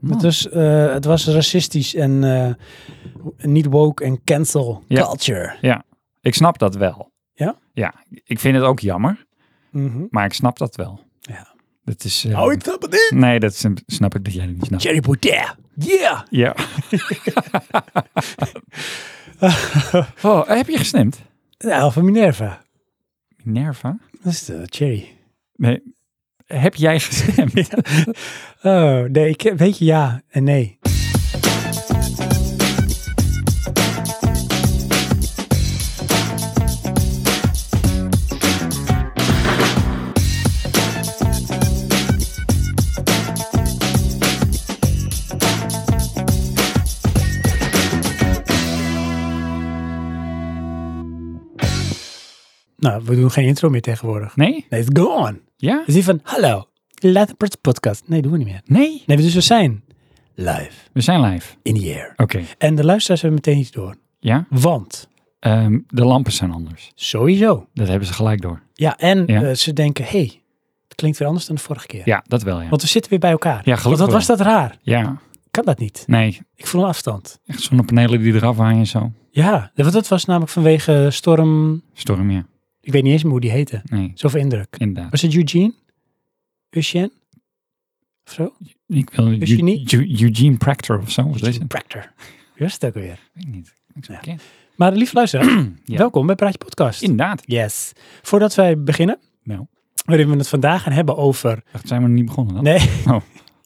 Het was racistisch en niet woke en cancel culture. Ja, ik snap dat wel. Ja? Ja, ik vind het ook jammer, Mm-hmm. maar ik snap dat wel. Ja. Dat is... ik snap het niet. Nee, dat snap ik dat jij het niet snapt. Thierry Baudet. Yeah. Ja. Heb je gestemd? Nou, van Minerva. Minerva? Dat is Thierry. Nee. Heb jij gestemd? Oh, nee, weet je, ja en nee. Nou, we doen geen intro meer tegenwoordig. Nee? Nee, it's gone. Ja? Het is die van, hallo, Latin Podcast. Nee, doen we niet meer. Nee? Nee, dus we zijn live. We zijn live. In the air. Oké. En de luisteraars hebben meteen iets door. Ja? Want. De lampen zijn anders. Sowieso. Dat hebben ze gelijk door. Ja, en ze denken, hey, het klinkt weer anders dan de vorige keer. Ja, dat wel, ja. Want we zitten weer bij elkaar. Ja, gelukkig Want wat was dat raar? Ja. Kan dat niet? Nee. Ik voel een afstand. Echt zonnepanelen die eraf hangen en zo. Ja, want dat was namelijk vanwege storm... Storm, ja. Ik weet niet eens meer hoe die heette. Nee. Zoveel indruk. Inderdaad. Was het Eugene? Eugene? Of zo? Ik wil Eugene Proctor of zo. Eugene Proctor. Wie was het ook weer? Weet ik niet. Ja. Maar lieve luisteraar, Ja. welkom bij Praatje Podcast. Inderdaad. Yes. Voordat wij beginnen, Nou, waarin we het vandaag gaan hebben over... dacht, zijn we nog niet begonnen dan? Nee. Oh.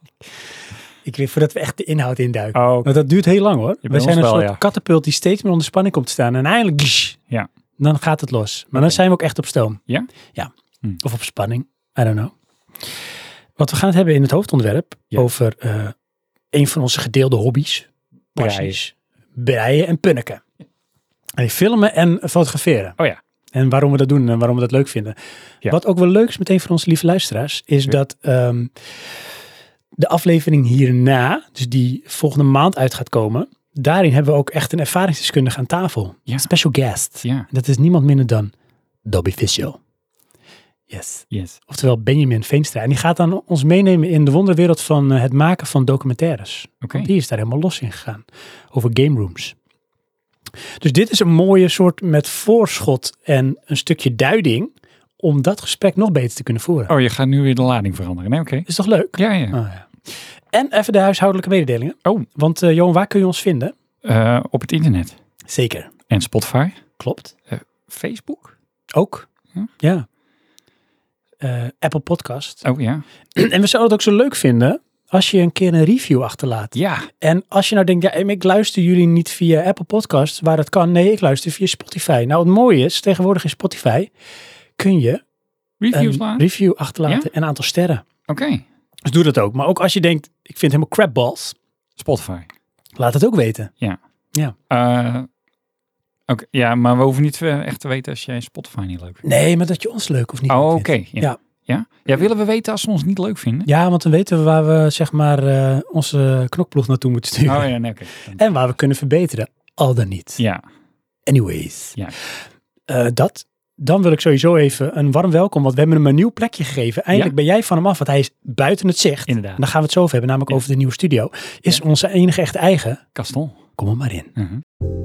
Ik weet voordat we echt de inhoud induiken. Oh, Want dat duurt heel lang hoor. bij We zijn een ons wel, soort katapult die steeds meer onder spanning komt te staan. En eindelijk, Ja. dan gaat het los. Maar dan zijn we ook echt op stoom. Ja? Ja. Hm. Of op spanning. I don't know. Want we gaan het hebben in het hoofdonderwerp over een van onze gedeelde hobby's. Passies. Breien en punniken. En filmen en fotograferen. Oh ja. En waarom we dat doen en waarom we dat leuk vinden. Ja. Wat ook wel leuk is meteen voor onze lieve luisteraars, is dat de aflevering hierna, dus die volgende maand uit gaat komen, daarin hebben we ook echt een ervaringsdeskundige aan tafel. Ja. Special guest. Ja. Dat is niemand minder dan Dobby Fischer. Yes. Oftewel Benjamin Veenstra. En die gaat dan ons meenemen in de wonderwereld van het maken van documentaires. Oké. Die is daar helemaal los in gegaan. Over game rooms. Dus dit is een mooie soort met voorschot en een stukje duiding om dat gesprek nog beter te kunnen voeren. Oh, je gaat nu weer de lading veranderen. Nee, oké. Is toch leuk? Ja, ja. Oh, ja. En even de huishoudelijke mededelingen. Oh. Want Johan, waar kun je ons vinden? Op het internet. Zeker. En Spotify. Klopt. Facebook. Ook. Hm? Ja. Apple Podcast. Oh ja. En we zouden het ook zo leuk vinden als je een keer een review achterlaat. Ja. En als je nou denkt, ja, ik luister jullie niet via Apple Podcasts, waar dat kan. Nee, ik luister via Spotify. Nou, het mooie is, tegenwoordig in Spotify kun je Reviews een review achterlaten en een aantal sterren. Oké. Dus doe dat ook. Maar ook als je denkt, ik vind het helemaal crapballs, Spotify. laat het ook weten. Ja. Ja. Oké. Ja, maar we hoeven niet echt te weten als jij Spotify niet leuk vindt. Nee, maar dat je ons leuk of niet Oh, leuk oké. vindt. Ja. Ja, willen we weten als ze ons niet leuk vinden? Ja, want dan weten we waar we zeg maar onze knokploeg naartoe moeten sturen. Oh ja, nee, oké. En waar we kunnen verbeteren, al dan niet. Ja. Anyways. Ja. Dan wil ik sowieso even een warm welkom, want we hebben hem een nieuw plekje gegeven. Eindelijk ben jij van hem af, want hij is buiten het zicht. Inderdaad. En dan gaan we het zo over hebben, namelijk over de nieuwe studio. Is onze enige echt eigen. Kastel. Kom er maar in. Uh-huh.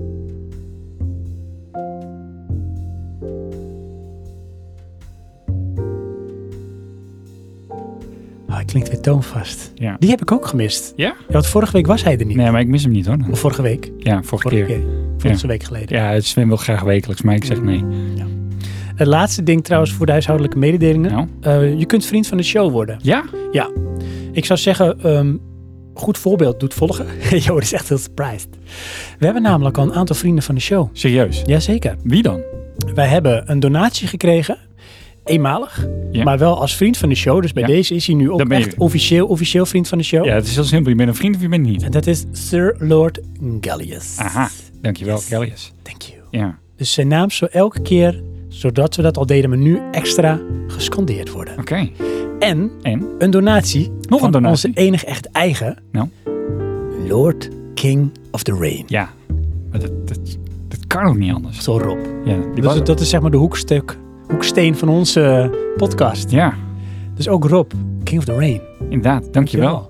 Hij klinkt weer toonvast. Ja. Die heb ik ook gemist. Ja? Ja, want vorige week was hij er niet. Nee, maar ik mis hem niet hoor. Of vorige week. Ja, vorige keer. Vorige week geleden. Ja, het Sven wil graag wekelijks, maar ik zeg nee. Ja. Het laatste ding trouwens voor de huishoudelijke mededelingen. Nou? Je kunt vriend van de show worden. Ja? Ja. Ik zou zeggen, goed voorbeeld doet volgen. Jo, is echt heel surprised. We hebben namelijk al een aantal vrienden van de show. Serieus? Jazeker. Wie dan? Wij hebben een donatie gekregen. Eenmalig. Ja. Maar wel als vriend van de show. Dus bij deze is hij nu ook Dan ben je- echt officieel vriend van de show. Ja, het is heel simpel. Je bent een vriend of je bent niet. En dat is Sir Lord Gallius. Aha, dankjewel, Yes. Gallius. Thank you. Ja. Dus zijn naam zo elke keer, zodat we dat al deden, maar nu extra gescandeerd worden. Oké. En En? een donatie. Nog van een donatie? onze enige echt eigen. Nou? Lord King of the Rain. Ja. Maar dat kan ook niet anders. Zo Rob. Ja, die was Dat is zeg maar de hoeksteen van onze podcast. Ja, Dus ook Rob, King of the Rain. inderdaad. Dankjewel.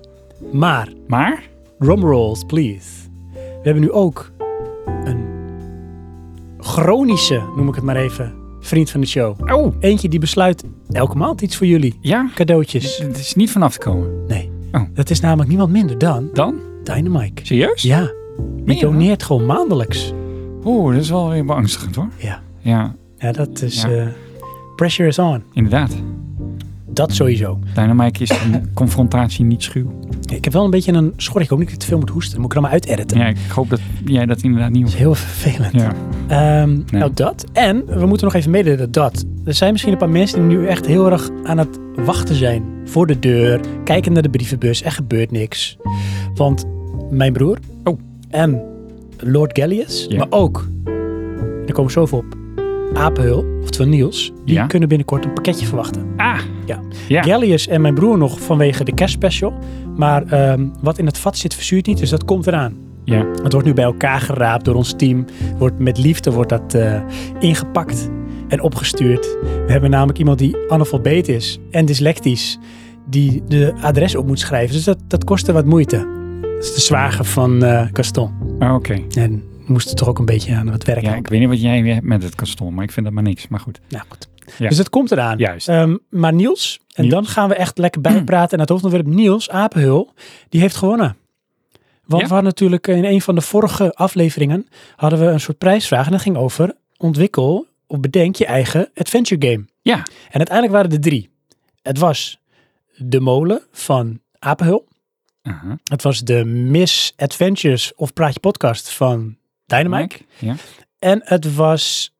Maar? Drumrolls, please. We hebben nu ook een chronische, noem ik het maar even, vriend van de show. Oh. Eentje die besluit elke maand iets voor jullie. Ja? Cadeautjes. Het is niet vanaf te komen. Nee. Oh. Dat is namelijk niemand minder dan Dan? Dynamike. Serieus? Ja. Die doneert gewoon maandelijks. Oeh, dat is wel weer beangstigend hoor. Ja. Ja. Ja, dat is... Ja. Pressure is on. Inderdaad. Dat sowieso. Dynamike is de confrontatie niet schuw. Ik heb wel een beetje een schor. Ik hoop niet dat ik te veel moet hoesten. Dan moet ik er dan maar uitediten. Ja, ik hoop dat jij dat inderdaad niet Dat is heel vervelend. Ja. Nee. Nou, dat. En we moeten nog even mededelen dat er zijn misschien een paar mensen die nu echt heel erg aan het wachten zijn voor de deur. Kijken naar de brievenbus. Er gebeurt niks. Want mijn broer en Lord Gallius, maar ook, daar komen we zo op, Apenhul, oftewel Niels, die kunnen binnenkort een pakketje verwachten. Ja. Gallius en mijn broer nog vanwege de kerstspecial. Maar wat in het vat zit verzuurt niet, dus dat komt eraan. Ja. Het wordt nu bij elkaar geraapt door ons team. Met liefde wordt dat ingepakt en opgestuurd. We hebben namelijk iemand die analfabeet is en dyslectisch, die de adres op moet schrijven. Dus dat kostte wat moeite. Dat is de zwager van Gaston. Oké. En we moesten toch ook een beetje aan het werk. Ja, ik weet niet wat jij hebt met het Gaston, maar ik vind dat maar niks. Maar goed. Nou goed. Ja. Dus dat komt eraan. Juist. Maar Niels, en dan gaan we echt lekker bijpraten. En het hoofdonderwerp Niels Apenhul, die heeft gewonnen. Want we hadden natuurlijk in een van de vorige afleveringen hadden we een soort prijsvraag. En dat ging over ontwikkel of bedenk je eigen adventure game. Ja. En uiteindelijk waren er 3. Het was De Molen van Apenhul. Uh-huh. Het was de Miss Adventures of Praatje Podcast van Dynamike. Ja. En het was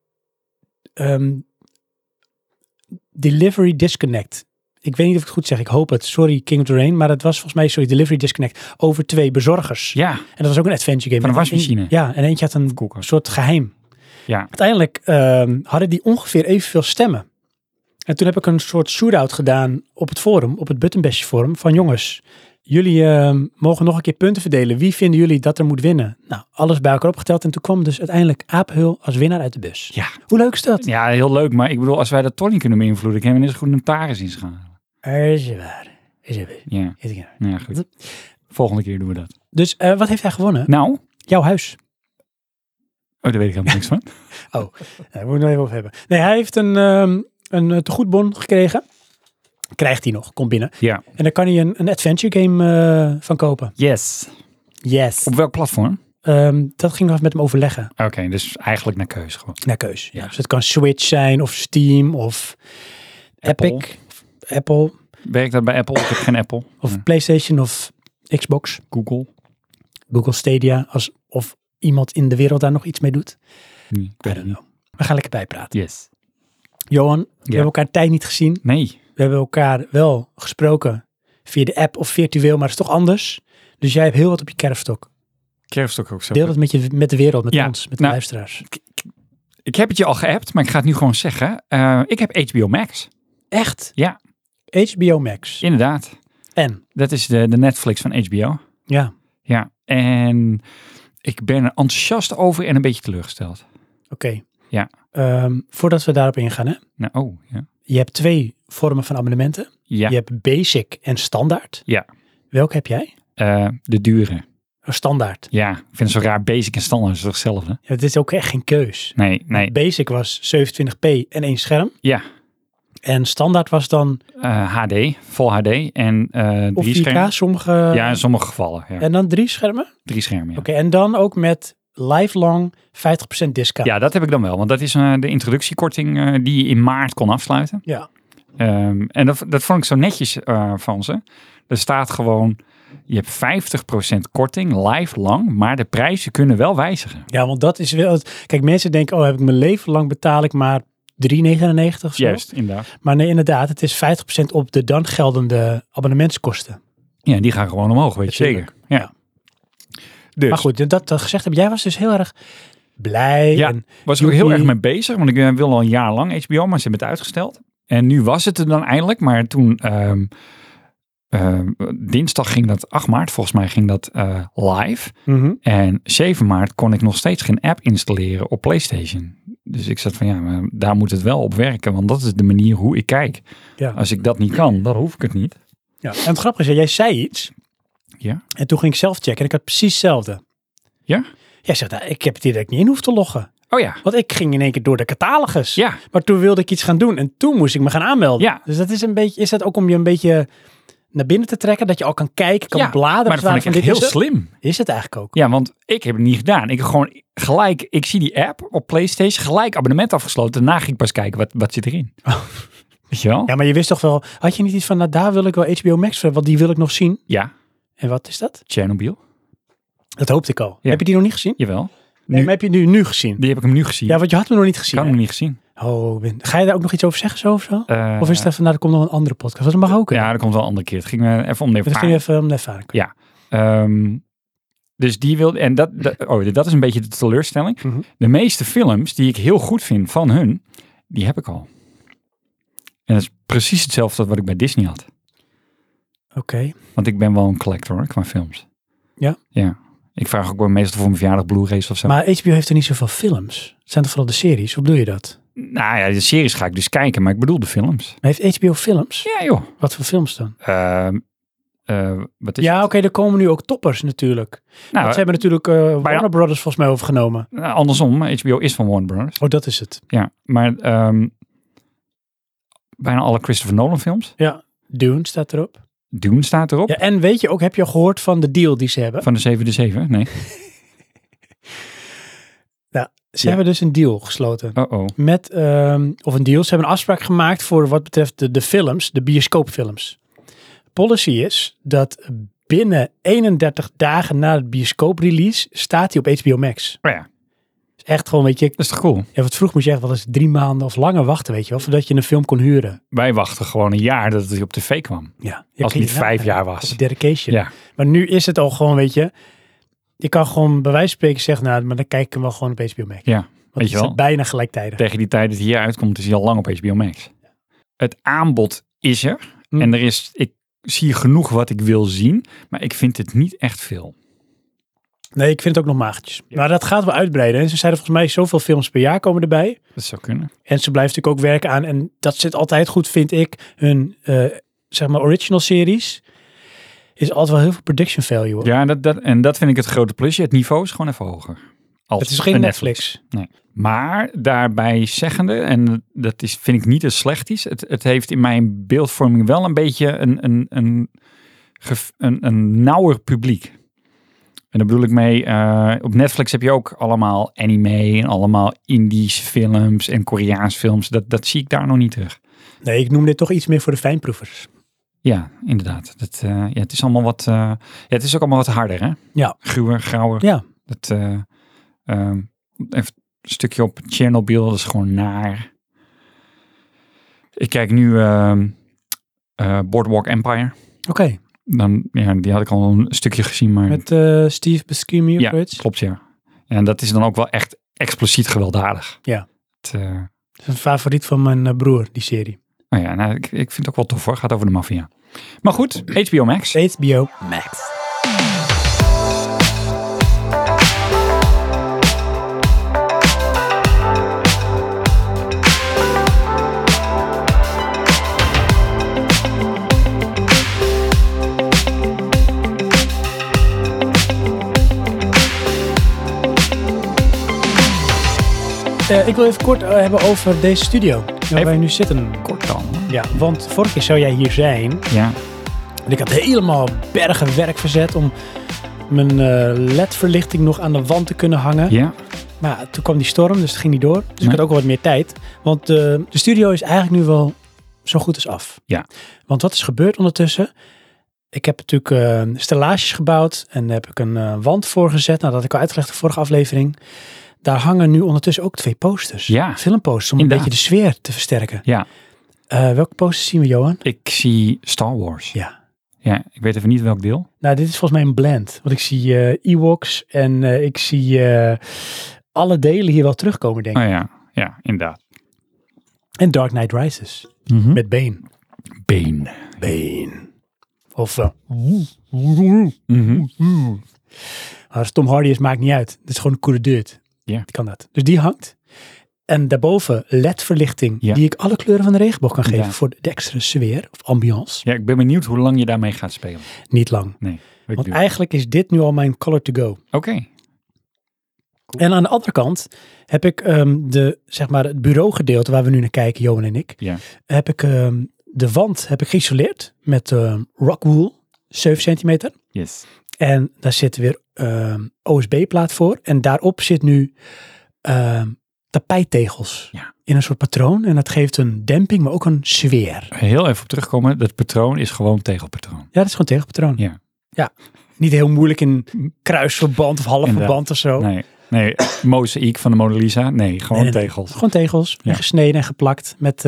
Delivery Disconnect. Ik weet niet of ik het goed zeg, ik hoop het. Sorry King of the Rain, maar het was volgens mij Delivery Disconnect over 2 bezorgers. Ja. En dat was ook een adventure game. Van een wasmachine. Ja, en eentje had een soort geheim. Ja. Uiteindelijk hadden die ongeveer evenveel stemmen. En toen heb ik een soort shootout gedaan op het forum, op het Buttonbashje forum, van jongens, jullie mogen nog een keer punten verdelen. Wie vinden jullie dat er moet winnen? Nou, alles bij elkaar opgeteld. En toen kwam dus uiteindelijk Apenhul als winnaar uit de bus. Ja. Hoe leuk is dat? Ja, heel leuk. Maar ik bedoel, als wij dat toch niet kunnen beïnvloeden, kunnen we net zo goed een Taris inschalen. Is het waar. Is het waar. Ja. Ja, goed. Volgende keer doen we dat. Dus wat heeft hij gewonnen? Nou? Jouw huis. Oh, daar weet ik helemaal niks van. Oh, daar moeten we even over hebben. Nee, hij heeft een tegoedbon gekregen. Krijgt hij nog, komt binnen. Ja. En daar kan hij een adventure game van kopen. Yes. Op welk platform? Dat ging nog met hem overleggen. Oké, dus eigenlijk naar keuze gewoon. Naar keuze, ja. Dus het kan Switch zijn of Steam of Epic. Apple. Werkt dat bij Apple? Ik heb geen Apple. Of PlayStation of Xbox. Google Stadia. Of iemand in de wereld daar nog iets mee doet. I don't know. We gaan lekker bijpraten. Yes. Johan, we hebben elkaar een tijd niet gezien. Nee. We hebben elkaar wel gesproken via de app of virtueel, maar het is toch anders. Dus jij hebt heel wat op je kerfstok. Kerfstok ook zo. Deel dat met de wereld, met ons, met de luisteraars. Ik heb het je al geappt, maar ik ga het nu gewoon zeggen. Ik heb HBO Max. Echt? Ja. HBO Max. Inderdaad. En? Dat is de Netflix van HBO. Ja. Ja. En ik ben er enthousiast over en een beetje teleurgesteld. Oké. Ja. Voordat we daarop ingaan, hè? Nou, ja. Je hebt 2 vormen van abonnementen. Ja. Je hebt basic en standaard. Ja. Welke heb jij? De dure. Standaard. Ja, ik vind het zo raar. Basic en standaard is toch hetzelfde? Ja, dit is ook echt geen keus. Nee. Basic was 27p en 1 scherm. Ja. En standaard was dan... HD, vol HD en 3 of 4K, schermen. sommige... Ja, in sommige gevallen. Ja. En dan 3 schermen? 3 schermen, ja. Oké, en dan ook met lifelong 50% discount. Ja, dat heb ik dan wel. Want dat is de introductiekorting die je in maart kon afsluiten. Ja. En dat vond ik zo netjes van ze. Er staat gewoon, je hebt 50% korting, lifelong, maar de prijzen kunnen wel wijzigen. Ja, want dat is wel... Kijk, mensen denken, heb ik mijn leven lang betaal ik maar €3,99 of zo. Juist, inderdaad. Maar nee, inderdaad, het is 50% op de dan geldende abonnementskosten. Ja, die gaan gewoon omhoog, weet je zeker. Ja. Dus. Maar goed, dat gezegd heb, jij was dus heel erg blij. Ja, en was ik ook heel erg mee bezig, want ik wil al een jaar lang HBO, maar ze hebben het uitgesteld. En nu was het er dan eindelijk, maar toen dinsdag ging dat, 8 maart volgens mij, ging dat live. Mm-hmm. En 7 maart kon ik nog steeds geen app installeren op PlayStation. Dus ik zat van, maar daar moet het wel op werken, want dat is de manier hoe ik kijk. Ja. Als ik dat niet kan, dan hoef ik het niet. Ja. En het grappige is, jij zei iets. Ja? En toen ging ik zelf checken en ik had precies hetzelfde. Ja? Jij zegt, ik heb het idee dat ik niet in hoef te loggen. Oh ja. Want ik ging in één keer door de catalogus. Ja. Maar toen wilde ik iets gaan doen en toen moest ik me gaan aanmelden. Ja. Dus dat is een beetje, is dat ook om je een beetje naar binnen te trekken? Dat je al kan kijken, kan bladeren. Maar dat vond ik echt heel slim. Is het eigenlijk ook? Ja, want ik heb het niet gedaan. Ik heb gewoon gelijk, ik zie die app op PlayStation, gelijk abonnement afgesloten. Daarna ging ik pas kijken, wat zit erin? Weet je wel? Ja, maar je wist toch wel, had je niet iets van, nou daar wil ik wel HBO Max voor, want die wil ik nog zien. Ja. En wat is dat? Chernobyl. Dat hoopte ik al. Ja. Heb je die nog niet gezien? Jawel. Nee, maar heb je die nu gezien? Die heb ik hem nu gezien. Ja, want je had hem nog niet gezien. Ik had hem nog niet gezien. Oh, ga je daar ook nog iets over zeggen zo of zo? Of is het even, nou, er komt nog een andere podcast. Dat mag ook. Hè? Ja, dat komt wel een andere keer. Het ging me even om de ervaring. Het ging even om de ervaring. Ja. Dus die wilde, en dat is een beetje de teleurstelling. Mm-hmm. De meeste films die ik heel goed vind van hun, die heb ik al. En dat is precies hetzelfde wat ik bij Disney had. Oké. Want ik ben wel een collector hoor, qua films. Ja? Ja. Ik vraag ook wel meestal voor mijn verjaardag Blu-rays of zo. Maar HBO heeft er niet zoveel films. Het zijn toch vooral de series? Hoe bedoel je dat? Nou ja, de series ga ik dus kijken, maar ik bedoel de films. Maar heeft HBO films? Ja joh. Wat voor films dan? Wat is Ja, oké, er komen nu ook toppers natuurlijk. Want Nou, ze hebben natuurlijk Warner Brothers volgens mij overgenomen. andersom, HBO is van Warner Brothers. Oh, dat is het. Ja, maar bijna alle Christopher Nolan films. Ja, Dune staat erop. Dune staat erop. Ja, en weet je ook, heb je al gehoord van de deal die ze hebben? Van de 7 Nee. Ze hebben dus een deal gesloten. Oh. Met, of een deal, ze hebben een afspraak gemaakt voor wat betreft de films, de bioscoopfilms. Policy is dat binnen 31 dagen na het bioscooprelease staat hij op HBO Max. Oh ja. Is echt gewoon, weet je. Dat is toch cool? Ja, wat vroeg moest je echt wel eens 3 maanden of langer wachten, weet je wel, voordat je een film kon huren. Wij wachten gewoon een jaar dat het op tv kwam. Ja. Als het niet 5 jaar was. Dedication. Ja. Maar nu is het al gewoon, weet je. Je kan gewoon bij wijze van spreken zeggen, nou, maar dan kijk ik hem wel gewoon op HBO Max. Ja, Want weet je het wel. is bijna gelijktijdig. Tegen die tijd dat hij hier uitkomt, is hij al lang op HBO Max. Het aanbod is er. En ik zie genoeg wat ik wil zien. Maar ik vind het niet echt veel. Nee, ik vind het ook nog magertjes. Ja. Maar dat gaat wel uitbreiden. En ze zeiden volgens mij zoveel films per jaar komen erbij. Dat zou kunnen. En ze blijven natuurlijk ook werken aan, en dat zit altijd goed, vind ik, hun, zeg maar, original series. Is altijd wel heel veel production value. Hoor. Ja, en dat vind ik het grote plusje. Het niveau is gewoon even hoger. Het is geen Netflix. Nee. Maar daarbij zeggende, en dat vind ik niet eens slecht iets. Het heeft in mijn beeldvorming wel een beetje een nauwer publiek. En daar bedoel ik mee, op Netflix heb je ook allemaal anime en allemaal Indische films en Koreaanse films. Dat zie ik daar nog niet terug. Nee, ik noem dit toch iets meer voor de fijnproevers. Ja, inderdaad. Het is allemaal wat, het is ook allemaal wat harder, hè? Ja. Gruwer, grauwer. Ja. Even een stukje op Chernobyl, dat is gewoon naar. Ik kijk nu Boardwalk Empire. Oké. Dan, ja, die had ik al een stukje gezien, maar... Met Steve Buscemi of ja, klopt, ja. En dat is dan ook wel echt expliciet gewelddadig. Ja. Het is een favoriet van mijn broer, die serie. Nou ja, ik vind het ook wel tof hoor. Gaat over de maffia. Maar goed, HBO Max. HBO Max. Ik wil even kort hebben over deze studio, waar wij nu zitten. Kort dan. Ja, want vorige keer zou jij hier zijn. Ja. En ik had helemaal bergen werk verzet om mijn LED-verlichting nog aan de wand te kunnen hangen. Ja. Maar toen kwam die storm, dus het ging niet door. Dus ik had ook wel wat meer tijd. Want de studio is eigenlijk nu wel zo goed als af. Ja. Want wat is gebeurd ondertussen? Ik heb natuurlijk stellages gebouwd en daar heb ik een wand voor gezet. Nou, dat had ik al uitgelegd in de vorige aflevering. Daar hangen nu ondertussen ook 2 posters. Ja. Filmposters, om een beetje de sfeer te versterken. Ja. Welke posters zien we, Johan? Ik zie Star Wars. Ja. Ja, ik weet even niet welk deel. Nou, dit is volgens mij een blend. Want ik zie Ewoks en ik zie alle delen hier wel terugkomen, denk ik. Oh ja, ja, inderdaad. En Dark Knight Rises. Met Bane. Bane. Of als Tom Hardy is, maakt niet uit. Het is gewoon een coole dude. Ja. Die kan dat. Dus die hangt. En daarboven LED-verlichting. Ja. Die ik alle kleuren van de regenboog kan geven. Ja. Voor de extra sfeer of ambiance. Ja, ik ben benieuwd hoe lang je daarmee gaat spelen. Niet lang. Nee. Want eigenlijk is dit nu al mijn color to go. Oké. Cool. En aan de andere kant heb ik het bureaugedeelte waar we nu naar kijken, Johan en ik. Ja. Heb ik de wand geïsoleerd met rockwool, 7 centimeter. Yes. En daar zit weer OSB-plaat voor. En daarop zit nu tapijttegels in een soort patroon. En dat geeft een demping, maar ook een sfeer. Heel even op terugkomen. Dat patroon is gewoon tegelpatroon. Ja, dat is gewoon tegelpatroon. Ja. Niet heel moeilijk in kruisverband of halfverband of zo. Nee, mozaïek van de Mona Lisa. Nee, gewoon tegels. Gewoon tegels. Ja. Gesneden en geplakt met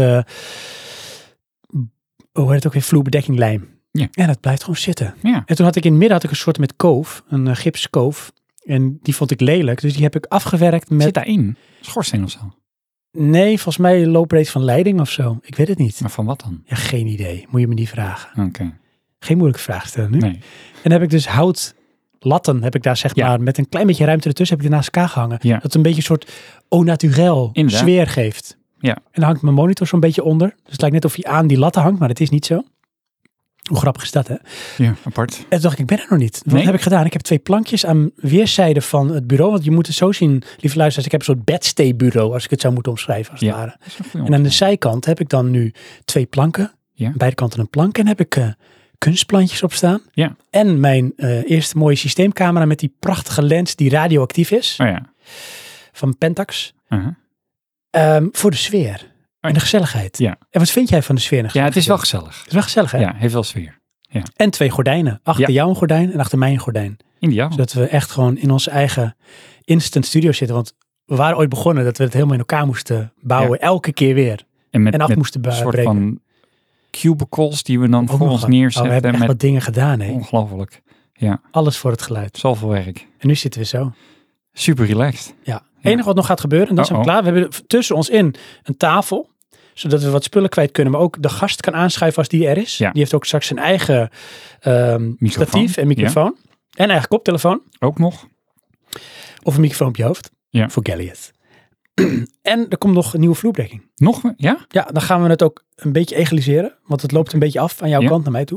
hoe heet het ook weer? Vloerbedekking lijm. Ja. En dat blijft gewoon zitten. Ja. En toen had ik in het midden een soort met koof. Een gipskoof. En die vond ik lelijk. Dus die heb ik afgewerkt met... Zit daarin? Schoorsteen of zo? Nee, volgens mij loopreeds van leiding of zo. Ik weet het niet. Maar van wat dan? Ja, geen idee. Moet je me niet vragen. Oké. Geen moeilijke vraag stellen nu. Nee. En dan heb ik dus houtlatten, heb ik daar maar met een klein beetje ruimte ertussen, heb ik die naast elkaar gehangen. Ja. Dat een beetje een soort au naturel sfeer geeft. Ja. En dan hangt mijn monitor zo'n beetje onder. Dus het lijkt net of hij aan die latten hangt, maar dat is niet zo. Hoe grappig is dat, hè? Ja, apart. En toen dacht ik ben er nog niet. Wat heb ik gedaan? Ik heb 2 plankjes aan weerszijden van het bureau. Want je moet het zo zien, lieve luisteraars. Ik heb een soort bedstay bureau, als ik het zou moeten omschrijven. Als het ware. En aan de zijkant heb ik dan nu 2 planken. Ja. Aan beide kanten een plank. En heb ik kunstplantjes op staan. Ja. En mijn eerste mooie systeemcamera met die prachtige lens die radioactief is. Oh ja. Van Pentax. Voor de sfeer. En de gezelligheid. Ja. En wat vind jij van de sfeer? Ja, het is wel gezellig. Het is wel gezellig, hè? Ja, heeft wel sfeer. Ja. En 2 gordijnen. Achter jou een gordijn en achter mij een gordijn. Ideaal. Zodat we echt gewoon in onze eigen instant studio zitten. Want we waren ooit begonnen dat we het helemaal in elkaar moesten bouwen. Ja. Elke keer weer. En af moesten breken. Een soort van cubicles die we dan voor ons neerzetten. We hebben echt wat dingen gedaan, hè? Ongelooflijk. Ja. Alles voor het geluid. Zoveel werk. En nu zitten we zo. Super relaxed. Ja. Het enige wat nog gaat gebeuren, en dan zijn we klaar. We hebben tussen ons in een tafel, zodat we wat spullen kwijt kunnen, maar ook de gast kan aanschuiven als die er is. Ja. Die heeft ook straks zijn eigen statief en microfoon. Ja. En eigen koptelefoon. Ook nog. Of een microfoon op je hoofd. Ja. Voor Galliot. En er komt nog een nieuwe vloerbedekking. Nog? Ja? Ja, dan gaan we het ook een beetje egaliseren. Want het loopt een beetje af aan jouw kant naar mij toe.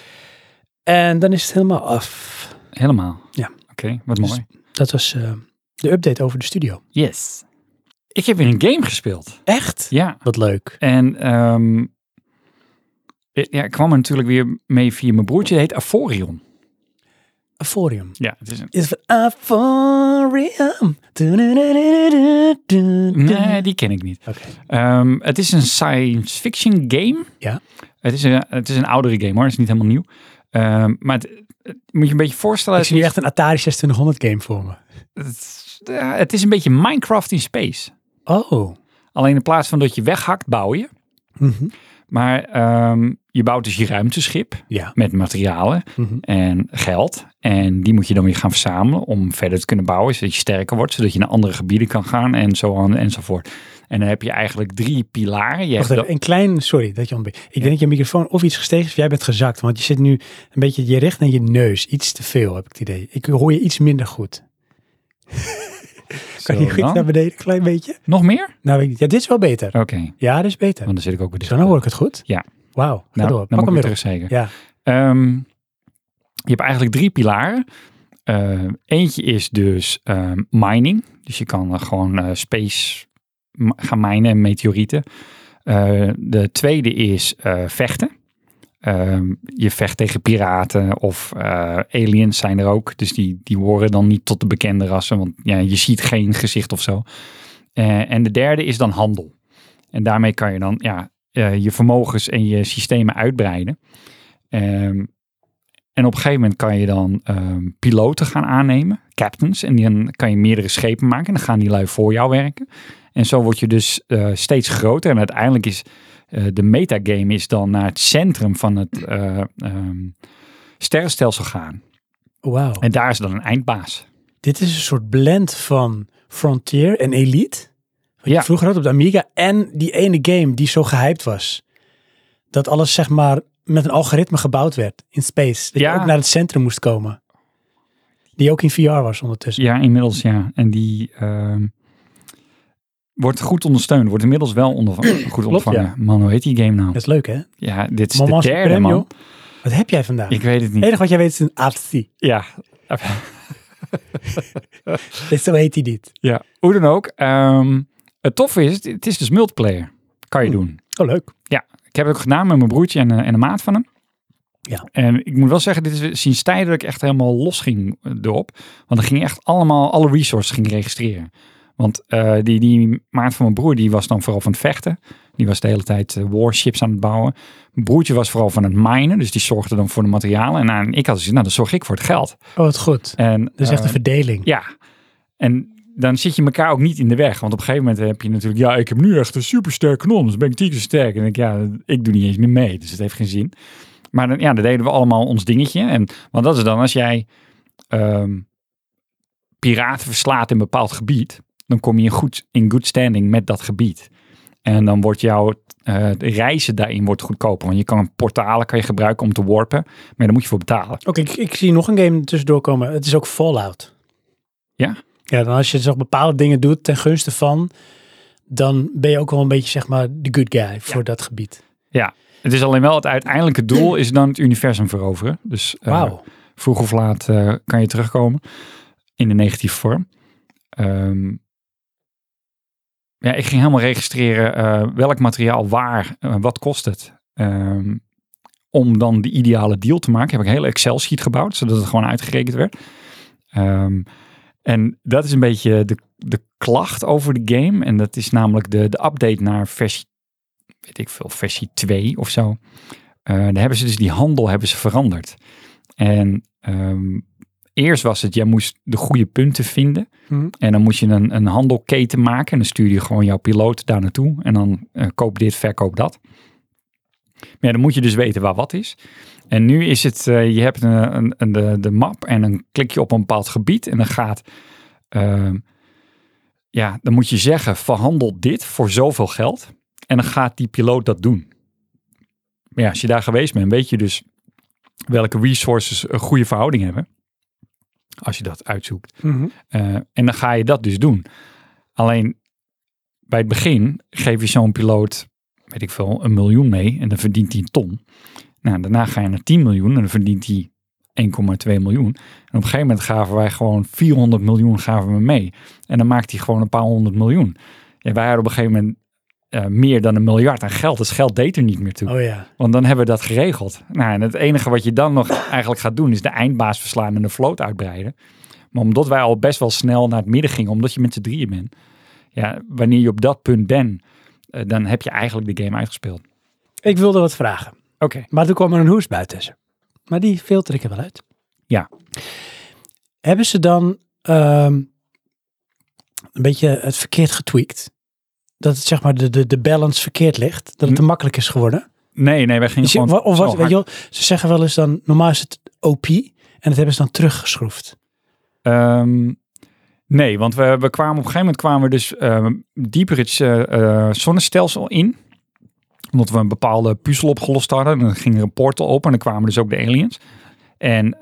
En dan is het helemaal af. Helemaal? Ja. Oké, wat mooi. Dat was de update over de studio. Yes. Ik heb weer een game gespeeld. Echt? Ja. Wat leuk. En ik kwam er natuurlijk weer mee via mijn broertje. Het heet Aforium. Aforium? Ja. Het is een... Is het Aforium? Nee, die ken ik niet. Okay. Het is een science fiction game. Ja. Het is een oudere game hoor. Het is niet helemaal nieuw. Maar het moet je een beetje voorstellen. Ik zie nu echt een Atari 2600 game voor me. Het is een beetje Minecraft in space. Oh. Alleen in plaats van dat je weghakt, bouw je. Mm-hmm. Maar je bouwt dus je ruimteschip met materialen en geld. En die moet je dan weer gaan verzamelen om verder te kunnen bouwen. Zodat je sterker wordt, zodat je naar andere gebieden kan gaan en zo aan enzovoort. En dan heb je eigenlijk 3 pilaren. Wacht even, een klein, sorry dat je ontbreekt. Ik denk dat je microfoon of iets gestegen is of jij bent gezakt. Want je zit nu een beetje, je richt naar je neus. Iets te veel heb ik het idee. Ik hoor je iets minder goed. Kan je iets naar beneden, een klein beetje? Nog meer? Nou, weet ik niet. Ja, dit is wel beter. Oké. Ja, dit is beter. Want dan zit ik ook bij Zo, dan hoor ik het goed. Ja. Wauw, ga door. Pak hem weer terug zeker. Ja. Je hebt eigenlijk 3 pilaren. Eentje is dus mining. Dus je kan gewoon space gaan minen en meteorieten. De tweede is vechten. Je vecht tegen piraten of aliens zijn er ook. Dus die horen dan niet tot de bekende rassen. Want ja, je ziet geen gezicht of zo. En de derde is dan handel. En daarmee kan je dan je vermogens en je systemen uitbreiden. En op een gegeven moment kan je dan piloten gaan aannemen. Captains. En dan kan je meerdere schepen maken. En dan gaan die lui voor jou werken. En zo word je dus steeds groter. En uiteindelijk is de metagame is dan naar het centrum van het sterrenstelsel gaan. Wauw. En daar is dan een eindbaas. Dit is een soort blend van Frontier en Elite. Wat je vroeger had op de Amiga. En die ene game die zo gehyped was. Dat alles zeg maar met een algoritme gebouwd werd in space. Dat je ook naar het centrum moest komen. Die ook in VR was ondertussen. Ja, inmiddels ja. En die wordt goed ondersteund. Wordt inmiddels wel goed ontvangen. Ja. Man, hoe heet die game nou? Dat is leuk hè? Ja, dit is de derde man. Wat heb jij vandaag? Ik weet het niet. Het enige wat jij weet is een AFC. Ja. Dus zo heet hij niet. Ja, hoe dan ook. Het toffe is, het is dus multiplayer. Kan je doen. Oh, leuk. Ja, ik heb het ook gedaan met mijn broertje en een maat van hem. Ja. En ik moet wel zeggen, dit is sinds tijden dat ik echt helemaal los ging erop. Want dan ging echt alle resources ging registreren. Want die maat van mijn broer, die was dan vooral van het vechten. Die was de hele tijd warships aan het bouwen. Mijn broertje was vooral van het minen, dus die zorgde dan voor de materialen. En ik had gezegd, dan zorg ik voor het geld. Oh, wat goed. En, dus echt een verdeling. Ja, en dan zit je elkaar ook niet in de weg. Want op een gegeven moment heb je natuurlijk, ik heb nu echt een supersterk kanon, dus ben ik 10 keer sterk. En ik doe niet eens meer mee, dus het heeft geen zin. Maar dan deden we allemaal ons dingetje. Want dat is dan, als jij piraten verslaat in een bepaald gebied, dan kom je in good standing met dat gebied. En dan wordt jouw reizen daarin wordt goedkoper. Want je kan portalen gebruiken om te warpen, maar daar moet je voor betalen. Oké, ik zie nog een game tussendoor komen. Het is ook Fallout. Ja? Ja, dan als je zo bepaalde dingen doet ten gunste van, dan ben je ook wel een beetje, zeg maar, de good guy voor dat gebied. Ja, het is alleen wel het uiteindelijke doel is dan het universum veroveren. Dus vroeg of laat kan je terugkomen in de negatieve vorm. Ik ging helemaal registreren welk materiaal waar, wat kost het. Om dan de ideale deal te maken, heb ik een hele Excel-sheet gebouwd, zodat het gewoon uitgerekend werd. En dat is een beetje de klacht over de game. En dat is namelijk de update naar versie 2 of zo. Daar hebben ze dus die handel veranderd. En eerst was het, jij moest de goede punten vinden. En dan moest je een handelketen maken. En dan stuurde je gewoon jouw piloot daar naartoe. En dan koop dit, verkoop dat. Maar dan moet je dus weten waar wat is. En nu is het, je hebt de map en dan klik je op een bepaald gebied. En dan gaat, dan moet je zeggen, verhandel dit voor zoveel geld. En dan gaat die piloot dat doen. Maar ja, als je daar geweest bent, weet je dus welke resources een goede verhouding hebben. Als je dat uitzoekt. En dan ga je dat dus doen. Alleen bij het begin geef je zo'n piloot, weet ik veel, 1 miljoen mee. En dan verdient hij 1 ton. Nou, daarna ga je naar 10 miljoen en dan verdient hij 1,2 miljoen. En op een gegeven moment gaven wij gewoon 400 miljoen gaven we mee. En dan maakt hij gewoon een paar 100 miljoen. Ja, wij hadden op een gegeven moment meer dan 1 miljard aan geld. Dus geld deed er niet meer toe. Oh ja. Want dan hebben we dat geregeld. Nou, en het enige wat je dan nog eigenlijk gaat doen is de eindbaas verslaan en de vloot uitbreiden. Maar omdat wij al best wel snel naar het midden gingen, omdat je met z'n drieën bent. Ja, wanneer je op dat punt bent, dan heb je eigenlijk de game uitgespeeld. Ik wilde wat vragen. Oké. Maar toen kwam er een hoestbui tussen. Maar die filter ik er wel uit. Ja. Hebben ze dan een beetje het verkeerd getweakt? Dat het, zeg maar, de balance verkeerd ligt? Dat het te makkelijk is geworden? Nee, wij gingen gewoon... weet je, ze zeggen wel eens dan, normaal is het OP en dat hebben ze dan teruggeschroefd. Nee, want we kwamen op een gegeven moment dus dieper het zonnestelsel in. Omdat we een bepaalde puzzel opgelost hadden. En dan ging er een portal open en dan kwamen dus ook de aliens. En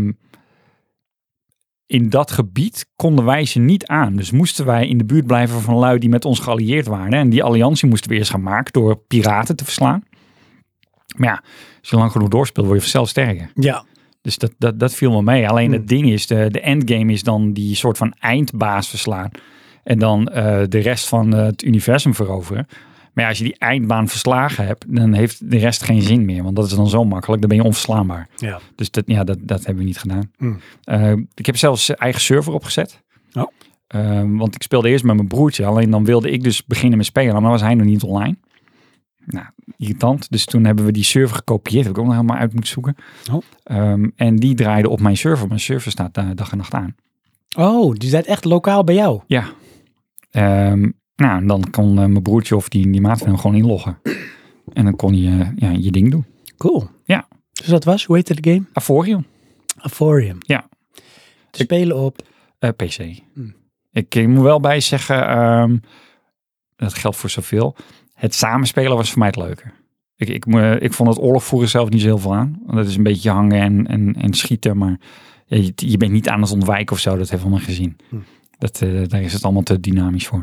in dat gebied konden wij ze niet aan. Dus moesten wij in de buurt blijven van lui die met ons geallieerd waren. En die alliantie moesten we eerst gaan maken door piraten te verslaan. Maar ja, als je lang genoeg doorspeelt, word je vanzelf sterker. Ja. Dus dat viel me mee. Alleen het ding is, de endgame is dan die soort van eindbaas verslaan. En dan de rest van het universum veroveren. Maar ja, als je die eindbaan verslagen hebt, dan heeft de rest geen zin meer. Want dat is dan zo makkelijk, dan ben je onverslaanbaar. Ja. Dus dat hebben we niet gedaan. Ik heb zelfs eigen server opgezet. Oh. Want ik speelde eerst met mijn broertje. Alleen dan wilde ik dus beginnen met spelen. Maar was hij nog niet online. Nou, irritant. Dus toen hebben we die server gekopieerd. Heb ik ook nog helemaal uit moeten zoeken. Oh. En die draaide op mijn server. Mijn server staat dag en nacht aan. Oh, die staat echt lokaal bij jou? Ja. Nou, dan kon mijn broertje of die maat van hem gewoon inloggen. En dan kon je je ding doen. Cool. Ja. Dus dat was, hoe heette de game? Aforium. Ja. Te spelen op? PC. Ik moet wel bij zeggen, dat geldt voor zoveel. Het samenspelen was voor mij het leuker. Ik vond het oorlog voeren zelf niet zo heel veel aan. Want dat is een beetje hangen en schieten. Maar je bent niet aan het ontwijken of zo. Dat heeft helemaal geen zin. Daar is het allemaal te dynamisch voor.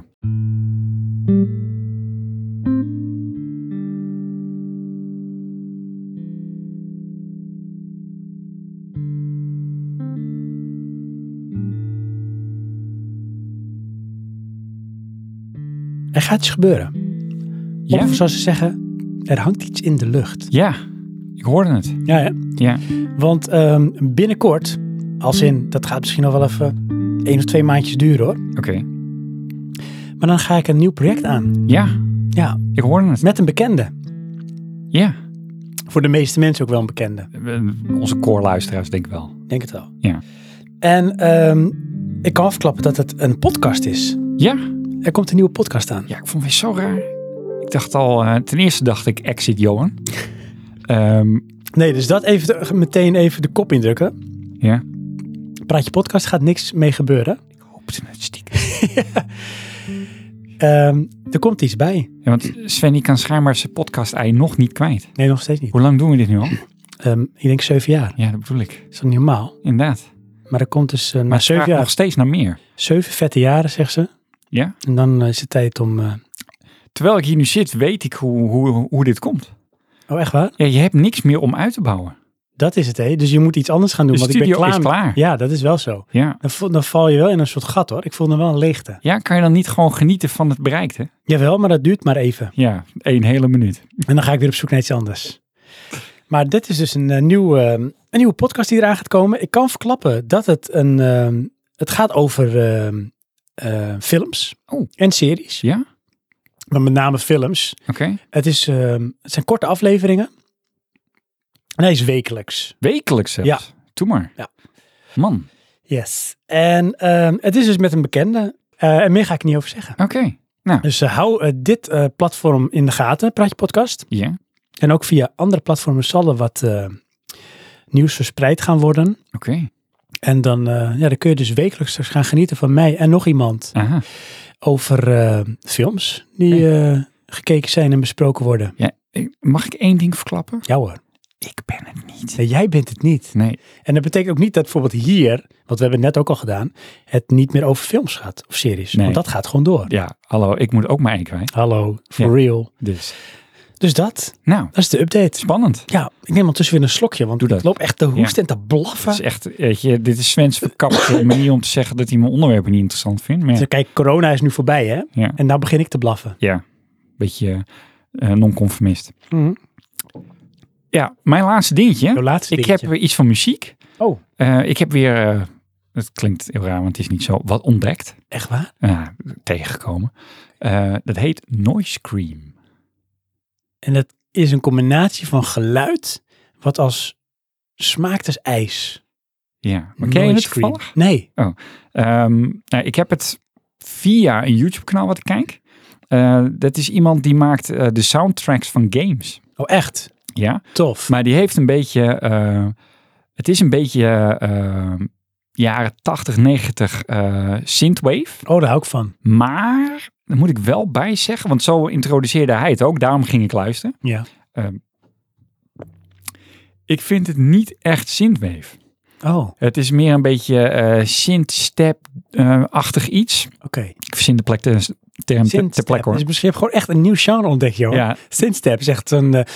Er gaat iets gebeuren. Ja? Of zoals ze zeggen, er hangt iets in de lucht. Ja, ik hoorde het. Ja, hè? Ja. Want binnenkort, als in, dat gaat misschien nog wel even 1 of 2 maandjes duren hoor. Oké. Maar dan ga ik een nieuw project aan. Ja, Ja, ik hoorde het. met een bekende. Ja. Voor de meeste mensen ook wel een bekende. Onze koorluisteraars denk ik wel. Denk het wel. Ja. En ik kan afklappen dat het een podcast is. Ja? Er komt een nieuwe podcast aan. Ja, ik vond het weer zo raar. Ik dacht al, ten eerste dacht ik Exit Johan. Nee, dus dat even meteen even de kop indrukken. Ja. Praatje podcast gaat niks mee gebeuren. Ik hoopte het stiekem. Er komt iets bij. Ja, want Sven kan schijnbaar zijn podcast-ei nog niet kwijt. Nee, nog steeds niet. Hoe lang doen we dit nu al? Ik denk 7 jaar. Ja, dat bedoel ik. Dat is toch niet normaal? Inderdaad. Maar er komt dus na Maar 7 het jaar. nog steeds naar meer. 7 vette jaren, zegt ze. Ja? En dan is het tijd om... Terwijl ik hier nu zit, weet ik hoe dit komt. Oh, echt waar? Ja, je hebt niks meer om uit te bouwen. Dat is het, hè? Dus je moet iets anders gaan doen. De want ik ben studio klaar. is klaar. Ja, dat is wel zo. Ja. Dan val je wel in een soort gat, hoor. Ik voel dan wel een leegte. Ja, kan je dan niet gewoon genieten van het bereikte? Jawel, maar dat duurt maar even. Ja, 1 hele minuut. En dan ga ik weer op zoek naar iets anders. Maar dit is dus een nieuwe podcast die eraan gaat komen. Ik kan verklappen dat het het gaat over films en series. Ja? Maar met name films. Oké. Het zijn korte afleveringen. En hij is wekelijks. Wekelijks zelfs? Ja. Doe maar. Ja. Man. Yes. En het is dus met een bekende. En meer ga ik niet over zeggen. Oké. Nou. Dus hou dit platform in de gaten, Praatje Podcast. Ja. En ook via andere platformen zal er wat nieuws verspreid gaan worden. Oké. En dan kun je dus wekelijks gaan genieten van mij en nog iemand. Aha. Over films die gekeken zijn en besproken worden. Ja. Mag ik 1 ding verklappen? Ja hoor. Ik ben het niet. Nee, jij bent het niet. Nee. En dat betekent ook niet dat bijvoorbeeld hier, wat we hebben net ook al gedaan, het niet meer over films gaat of series. Nee. Want dat gaat gewoon door. Ja, hallo, ik moet ook mijn ei kwijt. Hallo, for real. Dus dat is de update. Spannend. Ja, ik neem ondertussen weer een slokje, want ik loop echt te hoesten en te blaffen. Het is echt, weet je, dit is Sven's verkapte manier om te zeggen dat hij mijn onderwerpen niet interessant vindt. Maar Dus kijk, corona is nu voorbij, hè? Ja. En nou begin ik te blaffen. Ja, beetje non-conformist. Mhm. Ja, mijn laatste dingetje. Jouw laatste dingetje. Ik heb weer iets van muziek. Oh. Ik heb weer, het klinkt heel raar, want het is niet zo, wat ontdekt. Echt waar? Tegengekomen. Dat heet Noise Scream. En dat is een combinatie van geluid, wat als smaakt als ijs. Ja, maar ken je het toevallig? Nee. Oh. Ik heb het via een YouTube-kanaal wat ik kijk. Dat is iemand die maakt de soundtracks van games. Oh, echt? Ja. Tof. Maar die heeft een beetje, het is een beetje jaren 80, 90 synthwave. Oh, daar hou ik van. Maar, daar moet ik wel bij zeggen, want zo introduceerde hij het ook. Daarom ging ik luisteren. Ja. Ik vind het niet echt synthwave. Oh. Het is meer een beetje synth-step-achtig iets. Oké. Ik verzin de term ter plekke hoor. Dus misschien heb je gewoon echt een nieuw genre ontdekt, joh. Ja. Synthstep is echt een...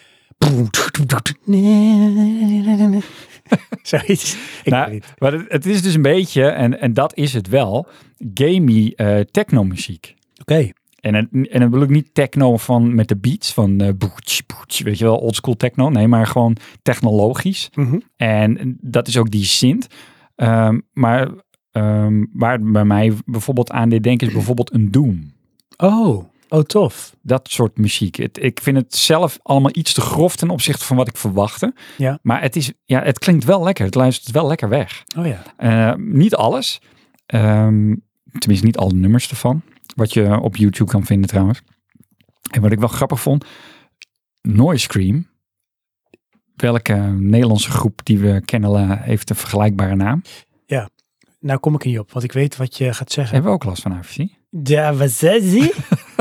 Zoiets. Ik weet niet. Maar het is dus een beetje, en dat is het wel, gamey techno-muziek. Oké. En dan wil ik niet techno van met de beats van weet je wel, oldschool techno. Nee, maar gewoon technologisch. Mm-hmm. En dat is ook die synth. Maar waar het bij mij bijvoorbeeld aan deed denken is bijvoorbeeld een Doom. Oh, tof. Dat soort muziek. Ik vind het zelf allemaal iets te grof ten opzichte van wat ik verwachtte. Ja. Maar het klinkt wel lekker. Het luistert wel lekker weg. Oh ja. Niet alles. Tenminste niet alle nummers ervan. Wat je op YouTube kan vinden trouwens. En wat ik wel grappig vond. Noise Scream. Welke Nederlandse groep die we kennen heeft een vergelijkbare naam? Ja. Nou kom ik er niet op, want ik weet wat je gaat zeggen. Hebben we ook last van AVC? Ja, wat zei ze?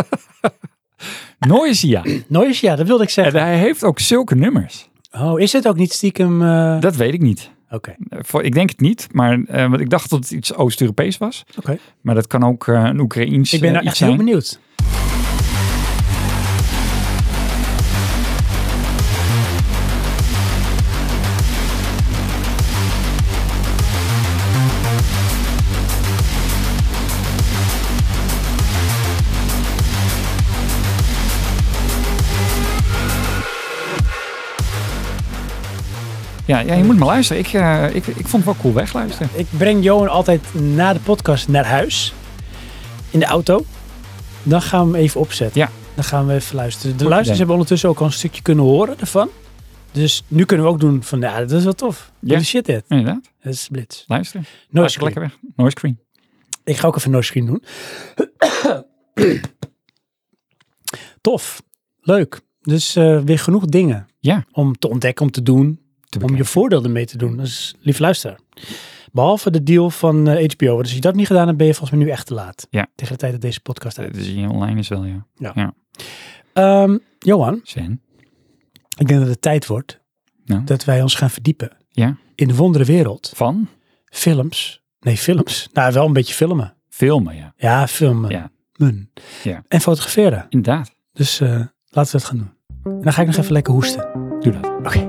Noisia. Noisia, dat wilde ik zeggen. En hij heeft ook zulke nummers. Oh, is het ook niet stiekem... Dat weet ik niet. Oké. Ik denk het niet, maar want ik dacht dat het iets Oost-Europees was. Oké. Maar dat kan ook een Oekraïens Ik ben nou echt heel benieuwd. Ja, je moet maar luisteren. Ik vond het wel cool wegluisteren. Ik breng Johan altijd na de podcast naar huis. In de auto. Dan gaan we hem even opzetten. Ja. Dan gaan we even luisteren. De luisteraars hebben ondertussen ook al een stukje kunnen horen ervan. Dus nu kunnen we ook doen van, ja, dat is wel tof. Ja. Holy shit dit. Inderdaad. Dat is blitz. Luisteren. Noise Lekker weg. Noise screen. Ik ga ook even noise screen doen. Tof. Leuk. Dus weer genoeg dingen. Ja. Om te ontdekken, om te doen. Om je voordeel ermee te doen. Dus lief luisteraar. Behalve de deal van HBO. Dus als je dat niet gedaan hebt, ben je volgens mij nu echt te laat. Ja. Tegen de tijd dat deze podcast uit Dus hier online is wel, ja. Johan. Sven. Ik denk dat het tijd wordt dat wij ons gaan verdiepen in de wondere wereld van films. Nee, films. Nou, wel een beetje filmen. Filmen, ja. Ja, filmen. Ja. En fotograferen. Inderdaad. Dus laten we dat gaan doen. En dan ga ik nog even lekker hoesten. Doe dat. Oké.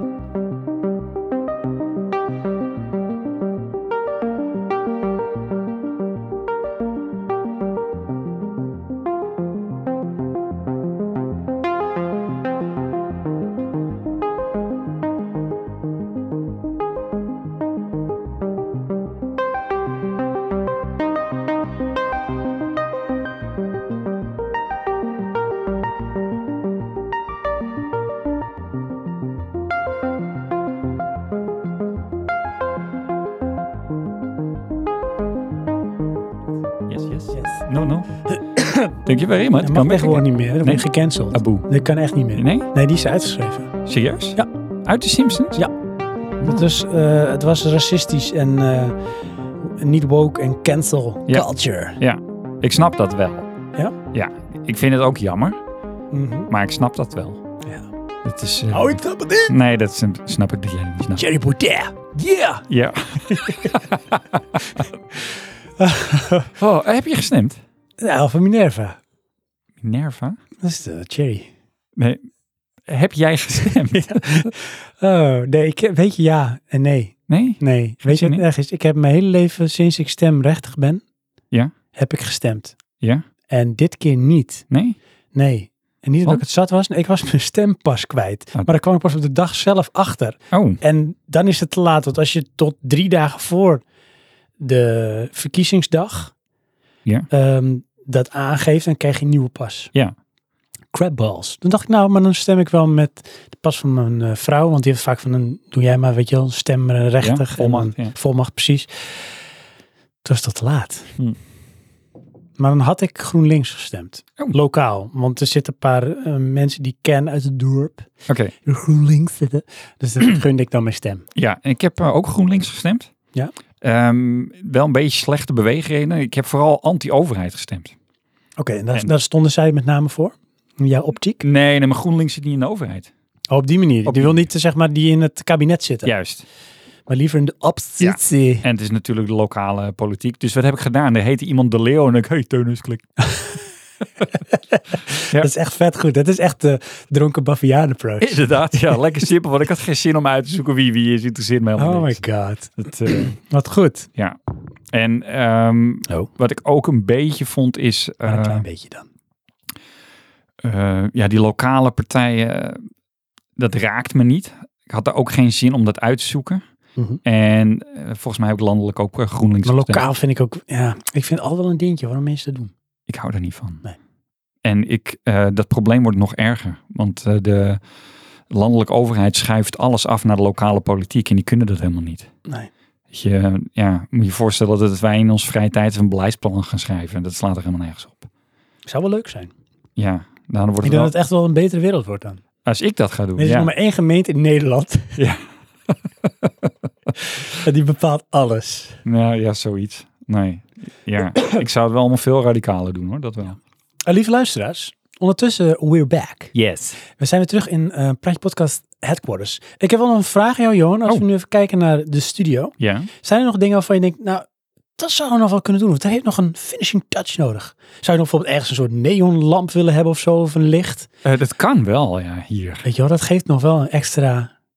No. Denk je very much? Dat mag echt gewoon niet meer. Dat wordt gecanceld. Aboe. Dat kan echt niet meer. Nee, die is uitgeschreven. Serieus? Ja. Uit de Simpsons? Ja. Het was racistisch en niet woke en cancel culture. Ja, ik snap dat wel. Ja? Ja, ik vind het ook jammer. Mm-hmm. Maar ik snap dat wel. Ja. Het is, ik snap het niet. Nee, dat snap ik niet. Jerry Baudet. Yeah! Ja. Heb je gestemd? Ja, van Minerva. Minerva? Dat is de Cherry. Nee. Heb jij gestemd? Nee, weet je, ja en nee. Nee? Nee. Weet je wat erg is? Ik heb mijn hele leven, sinds ik stemrechtig ben, heb ik gestemd. Ja? En dit keer niet. Nee? Nee. En niet dat ik het zat was. Nee, ik was mijn stempas kwijt. Maar daar kwam ik pas op de dag zelf achter. Oh. En dan is het te laat. Want als je tot 3 dagen voor de verkiezingsdag dat aangeeft, dan krijg je een nieuwe pas. Ja. Crabballs. Toen dacht ik, maar dan stem ik wel met de pas van mijn vrouw. Want die heeft vaak van doe jij maar, weet je wel, stemrechtig. Ja, volmacht. Volmacht, precies. Toen was dat te laat. Maar dan had ik GroenLinks gestemd. Oh. Lokaal. Want er zitten een paar mensen die ik ken uit het dorp. Oké. De GroenLinks zitten. Dus dat gunde ik dan mijn stem. Ja, en ik heb ook GroenLinks gestemd. Ja. Wel een beetje slechte beweegredenen. Ik heb vooral anti-overheid gestemd. Oké, en daar stonden zij met name voor? In jouw optiek? Nee, maar GroenLinks zit niet in de overheid. Oh, op die manier. Die wil niet, zeg maar, die in het kabinet zitten. Juist. Maar liever in de oppositie. Ja. En het is natuurlijk de lokale politiek. Dus wat heb ik gedaan? Er heette iemand De Leeuw en ik, hey Teunus, klik. Dat is echt vet goed. Dat is echt de dronken Baviaan approach. Inderdaad, ja. Lekker simpel. Want ik had geen zin om uit te zoeken wie is. Interesseert me helemaal niks. Oh my god. Wat goed. Ja. En wat ik ook een beetje vond is... een klein beetje dan. Die lokale partijen, dat raakt me niet. Ik had er ook geen zin om dat uit te zoeken. Mm-hmm. En volgens mij heb ik landelijk ook GroenLinks Maar gestemd. lokaal vind ik ook, ik vind al wel een dingetje waarom mensen dat doen. Ik hou er niet van. Nee. En dat probleem wordt nog erger. Want de landelijke overheid schuift alles af naar de lokale politiek. En die kunnen dat helemaal niet. Nee. Moet je voorstellen dat wij in onze vrije tijd een beleidsplan gaan schrijven. Dat slaat er helemaal nergens op. Zou wel leuk zijn. Ja. Dan wordt ik denk dat het echt wel een betere wereld wordt dan. Als ik dat ga doen. Er is nog maar 1 gemeente in Nederland. Ja. En die bepaalt alles. Nou ja, zoiets. Nee. Ja, ik zou het wel allemaal veel radicaler doen hoor, dat wel. Lieve luisteraars, ondertussen we're back. Yes. We zijn weer terug in Praatje Podcast Headquarters. Ik heb wel nog een vraag aan jou, Johan. Als we nu even kijken naar de studio. Ja. Zijn er nog dingen waarvan je denkt, nou, dat zou we nog wel kunnen doen. Want dat heeft nog een finishing touch nodig. Zou je nog bijvoorbeeld ergens een soort neonlamp willen hebben of zo, of een licht? Dat kan wel, ja, hier. Weet je wel, dat geeft nog wel een extra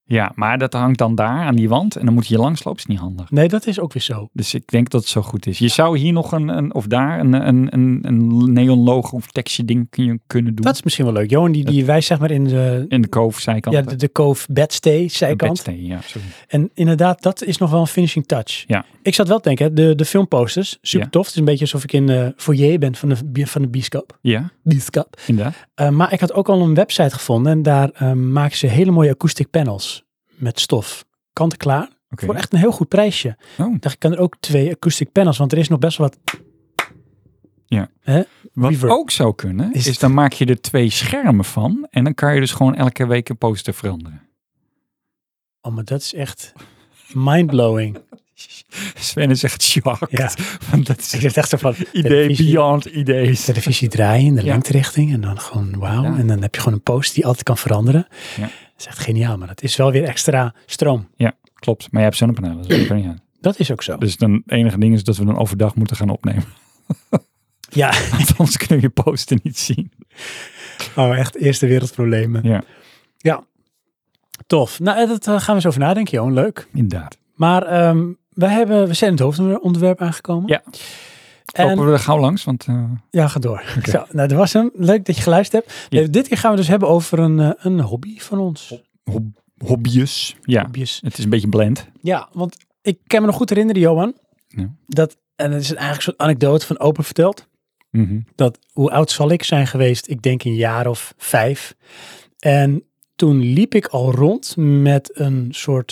Ja, maar dat hangt dan daar aan die wand en dan moet je langslopen. Is niet handig. Nee, dat is ook weer zo. Dus ik denk dat het zo goed is. Je zou hier nog of daar een neonlogo of tekstje ding kunnen doen. Dat is misschien wel leuk. Johan, die wijst zeg maar in de Cove zijkant. Ja, de Cove bedstay zijkant. Bedstay, ja, sorry. En inderdaad, dat is nog wel een finishing touch. Ja. Ik zat wel te denken, de filmposters, super tof. Het is een beetje alsof ik in de foyer ben van de bioscoop. Ja, bioscoop. Inderdaad. Maar ik had ook al een website gevonden en daar maken ze hele mooie acoustic panels met stof. Kant en klaar. Okay. Voor echt een heel goed prijsje. Oh. Ik dacht, ik kan er ook 2 acoustic panels, want er is nog best wel wat... Ja. Hè? Wat Reverb. ook zou kunnen, is dan maak je er 2 schermen van en dan kan je dus gewoon elke week een poster veranderen. Oh, maar dat is echt mindblowing. Sven is echt shocked. Ja. Want dat is echt zo van... idee beyond idees. Televisie draaien in de lengterichting en dan gewoon wauw. Ja. En dan heb je gewoon een poster die altijd kan veranderen. Ja. Dat is echt geniaal, maar dat is wel weer extra stroom. Ja, klopt. Maar je hebt zonnepanelen, dus dat kan niet aan. Dat is ook zo. Dus dan het enige ding is dat we dan overdag moeten gaan opnemen. Ja. Anders kun je je poster niet zien. Oh, echt eerste wereldproblemen. Ja. Ja. Tof. Nou, dat gaan we eens over nadenken, Johan. Leuk. Inderdaad. Maar we zijn in het hoofdonderwerp aangekomen. Ja. Lopen we er gauw langs, want... Ja, ga door. Okay. Zo, nou, dat was hem. Leuk dat je geluisterd hebt. Ja. Dit keer gaan we dus hebben over een hobby van ons. Hobby's. Ja, hobby's. Het is een beetje blend. Ja, want ik kan me nog goed herinneren, Johan. Ja. En het is eigenlijk een soort anekdote van opa verteld. Mm-hmm. Dat, hoe oud zal ik zijn geweest? Ik denk een jaar of 5. En toen liep ik al rond met een soort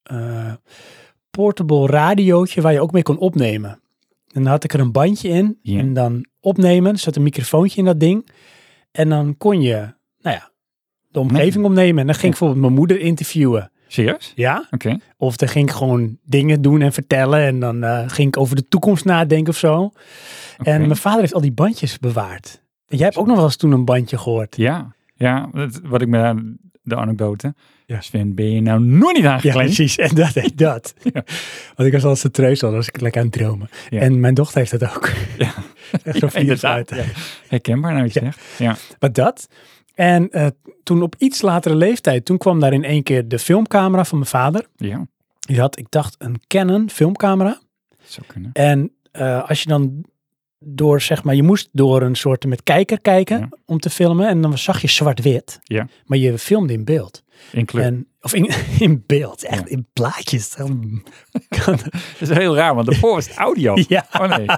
portable radiootje waar je ook mee kon opnemen. En dan had ik er een bandje in en dan opnemen. Er zat een microfoontje in dat ding. En dan kon je, de omgeving opnemen. En dan ging ik bijvoorbeeld mijn moeder interviewen. Serieus? Ja. Oké. Of dan ging ik gewoon dingen doen en vertellen. En dan ging ik over de toekomst nadenken of zo. Okay. En mijn vader heeft al die bandjes bewaard. En jij hebt ook nog wel eens toen een bandje gehoord. Ja. Ja, wat ik me de anekdote. Ja. Sven, ben je nou nooit niet aangekleed? Ja, precies. En dat heet dat. Ja. Want ik was al zo treus als ik lekker aan het dromen. Ja. En mijn dochter heeft dat ook. Ja. Echt zo inderdaad. Ja. Herkenbaar nou iets zegt. Ja. Maar dat. En toen op iets latere leeftijd, toen kwam daar in één keer de filmcamera van mijn vader. Ja. Die had, ik dacht, een Canon filmcamera. Dat zou kunnen. En als je dan door, zeg maar, je moest door een soort met kijker kijken om te filmen. En dan zag je zwart-wit. Ja. Maar je filmde in beeld. In kleur. Of in beeld, echt in plaatjes. Dat is heel raar, want daarvoor was het audio. Ja. Oh nee.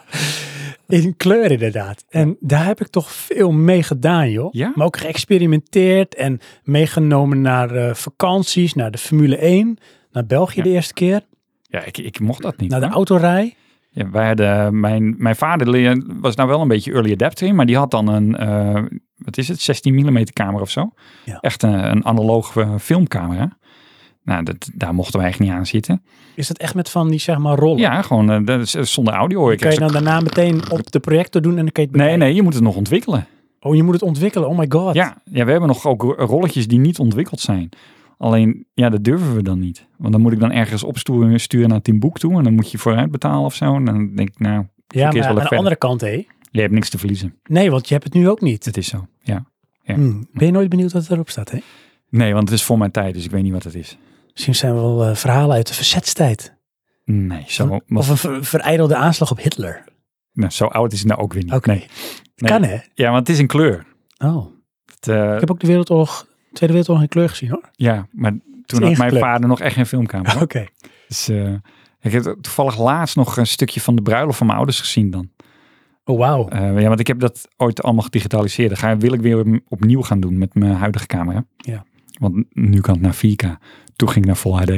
In kleur inderdaad. En daar heb ik toch veel mee gedaan, joh. Ja? Maar ook geëxperimenteerd en meegenomen naar vakanties, naar de Formule 1, naar België de eerste keer. Ja, ik mocht dat niet. Naar de autorij. Ja, wij hadden, mijn vader was nou wel een beetje early adapter, maar die had dan een, 16 mm camera of zo. Ja. Echt een analoge filmcamera. Nou, daar mochten wij eigenlijk niet aan zitten. Is dat echt met van die, zeg maar, rollen? Ja, gewoon zonder audio. Dan kan je dan daarna meteen op de projector doen en dan kan je het Nee, je moet het nog ontwikkelen. Oh, je moet het ontwikkelen? Oh my god. Ja, we hebben nog ook rolletjes die niet ontwikkeld zijn. Alleen, dat durven we dan niet. Want dan moet ik dan ergens sturen naar Timbuktu en dan moet je vooruit betalen of zo. En dan denk ik, nou... Ja, maar aan de andere kant, hé? Je hebt niks te verliezen. Nee, want je hebt het nu ook niet. Het is zo, ja. Ben je nooit benieuwd wat erop staat, hè? Nee, want het is voor mijn tijd, dus ik weet niet wat het is. Misschien zijn wel verhalen uit de verzetstijd. Nee, zo... Of een verijdelde aanslag op Hitler. Nou, zo oud is het nou ook weer niet. Okay. Nee. Kan, hè? Ja, want het is in kleur. Oh. Ik heb ook Tweede Wereldoorlog in kleur gezien, hoor. Ja, maar toen had mijn vader nog echt geen filmcamera. Oké. Dus ik heb toevallig laatst nog een stukje van de bruiloft van mijn ouders gezien dan. Oh, wauw. Ja, want ik heb dat ooit allemaal gedigitaliseerd. Dan wil ik weer opnieuw gaan doen met mijn huidige camera. Ja. Want nu kan het naar 4K. Toen ging ik naar Full HD.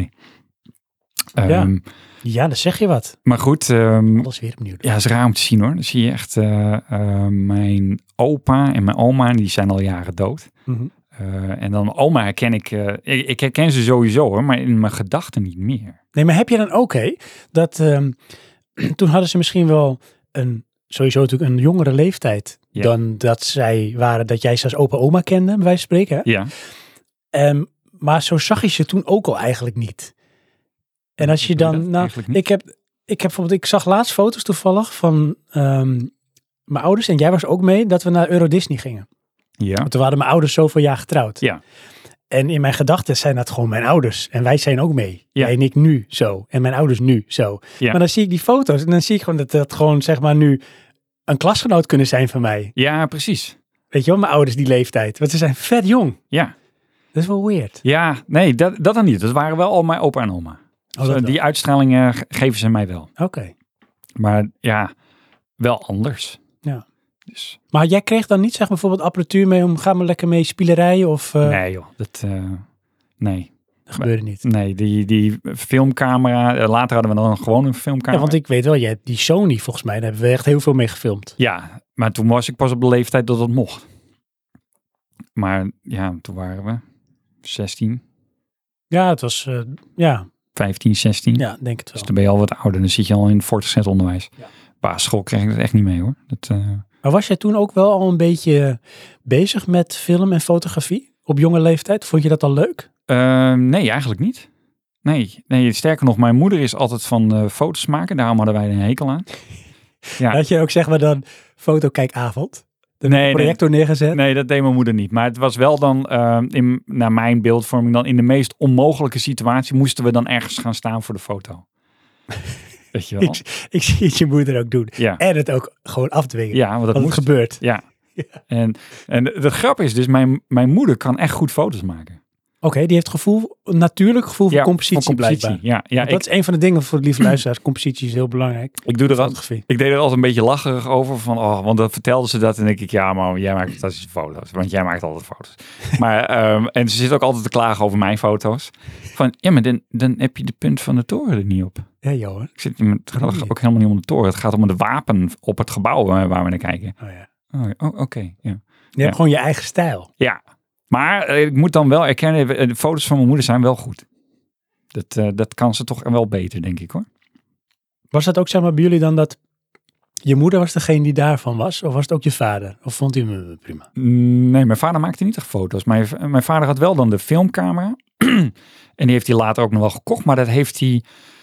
Ja, dan zeg je wat. Maar goed. Alles weer opnieuw. Ja, dat is raar om te zien, hoor. Dan zie je echt mijn opa en mijn oma. Die zijn al jaren dood. Mm-hmm. En dan oma herken ik. Ik herken ze sowieso, hoor. Maar in mijn gedachten niet meer. Nee, maar heb je dan ook, hè? Dat toen hadden ze misschien wel sowieso natuurlijk een jongere leeftijd dan dat zij waren, dat jij ze als opa oma kende, bij wijze van spreken. Hè? Ja. Maar zo zag je ze toen ook al eigenlijk niet. En als je dan, ik zag laatst foto's toevallig van mijn ouders en jij was ook mee, dat we naar Euro Disney gingen. Ja. Want toen waren mijn ouders zoveel jaar getrouwd. Ja. En in mijn gedachten zijn dat gewoon mijn ouders. En wij zijn ook mee. Ja. Jij en ik nu zo. En mijn ouders nu zo. Ja. Maar dan zie ik die foto's en dan zie ik gewoon dat gewoon zeg maar nu een klasgenoot kunnen zijn van mij. Ja, precies. Weet je wel, mijn ouders die leeftijd. Want ze zijn vet jong. Ja. Dat is wel weird. Ja, nee, dat dan niet. Dat waren wel al mijn opa en oma. dat Die uitstralingen geven ze mij wel. Oké. Maar ja, wel anders. Ja. Dus, Maar jij kreeg dan niet zeg maar bijvoorbeeld apparatuur mee om gaan we lekker mee spielerijen of... nee joh, nee. Dat gebeurde niet. Nee, die filmcamera, later hadden we dan gewoon een filmcamera. Ja, want ik weet wel, jij hebt die Sony volgens mij, daar hebben we echt heel veel mee gefilmd. Ja, maar toen was ik pas op de leeftijd dat het mocht. Maar ja, toen waren we 16, Ja, het was, 15, 16. ja, denk het wel. Dus dan ben je al wat ouder. Dan zit je al in het voortgezet onderwijs. Ja. Basisschool kreeg ik dat echt niet mee hoor. Maar was jij toen ook wel al een beetje bezig met film en fotografie op jonge leeftijd? Vond je dat al leuk? Nee, eigenlijk niet. Nee, sterker nog, mijn moeder is altijd van foto's maken. Daarom hadden wij een hekel aan. Ja. Had je ook zeg maar dan fotokijkavond? Nee, projector neergezet? Nee, dat deed mijn moeder niet. Maar het was wel dan, naar mijn beeldvorming, dan in de meest onmogelijke situatie moesten we dan ergens gaan staan voor de foto. Weet je wel? Ik zie het je moeder ook doen. Ja. En het ook gewoon afdwingen. Ja, want dat het moest. gebeurt. Ja. Ja. En de grap is dus, mijn moeder kan echt goed foto's maken. Oké, die heeft een natuurlijk gevoel voor Ja, compositie, voor compositie. blijkbaar. Ja, Dat is een van de dingen voor de lieve luisteraars. Compositie is heel belangrijk. ik deed er altijd een beetje lacherig over. Want dan vertelden ze dat en denk ik, ja, maar jij maakt fantastische foto's. Want jij maakt altijd foto's. Maar, en ze zit ook altijd te klagen over mijn foto's. Van, ja, maar dan heb je de punt van de toren er niet op. Ja, joh. Het gaat ook helemaal niet om de toren. Het gaat om de wapen op het gebouw waar we naar kijken. Oh ja. Oké. Ja. Je hebt gewoon je eigen stijl. Ja. Maar ik moet dan wel erkennen, de foto's van mijn moeder zijn wel goed. Dat kan ze toch wel beter, denk ik hoor. Was dat ook zeg maar bij jullie dan dat je moeder was degene die daarvan was? Of was het ook je vader? Of vond u hem prima? Nee, mijn vader maakte niet echt foto's. Mijn vader had wel dan de filmcamera. En die heeft hij later ook nog wel gekocht. Maar dat heeft hij...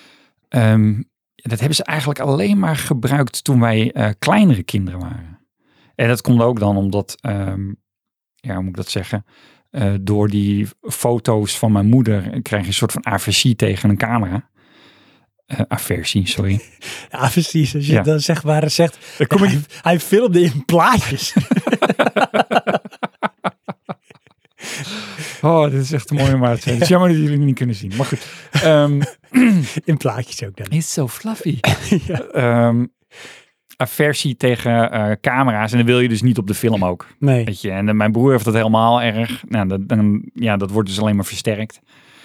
dat hebben ze eigenlijk alleen maar gebruikt toen wij kleinere kinderen waren. En dat komt ook dan omdat... hoe moet ik dat zeggen? Door die foto's van mijn moeder krijg je een soort van aversie tegen een camera. Aversie, sorry. Ja, precies. Als je dan zeg maar zegt, hij filmde in plaatjes. Oh, dit is echt een mooie maat. Het is jammer dat jullie het niet kunnen zien. Maar goed. In plaatjes ook dan. It's so fluffy. Aversie tegen camera's. En dan wil je dus niet op de film ook. Nee. Weet je? En mijn broer heeft dat helemaal erg. Nou, dat wordt dus alleen maar versterkt.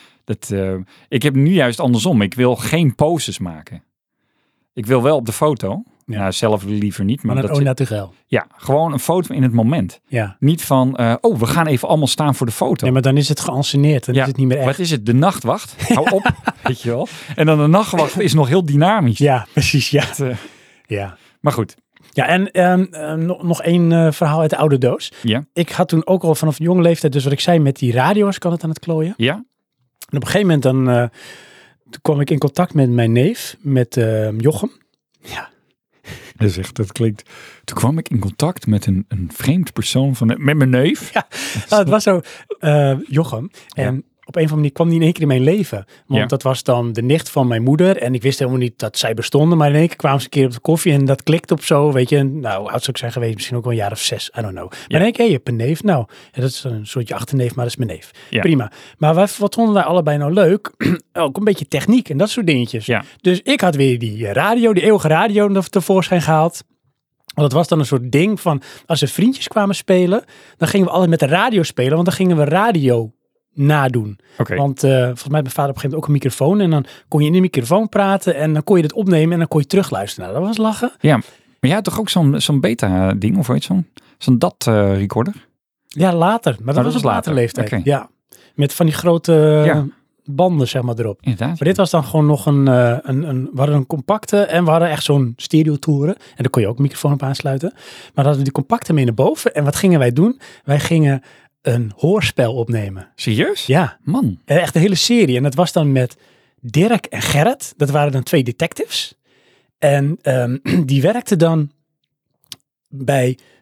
Ik heb nu juist andersom. Ik wil geen poses maken. Ik wil wel op de foto. Ja. Nou, zelf liever niet. Maar dat natuurlijk. Ja, gewoon een foto in het moment. Ja. Niet van, we gaan even allemaal staan voor de foto. Ja, maar dan is het geanceneerd. Dan is het niet meer echt. Wat is het? De nachtwacht? Hou op, weet je wel. En dan de nachtwacht is nog heel dynamisch. Ja, precies. Ja. Ja. Maar goed. Ja, en nog één verhaal uit de oude doos. Ja. Ik had toen ook al vanaf een jonge leeftijd, dus wat ik zei met die radio's, kan het aan het klooien. Ja. En op een gegeven moment dan kwam ik in contact met mijn neef, met Jochem. Ja. Dat klinkt... Toen kwam ik in contact met een vreemd persoon met mijn neef. Ja, het was zo Jochem. En op een of andere manier kwam die in één keer in mijn leven. Want dat was dan de nicht van mijn moeder. En ik wist helemaal niet dat zij bestonden. Maar in één keer kwamen ze een keer op de koffie en dat klikt op zo. Weet je, nou, oud zou ik zijn geweest. Misschien ook wel een jaar of 6. I don't know. Maar in één keer, je hebt een neef. Nou, dat is een soortje achterneef, maar dat is mijn neef. Ja. Prima. Maar wat vonden wij allebei nou leuk? Ook een beetje techniek en dat soort dingetjes. Ja. Dus ik had weer die radio, die eeuwige radio tevoorschijn gehaald. Want dat was dan een soort ding van, als er vriendjes kwamen spelen, dan gingen we altijd met de radio spelen. Want dan gingen we radio nadoen. Okay. Want volgens mij had mijn vader op een gegeven moment ook een microfoon. En dan kon je in de microfoon praten en dan kon je het opnemen en dan kon je terugluisteren. Nou, dat was lachen. Ja, maar jij had toch ook zo'n beta ding of iets? Zo'n DAT-recorder? Ja, later. Maar dat was op later leeftijd. Okay. Ja, met van die grote banden zeg maar erop. Inderdaad. Maar dit was dan gewoon nog we hadden een compacte en we hadden echt zo'n stereotoren. En daar kon je ook een microfoon op aansluiten. Maar dan hadden we die compacte mee naar boven. En wat gingen wij doen? Wij gingen een hoorspel opnemen. Serieus? Ja. Man. Echt een hele serie. En dat was dan met Dirk en Gerrit. Dat waren dan 2 detectives. En die werkten dan bij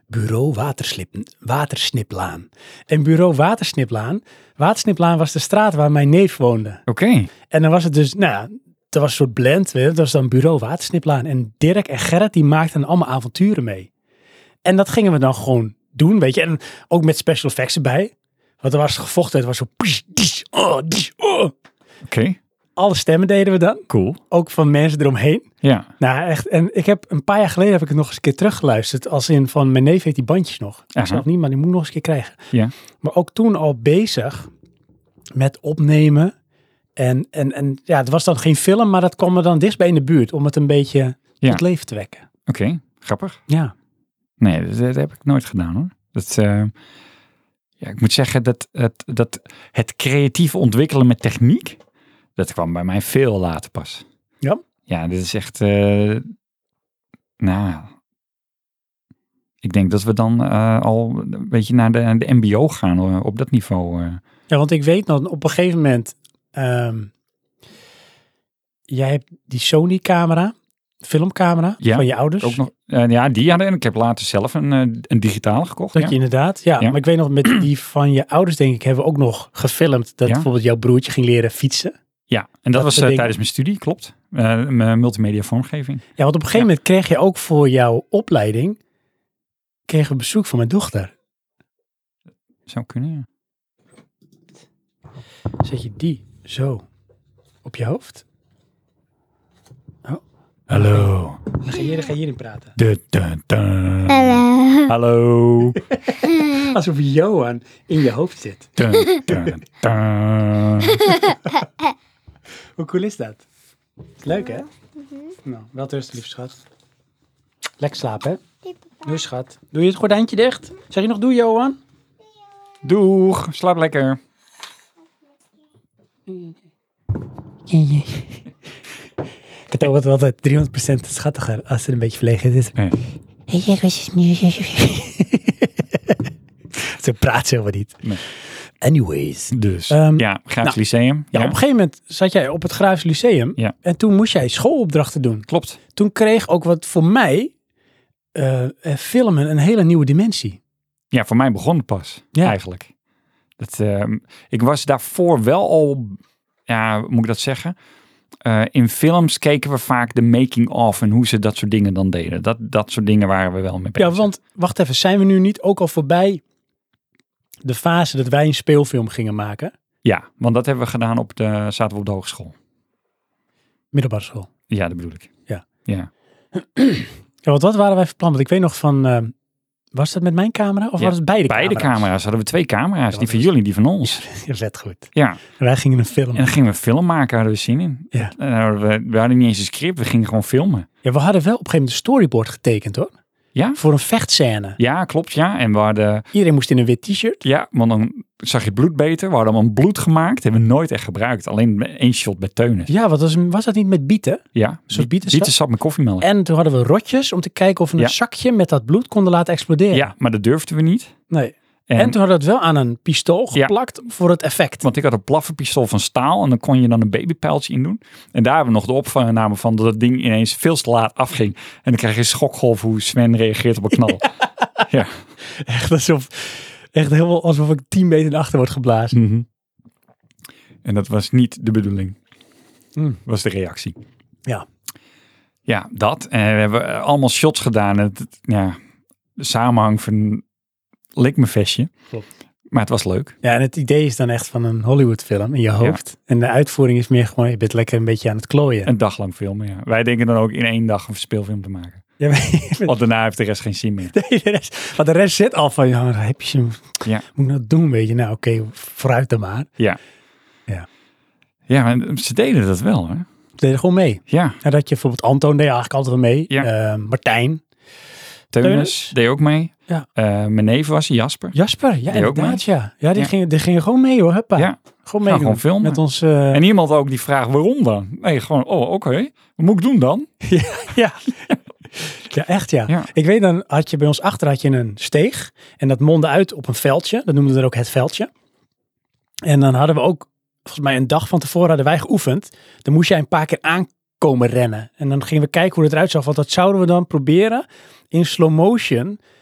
Bureau Watersniplaan. En Bureau Watersniplaan was de straat waar mijn neef woonde. Oké. En dan was het dus, dat was een soort blend, weet je, dat was dan Bureau Watersniplaan. En Dirk en Gerrit, die maakten allemaal avonturen mee. En dat gingen we dan gewoon doen, weet je. En ook met special effects erbij. Want er was gevochten, het was zo... Oké. Alle stemmen deden we dan. Cool. Ook van mensen eromheen. Ja. Nou, echt. En ik heb een paar jaar geleden heb ik het nog eens een keer teruggeluisterd. Als in van mijn neef heeft die bandjes nog. Ik zelf niet, maar die moet nog eens een keer krijgen. Ja. Maar ook toen al bezig met opnemen. En het was dan geen film, maar dat kwam er dan dichtbij in de buurt. Om het een beetje tot leven te wekken. Oké, grappig. Ja. Nee, dat heb ik nooit gedaan hoor. Ik moet zeggen dat het creatief ontwikkelen met techniek, dat kwam bij mij veel later pas. Ja? Ja, dit is echt, ik denk dat we dan al een beetje naar de mbo gaan op dat niveau. Ja, want ik weet nog, op een gegeven moment, jij hebt die Sony-camera, filmcamera van je ouders. Ook nog, die hadden. En ik heb later zelf een digitale gekocht. Dat je inderdaad, maar ik weet nog, met die van je ouders, denk ik, hebben we ook nog gefilmd dat bijvoorbeeld jouw broertje ging leren fietsen. Ja, en dat was tijdens mijn studie, klopt. Mijn multimedia vormgeving. Ja, want op een gegeven moment kreeg je ook voor jouw opleiding, kregen we bezoek van mijn dochter. Zou kunnen, ja. Zet je die zo op je hoofd? Oh. Hallo. Dan ga je hierin praten. Hallo. Hallo. Alsof Johan in je hoofd zit. Hoe cool is dat? Leuk, hè? Nou, wel rustig, lieve schat. Lekker slapen, hè? Doei, schat. Doe je het gordijntje dicht? Zeg je nog doei, Johan? Doeg, slaap lekker. Ik het ook altijd 300% schattiger als het een beetje verlegen is. Zo praat ze helemaal niet. Nee. Anyways. Dus, Graafs Lyceum. Ja, op een gegeven moment zat jij op het Graafs Lyceum. Ja. En toen moest jij schoolopdrachten doen. Klopt. Toen kreeg ook wat voor mij filmen een hele nieuwe dimensie. Ja, voor mij begon het pas, eigenlijk. Ik was daarvoor wel al, hoe moet ik dat zeggen? In films keken we vaak de making of en hoe ze dat soort dingen dan deden. Dat soort dingen waren we wel mee bezig. Ja, want wacht even, zijn we nu niet ook al voorbij de fase dat wij een speelfilm gingen maken? Ja, want dat hebben we gedaan zaten we op de hogeschool. Middelbare school? Ja, dat bedoel ik. Ja. Ja, want wat waren wij van plan? Want ik weet nog van... was dat met mijn camera of was het beide camera's? Beide camera's. Hadden we 2 camera's. Die van jullie, die van ons. Ja, vet goed. Ja. En wij gingen een film. En dan gingen we een film maken, hadden we zin in. Ja. We hadden niet eens een script, we gingen gewoon filmen. Ja, we hadden wel op een gegeven moment een storyboard getekend, hoor. Ja? Voor een vechtscène. Ja, klopt, ja. En we hadden... Iedereen moest in een wit t-shirt. Ja, want dan zag je het bloed beter. We hadden allemaal bloed gemaakt. Hebben we nooit echt gebruikt. Alleen 1 shot met Teunis. Ja, was dat niet met bieten? Ja, bietensap met koffiemelk. En toen hadden we rotjes om te kijken of we een zakje met dat bloed konden laten exploderen. Ja, maar dat durfden we niet. Nee. En toen hadden we het wel aan een pistool geplakt voor het effect. Want ik had een plafferpistool van staal en dan kon je dan een babypijltje in doen. En daar hebben we nog de opname van dat het ding ineens veel te laat afging. En dan krijg je een schokgolf hoe Sven reageert op een knal. Ja. Echt helemaal alsof ik 10 meter naar achter word geblazen. Mm-hmm. En dat was niet de bedoeling. Was de reactie. Ja. Ja, dat. En we hebben allemaal shots gedaan. De samenhang van lik me vestje. Klopt. Maar het was leuk. Ja, en het idee is dan echt van een Hollywoodfilm in je hoofd. Ja. En de uitvoering is meer gewoon, je bent lekker een beetje aan het klooien. Een dag lang filmen, ja. Wij denken dan ook in 1 dag een speelfilm te maken. Ja, want daarna heeft de rest geen zin meer. Nee, maar de rest zit al van, heb je moet ik nou doen, weet je. Nou, oké, vooruit dan maar. Ja. Ja. Ja, maar ze deden dat wel, hè. Ze deden gewoon mee. Ja. En dat je bijvoorbeeld Anton deed eigenlijk altijd wel mee. Ja. Martijn. Teunis deed ook mee. Ja. Mijn neef was Jasper. Jasper, ja, inderdaad, ja. Ja, die gingen gewoon mee, hoor. Huppa. Ja. Gewoon mee. Gewoon filmen. Met ons, En iemand ook die vraagt waarom dan? Nee, gewoon, oké. Wat moet ik doen dan? Ja. Ja, echt ja. Ik weet, dan had je bij ons achter een steeg. En dat mondde uit op een veldje. Dat noemden we ook het veldje. En dan hadden we ook, volgens mij een dag van tevoren hadden wij geoefend. Dan moest jij een paar keer aankomen rennen. En dan gingen we kijken hoe het eruit zag. Want dat zouden we dan proberen in slow motion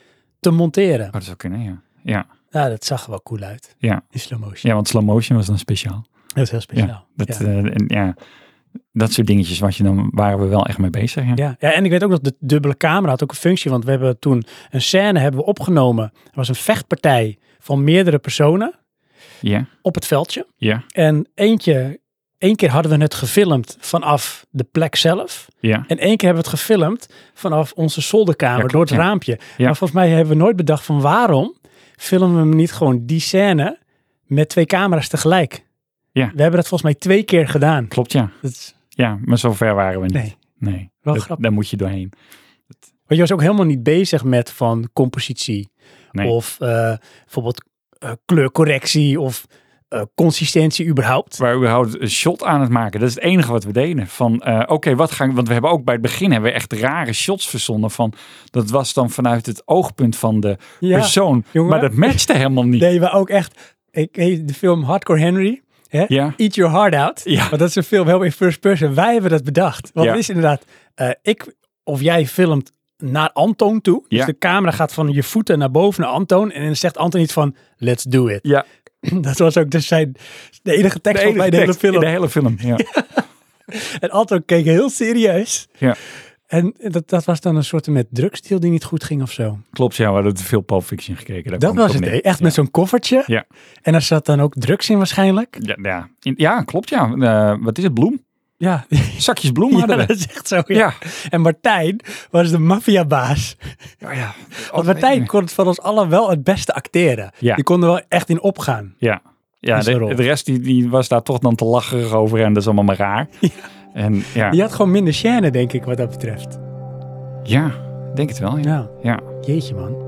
te monteren. dat zou kunnen, ja. Ja. Ja, dat zag er wel cool uit. Ja. In slow motion. Ja, want slow motion was dan speciaal. Dat is heel speciaal. Dat soort dingetjes waren we wel echt mee bezig. Ja. Ja, en ik weet ook nog, de dubbele camera had ook een functie, want we hebben toen een scène hebben we opgenomen. Er was een vechtpartij van meerdere personen op het veldje. Ja. En één keer hadden we het gefilmd vanaf de plek zelf. Ja. En één keer hebben we het gefilmd vanaf onze zolderkamer, door het raampje. Ja. Maar volgens mij hebben we nooit bedacht van waarom filmen we hem niet gewoon die scène met 2 camera's tegelijk. Ja. We hebben dat volgens mij 2 keer gedaan. Klopt, ja. Ja, maar zo ver waren we niet. Nee. Wel grappig. Daar moet je doorheen. Want je was ook helemaal niet bezig met van compositie. Nee. Of bijvoorbeeld kleurcorrectie of consistentie überhaupt. We waren überhaupt een shot aan het maken. Dat is het enige wat we deden. Van want we hebben ook bij het begin hebben we echt rare shots verzonnen. Van, dat was dan vanuit het oogpunt van de persoon. Jongen. Maar dat matchte helemaal niet. Nee, maar ook echt. De film Hardcore Henry. Hè? Ja. Eat Your Heart Out. Ja. Want dat is een film helemaal in first person. Wij hebben dat bedacht. Want het is inderdaad, ik of jij filmt naar Anton toe. Dus Ja. de camera gaat van je voeten naar boven naar Anton. En dan zegt Anton iets van, let's do it. Ja. Dat was ook dus de enige tekst bij de hele film. De hele film, ja. En Anton keek heel serieus. Ja. En dat was dan een soort met drugsdeal die niet goed ging of zo. Klopt, ja. We hadden te veel Pulp Fiction gekeken. Dat was het, echt met zo'n koffertje. Ja. En daar zat dan ook drugs in waarschijnlijk. Ja, klopt, ja. Wat is het? Bloem? Ja. Zakjes bloem hadden we. Dat is echt zo, ja. En Martijn was de maffiabaas. Ja. Want Martijn kon het van ons allen wel het beste acteren. Ja. Die kon er wel echt in opgaan. Ja, de rest die was daar toch dan te lacherig over en dat is allemaal maar raar. Ja. En, ja. Die had gewoon minder chaîne, denk ik, wat dat betreft. Ja, denk het wel, ja. Ja. Jeetje, man.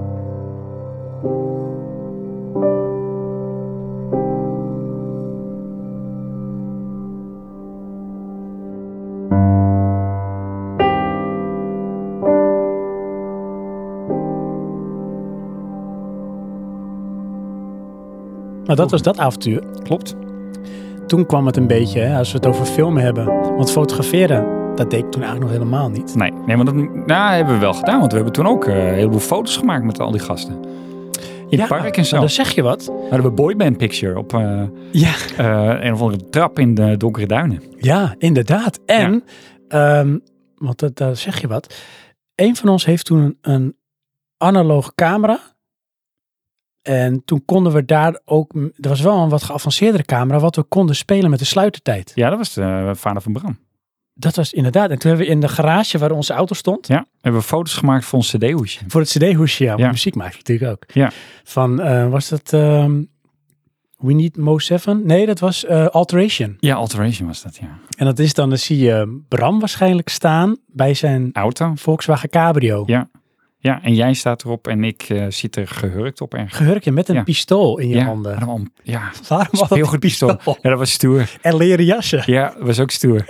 Nou, dat was dat avontuur. Klopt. Toen kwam het een beetje, hè, als we het over filmen hebben. Want fotograferen, dat deed ik toen eigenlijk nog helemaal niet. Nee, maar dat hebben we wel gedaan. Want we hebben toen ook een heleboel foto's gemaakt met al die gasten. In het park en zo. Dan zeg je wat. We hadden we boyband picture op een of andere trap in de donkere duinen. Ja, inderdaad. En, want daar zeg je wat. Een van ons heeft toen een analoge camera. En toen konden we daar ook, er was wel een wat geavanceerdere camera, wat we konden spelen met de sluitertijd. Ja, dat was de vader van Bram. Dat was inderdaad. En toen hebben we in de garage waar onze auto stond. Ja, hebben we foto's gemaakt voor ons cd-hoesje. Voor het cd-hoesje, ja. Muziek maak je natuurlijk ook. Ja. Van, was dat We Need Mo 7? Nee, dat was Alteration. Ja, Alteration was dat, ja. En dat is dan zie je Bram waarschijnlijk staan bij zijn auto. Volkswagen Cabrio. Ja. Ja, en jij staat erop en ik zit er gehurkt op ergens. Gehurkt met een pistool in je handen. Waarom was dat heel goed pistool? Ja, dat was stoer. En leren jassen. Ja, dat was ook stoer.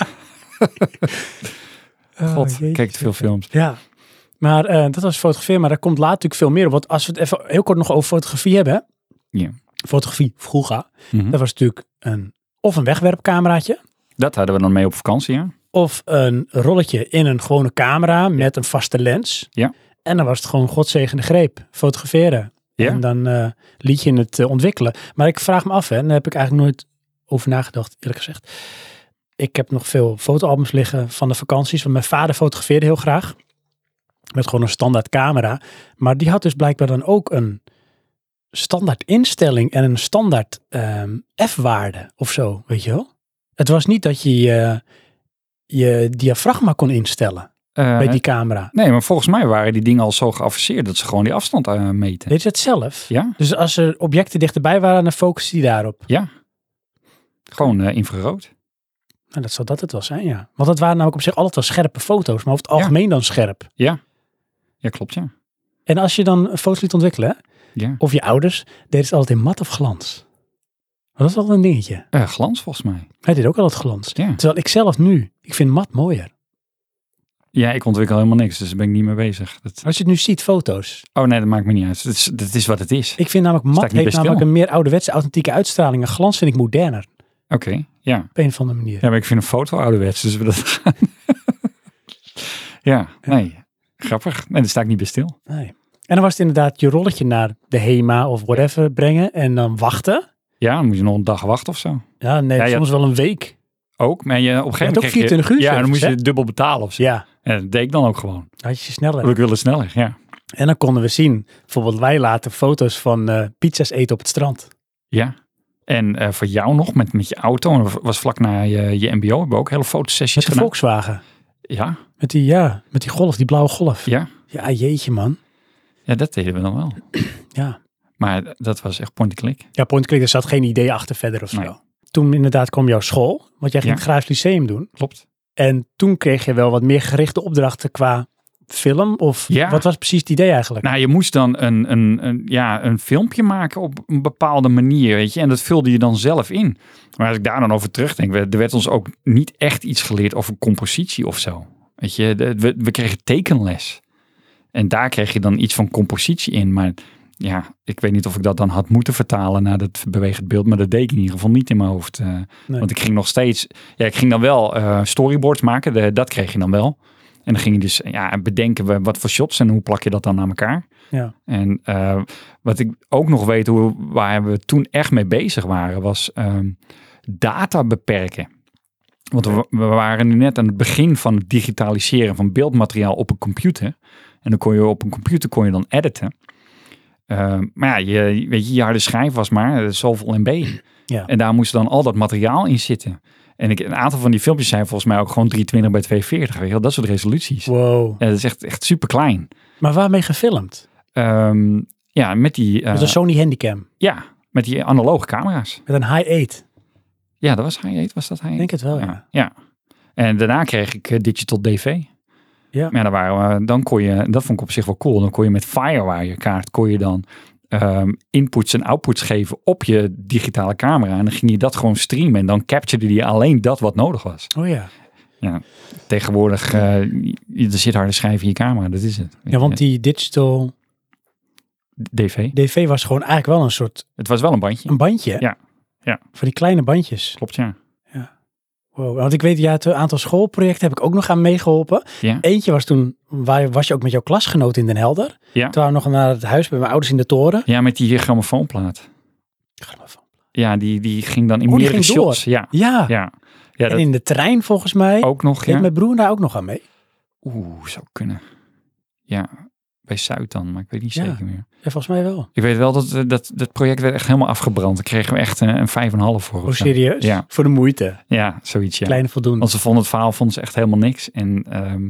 God, ik keek te veel films. Ja, maar dat was fotograferen, maar daar komt later natuurlijk veel meer op. Want als we het even heel kort nog over fotografie hebben. Hè? Ja. Fotografie vroeger. Dat was natuurlijk of een wegwerpcameraatje. Dat hadden we dan mee op vakantie, ja. Of een rolletje in een gewone camera met een vaste lens. Ja. En dan was het gewoon godzegende greep. Fotograferen. Ja. En dan liet je het ontwikkelen. Maar ik vraag me af, en daar heb ik eigenlijk nooit over nagedacht, eerlijk gezegd. Ik heb nog veel fotoalbums liggen van de vakanties. Want mijn vader fotografeerde heel graag. Met gewoon een standaard camera. Maar die had dus blijkbaar dan ook een standaard instelling en een standaard f-waarde of zo, weet je wel. Het was niet dat je je diafragma kon instellen bij die camera. Nee, maar volgens mij waren die dingen al zo geavanceerd dat ze gewoon die afstand meten. Deed je het zelf? Ja. Dus als er objecten dichterbij waren, dan focuste die daarop? Ja. Gewoon infrarood. Nou, dat zal dat het wel zijn, ja. Want het waren namelijk op zich altijd wel scherpe foto's, maar over het algemeen dan scherp. Ja. Ja, klopt, ja. En als je dan een foto liet ontwikkelen, of je ouders, deden ze altijd in mat of glans? Dat is wel een dingetje. Glans volgens mij. Hij deed ook altijd glans. Ja. Terwijl ik zelf nu, ik vind mat mooier. Ja, ik ontwikkel helemaal niks, dus daar ben ik niet mee bezig. Als je het nu ziet, foto's. Oh nee, dat maakt me niet uit. Dat is wat het is. Ik vind namelijk mat heeft namelijk een meer ouderwetse, authentieke uitstraling. En glans vind ik moderner. Oké, ja. Op een of andere manier. Ja, maar ik vind een foto ouderwets, dus we dat gaan. Ja, nee. Grappig. Nee, daar sta ik niet bij stil. Nee. En dan was het inderdaad je rolletje naar de HEMA of whatever brengen en dan wachten. Ja, dan moet je nog een dag wachten of zo. Ja, nee, soms wel een week. Ook, maar op een gegeven moment ook 24 uur. Ja, dan moest je dubbel betalen of zo. Ja. En dat deed ik dan ook gewoon. Had je sneller. Ik wilde sneller, ja. En dan konden we zien, bijvoorbeeld wij laten foto's van pizza's eten op het strand. Ja. En voor jou nog met je auto, en dat was vlak na je mbo, hebben we ook hele fotosessies Met de gedaan. Volkswagen. Ja. Met die golf, die blauwe golf. Ja. Ja, jeetje man. Ja, dat deden we dan wel. Ja. Maar dat was echt point-and-click. Ja, point-and-click, er zat geen idee achter verder of zo. Nee. Toen inderdaad kwam jouw school, want jij ging het Graafs Lyceum doen. Klopt. En toen kreeg je wel wat meer gerichte opdrachten qua film? Of wat was precies het idee eigenlijk? Nou, je moest dan een filmpje maken op een bepaalde manier, weet je. En dat vulde je dan zelf in. Maar als ik daar dan over terugdenk, er werd ons ook niet echt iets geleerd over compositie of zo. Weet je, we kregen tekenles. En daar kreeg je dan iets van compositie in. Maar ja, ik weet niet of ik dat dan had moeten vertalen naar het bewegend beeld. Maar dat deed ik in ieder geval niet in mijn hoofd. Nee. Want ik ging nog steeds... Ja, ik ging dan wel storyboards maken. Dat kreeg je dan wel. En dan ging je dus bedenken wat voor shots en hoe plak je dat dan aan elkaar. Ja. En wat ik ook nog weet waar we toen echt mee bezig waren, was data beperken. Want we waren nu net aan het begin van het digitaliseren van beeldmateriaal op een computer. En dan kon je op een computer dan editen. Maar ja, je harde schijf was maar zoveel MB. Ja. En daar moest dan al dat materiaal in zitten. En een aantal van die filmpjes zijn volgens mij ook gewoon 320 bij 240. Weet je wel, dat soort resoluties. Wow. Ja, dat is echt super klein. Maar waarmee gefilmd? Met die... Met een Sony Handycam? Ja, met die analoge camera's. Met een Hi8? Ja, dat was Hi8. Was dat Hi8? Ik denk het wel, ja. En daarna kreeg ik Digital DV. Ja. Maar dan kon je, dat vond ik op zich wel cool, dan kon je met Firewire kaart, kon je dan inputs en outputs geven op je digitale camera. En dan ging je dat gewoon streamen en dan captured je alleen dat wat nodig was. Oh ja. Ja, tegenwoordig, er zit harde schijf in je camera, dat is het. Ja, want die Digital DV was gewoon eigenlijk wel een soort... Het was wel een bandje. Een bandje? Ja. Voor die kleine bandjes. Klopt, ja. Wow, want ik weet, het aantal schoolprojecten heb ik ook nog aan meegeholpen. Ja. Eentje was toen, was je ook met jouw klasgenoot in Den Helder. Ja. Toen waren we nog naar het huis bij mijn ouders in de toren. Ja, met die grammofoonplaat. Ja, die ging dan in meerdere shots. Ja. En in de trein volgens mij. Ook nog, Deed mijn broer daar ook nog aan mee? Zou kunnen. Ja, bij Zuid dan, maar ik weet niet zeker meer. Ja, volgens mij wel. Ik weet wel dat project werd echt helemaal afgebrand. Daar kregen we echt een 5,5 voor. Oh, serieus? Ja. Voor de moeite? Ja, zoiets, ja. Kleine voldoende. Want ze vonden het verhaal echt helemaal niks. En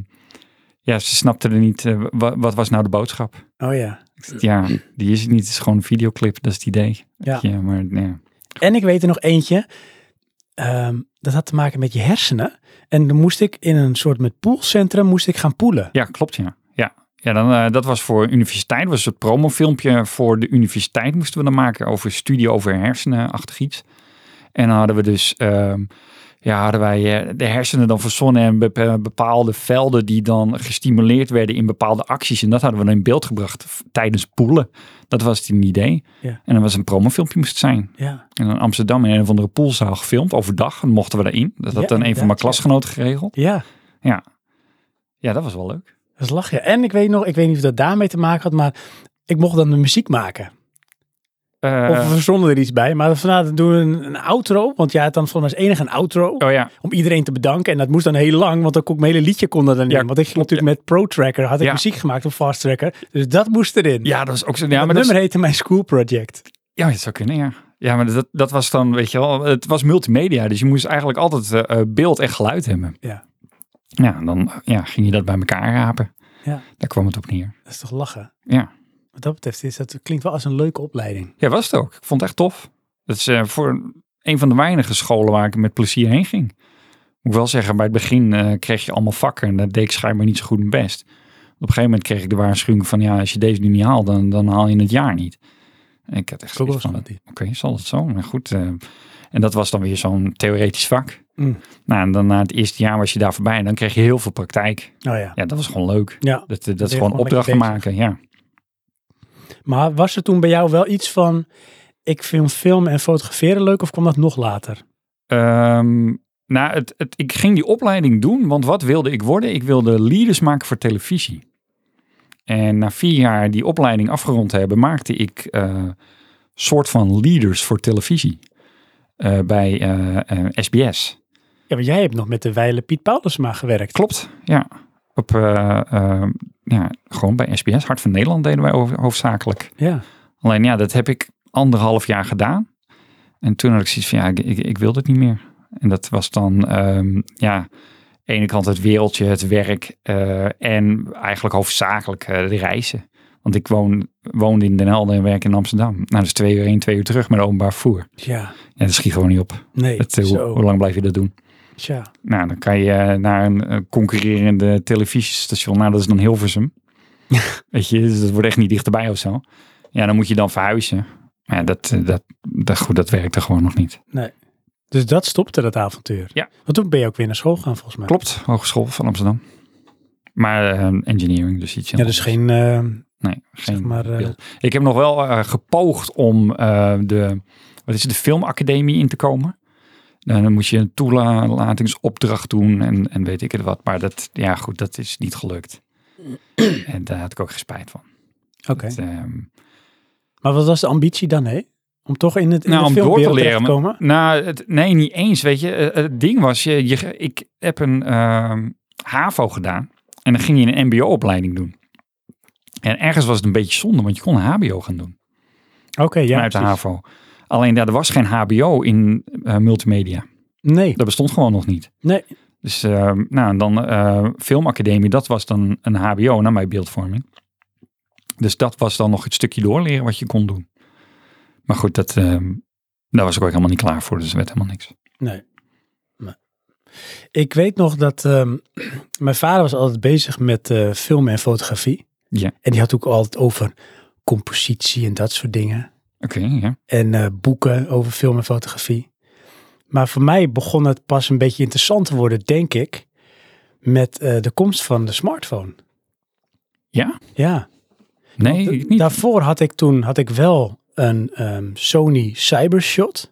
ze snapten er niet, wat was nou de boodschap? Oh ja. Ja, die is het niet. Het is gewoon een videoclip, dat is het idee. Ja. Maar ja. En ik weet er nog eentje. Dat had te maken met je hersenen. En dan moest ik in een soort met poolcentrum gaan poelen. Ja, klopt, ja. Ja, dan, dat was voor universiteit. Dat was het promofilmpje voor de universiteit moesten we dan maken over studie over hersenen-achtig iets. En dan hadden we dus, hadden wij de hersenen dan verzonnen en bepaalde velden die dan gestimuleerd werden in bepaalde acties. En dat hadden we dan in beeld gebracht tijdens poelen. Dat was het een idee. Ja. En dan was een promofilmpje moest het zijn. Ja. En in Amsterdam in een of andere poolzaal gefilmd overdag. Dan mochten we daarin. Dat had dan een van mijn klasgenoten geregeld. Ja. Ja, dat was wel leuk. Dat is lachen. En ik weet niet of dat daarmee te maken had, maar ik mocht dan de muziek maken. Of we verzonnen er iets bij. Maar vandaar doen we een outro. Want jij had dan volgens mij enige een outro. Oh ja. Om iedereen te bedanken. En dat moest dan heel lang. Want dan kon ik mijn hele liedje kon er dan in. Want ik ging natuurlijk met Pro Tracker. Had ik muziek gemaakt op Fast Tracker. Dus dat moest erin. Ja, dat is ook zo. Ja, maar nummer heette mijn School Project. Ja, dat zou kunnen, ja. Ja, maar dat was dan, weet je wel. Het was multimedia. Dus je moest eigenlijk altijd beeld en geluid hebben. Ja. Ja, dan ging je dat bij elkaar rapen. Ja. Daar kwam het op neer. Dat is toch lachen? Ja. Wat dat betreft, dat klinkt wel als een leuke opleiding. Ja, was het ook. Ik vond het echt tof. Dat is voor een van de weinige scholen waar ik met plezier heen ging. Moet ik wel zeggen, bij het begin kreeg je allemaal vakken en daar deed ik schijnbaar niet zo goed mijn best. Op een gegeven moment kreeg ik de waarschuwing van, als je deze nu niet haalt, dan haal je het jaar niet. En ik had echt zoiets van, oké, zal het zo? Maar goed. En dat was dan weer zo'n theoretisch vak. Nou, en dan na het eerste jaar was je daar voorbij en dan kreeg je heel veel praktijk. Oh ja. Ja, dat was gewoon leuk. Ja. Dat is gewoon opdrachten maken, ja. Maar was er toen bij jou wel iets van, ik vind filmen en fotograferen leuk, of kwam dat nog later? Ik ging die opleiding doen, want wat wilde ik worden? Ik wilde leaders maken voor televisie. En na 4 jaar die opleiding afgerond te hebben, maakte ik soort van leaders voor televisie bij SBS. Ja, maar jij hebt nog met de wijle Piet Paulusma gewerkt. Klopt, ja. Gewoon bij SBS, Hart van Nederland deden wij hoofdzakelijk. Ja. Alleen dat heb ik 1,5 jaar gedaan. En toen had ik zoiets van, ik wil dit niet meer. En dat was dan, aan de ene kant het wereldje, het werk en eigenlijk hoofdzakelijk de reizen. Want ik woonde in Den Helder en werk in Amsterdam. Nou, dat is 2 uur heen, 2 uur terug met openbaar vervoer. Ja. Ja, dat schiet gewoon niet op. Nee, hoe lang blijf je dat doen? Tja. Nou, dan kan je naar een concurrerende televisiestation. Nou, dat is dan Hilversum. Weet je, dus dat wordt echt niet dichterbij of zo. Ja, dan moet je dan verhuizen. Maar dat werkte gewoon nog niet. Nee. Dus dat stopte, dat avontuur. Ja. Want toen ben je ook weer naar school gegaan, volgens mij. Klopt, Hogeschool van Amsterdam. Maar engineering, dus iets. Ja, dus geen... geen beeld. Ik heb nog wel gepoogd om de filmacademie in te komen. Dan moet je een toelatingsopdracht doen en weet ik het wat. Maar dat is niet gelukt. En daar had ik ook geen spijt van. Oké. Maar wat was de ambitie dan, hè? Om toch in het om door te leren te komen? Nee, niet eens. Weet je, het ding was, ik heb een HAVO gedaan. En dan ging je een MBO-opleiding doen. En ergens was het een beetje zonde, want je kon een HBO gaan doen. Oké, ja. Vanuit de HAVO. Alleen er was geen HBO in multimedia. Nee. Dat bestond gewoon nog niet. Nee. Dus dan filmacademie, dat was dan een HBO naar mijn beeldvorming. Dus dat was dan nog het stukje doorleren wat je kon doen. Maar goed, daar was ik ook helemaal niet klaar voor, dus er werd helemaal niks. Nee. Ik weet nog dat mijn vader was altijd bezig met filmen en fotografie. Ja. En die had ook altijd over compositie en dat soort dingen. Oké, ja. En boeken over film en fotografie. Maar voor mij begon het pas een beetje interessant te worden, denk ik, met de komst van de smartphone. Ja? Ja. Nee, niet. Daarvoor had ik wel een Sony Cybershot.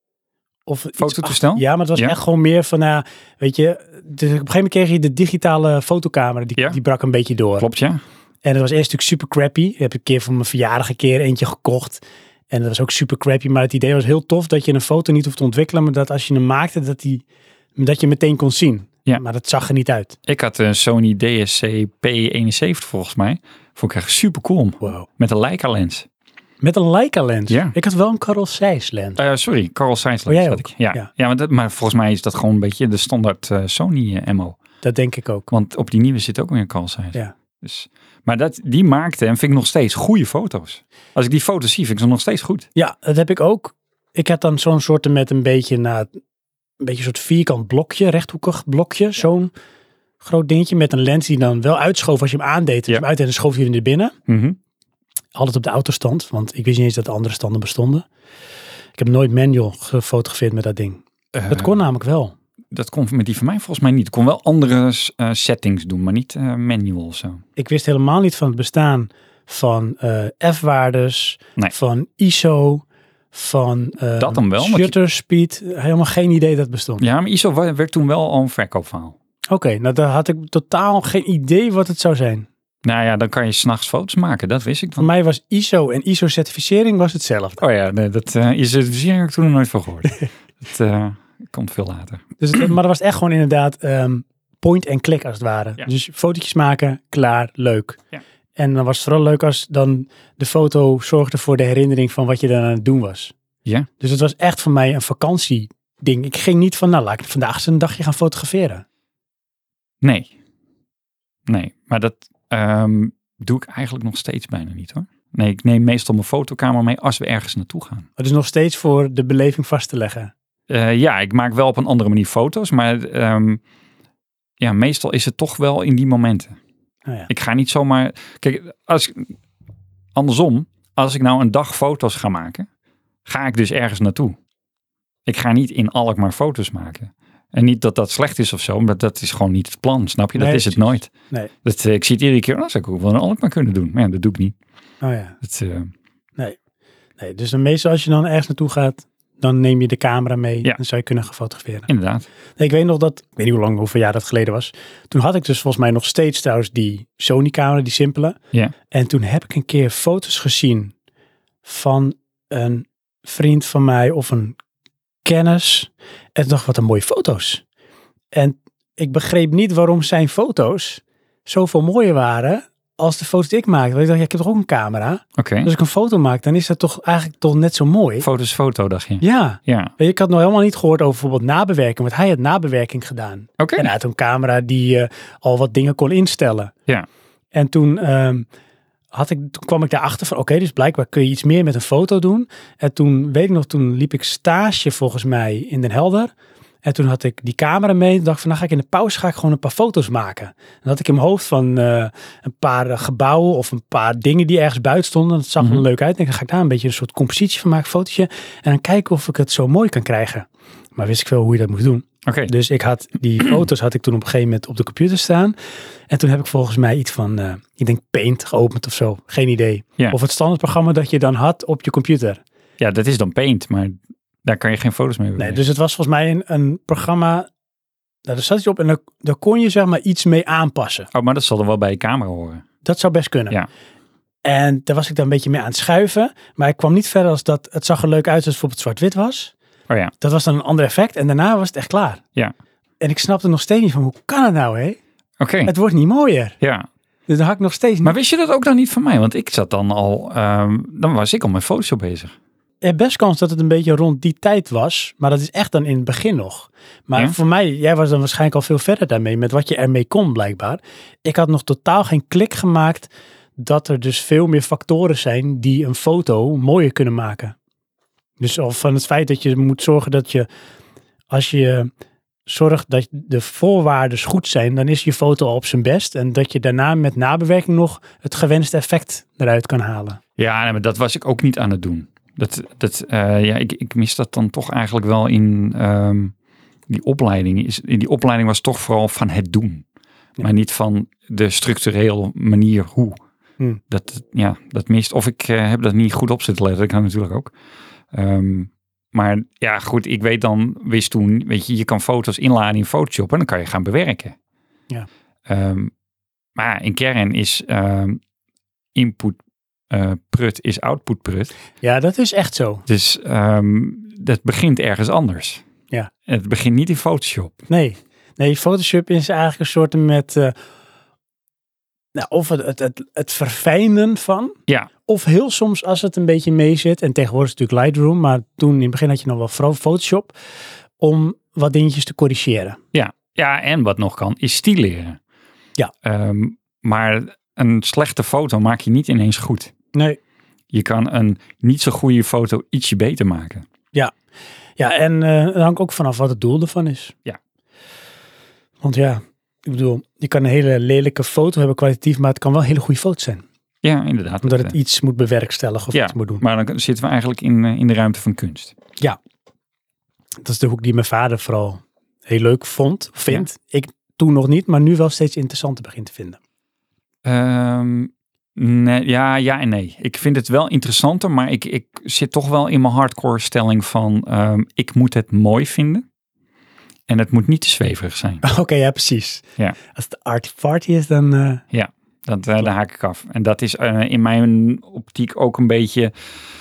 Of fototoestel? Ja, maar het was echt gewoon meer van, weet je, dus op een gegeven moment kreeg je de digitale fotocamera, die brak een beetje door. Klopt, ja. En dat was eerst natuurlijk super crappy. Ik heb een keer voor mijn verjaardag eentje gekocht. En dat was ook super crappy, maar het idee was heel tof dat je een foto niet hoeft te ontwikkelen, maar dat als je hem maakte, dat je meteen kon zien. Ja. Maar dat zag er niet uit. Ik had een Sony DSC P71 volgens mij. Vond ik echt super cool. Wow. Met een Leica lens. Met een Leica lens? Ja. Ik had wel een Carl Zeiss lens. Sorry, Carl Zeiss lens had ik. Ja, maar volgens mij is dat gewoon een beetje de standaard Sony MO. Dat denk ik ook. Want op die nieuwe zit ook weer een Carl Zeiss. Ja. Dus, maar die maakte en vind ik nog steeds goede foto's. Als ik die foto's zie, vind ik ze nog steeds goed. Ja, dat heb ik ook. Ik had dan zo'n soort met een beetje een soort vierkant blokje, rechthoekig blokje. Zo'n groot dingetje met een lens die dan wel uitschoof als je hem aandeed. Dus hem uit en dan schoof je hem er binnen. Mm-hmm. Altijd op de autostand, want ik wist niet eens dat de andere standen bestonden. Ik heb nooit manual gefotografeerd met dat ding. Dat kon namelijk wel. Dat kon met die van mij volgens mij niet. Ik kon wel andere settings doen, maar niet manual of zo. Ik wist helemaal niet van het bestaan van f-waardes, van ISO, van dat dan wel, shutter speed. Helemaal geen idee dat het bestond. Ja, maar ISO werd toen wel al een verkoopverhaal. Oké, nou daar had ik totaal geen idee wat het zou zijn. Nou ja, dan kan je 's nachts foto's maken, dat wist ik. Voor mij was ISO en ISO-certificering was hetzelfde. Oh ja, nee, dat ISO-certificering heb ik toen nog nooit van gehoord. Dat komt veel later. Dus maar dat was echt gewoon inderdaad point en click als het ware. Ja. Dus fotootjes maken, klaar, leuk. Ja. En dan was het vooral leuk als dan de foto zorgde voor de herinnering van wat je dan aan het doen was. Ja. Dus het was echt voor mij een vakantieding. Ik ging niet van, laat ik vandaag eens een dagje gaan fotograferen. Nee, maar dat doe ik eigenlijk nog steeds bijna niet hoor. Nee, ik neem meestal mijn fotocamera mee als we ergens naartoe gaan. Het is nog steeds voor de beleving vast te leggen. Ja, ik maak wel op een andere manier foto's, maar meestal is het toch wel in die momenten. Oh ja. Ik ga niet zomaar... Kijk, als ik nou een dag foto's ga maken, ga ik dus ergens naartoe. Ik ga niet in Alkmaar foto's maken. En niet dat dat slecht is of zo, maar dat is gewoon niet het plan, snap je? Dat is het nooit. Nee. Ik zie het iedere keer, dat zou ik ook wel in Alkmaar kunnen doen. Maar ja, dat doe ik niet. Oh ja. Nee, dus dan meestal als je dan ergens naartoe gaat, dan neem je de camera mee Ja. en zou je kunnen fotograferen. Inderdaad. Nee, ik weet nog dat, ik weet niet hoeveel jaar dat geleden was. Toen had ik dus volgens mij nog steeds trouwens die Sony camera, die simpele. Ja. En toen heb ik een keer foto's gezien van een vriend van mij of een kennis. En toen dacht ik, wat een mooie foto's. En ik begreep niet waarom zijn foto's zoveel mooier waren als de foto's die ik maakte. Want ik dacht, ja, ik heb toch ook een camera? Oké. Als ik een foto maak, dan is dat toch eigenlijk toch net zo mooi? Foto, dacht je? Ja. Ja. Weet je, ik had nog helemaal niet gehoord over bijvoorbeeld nabewerking. Want hij had nabewerking gedaan. Oké. En hij had een camera die al wat dingen kon instellen. Ja. En toen kwam ik daarachter van, oké, dus blijkbaar kun je iets meer met een foto doen. En toen, weet ik nog, toen liep ik stage volgens mij in Den Helder. En toen had ik die camera mee. En dacht van, nou ga ik in de pauze gewoon een paar foto's maken. En dan had ik in mijn hoofd van een paar gebouwen of een paar dingen die ergens buiten stonden. Dat zag er leuk uit. En dan ga ik daar een beetje een soort compositie van maken, fotootje. En dan kijken of ik het zo mooi kan krijgen. Maar wist ik veel hoe je dat moest doen. Oké. Dus ik had die foto's had ik toen op een gegeven moment op de computer staan. En toen heb ik volgens mij iets van, ik denk Paint geopend of zo. Geen idee. Ja. Of het standaardprogramma dat je dan had op je computer. Ja, dat is dan Paint, maar daar kan je geen foto's mee maken. Nee, dus het was volgens mij een programma. Nou, daar zat iets op en daar kon je zeg maar iets mee aanpassen. Oh, maar dat zal er wel bij je camera horen. Dat zou best kunnen. Ja. En daar was ik dan een beetje mee aan het schuiven. Maar ik kwam niet verder als dat. Het zag er leuk uit als het bijvoorbeeld zwart-wit was. Oh ja. Dat was dan een ander effect. En daarna was het echt klaar. Ja. En ik snapte nog steeds niet van, hoe kan het nou, hè? Oké. Het wordt niet mooier. Ja. Dus dan had ik nog steeds niet. Maar wist je dat ook dan niet van mij? Want ik zat dan al, dan was ik al met Photoshop bezig. Er best kans dat het een beetje rond die tijd was. Maar dat is echt dan in het begin nog. Maar Ja? voor mij, jij was dan waarschijnlijk al veel verder daarmee. Met wat je ermee kon, blijkbaar. Ik had nog totaal geen klik gemaakt dat er dus veel meer factoren zijn die een foto mooier kunnen maken. Dus al van het feit dat je moet zorgen dat je, als je zorgt dat de voorwaarden goed zijn, dan is je foto al op zijn best. En dat je daarna met nabewerking nog het gewenste effect eruit kan halen. Ja, nee, maar dat was ik ook niet aan het doen. Ik mis dat dan toch eigenlijk wel in die opleiding. Die opleiding was toch vooral van het doen. Ja. Maar niet van de structurele manier hoe. Dat mist. Of ik heb dat niet goed op zitten letten. Dat kan natuurlijk ook. Maar ja, goed, ik wist toen, weet je kan foto's inladen in Photoshop en dan kan je gaan bewerken. Ja. Maar in kern is input prut is output prut. Ja, dat is echt zo. Dus dat begint ergens anders. Ja. Het begint niet in Photoshop. Nee, Photoshop is eigenlijk een soort met, of het verfijnen van. Ja. Of heel soms als het een beetje mee zit. En tegenwoordig is het natuurlijk Lightroom. Maar toen in het begin had je nog wel vooral Photoshop. Om wat dingetjes te corrigeren. Ja, en wat nog kan, is stileren. Ja. Maar een slechte foto maak je niet ineens goed. Nee. Je kan een niet zo goede foto ietsje beter maken. Ja, en het hangt ook vanaf wat het doel ervan is. Ja. Want ja, ik bedoel, je kan een hele lelijke foto hebben kwalitatief, maar het kan wel een hele goede foto zijn. Ja, inderdaad. Omdat het iets moet bewerkstelligen of iets moet doen. Maar dan zitten we eigenlijk in de ruimte van kunst. Ja. Dat is de hoek die mijn vader vooral heel leuk vindt. Ja. Ik toen nog niet, maar nu wel steeds interessanter begin te vinden. Nee, ja en nee. Ik vind het wel interessanter, maar ik zit toch wel in mijn hardcore stelling van ik moet het mooi vinden. En het moet niet te zweverig zijn. Oké, ja, precies. Ja. Als het arty-farty is, dan... Ja, daar haak ik af. En dat is in mijn optiek ook een beetje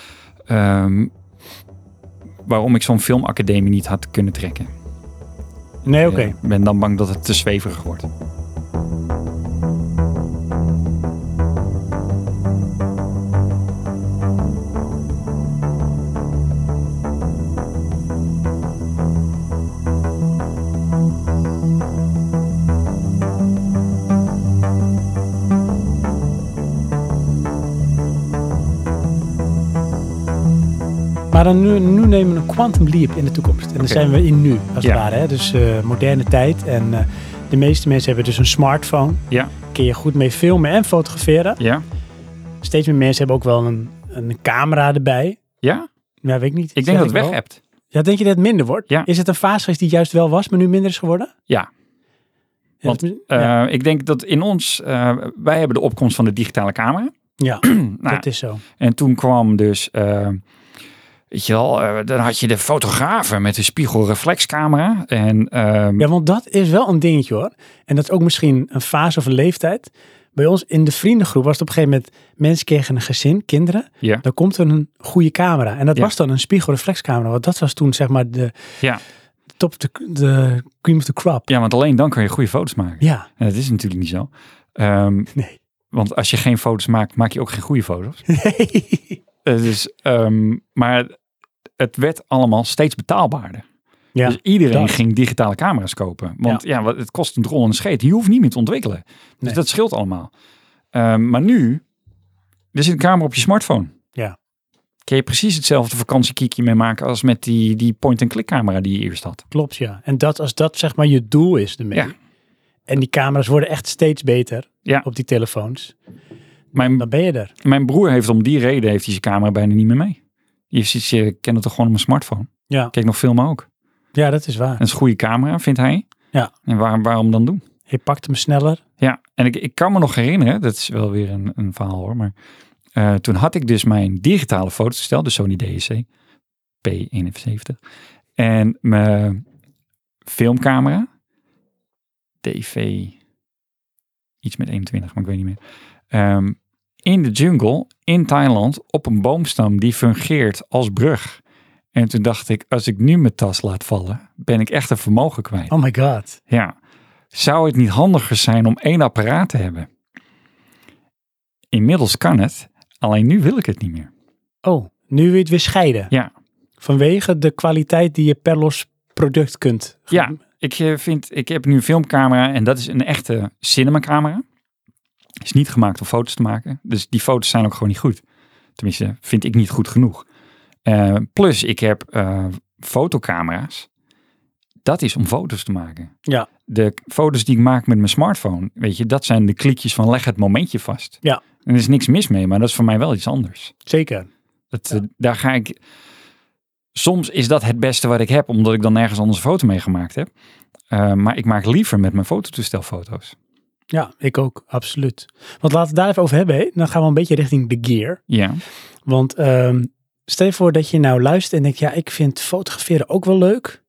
waarom ik zo'n filmacademie niet had kunnen trekken. Nee, oké. Ik ben dan bang dat het te zweverig wordt. Maar dan nu nemen we een quantum leap in de toekomst. En dan zijn we in nu, als het ware. Hè? Dus moderne tijd. En de meeste mensen hebben dus een smartphone. Ja. Kun je goed mee filmen en fotograferen. Ja. Steeds meer mensen hebben ook wel een camera erbij. Ja? Ja, weet ik niet. Ik denk dat het weg hebt. Ja, denk je dat het minder wordt? Ja. Is het een fase geweest die juist wel was, maar nu minder is geworden? Ja. Want ik denk dat in ons, wij hebben de opkomst van de digitale camera. Ja, dat is zo. En toen kwam dus weet je wel, dan had je de fotografen met de spiegelreflexcamera. En, Ja, want dat is wel een dingetje hoor. En dat is ook misschien een fase of een leeftijd. Bij ons in de vriendengroep was het op een gegeven moment, mensen kregen een gezin, kinderen. Ja. Dan komt er een goede camera. En dat was dan een spiegelreflexcamera. Want dat was toen zeg maar de top, de cream of the crop. Ja, want alleen dan kan je goede foto's maken. Ja. En dat is natuurlijk niet zo. Nee. Want als je geen foto's maakt, maak je ook geen goede foto's. Nee. Maar het werd allemaal steeds betaalbaarder. Ja, dus iedereen ging digitale camera's kopen. Want het kost een drol en een scheet. Je hoeft niet meer te ontwikkelen. Dus dat scheelt allemaal. Maar nu, er zit een camera op je smartphone. Ja. Kun je precies hetzelfde vakantiekiekje mee maken als met die point-and-click camera die je eerst had. Klopt, ja. En als dat zeg maar je doel is ermee. Ja. En die camera's worden echt steeds beter op die telefoons. Dan ben je er. Mijn broer heeft om die reden heeft hij zijn camera bijna niet meer mee. Je kent het toch gewoon op een smartphone. Ja. Kijk, nog filmen ook. Ja, dat is waar. Dat is een goede camera, vindt hij. Ja. En waarom dan doen? Je pakt hem sneller. Ja, en ik kan me nog herinneren, dat is wel weer een verhaal hoor, maar toen had ik dus mijn digitale fototoestel, de Sony DSC P71. En mijn filmcamera, DV, iets met 21, maar ik weet niet meer. In de jungle, in Thailand, op een boomstam die fungeert als brug. En toen dacht ik, als ik nu mijn tas laat vallen, ben ik echt een vermogen kwijt. Oh my god. Ja. Zou het niet handiger zijn om 1 apparaat te hebben? Inmiddels kan het, alleen nu wil ik het niet meer. Oh, nu wil je het weer scheiden? Ja. Vanwege de kwaliteit die je per los product kunt. Ja, ik heb nu een filmcamera en dat is een echte cinemacamera. Is niet gemaakt om foto's te maken. Dus die foto's zijn ook gewoon niet goed. Tenminste, vind ik niet goed genoeg. Plus, ik heb fotocamera's. Dat is om foto's te maken. Ja. De foto's die ik maak met mijn smartphone, weet je, dat zijn de klikjes van leg het momentje vast. Ja. En er is niks mis mee, maar dat is voor mij wel iets anders. Zeker. Daar ga ik... Soms is dat het beste wat ik heb, omdat ik dan nergens anders een foto mee gemaakt heb. Maar ik maak liever met mijn fototoestel foto's. Ja, ik ook, absoluut. Want laten we het daar even over hebben. Hè? Dan gaan we een beetje richting de gear. Ja. Want stel je voor dat je nou luistert en denkt, ja, ik vind fotograferen ook wel leuk.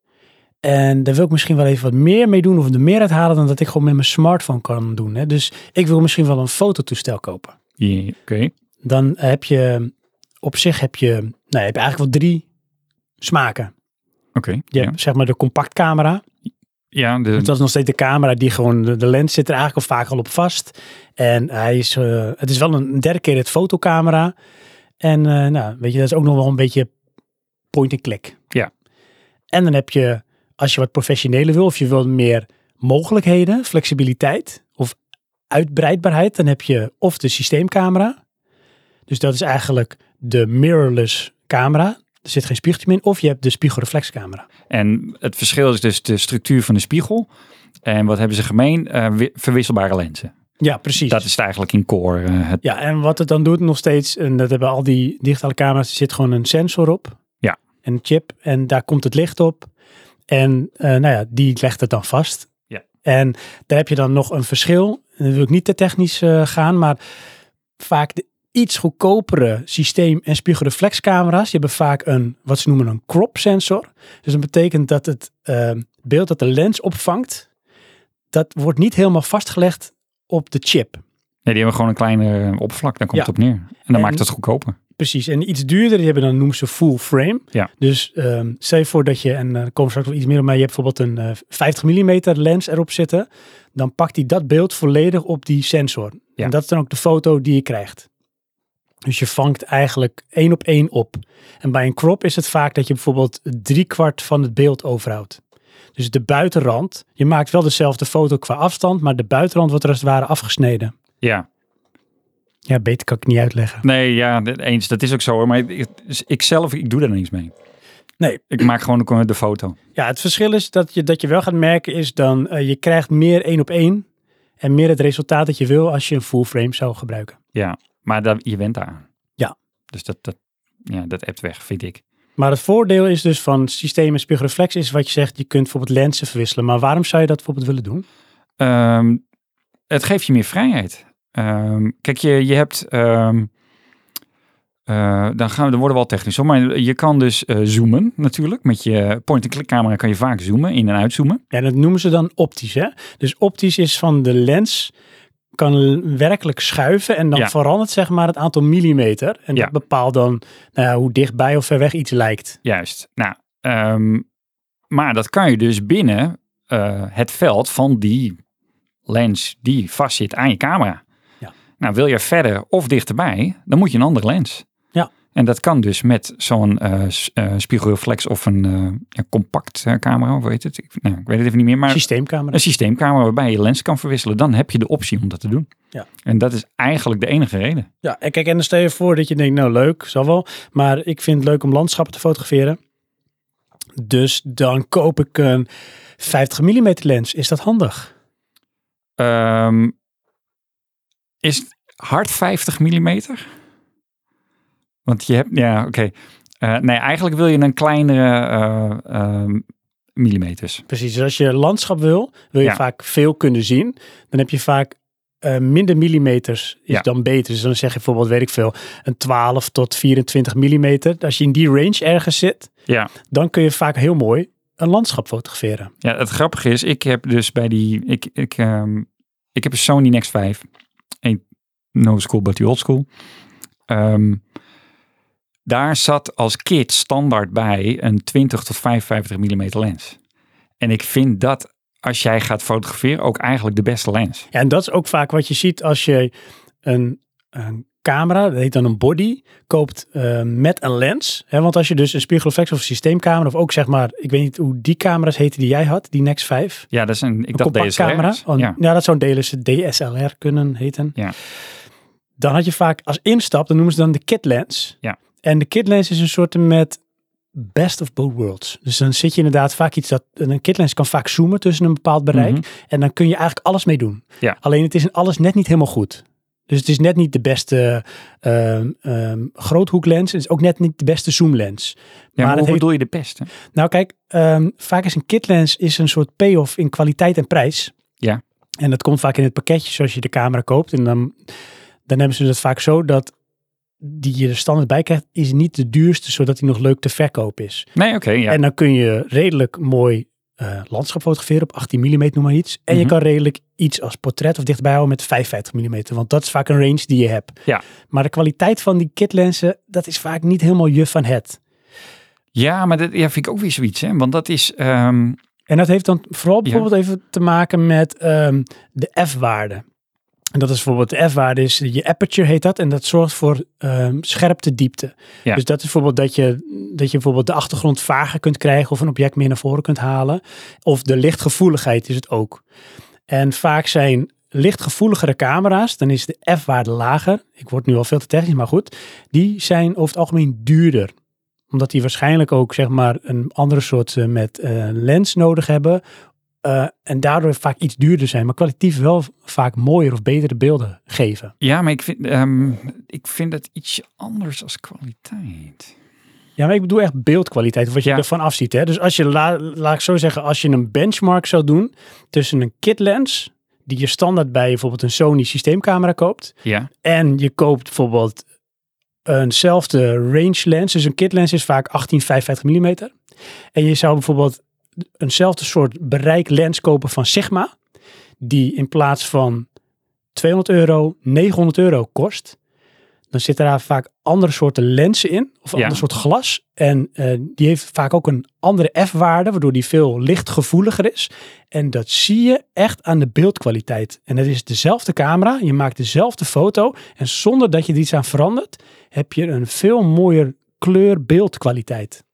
En daar wil ik misschien wel even wat meer mee doen of er meer uithalen dan dat ik gewoon met mijn smartphone kan doen. Hè? Dus ik wil misschien wel een fototoestel kopen. Yeah, oké. Dan heb je heb je eigenlijk wel 3 smaken. Oké. Je hebt zeg maar de compactcamera. Ja, dat is nog steeds de camera die gewoon, de lens zit er eigenlijk al vaak al op vast. En het is wel een dedicated fotocamera. En weet je, dat is ook nog wel een beetje point-and-click. Ja. En dan heb je, als je wat professioneler wil, of je wil meer mogelijkheden, flexibiliteit of uitbreidbaarheid, dan heb je of de systeemcamera. Dus dat is eigenlijk de mirrorless camera. Er zit geen spiegeltje meer in. Of je hebt de spiegelreflexcamera. En het verschil is dus de structuur van de spiegel. En wat hebben ze gemeen? Verwisselbare lenzen. Ja, precies. Dat is het eigenlijk in core. Ja, en wat het dan doet nog steeds, en dat hebben al die digitale camera's, er zit gewoon een sensor op. Ja. En een chip. En daar komt het licht op. En die legt het dan vast. Ja. En daar heb je dan nog een verschil. En dan wil ik niet te technisch gaan, maar vaak de iets goedkopere systeem- en spiegelreflexcamera's, die hebben vaak wat ze noemen een crop sensor. Dus dat betekent dat het beeld dat de lens opvangt, dat wordt niet helemaal vastgelegd op de chip. Nee, die hebben gewoon een kleine oppervlak, daar komt het op neer. En dan maakt het goedkoper. Precies, en iets duurder, dan noemen ze full frame. Ja. Dus stel je voor dat je, en dan komen we straks wel iets meer op, maar je hebt bijvoorbeeld een 50 mm lens erop zitten, dan pakt hij dat beeld volledig op die sensor. Ja. En dat is dan ook de foto die je krijgt. Dus je vangt eigenlijk 1 op 1 op. En bij een crop is het vaak dat je bijvoorbeeld 3/4 van het beeld overhoudt. Dus de buitenrand, je maakt wel dezelfde foto qua afstand, maar de buitenrand wordt er als het ware afgesneden. Ja. Ja, beter kan ik niet uitleggen. Nee, ja, eens. Dat is ook zo hoor. Maar ik doe daar niks mee. Nee. Ik maak gewoon de foto. Ja, het verschil is dat je wel gaat merken is dan, je krijgt meer 1 op 1 en meer het resultaat dat je wil als je een full frame zou gebruiken. Ja, maar je went aan. Ja. Dus dat appt weg, vind ik. Maar het voordeel is dus van systeem en spiegelreflex is wat je zegt, je kunt bijvoorbeeld lenzen verwisselen. Maar waarom zou je dat bijvoorbeeld willen doen? Het geeft je meer vrijheid. Kijk, je hebt Dan worden we wel technisch. Maar je kan dus zoomen natuurlijk. Met je point-and-click camera kan je vaak zoomen, in- en uitzoomen. Ja, dat noemen ze dan optisch, hè? Dus optisch is van de lens kan werkelijk schuiven en dan verandert zeg maar het aantal millimeter. En dat bepaalt dan hoe dichtbij of ver weg iets lijkt. Juist. Nou, maar dat kan je dus binnen het veld van die lens die vastzit aan je camera. Ja. Nou, wil je verder of dichterbij, dan moet je een andere lens. Ja. En dat kan dus met zo'n spiegelreflex of een compact camera, of weet het? Ik weet het even niet meer. Maar systeemcamera. Een systeemcamera waarbij je lens kan verwisselen. Dan heb je de optie om dat te doen. Ja. En dat is eigenlijk de enige reden. Ja, en kijk, en dan stel je voor dat je denkt, nou leuk, zal wel. Maar ik vind het leuk om landschappen te fotograferen. Dus dan koop ik een 50 mm lens. Is dat handig? Is het hard 50 mm? Want je hebt, nee, eigenlijk wil je een kleinere millimeters. Precies, dus als je landschap wil je vaak veel kunnen zien. Dan heb je vaak minder millimeters is dan beter. Dus dan zeg je bijvoorbeeld, weet ik veel, een 12 tot 24 millimeter. Als je in die range ergens zit, dan kun je vaak heel mooi een landschap fotograferen. Ja, het grappige is, ik heb dus bij die, ik heb een Sony Nex 5. No school, but the old school. Daar zat als kit standaard bij een 20 tot 55 mm lens. En ik vind dat als jij gaat fotograferen ook eigenlijk de beste lens. Ja, en dat is ook vaak wat je ziet als je een camera, dat heet dan een body, koopt met een lens. Hè, want als je dus een spiegelreflex of een systeemcamera of ook zeg maar, ik weet niet hoe die camera's heten die jij had, die Nex 5. Ja, dat is een DSLR. Ja, dat zou een DSLR kunnen heten. Ja. Dan had je vaak als instap, dan noemen ze dan de kit lens. Ja. En de kit lens is een soort met best of both worlds. Dus dan zit je inderdaad vaak iets dat een kit lens kan vaak zoomen tussen een bepaald bereik. Mm-hmm. En dan kun je eigenlijk alles mee doen. Ja. Alleen het is in alles net niet helemaal goed. Dus het is net niet de beste groothoeklens. Het is ook net niet de beste zoomlens. Ja, maar hoe bedoel je de beste? Nou kijk, vaak is een kit lens is een soort payoff in kwaliteit en prijs. Ja. En dat komt vaak in het pakketje zoals je de camera koopt. En dan hebben ze het vaak zo dat die je er standaard bij krijgt, is niet de duurste, zodat hij nog leuk te verkopen is. Nee, oké. Ja. En dan kun je redelijk mooi landschap fotograferen op 18 mm, noem maar iets. En je kan redelijk iets als portret of dichtbij houden met 55 mm, want dat is vaak een range die je hebt. Ja. Maar de kwaliteit van die kitlensen, dat is vaak niet helemaal je van het. Ja, maar dat vind ik ook weer zoiets, hè? Want dat is... En dat heeft dan vooral bijvoorbeeld even te maken met de f-waarde. En dat is bijvoorbeeld de f-waarde is je aperture heet dat. En dat zorgt voor scherpte diepte. Ja. Dus dat is bijvoorbeeld dat je bijvoorbeeld de achtergrond vager kunt krijgen of een object meer naar voren kunt halen. Of de lichtgevoeligheid is het ook. En vaak zijn lichtgevoeligere camera's, dan is de f-waarde lager. Ik word nu al veel te technisch, maar goed. Die zijn over het algemeen duurder. Omdat die waarschijnlijk ook zeg maar een andere soort met lens nodig hebben. En daardoor vaak iets duurder zijn, maar kwalitatief wel vaak mooier of betere beelden geven. Ja, maar ik vind het ietsje anders als kwaliteit. Ja, maar ik bedoel echt beeldkwaliteit, wat je ervan afziet. Hè? Dus als je, laat ik zo zeggen, als je een benchmark zou doen tussen een kit lens, die je standaard bij bijvoorbeeld een Sony systeemcamera koopt, en je koopt bijvoorbeeld eenzelfde range lens, dus een kit lens is vaak 18-55 mm. En je zou bijvoorbeeld eenzelfde soort bereik lens kopen van Sigma, die in plaats van €200 €900 kost. Dan zitten daar vaak andere soorten lenzen in, of een ander soort glas. En die heeft vaak ook een andere f-waarde, waardoor die veel lichtgevoeliger is. En dat zie je echt aan de beeldkwaliteit. En het is dezelfde camera, je maakt dezelfde foto. En zonder dat je er iets aan verandert, heb je een veel mooier kleur-beeldkwaliteit.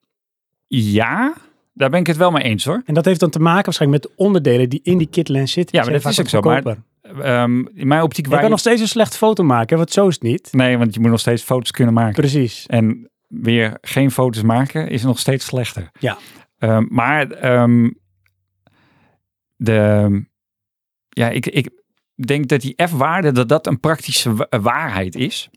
Ja, daar ben ik het wel mee eens hoor. En dat heeft dan te maken waarschijnlijk met de onderdelen die in die kitlens zitten. Ja, maar dat is ook zo. Maar in mijn optiek... Je kan nog steeds een slechte foto maken, want zo is het niet. Nee, want je moet nog steeds foto's kunnen maken. Precies. En weer geen foto's maken is nog steeds slechter. Ja. Ik denk dat die f-waarde, dat een praktische waarheid is.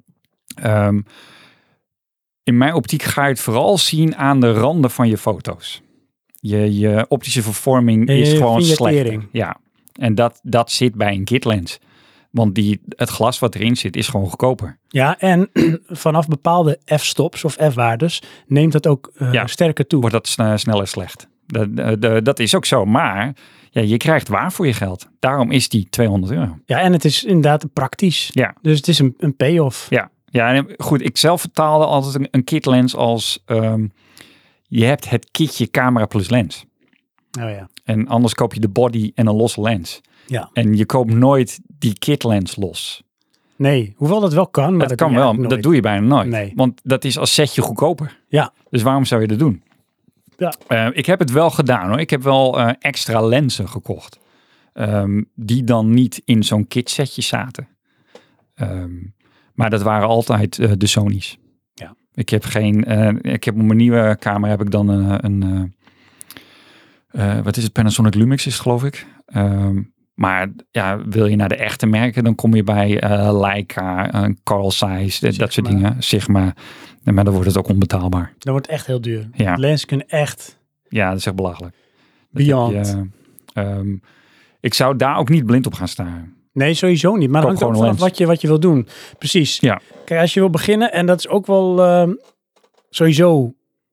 In mijn optiek ga je het vooral zien aan de randen van je foto's. Je optische vervorming is gewoon slecht. Ja, en dat zit bij een kitlens. Want het glas wat erin zit is gewoon goedkoper. Ja, en vanaf bepaalde f-stops of f-waardes neemt dat ook sterker toe. Wordt dat sneller slecht. Dat is ook zo. Maar je krijgt waar voor je geld. Daarom is die €200. Ja, en het is inderdaad praktisch. Ja. Dus het is een payoff. Ja, en goed. Ik zelf vertaalde altijd een kit lens als... je hebt het kitje camera plus lens. Oh ja. En anders koop je de body en een losse lens. Ja. En je koopt nooit die kit lens los. Nee, hoewel dat wel kan. Maar dat kan wel, dat doe je bijna nooit. Nee. Want dat is als setje goedkoper. Ja. Dus waarom zou je dat doen? Ja. Ik heb het wel gedaan hoor. Ik heb wel extra lenzen gekocht. Die dan niet in zo'n kit setje zaten. Maar dat waren altijd de Sony's. Ja. Ik heb op mijn nieuwe camera heb ik dan wat is het? Panasonic Lumix is het, geloof ik. Maar wil je naar de echte merken, dan kom je bij Leica, Carl Zeiss, dat soort dingen. Sigma. Maar dan wordt het ook onbetaalbaar. Dan wordt het echt heel duur. Ja. De lenzen kunnen echt... Ja, dat is echt belachelijk. Beyond. Ik zou daar ook niet blind op gaan staren. Nee, sowieso niet. Maar dan hangt ook vanaf wat je wil doen. Precies. Ja. Kijk, als je wil beginnen, en dat is ook wel sowieso...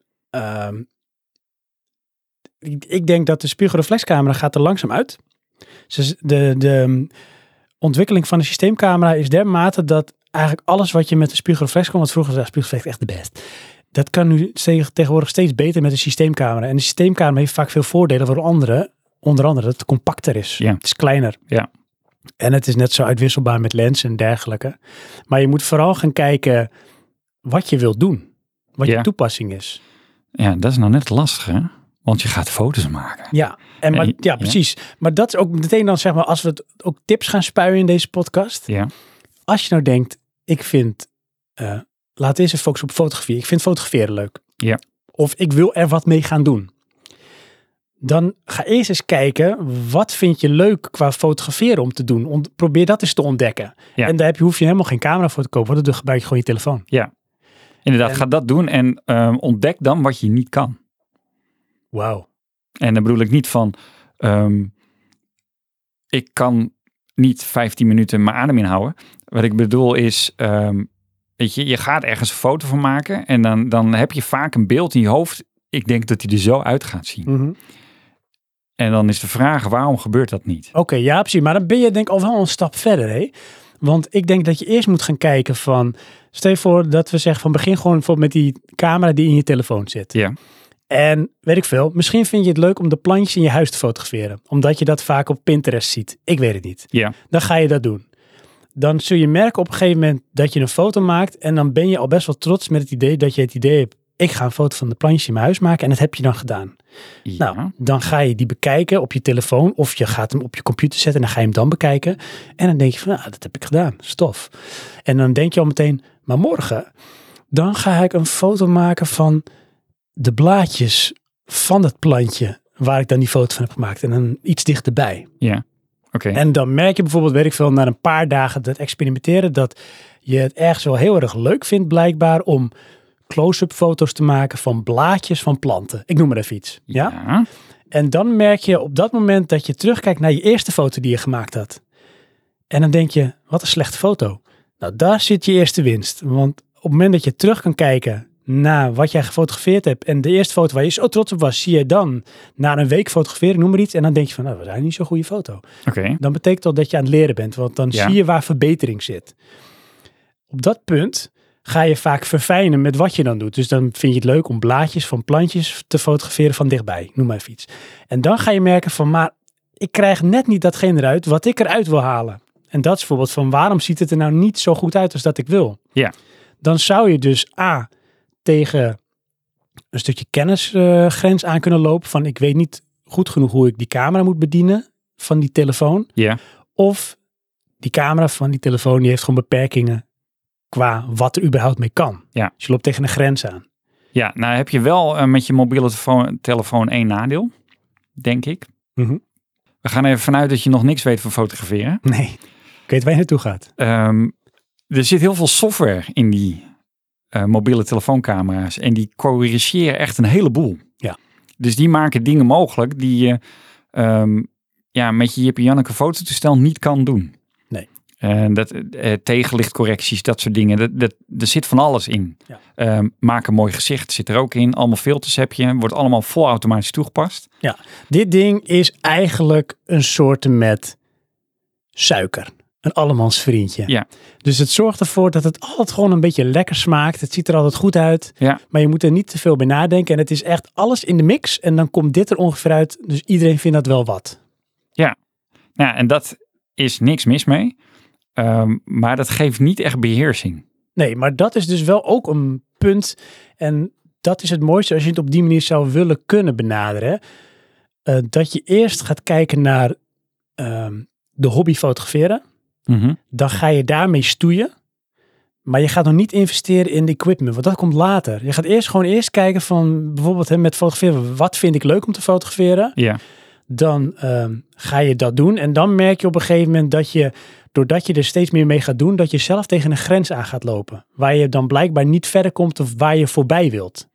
ik denk dat de spiegelreflexcamera gaat er langzaam uit. Dus de ontwikkeling van de systeemcamera is dermate dat eigenlijk alles wat je met de spiegelreflex kon, want vroeger was de spiegelreflex echt de best. Dat kan nu tegenwoordig steeds beter met de systeemcamera. En de systeemcamera heeft vaak veel voordelen voor onder andere dat het compacter is. Ja. Het is kleiner. Ja. En het is net zo uitwisselbaar met lenzen en dergelijke. Maar je moet vooral gaan kijken wat je wilt doen. Wat je toepassing is. Ja, dat is nou net lastig, hè? Want je gaat foto's maken. Ja, precies. Maar dat is ook meteen dan, zeg maar, als we het ook tips gaan spuien in deze podcast. Ja. Als je nou denkt, ik vind, laat eens even focussen op fotografie. Ik vind fotograferen leuk. Ja. Of ik wil er wat mee gaan doen. Dan ga eerst eens kijken, wat vind je leuk qua fotograferen om te doen? Probeer dat eens te ontdekken. Ja. En daar hoef je helemaal geen camera voor te kopen, want dan gebruik je gewoon je telefoon. Ja, inderdaad. Ga dat doen en ontdek dan wat je niet kan. Wauw. En dan bedoel ik niet van, ik kan niet 15 minuten mijn adem inhouden. Wat ik bedoel is, weet je gaat ergens een foto van maken en dan heb je vaak een beeld in je hoofd. Ik denk dat hij er zo uit gaat zien. Mm-hmm. En dan is de vraag, waarom gebeurt dat niet? Oké, ja, precies. Maar dan ben je denk ik al wel een stap verder, hè? Want ik denk dat je eerst moet gaan kijken van, stel je voor dat we zeggen van begin gewoon bijvoorbeeld met die camera die in je telefoon zit. Ja. En weet ik veel, misschien vind je het leuk om de plantjes in je huis te fotograferen. Omdat je dat vaak op Pinterest ziet. Ik weet het niet. Ja. Dan ga je dat doen. Dan zul je merken op een gegeven moment dat je een foto maakt. En dan ben je al best wel trots met het idee dat je het idee hebt. Ik ga een foto van de plantjes in mijn huis maken en dat heb je dan gedaan. Ja. Nou, dan ga je die bekijken op je telefoon of je gaat hem op je computer zetten en dan ga je hem dan bekijken. En dan denk je van, nou, dat heb ik gedaan, stof. En dan denk je al meteen, maar morgen, dan ga ik een foto maken van de blaadjes van het plantje waar ik dan die foto van heb gemaakt. En dan iets dichterbij. Ja, oké. En dan merk je bijvoorbeeld, weet ik veel, na een paar dagen dat experimenteren, dat je het ergens wel heel erg leuk vindt blijkbaar om close-up foto's te maken van blaadjes van planten. Ik noem maar even iets. Ja? En dan merk je op dat moment dat je terugkijkt naar je eerste foto die je gemaakt had. En dan denk je, wat een slechte foto. Nou, daar zit je eerste winst. Want op het moment dat je terug kan kijken naar wat jij gefotografeerd hebt en de eerste foto waar je zo trots op was, zie je dan na een week fotograferen, noem maar iets, en dan denk je van, nou, dat was eigenlijk niet zo'n goede foto. Oké. Dan betekent dat dat je aan het leren bent, want dan zie je waar verbetering zit. Op dat punt ga je vaak verfijnen met wat je dan doet. Dus dan vind je het leuk om blaadjes van plantjes te fotograferen van dichtbij. Noem maar even iets. En dan ga je merken van, maar ik krijg net niet datgene eruit wat ik eruit wil halen. En dat is bijvoorbeeld van, waarom ziet het er nou niet zo goed uit als dat ik wil? Ja. Dan zou je dus tegen een stukje kennisgrens aan kunnen lopen van, ik weet niet goed genoeg hoe ik die camera moet bedienen van die telefoon. Ja. Of die camera van die telefoon, die heeft gewoon beperkingen qua wat er überhaupt mee kan. Ja. Dus je loopt tegen een grens aan. Ja, nou heb je wel met je mobiele telefoon één nadeel, denk ik. Mm-hmm. We gaan even vanuit dat je nog niks weet van fotograferen. Nee, ik weet waar je naartoe gaat. Er zit heel veel software in die mobiele telefooncamera's en die corrigeren echt een heleboel. Ja. Dus die maken dingen mogelijk die je met je Jip en Janneke fototoestel niet kan doen. Nee. Tegenlichtcorrecties, dat soort dingen. Er zit van alles in. Ja. Maak een mooi gezicht, zit er ook in. Allemaal filters heb je. Wordt allemaal vol automatisch toegepast. Ja, dit ding is eigenlijk een soort met suiker. Een allemans vriendje. Ja. Dus het zorgt ervoor dat het altijd gewoon een beetje lekker smaakt. Het ziet er altijd goed uit. Ja. Maar je moet er niet te veel bij nadenken. En het is echt alles in de mix. En dan komt dit er ongeveer uit. Dus iedereen vindt dat wel wat. Ja. Nou, en dat is niks mis mee. Maar dat geeft niet echt beheersing. Nee, maar dat is dus wel ook een punt. En dat is het mooiste als je het op die manier zou willen kunnen benaderen. Dat je eerst gaat kijken naar de hobby fotograferen. Mm-hmm. Dan ga je daarmee stoeien. Maar je gaat nog niet investeren in de equipment, want dat komt later. Je gaat eerst kijken van bijvoorbeeld met fotograferen. Wat vind ik leuk om te fotograferen? Ja. Dan ga je dat doen. En dan merk je op een gegeven moment dat je, doordat je er steeds meer mee gaat doen, dat je zelf tegen een grens aan gaat lopen. Waar je dan blijkbaar niet verder komt of waar je voorbij wilt.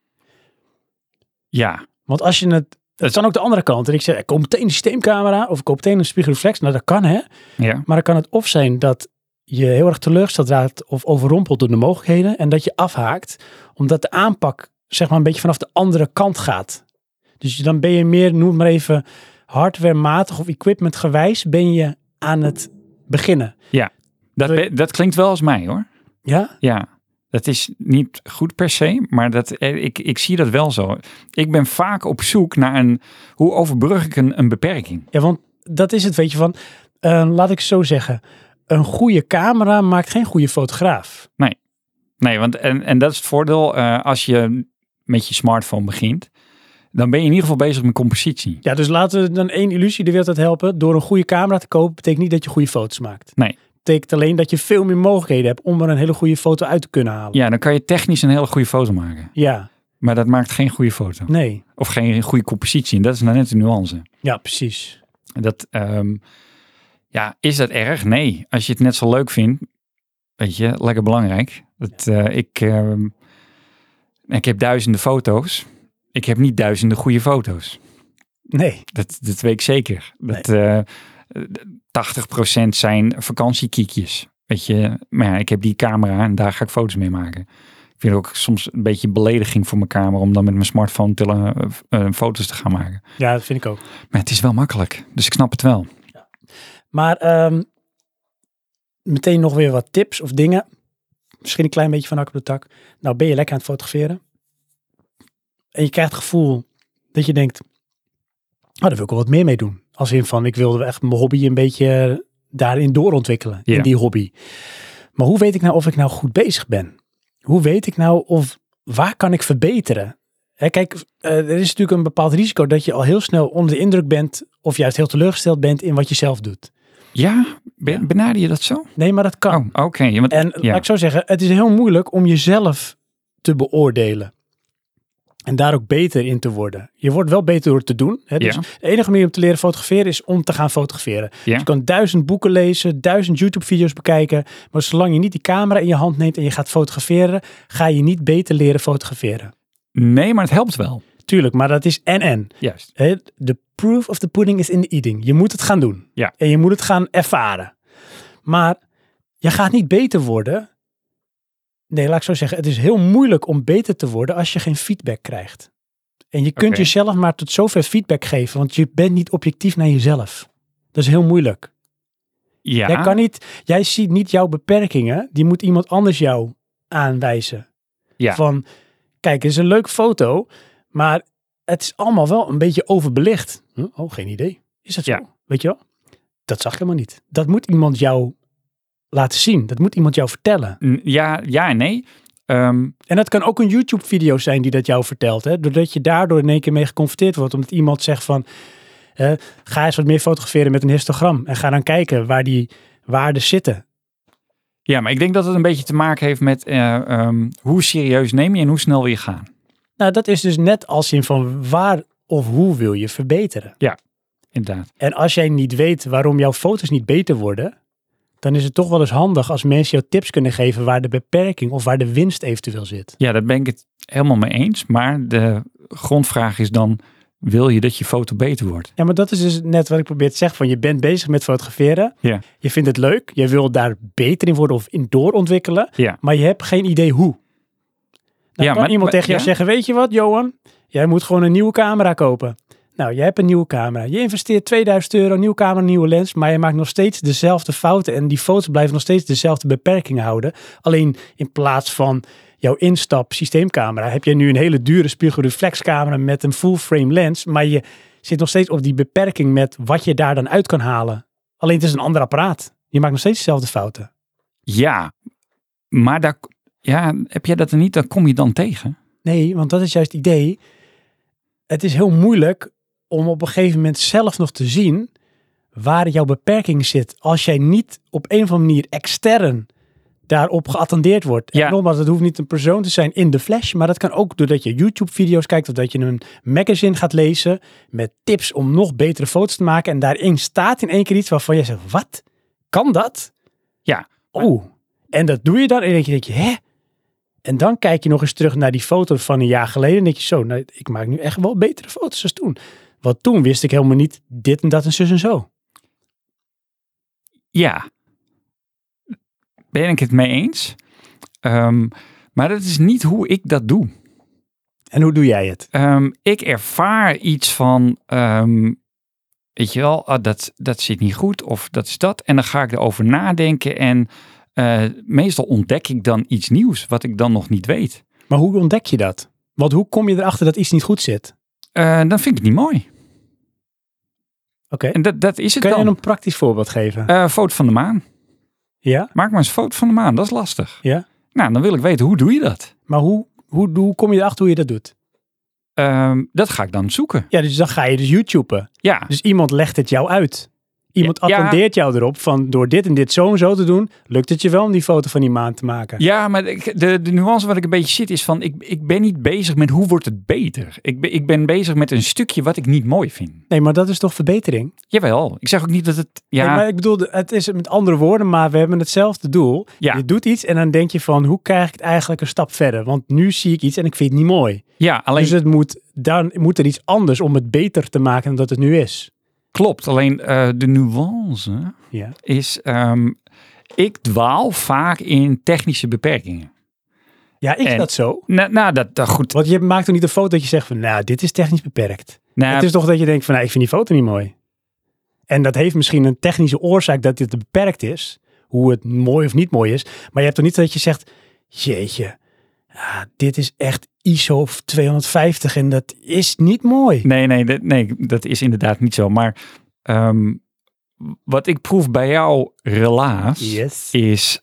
Ja. Want als je het kan ook de andere kant. En ik zeg, ik koop meteen een systeemcamera of ik koop meteen een spiegelreflex. Nou, dat kan hè. Ja. Maar dan kan het of zijn dat je heel erg teleurgesteld raakt of overrompeld door de mogelijkheden. En dat je afhaakt, omdat de aanpak zeg maar een beetje vanaf de andere kant gaat. Dus dan ben je meer, noem het maar even, hardwarematig of equipmentgewijs ben je aan het beginnen. Ja, dat klinkt wel als mij hoor. Ja? Ja, dat is niet goed per se, maar ik zie dat wel zo. Ik ben vaak op zoek naar hoe overbrug ik een beperking? Ja, want dat is het, weet je van, laat ik zo zeggen. Een goede camera maakt geen goede fotograaf. Nee, want en dat is het voordeel als je met je smartphone begint. Dan ben je in ieder geval bezig met compositie. Ja, dus laten we dan één illusie de wereld helpen. Door een goede camera te kopen, betekent niet dat je goede foto's maakt. Nee. Betekent alleen dat je veel meer mogelijkheden hebt om er een hele goede foto uit te kunnen halen. Ja, dan kan je technisch een hele goede foto maken. Ja. Maar dat maakt geen goede foto. Nee. Of geen goede compositie. En dat is nou net de nuance. Ja, precies. Dat, is dat erg? Nee. Als je het net zo leuk vindt, weet je, lekker belangrijk. Ik heb duizenden foto's. Ik heb niet duizenden goede foto's. Nee. Dat weet ik zeker. Dat 80% zijn vakantiekiekjes. Weet je, maar ja, ik heb die camera en daar ga ik foto's mee maken. Ik vind het ook soms een beetje belediging voor mijn camera om dan met mijn smartphone foto's te gaan maken. Ja, dat vind ik ook. Maar het is wel makkelijk, dus ik snap het wel. Ja. Maar meteen nog weer wat tips of dingen. Misschien een klein beetje van hak op de tak. Nou, ben je lekker aan het fotograferen? En je krijgt het gevoel dat je denkt, daar wil ik wel wat meer mee doen. Als in van, ik wilde echt mijn hobby een beetje daarin doorontwikkelen. Ja. In die hobby. Maar hoe weet ik nou of ik nou goed bezig ben? Hoe weet ik nou waar kan ik verbeteren? Kijk, er is natuurlijk een bepaald risico dat je al heel snel onder de indruk bent of juist heel teleurgesteld bent in wat je zelf doet. Ja, benader je dat zo? Nee, maar dat kan. Oh, oké. En laat ik zo zeggen, het is heel moeilijk om jezelf te beoordelen. En daar ook beter in te worden. Je wordt wel beter door het te doen. Hè? Dus de enige manier om te leren fotograferen is om te gaan fotograferen. Ja. Je kan 1000 boeken lezen, 1000 YouTube-video's bekijken. Maar zolang je niet die camera in je hand neemt en je gaat fotograferen, ga je niet beter leren fotograferen. Nee, maar het helpt wel. Tuurlijk, maar dat is en. Juist. The proof of the pudding is in the eating. Je moet het gaan doen. Ja. En je moet het gaan ervaren. Maar je gaat niet beter worden. Nee, laat ik zo zeggen. Het is heel moeilijk om beter te worden als je geen feedback krijgt. En je kunt jezelf maar tot zover feedback geven. Want je bent niet objectief naar jezelf. Dat is heel moeilijk. Ja. Jij ziet niet jouw beperkingen. Die moet iemand anders jou aanwijzen. Ja. Van, kijk, het is een leuke foto. Maar het is allemaal wel een beetje overbelicht. Oh, geen idee. Is dat zo? Ja. Weet je wel? Dat zag ik helemaal niet. Dat moet iemand jou laten zien. Dat moet iemand jou vertellen. Ja en nee. En dat kan ook een YouTube-video zijn die dat jou vertelt. Hè? Doordat je daardoor in één keer mee geconfronteerd wordt. Omdat iemand zegt van, ga eens wat meer fotograferen met een histogram. En ga dan kijken waar die waarden zitten. Ja, maar ik denk dat het een beetje te maken heeft met hoe serieus neem je en hoe snel wil je gaan. Nou, dat is dus net als in van waar of hoe wil je verbeteren. Ja, inderdaad. En als jij niet weet waarom jouw foto's niet beter worden, dan is het toch wel eens handig als mensen jou tips kunnen geven waar de beperking of waar de winst eventueel zit. Ja, daar ben ik het helemaal mee eens. Maar de grondvraag is dan, wil je dat je foto beter wordt. Ja, maar dat is dus net wat ik probeer te zeggen. Van je bent bezig met fotograferen. Ja. Je vindt het leuk. Je wil daar beter in worden of in doorontwikkelen. Ja. Maar je hebt geen idee hoe. Dan kan iemand tegen jou zeggen, weet je wat Johan? Jij moet gewoon een nieuwe camera kopen. Nou, jij hebt een nieuwe camera. Je investeert €2000, nieuwe camera, nieuwe lens. Maar je maakt nog steeds dezelfde fouten. En die foto's blijven nog steeds dezelfde beperkingen houden. Alleen in plaats van jouw instap systeemcamera heb je nu een hele dure spiegelreflexcamera met een full frame lens. Maar je zit nog steeds op die beperking met wat je daar dan uit kan halen. Alleen het is een ander apparaat. Je maakt nog steeds dezelfde fouten. Ja, maar heb jij dat er niet? Dan kom je dan tegen. Nee, want dat is juist het idee. Het is heel moeilijk om op een gegeven moment zelf nog te zien waar jouw beperking zit. Als jij niet op een of andere manier extern daarop geattendeerd wordt. Ja. En nogmaals, het hoeft niet een persoon te zijn in de flash, maar dat kan ook doordat je YouTube-video's kijkt of dat je een magazine gaat lezen met tips om nog betere foto's te maken. En daarin staat in één keer iets waarvan je zegt, wat? Kan dat? Ja. Oh. En dat doe je dan en dan denk je, hè? En dan kijk je nog eens terug naar die foto van een jaar geleden en denk je zo, nou, ik maak nu echt wel betere foto's dan toen. Want toen wist ik helemaal niet dit en dat en zus en zo. Ja. Ben ik het mee eens. Maar dat is niet hoe ik dat doe. En hoe doe jij het? Ik ervaar iets van, weet je wel, dat zit niet goed of dat is dat. En dan ga ik erover nadenken en meestal ontdek ik dan iets nieuws wat ik dan nog niet weet. Maar hoe ontdek je dat? Want hoe kom je erachter dat iets niet goed zit? Dan vind ik het niet mooi. Oké. En dat is het Kun je dan. een praktisch voorbeeld geven? Foto van de maan. Ja? Maak maar eens een foto van de maan, dat is lastig. Ja? Nou, dan wil ik weten, hoe doe je dat? Maar hoe kom je erachter hoe je dat doet? Dat ga ik dan zoeken. Ja, dus dan ga je dus YouTuben. Ja. Dus iemand legt het jou uit. Iemand attendeert jou erop van door dit en dit zo en zo te doen, lukt het je wel om die foto van die maan te maken. Ja, maar de nuance wat ik een beetje zit is van, ik ben niet bezig met hoe wordt het beter. Ik ben bezig met een stukje wat ik niet mooi vind. Nee, maar dat is toch verbetering? Jawel, ik zeg ook niet dat het... Ja, nee, maar ik bedoel, het is met andere woorden, maar we hebben hetzelfde doel. Ja. Je doet iets en dan denk je van, hoe krijg ik het eigenlijk een stap verder? Want nu zie ik iets en ik vind het niet mooi. Ja, alleen... Dus dan moet er iets anders om het beter te maken dan dat het nu is. Klopt, alleen de nuance is, ik dwaal vaak in technische beperkingen. Ja, is dat zo? Nou, dat goed. Want je maakt toch niet een foto dat je zegt van, nou, dit is technisch beperkt. Nou, het is toch dat je denkt van, nou, ik vind die foto niet mooi. En dat heeft misschien een technische oorzaak dat dit beperkt is. Hoe het mooi of niet mooi is. Maar je hebt toch niet dat je zegt, jeetje, dit is echt ISO 250 en dat is niet mooi. Nee, dat is inderdaad niet zo. Maar wat ik proef bij jouw relaas is...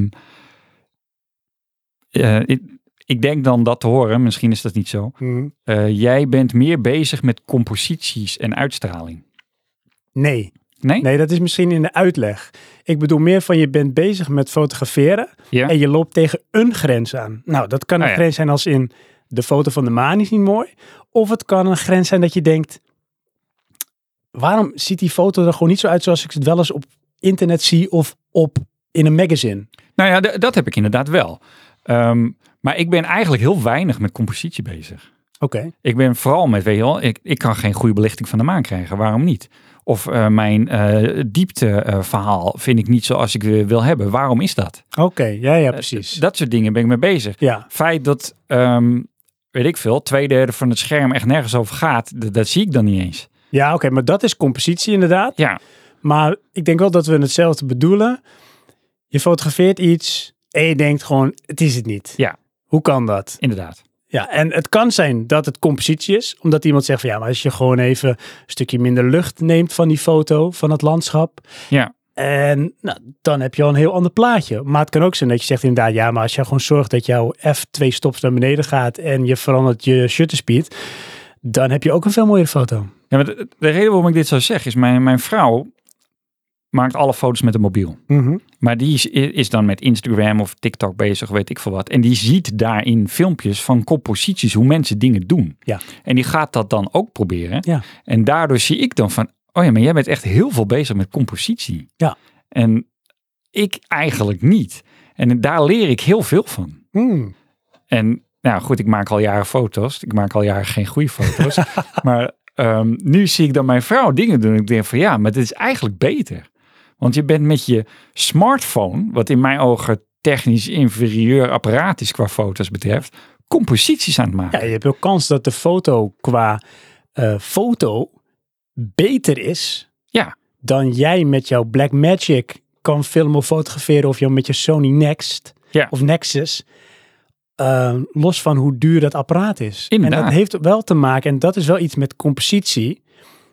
ik denk dan dat te horen, misschien is dat niet zo. Jij bent meer bezig met composities en uitstraling. Nee? Nee, dat is misschien in de uitleg. Ik bedoel meer van je bent bezig met fotograferen en je loopt tegen een grens aan. Nou, dat kan een grens zijn als in de foto van de maan is niet mooi. Of het kan een grens zijn dat je denkt, waarom ziet die foto er gewoon niet zo uit zoals ik het wel eens op internet zie of in een magazine? Nou ja, dat heb ik inderdaad wel. Maar ik ben eigenlijk heel weinig met compositie bezig. Oké. Ik ben vooral met, weet je wel, ik kan geen goede belichting van de maan krijgen. Waarom niet? Of mijn diepteverhaal vind ik niet zoals ik wil hebben. Waarom is dat? Oké, ja, precies. Dat soort dingen ben ik mee bezig. Ja. Feit dat, weet ik veel, 2/3 van het scherm echt nergens over gaat, dat zie ik dan niet eens. Ja, oké, maar dat is compositie inderdaad. Ja. Maar ik denk wel dat we hetzelfde bedoelen. Je fotografeert iets en je denkt gewoon, het is het niet. Ja. Hoe kan dat? Inderdaad. Ja, en het kan zijn dat het compositie is. Omdat iemand zegt van ja, maar als je gewoon even een stukje minder lucht neemt van die foto, van het landschap. Ja. En nou, dan heb je al een heel ander plaatje. Maar het kan ook zijn dat je zegt inderdaad, ja, maar als je gewoon zorgt dat jouw F2 stops naar beneden gaat en je verandert je shutter speed, dan heb je ook een veel mooiere foto. Ja, maar de reden waarom ik dit zo zeg is, mijn vrouw maakt alle foto's met een mobiel. Mm-hmm. Maar die is dan met Instagram of TikTok bezig, weet ik veel wat. En die ziet daarin filmpjes van composities, hoe mensen dingen doen. Ja. En die gaat dat dan ook proberen. Ja. En daardoor zie ik dan van, oh ja, maar jij bent echt heel veel bezig met compositie. Ja. En ik eigenlijk niet. En daar leer ik heel veel van. En nou goed, ik maak al jaren foto's. Ik maak al jaren geen goede foto's. Maar nu zie ik dan mijn vrouw dingen doen. Ik denk van ja, maar dit is eigenlijk beter. Want je bent met je smartphone, wat in mijn ogen technisch inferieur apparaat is qua foto's betreft, composities aan het maken. Ja, je hebt ook kans dat de foto qua foto beter is dan jij met jouw Blackmagic kan filmen of fotograferen of jou met je Sony Next of Nexus. Los van hoe duur dat apparaat is. Inderdaad. En dat heeft wel te maken, en dat is wel iets met compositie.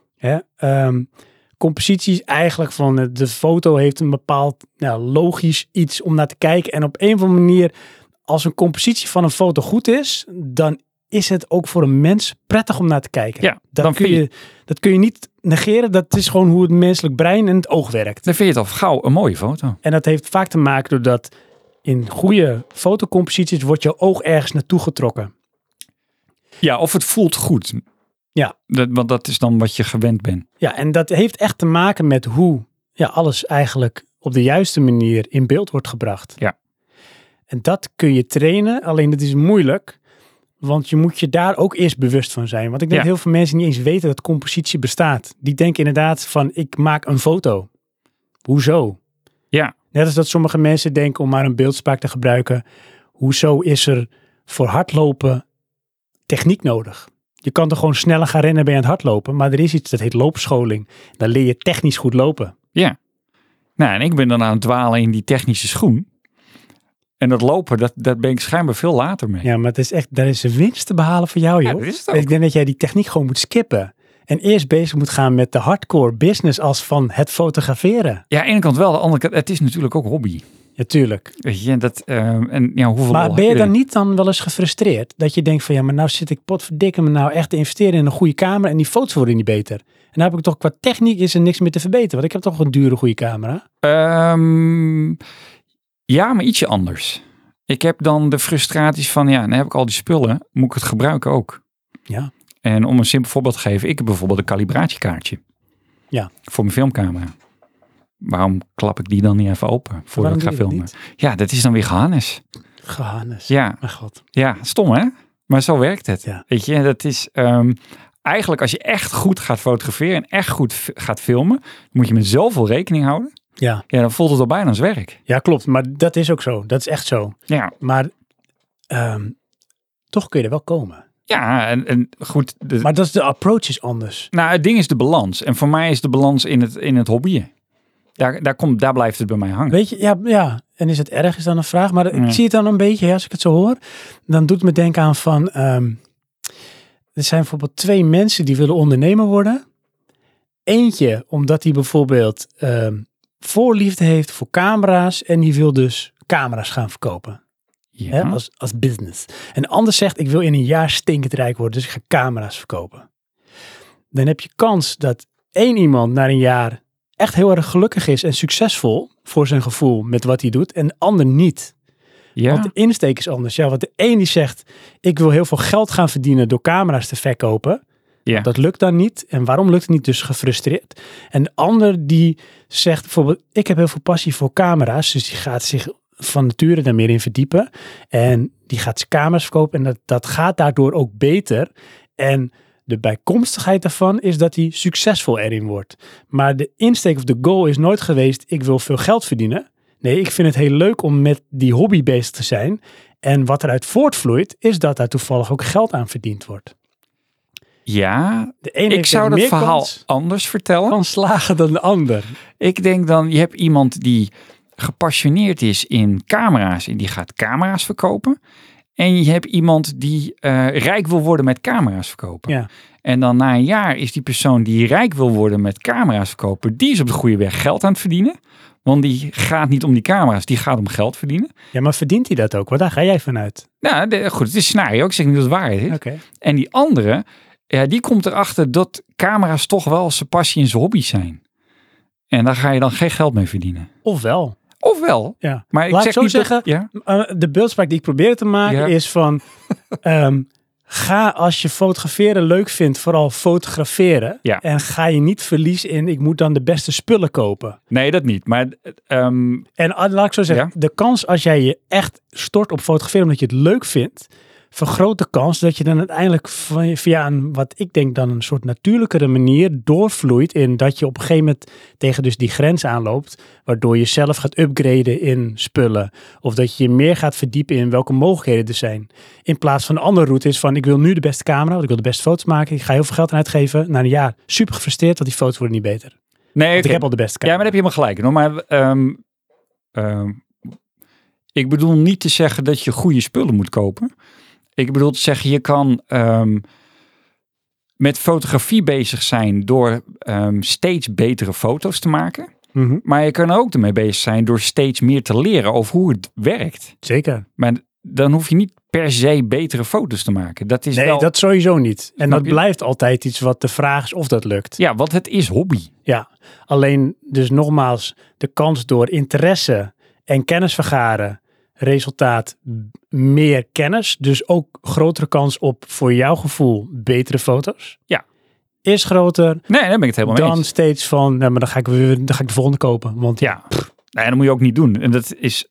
Compositie is eigenlijk van de foto heeft een bepaald logisch iets om naar te kijken. En op een of andere manier, als een compositie van een foto goed is, dan is het ook voor een mens prettig om naar te kijken. Ja, dat kun je niet negeren. Dat is gewoon hoe het menselijk brein en het oog werkt. Dan vind je het al gauw een mooie foto. En dat heeft vaak te maken doordat in goede fotocomposities wordt jouw oog ergens naartoe getrokken. Ja, of het voelt goed. Ja. Want dat is dan wat je gewend bent. Ja, en dat heeft echt te maken met hoe alles eigenlijk op de juiste manier in beeld wordt gebracht. Ja. En dat kun je trainen, alleen het is moeilijk, want je moet je daar ook eerst bewust van zijn. Want ik denk dat heel veel mensen niet eens weten dat compositie bestaat. Die denken inderdaad van, ik maak een foto. Hoezo? Ja. Net als dat sommige mensen denken, om maar een beeldspraak te gebruiken, hoezo is er voor hardlopen techniek nodig? Je kan er gewoon sneller gaan rennen bij aan het hardlopen, maar er is iets dat heet loopscholing. Dan leer je technisch goed lopen. Ja. Nou, en ik ben dan aan het dwalen in die technische schoen. En dat lopen, dat ben ik schijnbaar veel later mee. Ja, maar het is echt, daar is een winst te behalen voor jou, joh. Ja, dat is het ook. Ik denk dat jij die techniek gewoon moet skippen. En eerst bezig moet gaan met de hardcore business als van het fotograferen. Ja, aan de ene kant wel, de andere kant, het is natuurlijk ook hobby. Ja, tuurlijk. Weet je, hoeveel maar ben je dan niet dan wel eens gefrustreerd? Dat je denkt van, ja, maar nou zit ik potverdikke me nou echt te investeren in een goede camera en die foto's worden niet beter. En dan heb ik toch qua techniek is er niks meer te verbeteren, want ik heb toch een dure goede camera. Ja, maar ietsje anders. Ik heb dan de frustraties van, dan heb ik al die spullen, moet ik het gebruiken ook. Ja. En om een simpel voorbeeld te geven, ik heb bijvoorbeeld een calibratiekaartje. Ja. Voor mijn filmcamera. Waarom klap ik die dan niet even open voordat ik ga filmen? Ja, dat is dan weer gehannes. Gehannes. Ja. Mijn god. Ja, stom hè? Maar zo werkt het. Ja. Weet je, dat is eigenlijk als je echt goed gaat fotograferen en echt goed gaat filmen, moet je met zoveel rekening houden. Ja. Ja, dan voelt het al bijna als werk. Ja, klopt. Maar dat is ook zo. Dat is echt zo. Ja. Maar toch kun je er wel komen. Ja, en goed. Maar dat is de approach is anders. Nou, het ding is de balans. En voor mij is de balans in het hobbyen. Daar blijft het bij mij hangen. Weet je, ja. En is het erg, is dan een vraag. Maar ik zie het dan een beetje, als ik het zo hoor. Dan doet het me denken aan van, er zijn bijvoorbeeld 2 mensen die willen ondernemer worden. Eentje, omdat hij bijvoorbeeld voorliefde heeft voor camera's. En die wil dus camera's gaan verkopen. Ja. Hè, als business. En de ander zegt, ik wil in een jaar stinkend rijk worden, dus ik ga camera's verkopen. Dan heb je kans dat 1 iemand na een jaar echt heel erg gelukkig is en succesvol voor zijn gevoel met wat hij doet en de ander niet. Ja. Want de insteek is anders. Ja, want de een die zegt, ik wil heel veel geld gaan verdienen door camera's te verkopen. Ja. Dat lukt dan niet. En waarom lukt het niet? Dus gefrustreerd. En de ander die zegt bijvoorbeeld, ik heb heel veel passie voor camera's, dus die gaat zich van nature daar meer in verdiepen. En die gaat zijn camera's verkopen en dat gaat daardoor ook beter. En de bijkomstigheid daarvan is dat hij succesvol erin wordt. Maar de insteek of de goal is nooit geweest, ik wil veel geld verdienen. Nee, ik vind het heel leuk om met die hobby bezig te zijn. En wat eruit voortvloeit, is dat daar toevallig ook geld aan verdiend wordt. Ja, De ene ik zou dat verhaal kans anders vertellen. van slagen dan de ander. Ik denk dan, je hebt iemand die gepassioneerd is in camera's en die gaat camera's verkopen. En je hebt iemand die rijk wil worden met camera's verkopen. Ja. En dan na een jaar is die persoon die rijk wil worden met camera's verkopen, die is op de goede weg geld aan het verdienen. Want die gaat niet om die camera's, die gaat om geld verdienen. Ja, maar verdient hij dat ook? Want daar ga jij vanuit. Nou, goed, het is scenario. Ik zeg niet dat het waarheid is. Oké. En die andere, die komt erachter dat camera's toch wel zijn passie en zijn hobby zijn. En daar ga je dan geen geld mee verdienen. Ofwel. Ofwel. Ja. Maar ik Laat zeg ik zo niet zeggen, de beeldspraak die ik probeer te maken is van, ga als je fotograferen leuk vindt, vooral fotograferen. Ja. En ga je niet verliezen in, ik moet dan de beste spullen kopen. Nee, dat niet. Maar En laat ik zo zeggen, de kans als jij je echt stort op fotograferen omdat je het leuk vindt, vergroot de kans dat je dan uiteindelijk via een, wat ik denk dan een soort natuurlijkere manier doorvloeit in dat je op een gegeven moment tegen dus die grens aanloopt, waardoor je zelf gaat upgraden in spullen. Of dat je je meer gaat verdiepen in welke mogelijkheden er zijn. In plaats van een andere route is van ik wil nu de beste camera, want ik wil de beste foto's maken. Ik ga heel veel geld aan uitgeven. Na een jaar super gefrustreerd, want die foto's worden niet beter. Nee, ik heb al de beste camera. Ja, maar daar heb je helemaal gelijk. Maar ik bedoel niet te zeggen dat je goede spullen moet kopen. Ik bedoel te zeggen, je kan met fotografie bezig zijn door steeds betere foto's te maken. Mm-hmm. Maar je kan ook ermee bezig zijn door steeds meer te leren over hoe het werkt. Zeker. Maar dan hoef je niet per se betere foto's te maken. Dat is dat sowieso niet. En dat blijft altijd iets wat de vraag is of dat lukt. Ja, want het is hobby. Ja, alleen dus nogmaals de kans door interesse en kennis vergaren, resultaat meer kennis, dus ook grotere kans op voor jouw gevoel betere foto's. Ja. Is groter. Nee, daar ben ik het helemaal mee dan eens. Steeds van, nou, maar dan ga ik de volgende kopen. Want ja, nee, dat moet je ook niet doen. En dat is,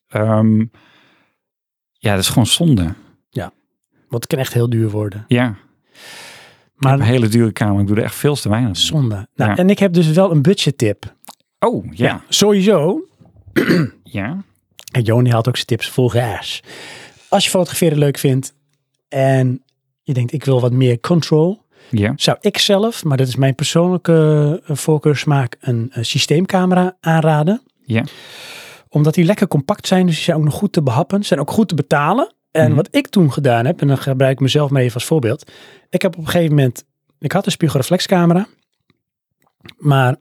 dat is gewoon zonde. Ja, want het kan echt heel duur worden. Ja. Maar een hele dure kamer. Ik doe er echt veel te weinig. Zonde. Nou, en ik heb dus wel een budgettip. Oh, ja. Sowieso. Ja. En Joni haalt ook zijn tips vol gas. Als je fotograferen leuk vindt en je denkt ik wil wat meer control, zou ik zelf, maar dat is mijn persoonlijke voorkeursmaak, een systeemcamera aanraden. Ja. Omdat die lekker compact zijn, dus die zijn ook nog goed te behappen, zijn ook goed te betalen. En wat ik toen gedaan heb, en dan gebruik ik mezelf maar even als voorbeeld. Ik heb op een gegeven moment, ik had een spiegelreflexcamera, maar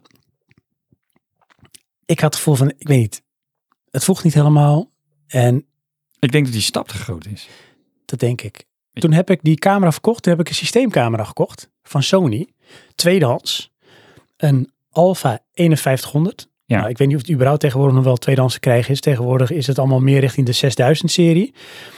ik had het gevoel van, ik weet niet, het voegt niet helemaal. En ik denk dat die stap te groot is. Dat denk ik. Toen heb ik die camera verkocht. Toen heb ik een systeemcamera gekocht van Sony. Tweedehands. Een Alpha 5100. Ja. Nou, ik weet niet of het überhaupt tegenwoordig nog wel tweedehands te krijgen is. Tegenwoordig is het allemaal meer richting de 6000 serie.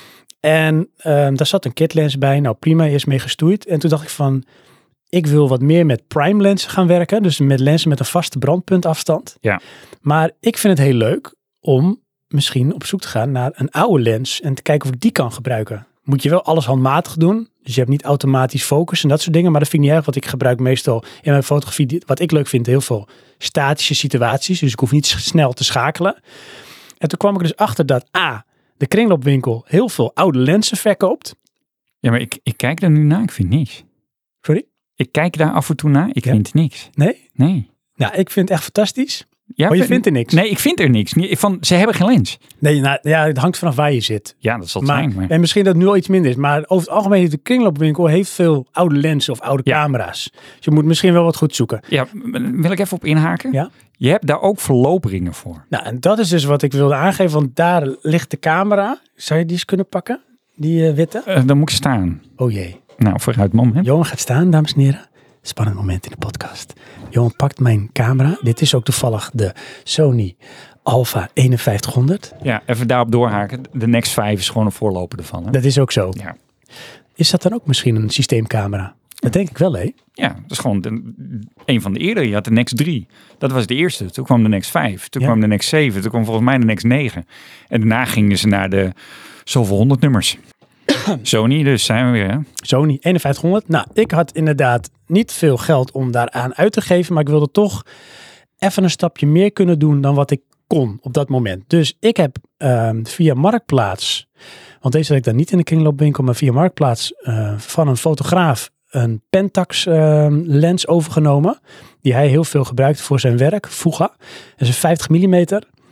En daar zat een kitlens bij. Nou prima, eerst mee gestoeid. En toen dacht ik van, ik wil wat meer met prime lenzen gaan werken. Dus met lenzen met een vaste brandpuntafstand. Ja. Maar ik vind het heel leuk om misschien op zoek te gaan naar een oude lens en te kijken of ik die kan gebruiken. Moet je wel alles handmatig doen. Dus je hebt niet automatisch focus en dat soort dingen. Maar dat vind ik niet erg, want ik gebruik meestal in mijn fotografie, wat ik leuk vind, heel veel statische situaties. Dus ik hoef niet snel te schakelen. En toen kwam ik dus achter dat de kringloopwinkel heel veel oude lenzen verkoopt. Ja, maar ik kijk daar nu naar. Ik vind niks. Sorry? Ik kijk daar af en toe naar. Ik vind niks. Nee? Nee. Nou, ik vind het echt fantastisch. Ja, maar je vindt er niks. Nee, ik vind er niks. Ze hebben geen lens. Nee, nou, ja, het hangt vanaf waar je zit. Ja, dat zal het zijn. Maar... En misschien dat het nu al iets minder is. Maar over het algemeen, de kringloopwinkel heeft veel oude lenzen of oude camera's. Dus je moet misschien wel wat goed zoeken. Ja, wil ik even op inhaken? Ja. Je hebt daar ook verloopringen voor. Nou, en dat is dus wat ik wilde aangeven. Want daar ligt de camera. Zou je die eens kunnen pakken? Die witte? Dan moet ik staan. Oh jee. Nou, vooruit moment. Johan gaat staan, dames en heren. Spannend moment in de podcast. Johan pakt mijn camera. Dit is ook toevallig de Sony Alpha 5100. Ja, even daarop doorhaken. De Nex 5 is gewoon een voorloper ervan. Hè? Dat is ook zo. Ja. Is dat dan ook misschien een systeemcamera? Dat denk ik wel, hè? Ja, dat is gewoon een van de eerdere. Je had de Nex 3. Dat was de eerste. Toen kwam de Nex 5. Toen kwam de Nex 7. Toen kwam volgens mij de Nex 9. En daarna gingen ze naar de zoveel 100 nummers. Sony, dus zijn we weer. Hè? Sony 5100. Nou, ik had inderdaad niet veel geld om daaraan uit te geven. Maar ik wilde toch even een stapje meer kunnen doen dan wat ik kon op dat moment. Dus ik heb via Marktplaats, want deze had ik dan niet in de kringloopwinkel, maar via Marktplaats van een fotograaf een Pentax lens overgenomen. Die hij heel veel gebruikt voor zijn werk. Fuga. Dat is een 50 mm.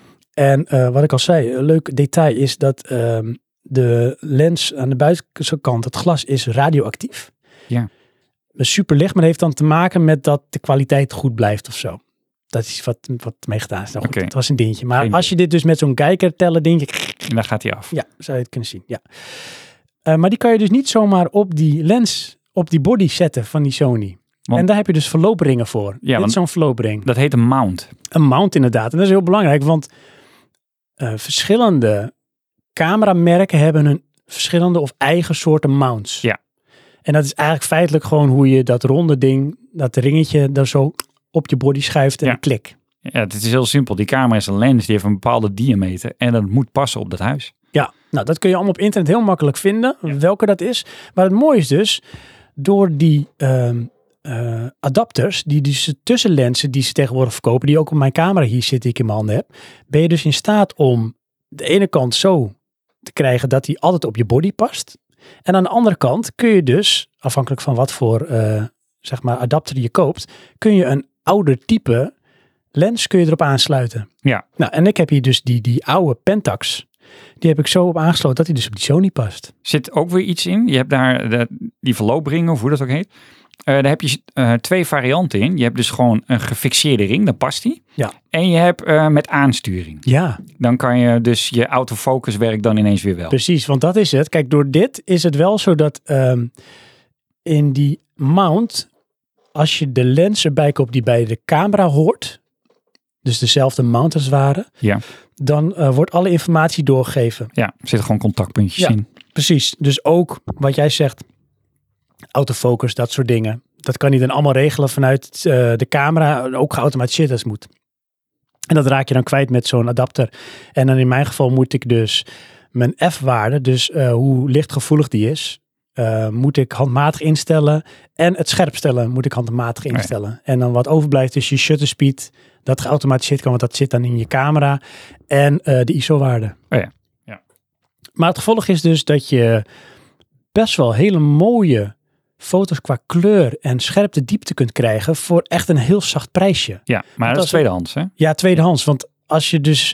En wat ik al zei, een leuk detail is dat de lens aan de buitenkant, het glas, is radioactief. Ja. Super licht, maar dat heeft dan te maken met dat de kwaliteit goed blijft of zo. Dat is wat mee gedaan is. Nou goed, dat was een dingetje. Maar als je dit dus met zo'n kijkerteller dingetje... En dan gaat hij af. Ja, zou je het kunnen zien. Ja. Maar die kan je dus niet zomaar op die lens, op die body zetten van die Sony. En daar heb je dus verloopringen voor. Ja, dit is zo'n verloopring. Dat heet een mount. Een mount inderdaad. En dat is heel belangrijk, want verschillende cameramerken hebben een verschillende of eigen soorten mounts. Ja. En dat is eigenlijk feitelijk gewoon hoe je dat ronde ding, dat ringetje daar zo op je body schuift en klik. Ja, het is heel simpel. Die camera is een lens, die heeft een bepaalde diameter en dat moet passen op dat huis. Ja, Nou, dat kun je allemaal op internet heel makkelijk vinden, welke dat is. Maar het mooie is dus, door die adapters, die tussenlenzen die ze tegenwoordig verkopen, die ook op mijn camera hier zit, die ik in mijn handen heb, ben je dus in staat om de ene kant zo te krijgen dat die altijd op je body past. En aan de andere kant kun je dus, afhankelijk van wat voor adapter je koopt, kun je een ouder type lens kun je erop aansluiten. Ja. Nou, en ik heb hier dus die oude Pentax. Die heb ik zo op aangesloten dat hij dus op die Sony past. Zit ook weer iets in. Je hebt daar die verloopringen, of hoe dat ook heet. Daar heb je 2 varianten in. Je hebt dus gewoon een gefixeerde ring, dan past die. Ja. En je hebt met aansturing. Ja. Dan kan je dus je autofocus werkt dan ineens weer wel. Precies, want dat is het. Kijk, door dit is het wel zo dat in die mount, als je de lens erbij koopt die bij de camera hoort, dus dezelfde mount als het ware, dan wordt alle informatie doorgegeven. Ja, er zitten gewoon contactpuntjes in. Precies, dus ook wat jij zegt, autofocus, dat soort dingen. Dat kan hij dan allemaal regelen vanuit de camera, ook geautomatiseerd als het moet. En dat raak je dan kwijt met zo'n adapter. En dan in mijn geval moet ik dus mijn F-waarde, dus hoe lichtgevoelig die is, moet ik handmatig instellen. En het scherp stellen moet ik handmatig instellen. Ja. En dan wat overblijft is je shutter speed, dat geautomatiseerd kan, want dat zit dan in je camera. En de ISO-waarde. Oh ja. Ja. Maar het gevolg is dus dat je best wel hele mooie foto's qua kleur en scherpte diepte kunt krijgen voor echt een heel zacht prijsje. Ja, maar dat is tweedehands, hè? Ja, tweedehands. Want als je dus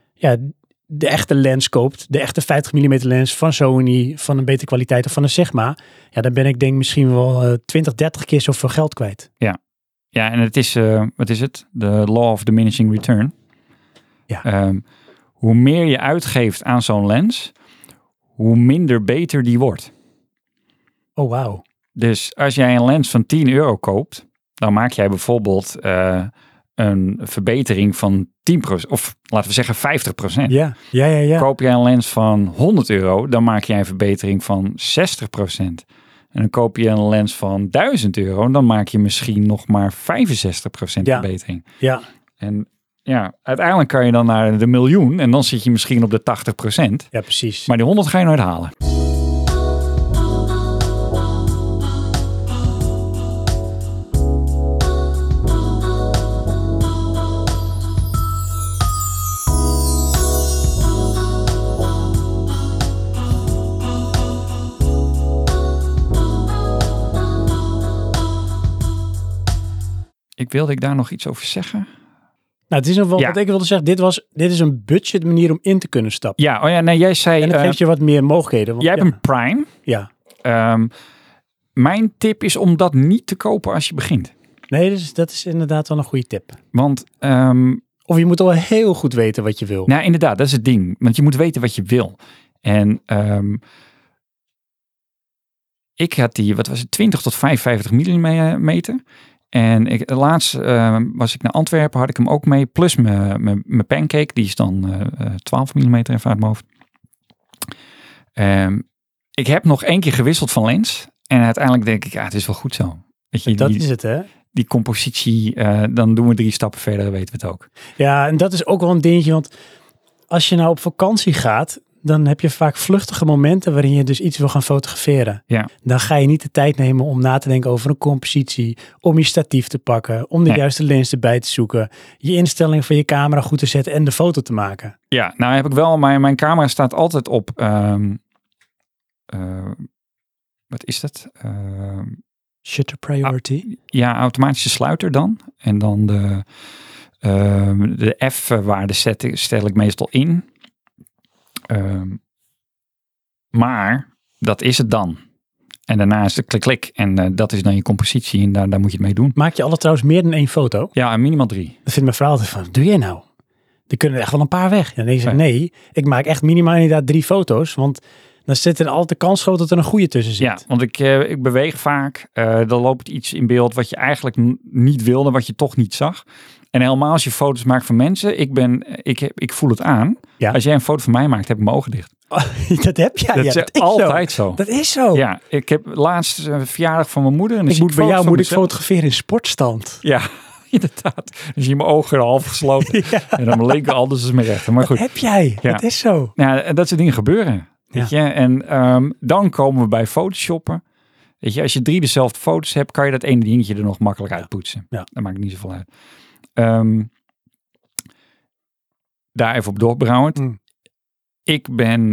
de echte lens koopt, de echte 50 mm lens van Sony, van een betere kwaliteit of van een Sigma, ja, dan ben ik denk misschien wel 20, 30 keer zoveel geld kwijt. Ja. Ja, en het is, wat is het? De law of diminishing return. Ja. Hoe meer je uitgeeft aan zo'n lens, hoe minder beter die wordt. Oh, wauw. Dus als jij een lens van €10 koopt, dan maak jij bijvoorbeeld een verbetering van 10%, of laten we zeggen 50%. Ja. Koop jij een lens van €100, dan maak jij een verbetering van 60%. En dan koop je een lens van €1000, dan maak je misschien nog maar 65% verbetering. Ja. En ja, uiteindelijk kan je dan naar de miljoen en dan zit je misschien op de 80%. Ja, precies. Maar die 100 ga je nooit halen. Wilde ik daar nog iets over zeggen? Nou, het is nog wel wat ik wilde zeggen. Dit is een budget manier om in te kunnen stappen. Ja, nee, jij zei... En dat geeft je wat meer mogelijkheden. Want, jij hebt een Prime. Ja. Mijn tip is om dat niet te kopen als je begint. Nee, dus dat is inderdaad wel een goede tip. Want... of je moet al heel goed weten wat je wil. Nou, inderdaad, dat is het ding. Want je moet weten wat je wil. En ik had die, 20 tot 55 millimeter. En laatst was ik naar Antwerpen, had ik hem ook mee. Plus mijn Pancake, die is dan 12 mm even uit mijn hoofd. Ik heb nog 1 keer gewisseld van lens. En uiteindelijk denk ik, het is wel goed zo. Weet je, dat is het, hè? Die compositie, dan doen we 3 stappen verder, dan weten we het ook. Ja, en dat is ook wel een dingetje. Want als je nou op vakantie gaat, dan heb je vaak vluchtige momenten waarin je dus iets wil gaan fotograferen. Ja. Dan ga je niet de tijd nemen om na te denken over een compositie, om je statief te pakken, om de juiste lens erbij te zoeken, je instelling van je camera goed te zetten en de foto te maken. Ja, nou heb ik wel, mijn camera staat altijd op, wat is dat? Shutter priority? Ja, automatische sluiter dan. En dan de F-waarde stel ik meestal in. Maar dat is het dan. En daarna is het klik. En dat is dan je compositie. En daar moet je het mee doen. Maak je alle trouwens meer dan 1 foto? Ja, minimaal 3. Dat vindt mijn vrouw altijd van, wat doe jij nou? Er kunnen echt wel een paar weg. En dan zeg ik, nee, ik maak echt minimaal inderdaad 3 foto's. Want dan zit er altijd de kans groot dat er een goede tussen zit. Ja, want ik beweeg vaak. Dan loopt iets in beeld wat je eigenlijk niet wilde. Wat je toch niet zag. En helemaal als je foto's maakt van mensen. Ik voel het aan. Ja. Als jij een foto van mij maakt, heb ik mijn ogen dicht. Oh, dat heb jij. Dat is altijd zo. Dat is zo. Ja, ik heb laatst verjaardag van mijn moeder. En ik moet bij jou fotograferen in sportstand. Ja. inderdaad. Dan zie je mijn ogen half gesloten. En dan mijn linker, anders is mijn rechter. Maar goed. Dat heb jij. Ja. Dat is zo. Ja, en dat soort dingen gebeuren. Weet je? En dan komen we bij photoshoppen. Weet je, als je 3 dezelfde foto's hebt, kan je dat ene dingetje er nog makkelijk uitpoetsen. Ja. Dat maakt niet zoveel uit. Daar even op doorbrouwend. Ik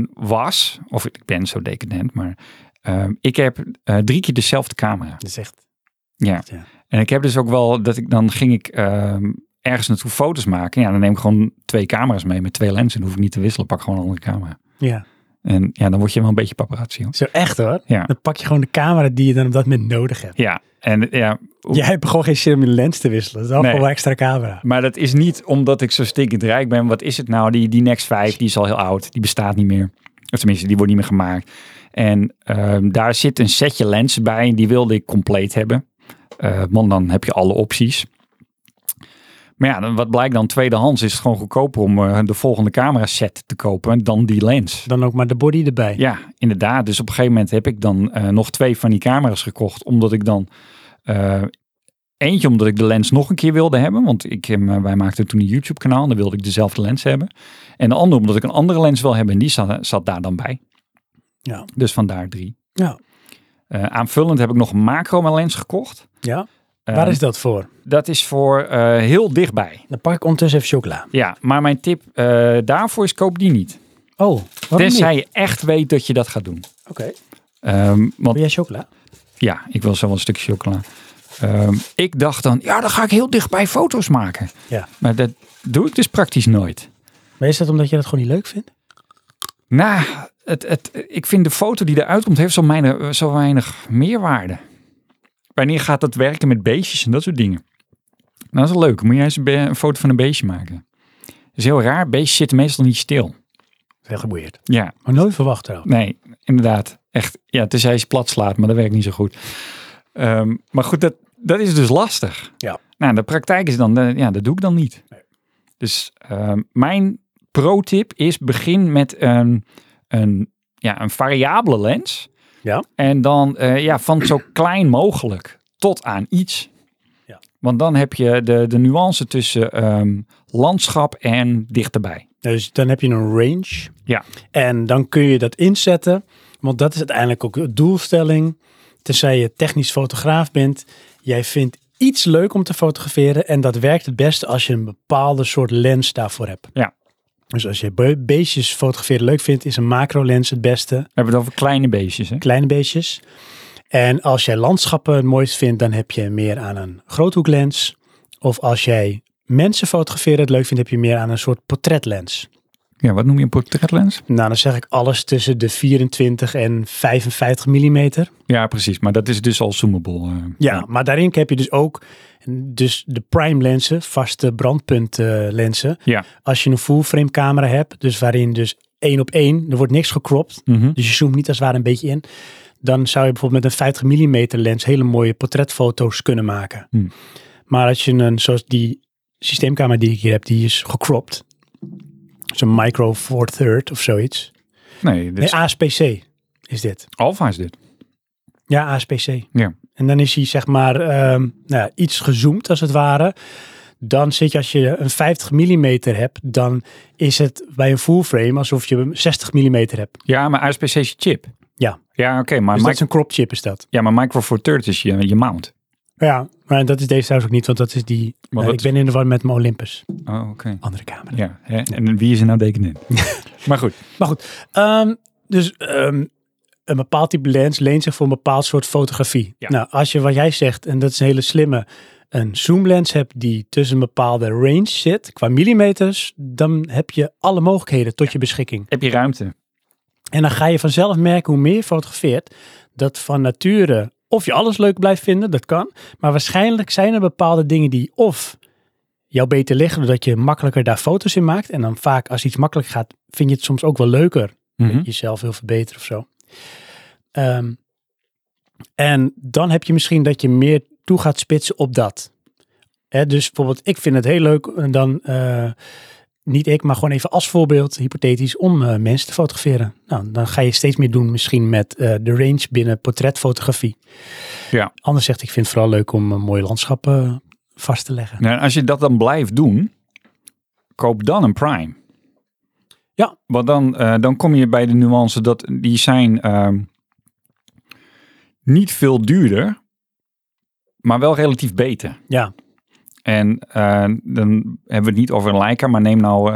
ben zo decadent, maar ik heb 3 keer dezelfde camera. Dat is echt... Ja. En ik heb dus ook wel, dan ging ik ergens naartoe foto's maken. Ja, dan neem ik gewoon 2 camera's mee met 2 lenzen. Dan hoef ik niet te wisselen, pak gewoon een andere camera. Ja. En ja, dan word je wel een beetje paparazzi, hoor. Zo echt hoor. Ja. Dan pak je gewoon de camera die je dan op dat moment nodig hebt. Ja, en ja. Jij hebt gewoon geen zin om je lens te wisselen. Dat is al gewoon extra camera. Maar dat is niet omdat ik zo stinkend rijk ben. Wat is het nou? Die Nex 5, die is al heel oud. Die bestaat niet meer. Of tenminste, die wordt niet meer gemaakt. En daar zit een setje lenzen bij. En die wilde ik compleet hebben. Want dan heb je alle opties. Maar ja, wat blijkt dan tweedehands, is het gewoon goedkoper om de volgende camera set te kopen dan die lens. Dan ook maar de body erbij. Ja, inderdaad. Dus op een gegeven moment heb ik dan nog 2 van die camera's gekocht. Omdat ik dan, eentje omdat ik de lens nog een keer wilde hebben. Want wij maakten toen een YouTube kanaal en dan wilde ik dezelfde lens hebben. En de andere omdat ik een andere lens wil hebben en die zat daar dan bij. Ja. Dus vandaar 3. Ja. Aanvullend heb ik nog een macro lens gekocht. Ja. Waar is dat voor? Dat is voor heel dichtbij. Dan pak ik ondertussen even chocola. Ja, maar mijn tip daarvoor is koop die niet. Oh, tenzij je echt weet dat je dat gaat doen. Oké. Want wil jij chocola? Ja, ik wil zo wel een stukje chocola. Ik dacht dan, dan ga ik heel dichtbij foto's maken. Ja. Maar dat doe ik dus praktisch nooit. Maar is dat omdat je dat gewoon niet leuk vindt? Nou, ik vind de foto die eruit komt, heeft zo weinig meerwaarde. Wanneer gaat dat werken met beestjes en dat soort dingen? Nou, dat is wel leuk. Moet jij eens een foto van een beestje maken? Dat is heel raar. Beestjes zitten meestal niet stil. Heel geboeid. Ja. Maar nooit verwacht trouwens. Nee, inderdaad. Echt. Ja, tenzij je ze plat slaat, maar dat werkt niet zo goed. Maar goed, dat is dus lastig. Ja. Nou, de praktijk is dan, dat doe ik dan niet. Nee. Dus mijn pro-tip is begin met een variabele lens. Ja. En dan van zo klein mogelijk tot aan iets. Ja. Want dan heb je de nuance tussen landschap en dichterbij. Dus dan heb je een range. Ja. En dan kun je dat inzetten. Want dat is uiteindelijk ook de doelstelling. Tenzij je technisch fotograaf bent. Jij vindt iets leuk om te fotograferen. En dat werkt het beste als je een bepaalde soort lens daarvoor hebt. Ja. Dus als je beestjes fotograferen leuk vindt, is een macro lens het beste. We hebben het over kleine beestjes, hè? Kleine beestjes. En als jij landschappen het mooist vindt, dan heb je meer aan een groothoeklens. Of als jij mensen fotograferen het leuk vindt, heb je meer aan een soort portretlens. Ja, wat noem je een portretlens? Nou, dan zeg ik alles tussen de 24 en 55 millimeter. Ja, precies. Maar dat is dus al zoomable. Maar daarin heb je dus ook de prime lenzen, vaste brandpuntlenzen. Ja. Als je een full frame camera hebt, dus waarin dus 1 op 1, er wordt niks gekropt. Mm-hmm. Dus je zoomt niet als het ware een beetje in. Dan zou je bijvoorbeeld met een 50 millimeter lens hele mooie portretfoto's kunnen maken. Maar als je zoals die systeemcamera die ik hier heb, die is gekropt. Zo'n micro four third of zoiets. Nee, ASPC is dit. Alpha is dit. Ja, ASPC. Ja. En dan is hij zeg maar iets gezoomd als het ware. Dan zit je, als je een 50 millimeter hebt, dan is het bij een full frame alsof je een 60 millimeter hebt. Ja, maar ASPC is je chip. Ja. Ja, oké. Maar dus dat is een crop chip is dat. Ja, maar micro four third is je mount. Ja, maar dat is deze trouwens ook niet, want dat is die... ik ben in de war met mijn Olympus. Oh, oké. Andere camera. Ja, hè? En wie is er nou decadent? Maar goed. Een bepaald type lens leent zich voor een bepaald soort fotografie. Ja. Nou, als je wat jij zegt, en dat is een hele slimme, een zoomlens hebt die tussen een bepaalde range zit, qua millimeters, dan heb je alle mogelijkheden tot je beschikking. Heb je ruimte. En dan ga je vanzelf merken, hoe meer je fotografeert, dat van nature, of je alles leuk blijft vinden, dat kan, maar waarschijnlijk zijn er bepaalde dingen die of jou beter liggen, doordat je makkelijker daar foto's in maakt. En dan vaak, als iets makkelijk gaat, vind je het soms ook wel leuker. Mm-hmm. Jezelf heel verbeteren of zo. En dan heb je misschien dat je meer toe gaat spitsen op dat. Dus bijvoorbeeld, ik vind het heel leuk, en dan niet ik, maar gewoon even als voorbeeld, hypothetisch, om mensen te fotograferen. Nou, dan ga je steeds meer doen misschien met de range binnen portretfotografie. Ja. Anders zegt, ik vind het vooral leuk om mooie landschappen vast te leggen. Nou, als je dat dan blijft doen, koop dan een prime. Ja. Want dan kom je bij de nuance dat die zijn niet veel duurder, maar wel relatief beter. Ja. En dan hebben we het niet over een Leica, maar neem nou...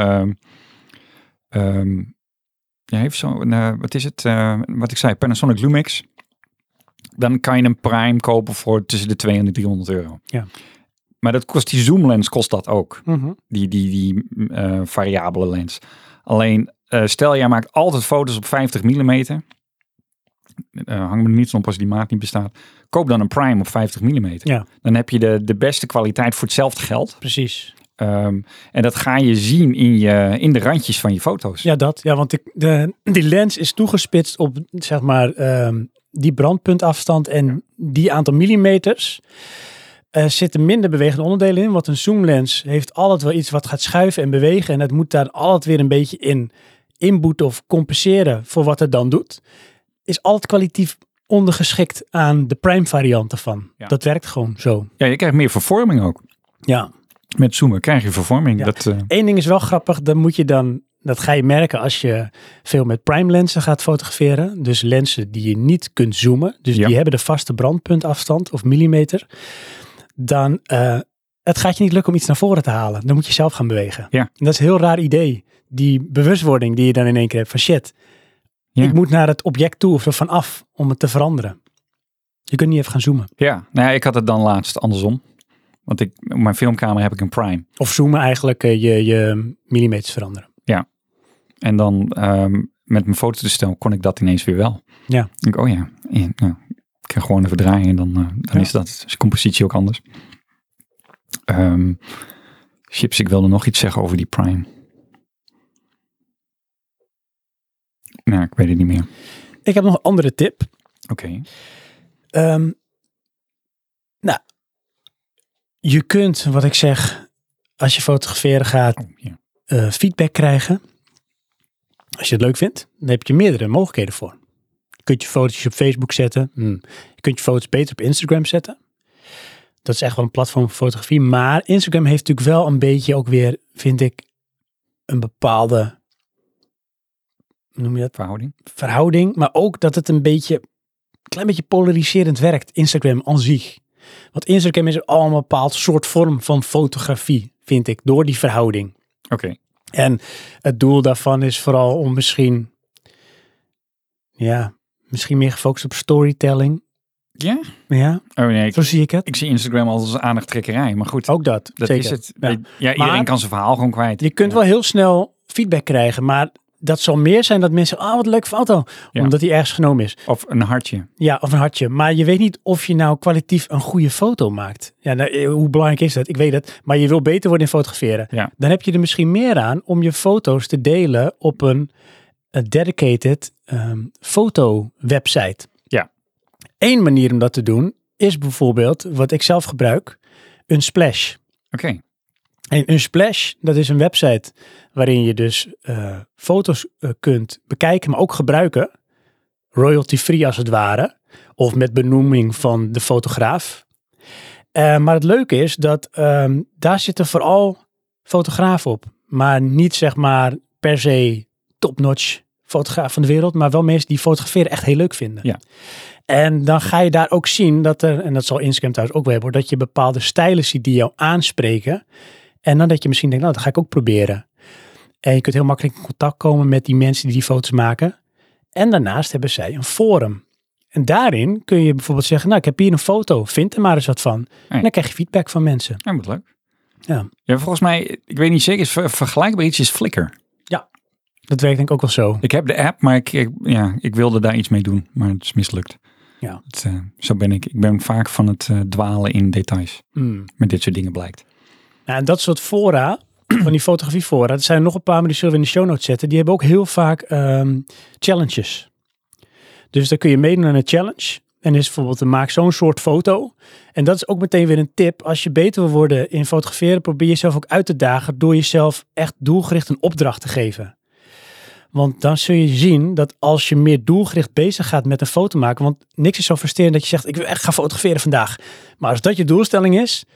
heeft wat is het? Wat ik zei, Panasonic Lumix. Dan kan je een prime kopen voor tussen de 200 en de 300 euro. Ja. Maar dat kost die zoomlens kost dat ook. Mm-hmm. Die variabele lens. Alleen, stel jij maakt altijd foto's op 50 mm. Hang me er niet van op als die maat niet bestaat. Koop dan een prime op 50 mm. Ja. Dan heb je de beste kwaliteit voor hetzelfde geld. Precies. En dat ga je zien in de randjes van je foto's. Ja, dat. Ja, want die lens is toegespitst op, zeg maar, die brandpuntafstand en die aantal millimeters. Zitten minder bewegende onderdelen in. Want een zoomlens heeft altijd wel iets wat gaat schuiven en bewegen. En het moet daar altijd weer een beetje in inboeten of compenseren voor wat het dan doet. Is altijd kwalitatief ondergeschikt aan de prime variant ervan. Ja. Dat werkt gewoon zo. Ja, je krijgt meer vervorming ook. Ja. Met zoomen krijg je vervorming. Ja. Eén ding is wel grappig, dat ga je merken als je veel met prime lenzen gaat fotograferen. Dus lenzen die je niet kunt zoomen. Dus die hebben de vaste brandpuntafstand of millimeter. Dan, het gaat je niet lukken om iets naar voren te halen. Dan moet je zelf gaan bewegen. Ja. En dat is een heel raar idee. Die bewustwording die je dan in één keer hebt van shit. Ja. Ik moet naar het object toe of er vanaf om het te veranderen. Je kunt niet even gaan zoomen. Ja, nou ja, ik had het dan laatst andersom. Want op mijn filmcamera heb ik een prime. Of zoomen eigenlijk je millimeters veranderen. Ja. En dan met mijn fototoestel kon ik dat ineens weer wel. Ja. Ik ik kan gewoon even draaien en dan is dat. Dus de compositie ook anders. Chips, ik wilde nog iets zeggen over die prime. Nou, ik weet het niet meer. Ik heb nog een andere tip. Oké. Nou, je kunt, wat ik zeg, als je fotograferen gaat, feedback krijgen. Als je het leuk vindt, dan heb je meerdere mogelijkheden voor. Je kunt je foto's op Facebook zetten. Je kunt je foto's beter op Instagram zetten. Dat is echt wel een platform voor fotografie. Maar Instagram heeft natuurlijk wel een beetje ook weer, vind ik, een bepaalde... noem je dat? Verhouding, maar ook dat het een klein beetje polariserend werkt, Instagram aan zich. Want Instagram is al een bepaald soort vorm van fotografie, vind ik, door die verhouding. Oké. En het doel daarvan is vooral om misschien meer gefocust op storytelling. Ja? Ja, oh, nee, zo zie ik het. Ik zie Instagram als aandachttrekkerij, maar goed. Ook dat zeker. Is het. Ja, iedereen kan zijn verhaal gewoon kwijt. Je kunt wel heel snel feedback krijgen, maar dat zal meer zijn dat mensen, wat een leuke foto. Ja. Omdat die ergens genomen is. Of een hartje. Ja, of een hartje. Maar je weet niet of je nou kwalitatief een goede foto maakt. Ja, nou, hoe belangrijk is dat? Ik weet het. Maar je wil beter worden in fotograferen. Ja. Dan heb je er misschien meer aan om je foto's te delen op een dedicated foto-website. Ja. Eén manier om dat te doen is bijvoorbeeld, wat ik zelf gebruik, Unsplash. Oké. En Unsplash, dat is een website waarin je dus foto's kunt bekijken, maar ook gebruiken. Royalty-free als het ware. Of met benoeming van de fotograaf. Maar het leuke is dat daar zitten vooral fotografen op. Maar niet zeg maar per se top-notch fotograaf van de wereld. Maar wel mensen die fotograferen echt heel leuk vinden. Ja. En dan ga je daar ook zien dat er, en dat zal Instagram thuis ook wel hebben, dat je bepaalde stijlen ziet die jou aanspreken. En dan dat je misschien denkt, nou, dat ga ik ook proberen. En je kunt heel makkelijk in contact komen met die mensen die foto's maken. En daarnaast hebben zij een forum. En daarin kun je bijvoorbeeld zeggen, nou, ik heb hier een foto, vind er maar eens wat van. Nee. En dan krijg je feedback van mensen. Ja, wat leuk. Ja. Ja, volgens mij, ik weet niet zeker, is vergelijkbaar iets is Flickr. Ja, dat werkt denk ik ook wel zo. Ik heb de app, maar ik wilde daar iets mee doen, maar het is mislukt. Ja. Zo ben ik. Ik ben vaak van het dwalen in details. Met dit soort dingen blijkt. Nou, en dat soort fora, van die fotografiefora, er zijn nog een paar, maar die zullen we in de show notes zetten. Die hebben ook heel vaak challenges. Dus dan kun je meedoen aan een challenge. En is bijvoorbeeld, maak zo'n soort foto. En dat is ook meteen weer een tip. Als je beter wil worden in fotograferen, probeer jezelf ook uit te dagen door jezelf echt doelgericht een opdracht te geven. Want dan zul je zien dat als je meer doelgericht bezig gaat met een foto maken, want niks is zo frustrerend dat je zegt, ik wil echt gaan fotograferen vandaag. Maar als dat je doelstelling is,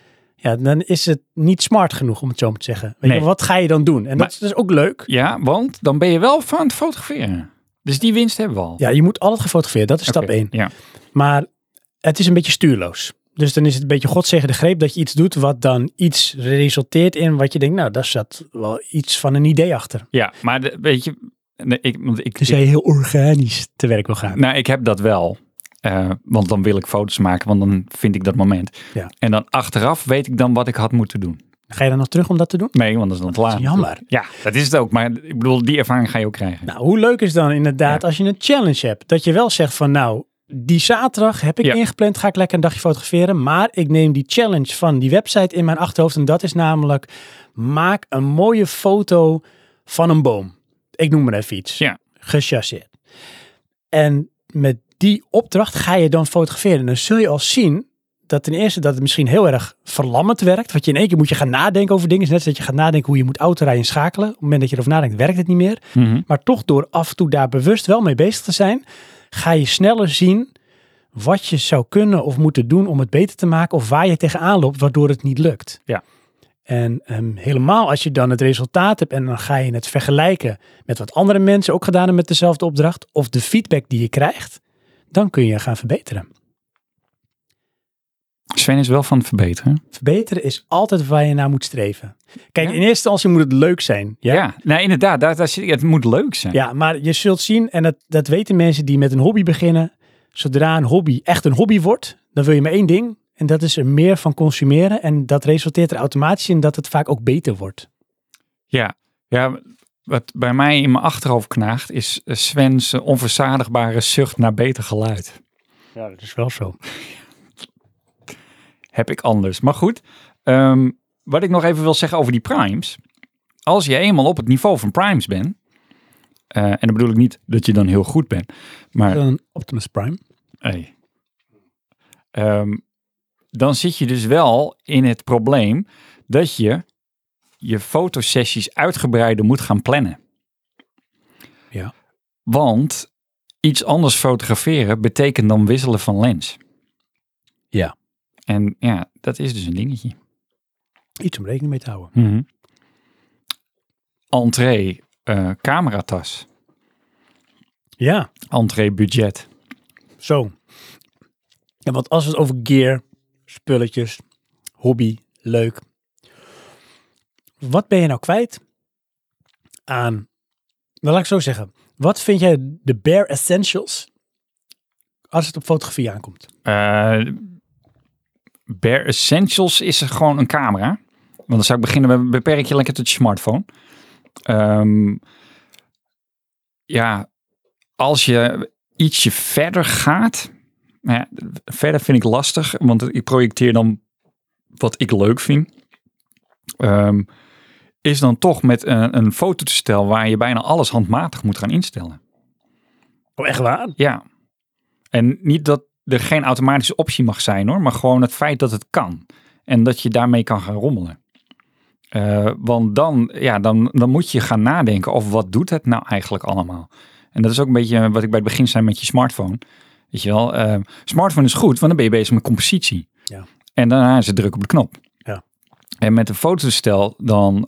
ja, dan is het niet smart genoeg, om het zo maar te zeggen. Weet Nee. je, wat ga je dan doen? En dat is dus ook leuk. Ja, want dan ben je wel van het fotograferen. Dus die winst hebben we al. Ja, je moet altijd gaan fotograferen. Dat is stap 1. Ja. Maar het is een beetje stuurloos. Dus dan is het een beetje God tegen de greep dat je iets doet wat dan iets resulteert in wat je denkt, nou, daar zat wel iets van een idee achter. Ja, maar weet je, Dus hij heel organisch te werk wil gaan. Nou, ik heb dat wel. Want dan wil ik foto's maken, want dan vind ik dat moment. Ja. En dan achteraf weet ik dan wat ik had moeten doen. Ga je dan nog terug om dat te doen? Nee, want dat is dan te laat. Dat is jammer. Ja, dat is het ook. Maar ik bedoel, die ervaring ga je ook krijgen. Nou, hoe leuk is dan inderdaad als je een challenge hebt. Dat je wel zegt van nou, die zaterdag heb ik ingepland, ga ik lekker een dagje fotograferen. Maar ik neem die challenge van die website in mijn achterhoofd. En dat is namelijk, maak een mooie foto van een boom. Ik noem maar even iets. Ja. Gechasseerd. En met die opdracht ga je dan fotograferen. En dan zul je al zien dat ten eerste dat het misschien heel erg verlammend werkt. Want je in één keer moet je gaan nadenken over dingen. Net zoals dat je gaat nadenken hoe je moet autorijden en schakelen. Op het moment dat je erover nadenkt, werkt het niet meer. Mm-hmm. Maar toch door af en toe daar bewust wel mee bezig te zijn, ga je sneller zien wat je zou kunnen of moeten doen om het beter te maken. Of waar je tegenaan loopt, waardoor het niet lukt. Ja. En helemaal als je dan het resultaat hebt en dan ga je het vergelijken met wat andere mensen ook gedaan hebben met dezelfde opdracht. Of de feedback die je krijgt, dan kun je gaan verbeteren. Sven is wel van het verbeteren. Verbeteren is altijd waar je naar moet streven. Kijk, in eerste instantie moet het leuk zijn. Ja, Nou, inderdaad. Daar zit ik. Het moet leuk zijn. ja, maar je zult zien, en dat weten mensen die met een hobby beginnen. Zodra een hobby echt een hobby wordt, dan wil je maar één ding. En dat is er meer van consumeren. En dat resulteert er automatisch in dat het vaak ook beter wordt. Ja, wat bij mij in mijn achterhoofd knaagt, is Sven's onverzadigbare zucht naar beter geluid. Ja, dat is wel zo. Heb ik anders. Maar goed, wat ik nog even wil zeggen over die primes. Als je eenmaal op het niveau van primes bent, en dan bedoel ik niet dat je dan heel goed bent, maar Een Optimus Prime. hey, dan zit je dus wel in het probleem dat je fotosessies uitgebreider moet gaan plannen. Ja. Want iets anders fotograferen betekent dan wisselen van lens. Ja. En ja, dat is dus een dingetje. Iets om rekening mee te houden. Mm-hmm. Entree, cameratas. Ja, Entree budget. zo. Ja, want als we het over gear, spulletjes, hobby, leuk. Wat ben je nou kwijt aan, nou laat ik zo zeggen. Wat vind jij de bare essentials als het op fotografie aankomt? Bare Essentials is er gewoon een camera. Want dan zou ik beginnen met beperk je lekker tot je smartphone. Als je ietsje verder gaat. Ja, verder vind ik lastig, want ik projecteer dan wat ik leuk vind. Is dan toch met een fototoestel waar je bijna alles handmatig moet gaan instellen. Oh, echt waar? Ja. En niet dat er geen automatische optie mag zijn hoor, maar gewoon het feit dat het kan. En dat je daarmee kan gaan rommelen. Want dan moet je gaan nadenken over wat doet het nou eigenlijk allemaal. En dat is ook een beetje wat ik bij het begin zei met je smartphone. Weet je wel, smartphone is goed, want dan ben je bezig met compositie. Ja. En daarna is het druk op de knop. Ja. En met een fototoestel dan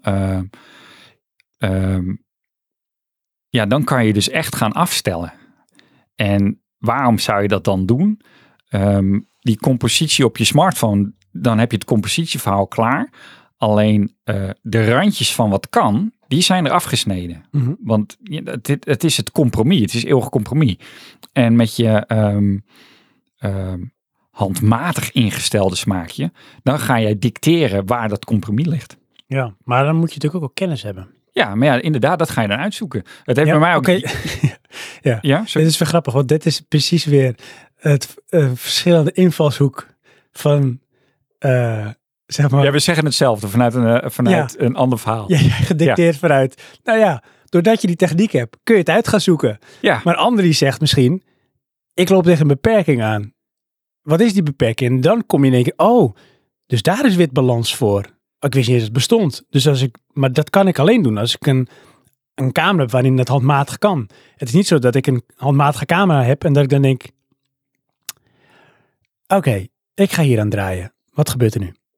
dan kan je dus echt gaan afstellen. En waarom zou je dat dan doen? Die compositie op je smartphone, dan heb je het compositieverhaal klaar. Alleen de randjes van wat kan, die zijn er afgesneden. Mm-hmm. Want het is het compromis, het is eeuwig compromis. En met je handmatig ingestelde smaakje, dan ga jij dicteren waar dat compromis ligt. Ja, maar dan moet je natuurlijk ook kennis hebben. Ja, maar ja, inderdaad, dat ga je dan uitzoeken. Het heeft bij mij ook... Ja, Ja, dit is wel grappig, want dit is precies weer het verschillende invalshoek van, zeg maar... Ja, we zeggen hetzelfde vanuit een ander verhaal. Ja, gedicteerd vanuit. Nou ja, doordat je die techniek hebt, kun je het uit gaan zoeken. Ja. Maar André die zegt misschien, ik loop tegen een beperking aan. Wat is die beperking? En dan kom je in één keer, dus daar is witbalans voor. Ik wist niet eens dat het bestond. Dus maar dat kan ik alleen doen als ik een camera heb waarin dat handmatig kan. Het is niet zo dat ik een handmatige camera heb en dat ik dan denk, oké, ik ga hier aan draaien. Wat gebeurt er nu?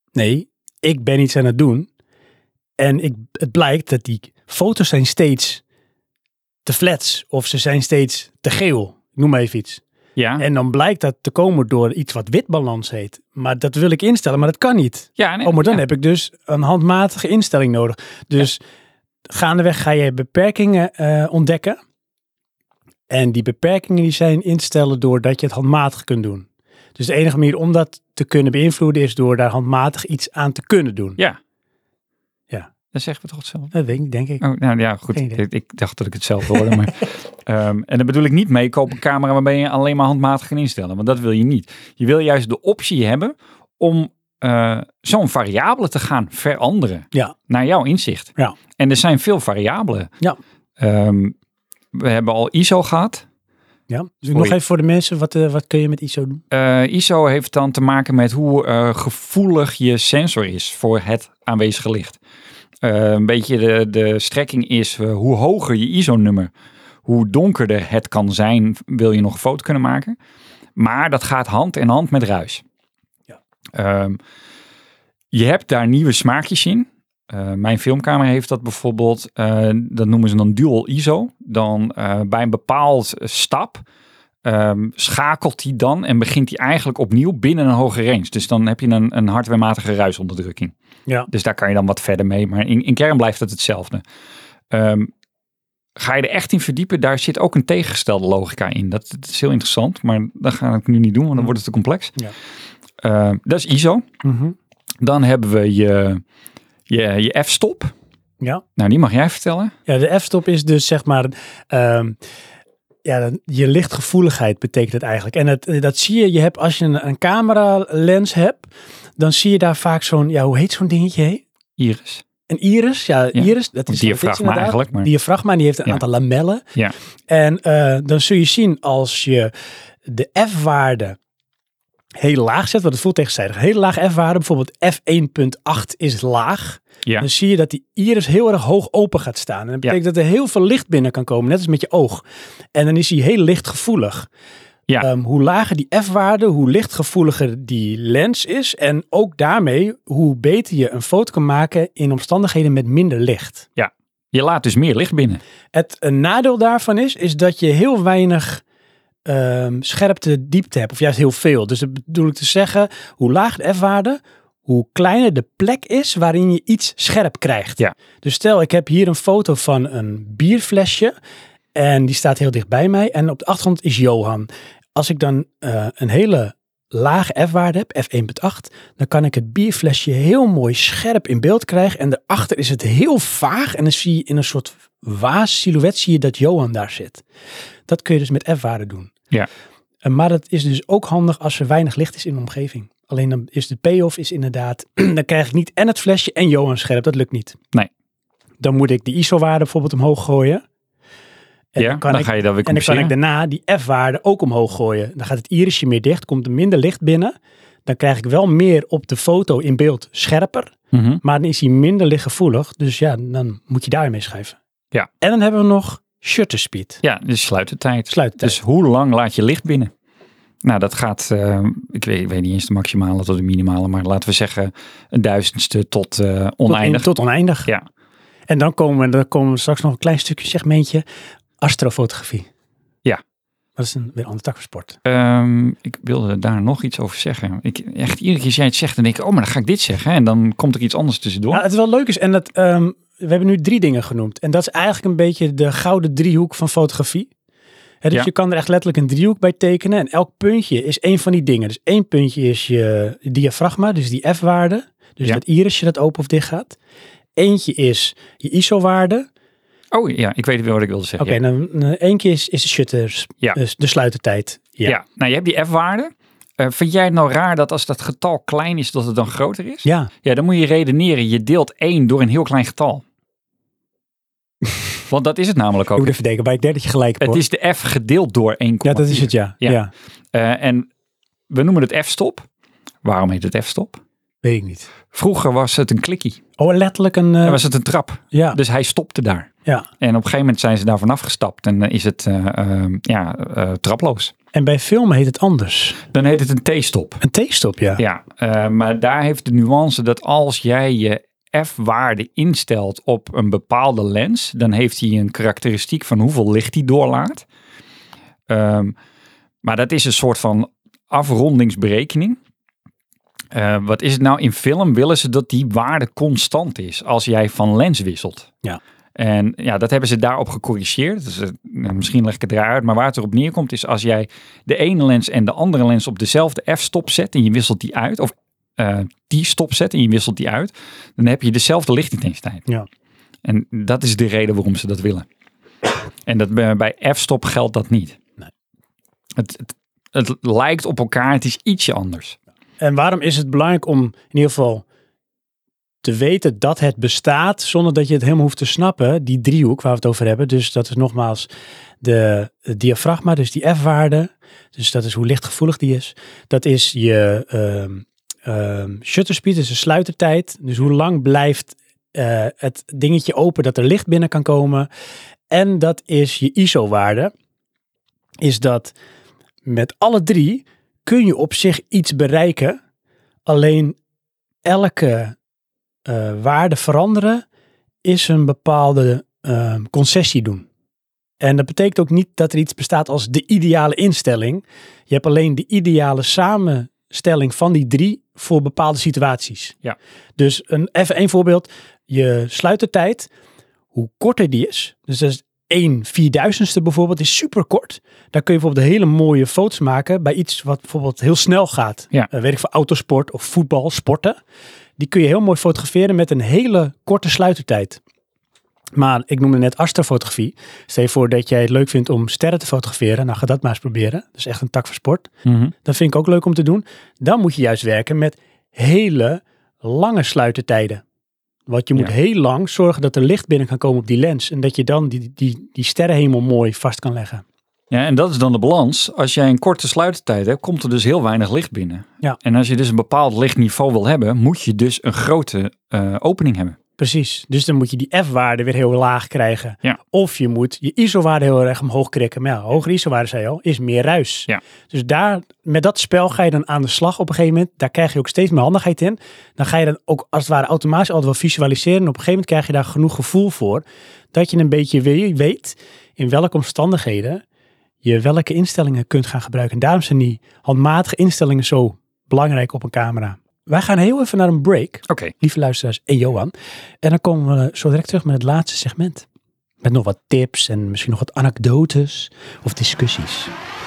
Nee, ik ben iets aan het doen. En het blijkt dat die foto's zijn steeds te flats. Of ze zijn steeds te geel. Ik noem maar even iets. Ja. En dan blijkt dat te komen door iets wat witbalans heet. Maar dat wil ik instellen, maar dat kan niet. Ja, nee, maar dan heb ik dus een handmatige instelling nodig. Dus gaandeweg ga je beperkingen ontdekken. En die beperkingen die zijn instellen doordat je het handmatig kunt doen. Dus de enige manier om dat te kunnen beïnvloeden is door daar handmatig iets aan te kunnen doen. Ja. Ja. Dat zeggen we toch hetzelfde? Dat weet ik, denk ik. Oh, nou ja, goed. Ik dacht dat ik het zelf hoorde. Maar, en dan bedoel ik niet mee, koop een camera waarbij je alleen maar handmatig kan instellen. Want dat wil je niet. Je wil juist de optie hebben om zo'n variabele te gaan veranderen. Ja. Naar jouw inzicht. Ja. En er zijn veel variabelen. Ja. We hebben al ISO gehad. Ja. Dus nog even voor de mensen, wat kun je met ISO doen? ISO heeft dan te maken met hoe gevoelig je sensor is voor het aanwezige licht. Een beetje de strekking is hoe hoger je ISO-nummer, hoe donkerder het kan zijn, wil je nog een foto kunnen maken. Maar dat gaat hand in hand met ruis. Ja. Je hebt daar nieuwe smaakjes in. Mijn filmcamera heeft dat bijvoorbeeld, dat noemen ze dan dual ISO. Dan bij een bepaald stap schakelt hij dan en begint hij eigenlijk opnieuw binnen een hoge range. Dus dan heb je een hardwarematige ruisonderdrukking. Ja. Dus daar kan je dan wat verder mee. Maar in kern blijft het hetzelfde. Ga je er echt in verdiepen, daar zit ook een tegengestelde logica in. Dat is heel interessant, maar dat ga ik nu niet doen, want dan wordt het te complex. Ja. Dat is ISO. Mm-hmm. Dan hebben we je f-stop. Ja. Nou, die mag jij vertellen. Ja, de f-stop is dus zeg maar... je lichtgevoeligheid betekent het eigenlijk. En dat zie je hebt als je een camera lens hebt, dan zie je daar vaak zo'n, hoe heet zo'n dingetje? Iris. Een iris, iris. Dat is diafragma eigenlijk. Maar... Diafragma, die heeft een aantal lamellen. Ja. En dan zul je zien als je de f-waarde heel laag zet, wat het voelt tegenstrijdig. Heel laag f-waarde, bijvoorbeeld f1.8 is laag. Ja. Dan zie je dat die iris heel erg hoog open gaat staan. En dat betekent dat er heel veel licht binnen kan komen, net als met je oog. En dan is hij heel lichtgevoelig. Ja. Hoe lager die f-waarde, hoe lichtgevoeliger die lens is. En ook daarmee, hoe beter je een foto kan maken in omstandigheden met minder licht. Ja, je laat dus meer licht binnen. Een nadeel daarvan is dat je heel weinig scherpte diepte hebt. Of juist heel veel. Dus dat bedoel ik te zeggen, hoe lager de f-waarde, hoe kleiner de plek is waarin je iets scherp krijgt. Ja. Dus stel, ik heb hier een foto van een bierflesje en die staat heel dicht bij mij en op de achtergrond is Johan. Als ik dan een hele lage f-waarde heb, f1.8, dan kan ik het bierflesje heel mooi scherp in beeld krijgen en daarachter is het heel vaag en dan zie je in een soort waas-silhouet zie je dat Johan daar zit. Dat kun je dus met f-waarde doen. Ja. Maar dat is dus ook handig als er weinig licht is in de omgeving. Alleen dan is de payoff is inderdaad, dan krijg ik niet en het flesje en Johan scherp. Dat lukt niet. Nee. Dan moet ik de ISO-waarde bijvoorbeeld omhoog gooien. En dan ga je dat weer compenseren. En dan kan ik daarna die f-waarde ook omhoog gooien. Dan gaat het irisje meer dicht, komt er minder licht binnen. Dan krijg ik wel meer op de foto in beeld scherper. Mm-hmm. Maar dan is hij minder lichtgevoelig. Dus ja, dan moet je daarmee schuiven. Ja. En dan hebben we nog shutter speed. Ja, dus sluitertijd. Dus hoe lang laat je licht binnen? Nou, dat gaat, ik weet niet eens de maximale tot de minimale, maar laten we zeggen 1/1000ste tot oneindig. Tot oneindig. Ja. En dan komen we straks nog een klein stukje segmentje astrofotografie. Ja. Dat is weer een andere tak van sport. Ik wilde daar nog iets over zeggen. Echt iedere keer als jij het zegt, dan denk ik, maar dan ga ik dit zeggen. En dan komt er iets anders tussendoor. Nou, het wel leuk is, en dat, we hebben nu 3 dingen genoemd. En dat is eigenlijk een beetje de gouden driehoek van fotografie. Dus je kan er echt letterlijk een driehoek bij tekenen. En elk puntje is één van die dingen. Dus 1 puntje is je diafragma, dus die f-waarde. Dus dat irisje dat open of dicht gaat. Eentje is je ISO-waarde. Oh ja, ik weet weer wat ik wilde zeggen. Oké, dan 1 keer is de shutter, dus de sluitertijd. Ja, nou je hebt die f-waarde. Vind jij het nou raar dat als dat getal klein is, dat het dan groter is? Ja. Ja, dan moet je redeneren. Je deelt 1 door een heel klein getal. Want dat is het namelijk ook. Ik moet even denken, bij ik denk dat je gelijk hebt. Het is de f gedeeld door 1,4. Ja, dat is het, ja. En we noemen het f-stop. Waarom heet het f-stop? Weet ik niet. Vroeger was het een klikkie. Oh, letterlijk een... Dan was het een trap. Ja. Dus hij stopte daar. Ja. En op een gegeven moment zijn ze daar vanaf gestapt. En is het traploos. En bij filmen heet het anders. Dan heet het een T-stop. Een T-stop, ja. Ja, maar daar heeft de nuance dat als jij je f-waarde instelt op een bepaalde lens, dan heeft hij een karakteristiek van hoeveel licht hij doorlaat. Maar dat is een soort van afrondingsberekening. Wat is het nou? In film willen ze dat die waarde constant is als jij van lens wisselt. Ja. En ja, dat hebben ze daarop gecorrigeerd. Dus, misschien leg ik het eruit, maar waar het erop neerkomt is als jij de ene lens en de andere lens op dezelfde f-stop zet en je wisselt die uit, of die stop zet en je wisselt die uit, dan heb je dezelfde lichtintensiteit. Ja. En dat is de reden waarom ze dat willen. En dat bij f-stop geldt dat niet. Nee. Het lijkt op elkaar, het is ietsje anders. En waarom is het belangrijk om in ieder geval te weten dat het bestaat, zonder dat je het helemaal hoeft te snappen, die driehoek waar we het over hebben. Dus dat is nogmaals het diafragma, dus die f-waarde. Dus dat is hoe lichtgevoelig die is. Dat is je shutter speed, dus de sluitertijd. Dus hoe lang blijft het dingetje open dat er licht binnen kan komen. En dat is je ISO-waarde. Is dat met alle drie kun je op zich iets bereiken. Alleen elke waarde veranderen is een bepaalde concessie doen. En dat betekent ook niet dat er iets bestaat als de ideale instelling. Je hebt alleen de ideale samenstelling van die drie voor bepaalde situaties. Ja. Dus even één voorbeeld. Je sluitertijd, hoe korter die is, dus dat is 1/4000ste bijvoorbeeld, is super kort. Daar kun je bijvoorbeeld hele mooie foto's maken bij iets wat bijvoorbeeld heel snel gaat. Ja. Weet ik voor autosport of voetbal, sporten. Die kun je heel mooi fotograferen met een hele korte sluitertijd. Maar ik noemde net astrofotografie. Stel je voor dat jij het leuk vindt om sterren te fotograferen. Nou, ga dat maar eens proberen. Dat is echt een tak van sport. Mm-hmm. Dat vind ik ook leuk om te doen. Dan moet je juist werken met hele lange sluitertijden. Want je moet heel lang zorgen dat er licht binnen kan komen op die lens. En dat je dan die sterrenhemel mooi vast kan leggen. Ja, en dat is dan de balans. Als jij een korte sluitertijd hebt, komt er dus heel weinig licht binnen. Ja. En als je dus een bepaald lichtniveau wil hebben, moet je dus een grote opening hebben. Precies. Dus dan moet je die f-waarde weer heel laag krijgen. Ja. Of je moet je ISO-waarde heel erg omhoog krikken. Maar ja, hogere ISO-waarde, zei je al, is meer ruis. Ja. Dus met dat spel ga je dan aan de slag op een gegeven moment. Daar krijg je ook steeds meer handigheid in. Dan ga je dan ook als het ware automatisch altijd wel visualiseren. En op een gegeven moment krijg je daar genoeg gevoel voor. Dat je een beetje weet in welke omstandigheden je welke instellingen kunt gaan gebruiken. En daarom zijn die handmatige instellingen zo belangrijk op een camera. Wij gaan heel even naar een break, Oké. lieve luisteraars en Johan. En dan komen we zo direct terug met het laatste segment. Met nog wat tips en misschien nog wat anekdotes of discussies.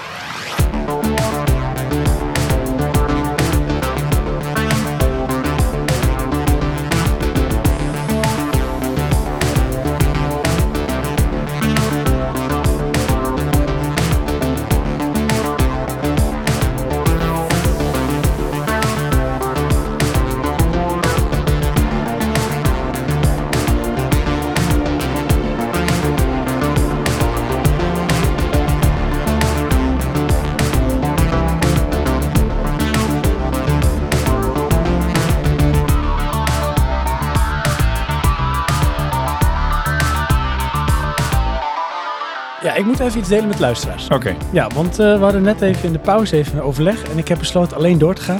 Ja, ik moet even iets delen met luisteraars. Oké. Ja, want we hadden net even in de pauze even een overleg en ik heb besloten alleen door te gaan.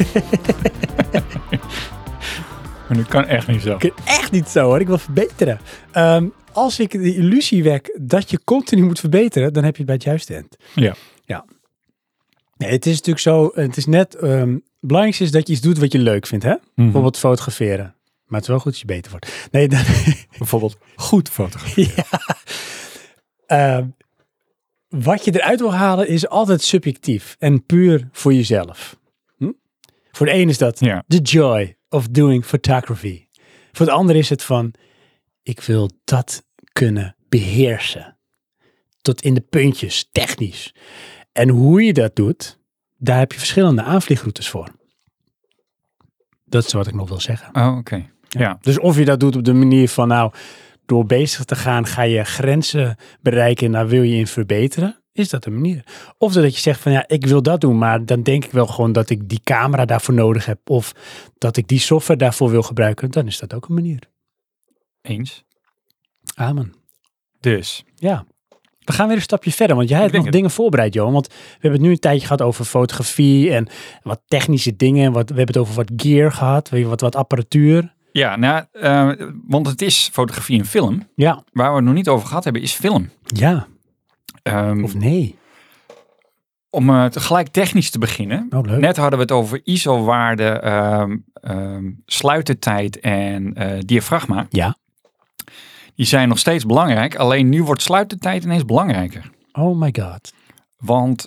Maar dat kan echt niet zo. Ik kan echt niet zo hoor, ik wil verbeteren. Als ik de illusie wek dat je continu moet verbeteren, dan heb je het bij het juiste eind. Ja. Ja. Nee, het is natuurlijk zo, het is net, het belangrijkste is dat je iets doet wat je leuk vindt, hè? Bijvoorbeeld fotograferen. Maar het is wel goed dat je beter wordt. Nee, dan... Bijvoorbeeld goed fotograferen. Ja. Wat je eruit wil halen is altijd subjectief en puur voor jezelf. Voor de een is dat the joy of doing photography. Voor de ander is het van, ik wil dat kunnen beheersen. Tot in de puntjes, technisch. En hoe je dat doet, daar heb je verschillende aanvliegroutes voor. Dat is wat ik nog wil zeggen. Oh, oké. Ja. Dus of je dat doet op de manier van, nou, door bezig te gaan, ga je grenzen bereiken en daar wil je in verbeteren, is dat een manier. Of dat je zegt van, ja, ik wil dat doen, maar dan denk ik wel gewoon dat ik die camera daarvoor nodig heb, of dat ik die software daarvoor wil gebruiken, dan is dat ook een manier. Eens. Amen. Dus, Ja. we gaan weer een stapje verder. Want jij hebt nog dingen voorbereid, Johan. Want we hebben het nu een tijdje gehad over fotografie en wat technische dingen. We hebben het over wat gear gehad, wat apparatuur. Ja, want het is fotografie en film. Ja. Waar we het nog niet over gehad hebben, is film. Ja. Of nee. Om gelijk technisch te beginnen. Oh, leuk. Net hadden we het over ISO-waarde, sluitertijd en diafragma. Ja. Die zijn nog steeds belangrijk. Alleen nu wordt sluitertijd ineens belangrijker. Oh my god. Want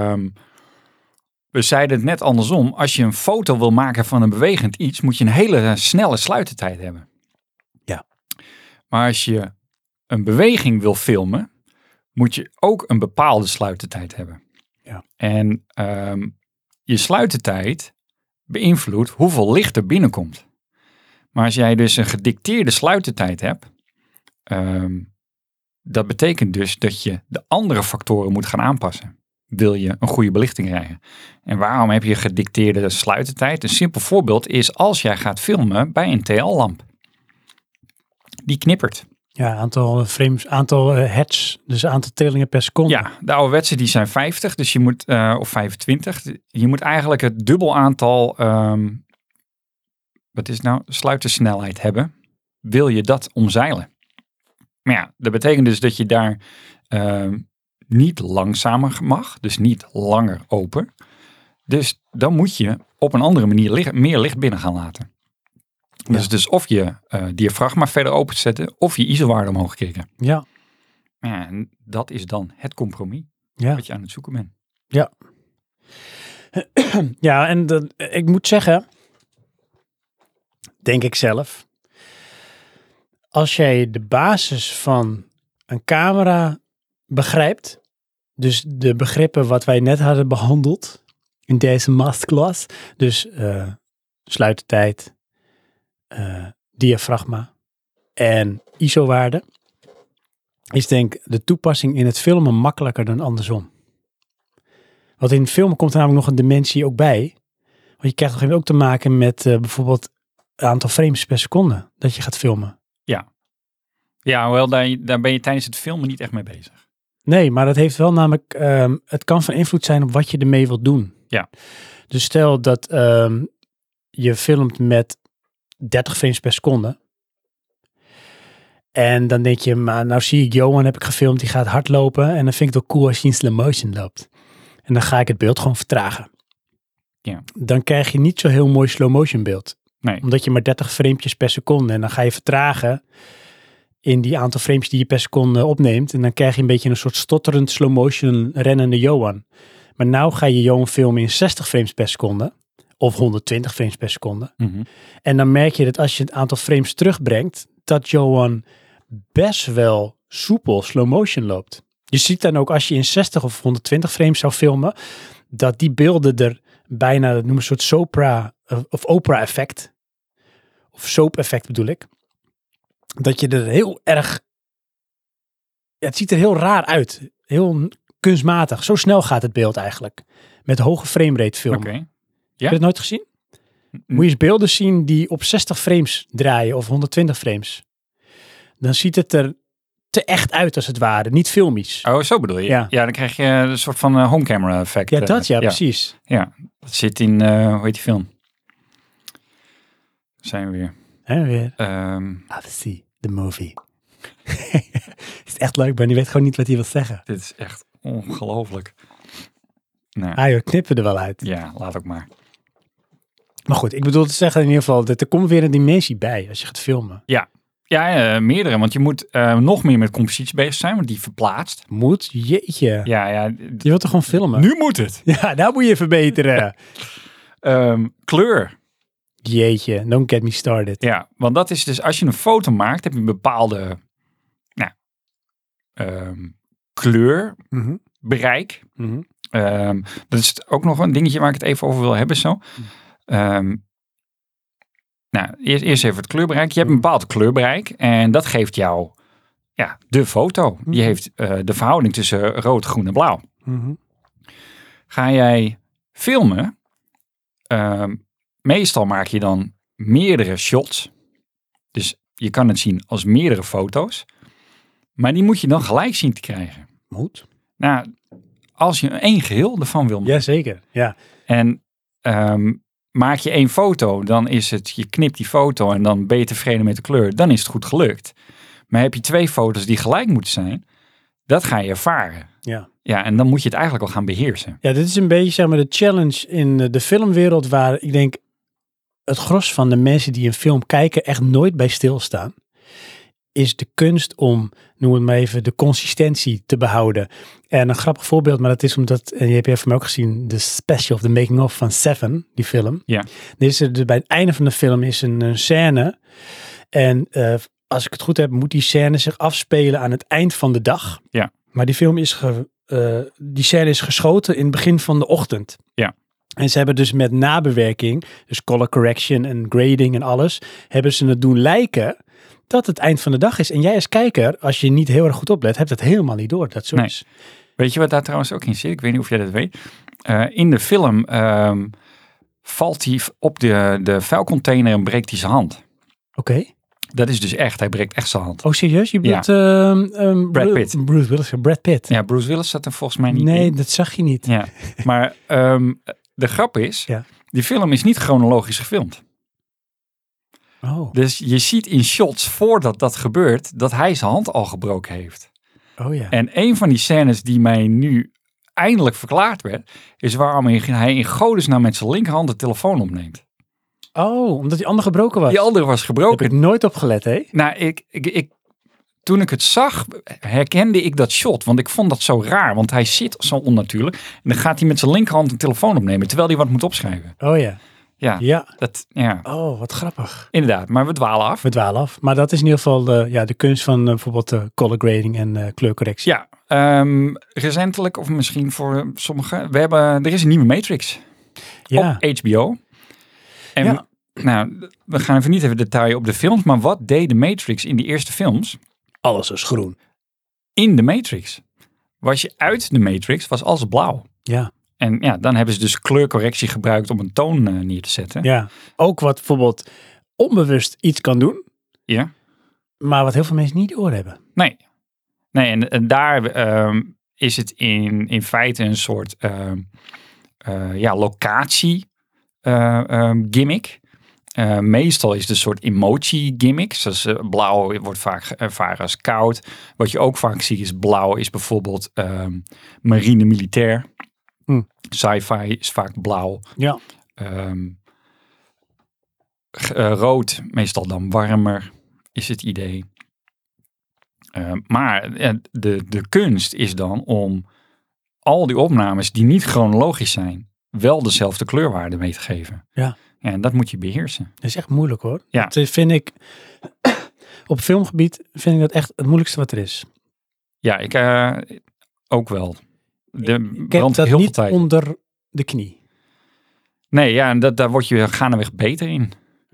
we zeiden het net andersom. Als je een foto wil maken van een bewegend iets, moet je een hele snelle sluitertijd hebben. Ja. Maar als je een beweging wil filmen, moet je ook een bepaalde sluitertijd hebben. Ja. En je sluitertijd beïnvloedt hoeveel licht er binnenkomt. Maar als jij dus een gedicteerde sluitertijd hebt, dat betekent dus dat je de andere factoren moet gaan aanpassen. Wil je een goede belichting krijgen. En waarom heb je gedicteerde sluitertijd? Een simpel voorbeeld is als jij gaat filmen bij een TL-lamp. Die knippert. Ja, aantal frames, aantal hertz, dus aantal trillingen per seconde. Ja, de ouderwetse die zijn 50, dus je moet, of 25. Je moet eigenlijk het dubbel aantal, sluitersnelheid hebben. Wil je dat omzeilen? Maar ja, dat betekent dus dat je daar niet langzamer mag, dus niet langer open. Dus dan moet je op een andere manier meer licht binnen gaan laten. Ja. Dus of je diafragma verder openzetten of je ISO-waarde omhoog krikken. Ja. Ja, en dat is dan het compromis wat je aan het zoeken bent. Ja. Ja, en ik moet zeggen, denk ik zelf, als jij de basis van een camera begrijpt, dus de begrippen wat wij net hadden behandeld in deze masterclass, dus sluitertijd, diafragma en ISO-waarde, is denk ik de toepassing in het filmen makkelijker dan andersom. Want in filmen komt er namelijk nog een dimensie ook bij. Want je krijgt toch ook te maken met bijvoorbeeld het aantal frames per seconde dat je gaat filmen. Ja, hoewel daar ben je tijdens het filmen niet echt mee bezig. Nee, maar dat heeft wel namelijk, het kan van invloed zijn op wat je ermee wilt doen. Ja. Dus stel dat je filmt met 30 frames per seconde. En dan denk je, maar nou zie ik Johan, heb ik gefilmd, die gaat hardlopen. En dan vind ik het wel cool als je in slow motion loopt. En dan ga ik het beeld gewoon vertragen. Ja. Dan krijg je niet zo heel mooi slow motion beeld. Nee. Omdat je maar 30 framepjes per seconde. En dan ga je vertragen in die aantal frames die je per seconde opneemt. En dan krijg je een beetje een soort stotterend slow motion rennende Johan. Maar nou ga je Johan filmen in 60 frames per seconde. Of 120 frames per seconde. Mm-hmm. En dan merk je dat als je het aantal frames terugbrengt, dat Johan best wel soepel slow motion loopt. Je ziet dan ook als je in 60 of 120 frames zou filmen, dat die beelden er bijna, dat noemen een soort sopra of opera effect. Of soap effect bedoel ik. Dat je er heel erg, ja, het ziet er heel raar uit. Heel kunstmatig. Zo snel gaat het beeld eigenlijk. Met hoge framerate filmen. Okay. Heb je het nooit gezien? Moet je eens beelden zien die op 60 frames draaien of 120 frames. Dan ziet het er te echt uit als het ware. Niet filmisch. Oh, zo bedoel je? Ja. Ja, dan krijg je een soort van home camera effect. Ja, dat precies. Ja, dat zit in, hoe heet die film? Zijn we weer. Hè, weer. Odyssey, the movie. Is echt leuk, maar die weet gewoon niet wat hij wil zeggen. Dit is echt ongelooflijk. Nou, joh, knippen er wel uit. Ja, laat ook maar. Maar goed, ik bedoel te zeggen in ieder geval, dat er komt weer een dimensie bij als je gaat filmen. Ja. Ja, meerdere. Want je moet nog meer met composities bezig zijn, want die verplaatst. Moet? Jeetje. Ja. Je wilt toch gewoon filmen? Nu moet het. Ja, daar moet je verbeteren. Kleur. Jeetje, don't get me started. Ja, want dat is dus, als je een foto maakt, heb je een bepaalde kleurbereik. Mm-hmm. Dat is ook nog een dingetje waar ik het even over wil hebben zo. Eerst even het kleurbereik. Je hebt een bepaald kleurbereik en dat geeft jou de foto. Mm-hmm. Die heeft de verhouding tussen rood, groen en blauw. Mm-hmm. Ga jij filmen, meestal maak je dan meerdere shots. Dus je kan het zien als meerdere foto's. Maar die moet je dan gelijk zien te krijgen. Moet. Nou, als je één geheel ervan wil maken. Jazeker, ja. En maak je 1 foto, dan is het, je knipt die foto en dan ben je tevreden met de kleur. Dan is het goed gelukt. Maar heb je 2 foto's die gelijk moeten zijn, dat ga je ervaren. Ja. Ja, en dan moet je het eigenlijk al gaan beheersen. Ja, dit is een beetje zeg maar de challenge in de filmwereld waar ik denk het gros van de mensen die een film kijken echt nooit bij stilstaan. Is de kunst om, noem het maar even, de consistentie te behouden. En een grappig voorbeeld, maar dat is omdat, en je hebt van mij ook gezien, de special of the making of van Seven, die film. Ja. Bij het einde van de film is een scène. En als ik het goed heb, moet die scène zich afspelen aan het eind van de dag. Ja. Maar die film die scène is geschoten in het begin van de ochtend. Ja. En ze hebben dus met nabewerking, dus color correction en grading en alles, hebben ze het doen lijken dat het eind van de dag is. En jij als kijker, als je niet heel erg goed oplet, hebt het helemaal niet door. Dat zo is. Weet je wat daar trouwens ook in zit? Ik weet niet of jij dat weet. In de film valt hij op de vuilcontainer en breekt hij zijn hand. Oké. Dat is dus echt. Hij breekt echt zijn hand. Oh, serieus? Je bedoelt Brad Pitt. Bruce Willis. Brad Pitt. Ja, Bruce Willis zat er volgens mij niet in. Nee, dat zag je niet. Ja, maar de grap is, Ja. die film is niet chronologisch gefilmd. Oh. Dus je ziet in shots voordat dat gebeurt, dat hij zijn hand al gebroken heeft. Oh ja. En een van die scènes die mij nu eindelijk verklaard werd, is waarom hij in godesnaam met zijn linkerhand de telefoon opneemt. Oh, omdat die andere gebroken was. Die andere was Heb gebroken. ik nooit op gelet, hè? Nou, toen ik het zag, herkende ik dat shot. Want ik vond dat zo raar. Want hij zit zo onnatuurlijk. En dan gaat hij met zijn linkerhand een telefoon opnemen. Terwijl hij wat moet opschrijven. Oh ja. Ja. Ja. Oh, wat grappig. Inderdaad. Maar we dwalen af. We dwalen af. Maar dat is in ieder geval de kunst van bijvoorbeeld color grading en kleurcorrectie. Ja. Recentelijk, of misschien voor sommigen. Er is een nieuwe Matrix. Ja. Op HBO. En nou, we gaan even niet even detail op de films. Maar wat deed de Matrix in die eerste films? Alles is groen. In de Matrix. Was je uit de Matrix, was alles blauw. Ja. En ja, dan hebben ze dus kleurcorrectie gebruikt om een toon neer te zetten. Ja. Ook wat bijvoorbeeld onbewust iets kan doen. Ja. Maar wat heel veel mensen niet doorhebben. Nee, en daar is het in feite een soort locatie gimmick. Meestal is het een soort emoji gimmick. Zoals blauw wordt vaak ervaren als koud. Wat je ook vaak ziet is blauw is bijvoorbeeld marine militair. Sci-fi is vaak blauw. Ja. Rood, meestal dan warmer, is het idee. Maar de kunst is dan om al die opnames die niet chronologisch zijn, wel dezelfde kleurwaarde mee te geven. Ja. En dat moet je beheersen. Dat is echt moeilijk hoor. Ja. Dat vind ik, op filmgebied vind ik dat echt het moeilijkste wat er is. Ja, ik ook wel. Ik heb dat heel niet veel tijd onder de knie. Nee, ja, en daar word je gaandeweg beter in.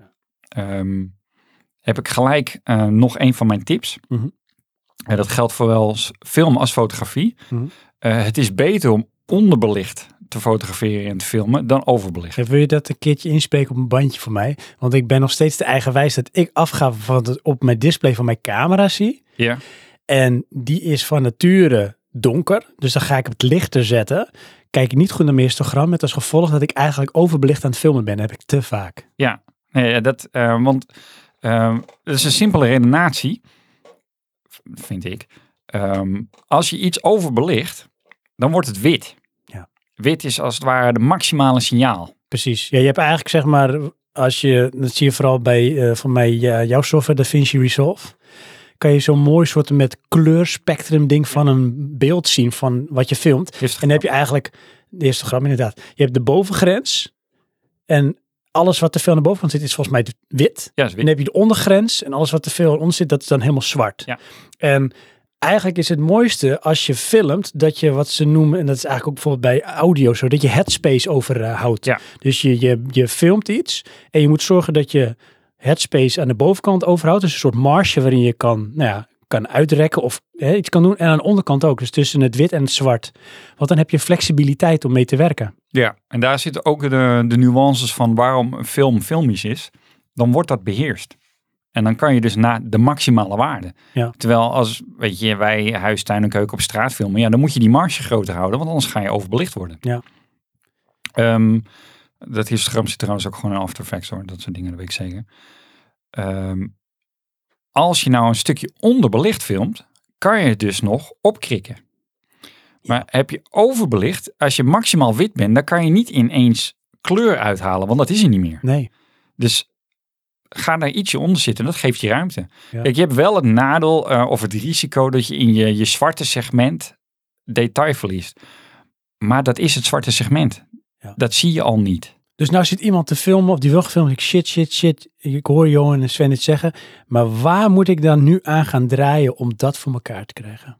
Heb ik gelijk nog een van mijn tips. Mm-hmm. Dat geldt voor wel film als fotografie. Mm-hmm. Het is beter om onderbelicht te fotograferen en te filmen dan overbelicht. Ja, wil je dat een keertje inspreken op een bandje voor mij? Want ik ben nog steeds te eigenwijs dat ik afga van wat ik op mijn display van mijn camera zie. Ja. En die is van nature donker. Dus dan ga ik het lichter zetten. Kijk ik niet goed naar mijn histogram. Met als gevolg dat ik eigenlijk overbelicht aan het filmen ben. Dat heb ik te vaak. Ja, nee, want dat is een simpele redenatie, vind ik. Als je iets overbelicht, dan wordt het wit. Ja. Wit is als het ware de maximale signaal. Precies. Ja, je hebt eigenlijk zeg maar, dat zie je vooral bij van mij jouw software DaVinci Resolve. Kan je zo'n mooi soort met kleurspectrum ding van een beeld zien van wat je filmt. En dan heb je eigenlijk, de histogram inderdaad. Je hebt de bovengrens en alles wat te veel aan de bovenkant zit is volgens mij wit. Ja, is wit. En dan heb je de ondergrens en alles wat te veel onder zit, dat is dan helemaal zwart. Ja. En eigenlijk is het mooiste als je filmt dat je wat ze noemen, en dat is eigenlijk ook bijvoorbeeld bij audio zo, dat je headspace overhoudt. Ja. Dus je filmt iets en je moet zorgen dat je headspace aan de bovenkant overhoudt. Dus een soort marge waarin je kan uitrekken of iets kan doen. En aan de onderkant ook. Dus tussen het wit en het zwart. Want dan heb je flexibiliteit om mee te werken. Ja, en daar zitten ook de nuances van waarom een film filmisch is. Dan wordt dat beheerst. En dan kan je dus naar de maximale waarde. Ja. Terwijl als, weet je, wij huis, tuin en keuken op straat filmen, ja, dan moet je die marge groter houden, want anders ga je overbelicht worden. Ja. Dat histogram zit trouwens ook gewoon in After Effects hoor. Dat soort dingen, dat weet ik zeker. Als je nou een stukje onderbelicht filmt, kan je het dus nog opkrikken. Maar heb je overbelicht, als je maximaal wit bent, dan kan je niet ineens kleur uithalen, want dat is er niet meer. Nee. Dus ga daar ietsje onder zitten, dat geeft je ruimte. Ja. Kijk, je hebt wel het nadeel of het risico dat je in je zwarte segment detail verliest. Maar dat is het zwarte segment. Ja. Dat zie je al niet. Dus nou zit iemand te filmen of die wil gefilmd. Ik shit. Ik hoor Johan en Sven het zeggen. Maar waar moet ik dan nu aan gaan draaien om dat voor elkaar te krijgen?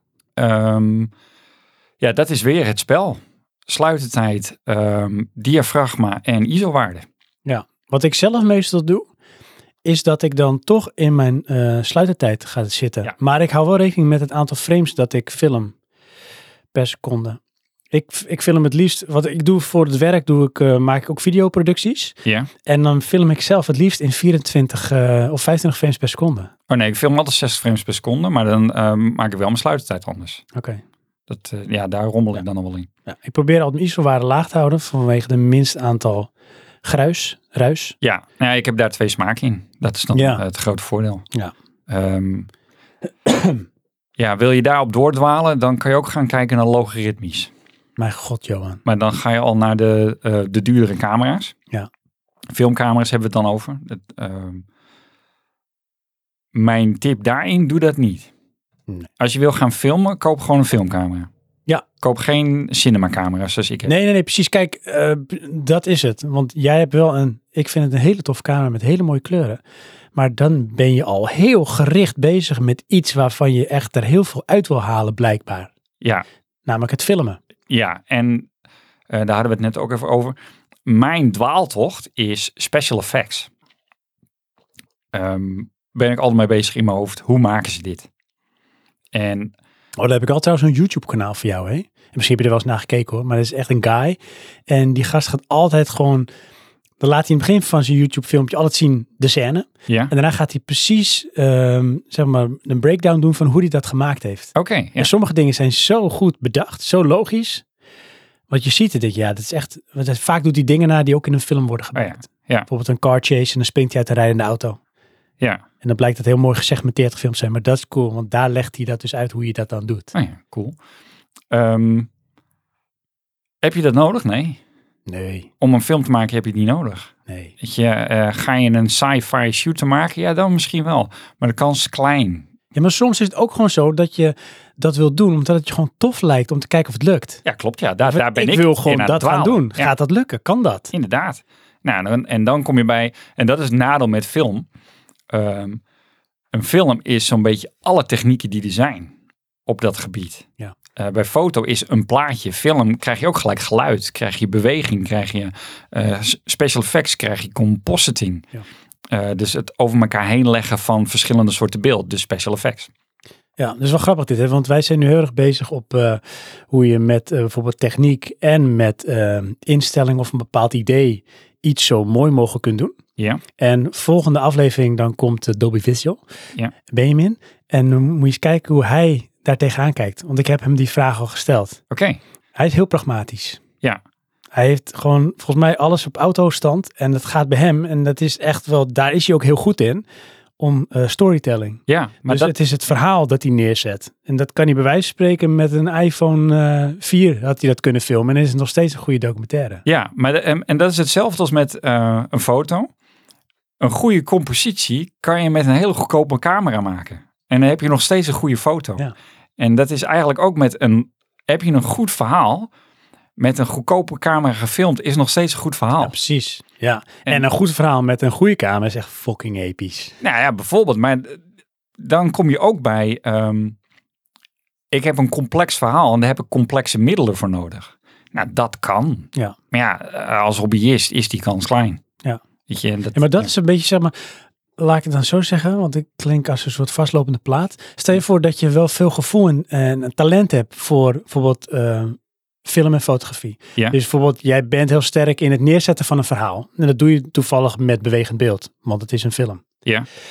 Ja, dat is weer het spel. Sluitertijd, diafragma en ISO-waarde. Ja, wat ik zelf meestal doe, is dat ik dan toch in mijn sluitertijd ga zitten. Ja. Maar ik hou wel rekening met het aantal frames dat ik film per seconde. Ik film het liefst, wat ik doe voor het werk, maak ik ook videoproducties. Ja. En dan film ik zelf het liefst in 24 of 25 frames per seconde. Oh nee, ik film altijd 60 frames per seconde, maar dan maak ik wel mijn sluitertijd anders. Oké. Daar rommel ik dan nog wel in. Ja, ik probeer altijd mijn ISO-waarde laag te houden vanwege de minst aantal ruis. Ja, nou ja, ik heb daar 2 smaken in. Dat is dan het grote voordeel. Ja. Ja, wil je daarop doordwalen, dan kan je ook gaan kijken naar logaritmisch. Mijn god, Johan. Maar dan ga je al naar de duurdere camera's. Ja. Filmcamera's hebben we het dan over. Mijn tip daarin, doe dat niet. Nee. Als je wil gaan filmen, koop gewoon een filmcamera. Ja. Koop geen cinemacamera's zoals ik heb. Nee, precies. Kijk, dat is het. Want jij hebt wel ik vind het een hele toffe camera met hele mooie kleuren. Maar dan ben je al heel gericht bezig met iets waarvan je echt er heel veel uit wil halen, blijkbaar. Ja. Namelijk het filmen. Ja, en daar hadden we het net ook even over. Mijn dwaaltocht is special effects. Ben ik altijd mee bezig in mijn hoofd. Hoe maken ze dit? En daar heb ik al trouwens een YouTube kanaal voor jou, hè? En misschien heb je er wel eens naar gekeken hoor, maar dat is echt een guy. En die gast gaat altijd gewoon, dan laat hij in het begin van zijn YouTube filmpje altijd zien de scène. Ja. En daarna gaat hij precies, zeg maar, een breakdown doen van hoe hij dat gemaakt heeft. Oké. Ja. En sommige dingen zijn zo goed bedacht, zo logisch. Want je ziet het, dat is echt, vaak doet hij dingen na die ook in een film worden gebruikt. Oh ja. Bijvoorbeeld een car chase en dan springt hij uit de rijdende auto. Ja. En dan blijkt dat heel mooi gesegmenteerd gefilmd zijn. Maar dat is cool, want daar legt hij dat dus uit hoe je dat dan doet. Oh ja, cool. Heb je dat nodig? Nee. Om een film te maken heb je het niet nodig. Nee. Weet je, ga je een sci-fi shooter maken? Ja, dan misschien wel. Maar de kans is klein. Ja, maar soms is het ook gewoon zo dat je dat wil doen, omdat het je gewoon tof lijkt om te kijken of het lukt. Ja, klopt. Ja, daar ben ik. Ik wil gewoon dat gaan doen. Ja. Gaat dat lukken? Kan dat? Inderdaad. Nou, en dan kom je bij, en dat is het nadeel met film. Een film is zo'n beetje alle technieken die er zijn op dat gebied. Ja. Bij foto is een plaatje. Film krijg je ook gelijk geluid. Krijg je beweging. Krijg je special effects. Krijg je compositing. Ja. Dus het over elkaar heen leggen van verschillende soorten beeld. Dus special effects. Ja, dat is wel grappig dit. Hè? Want wij zijn nu heel erg bezig op hoe je met bijvoorbeeld techniek en met instelling of een bepaald idee iets zo mooi mogelijk kunt doen. Ja. En volgende aflevering dan komt Dolby Visual. Ja. Benjamin. En dan moet je eens kijken hoe hij daar tegenaan kijkt. Want ik heb hem die vraag al gesteld. Oké. Hij is heel pragmatisch. Ja. Hij heeft gewoon volgens mij alles op autostand. En dat gaat bij hem. En dat is echt wel, daar is hij ook heel goed in. Om storytelling. Ja. Maar dus het is het verhaal dat hij neerzet. En dat kan hij bij wijze van spreken met een iPhone 4 had hij dat kunnen filmen. En is het nog steeds een goede documentaire. Ja, maar en dat is hetzelfde als met een foto. Een goede compositie kan je met een hele goedkope camera maken. En dan heb je nog steeds een goede foto. Ja. En dat is eigenlijk ook heb je een goed verhaal, met een goedkope camera gefilmd, is nog steeds een goed verhaal. Ja, precies. Ja. En een goed verhaal met een goede camera is echt fucking episch. Nou ja, bijvoorbeeld. Maar dan kom je ook bij, ik heb een complex verhaal en daar heb ik complexe middelen voor nodig. Nou, dat kan. Ja. Maar ja, als hobbyist is die kans klein. Ja. Weet je, ja, maar dat is een beetje, zeg maar, laat ik het dan zo zeggen, want ik klink als een soort vastlopende plaat. Stel je voor dat je wel veel gevoel en talent hebt voor bijvoorbeeld film en fotografie. Ja. Dus bijvoorbeeld, jij bent heel sterk in het neerzetten van een verhaal. En dat doe je toevallig met bewegend beeld, want het is een film. Ja.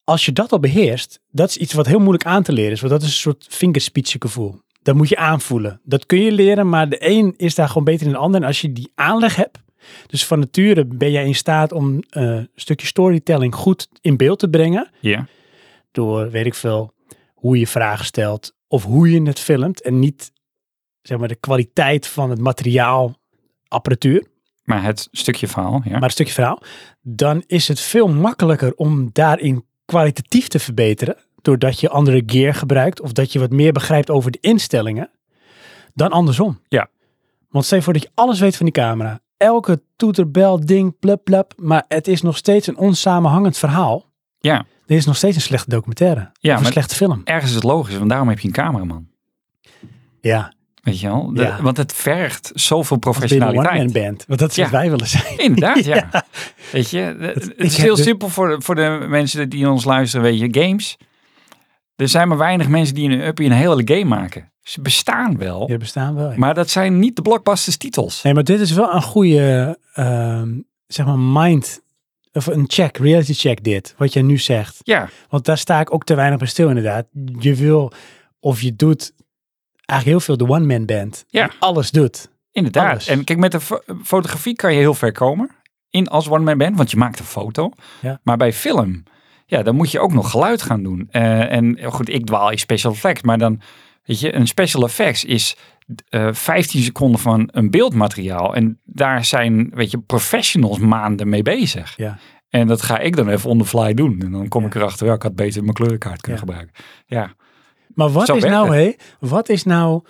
als je dat al beheerst, dat is iets wat heel moeilijk aan te leren is. Want dat is een soort vingerspitsengevoel. Dat moet je aanvoelen. Dat kun je leren, maar de een is daar gewoon beter dan de ander. En als je die aanleg hebt, dus van nature ben jij in staat om een stukje storytelling goed in beeld te brengen. Ja. Door, weet ik veel, hoe je vragen stelt of hoe je het filmt. En niet, zeg maar, de kwaliteit van het materiaal, apparatuur. Maar het stukje verhaal, ja. Maar het stukje verhaal. Dan is het veel makkelijker om daarin kwalitatief te verbeteren. Doordat je andere gear gebruikt of dat je wat meer begrijpt over de instellingen. Dan andersom. Ja. Want stel je voor dat je alles weet van die camera. Elke toeterbel, ding, plup, plup. Maar het is nog steeds een onsamenhangend verhaal. Ja. Dit is nog steeds een slechte documentaire. Ja, of een slechte film. Ergens is het logisch, want daarom heb je een cameraman. Ja. Weet je wel? Ja. Want het vergt zoveel Als professionaliteit. een one-man band. Want dat is wat wij willen zijn. Inderdaad, ja. Ja. Weet je, het is heel simpel voor de mensen die ons luisteren, weet je, games. Er zijn maar weinig mensen die een hele game maken. Ze bestaan wel. Ja, bestaan wel. Ja. Maar dat zijn niet de blockbusters titels. Nee, maar dit is wel een goede, zeg maar, mind, of een check, reality check dit, wat jij nu zegt. Ja. Want daar sta ik ook te weinig bij stil inderdaad. Je wil, of je doet eigenlijk heel veel de one-man band. Ja. Die alles doet. Inderdaad. Alles. En kijk, met de fotografie kan je heel ver komen. Als one-man band, want je maakt een foto. Ja. Maar bij film, ja, dan moet je ook nog geluid gaan doen. En goed, ik dwaal in special effects. Maar dan, weet je, een special effects is 15 seconden van een beeldmateriaal. En daar zijn, weet je, professionals maanden mee bezig. Ja. En dat ga ik dan even on the fly doen. En dan kom ik erachter, wel, ik had beter mijn kleurenkaart kunnen gebruiken. Ja. Maar wat Zo is werkt nou, het. wat is nou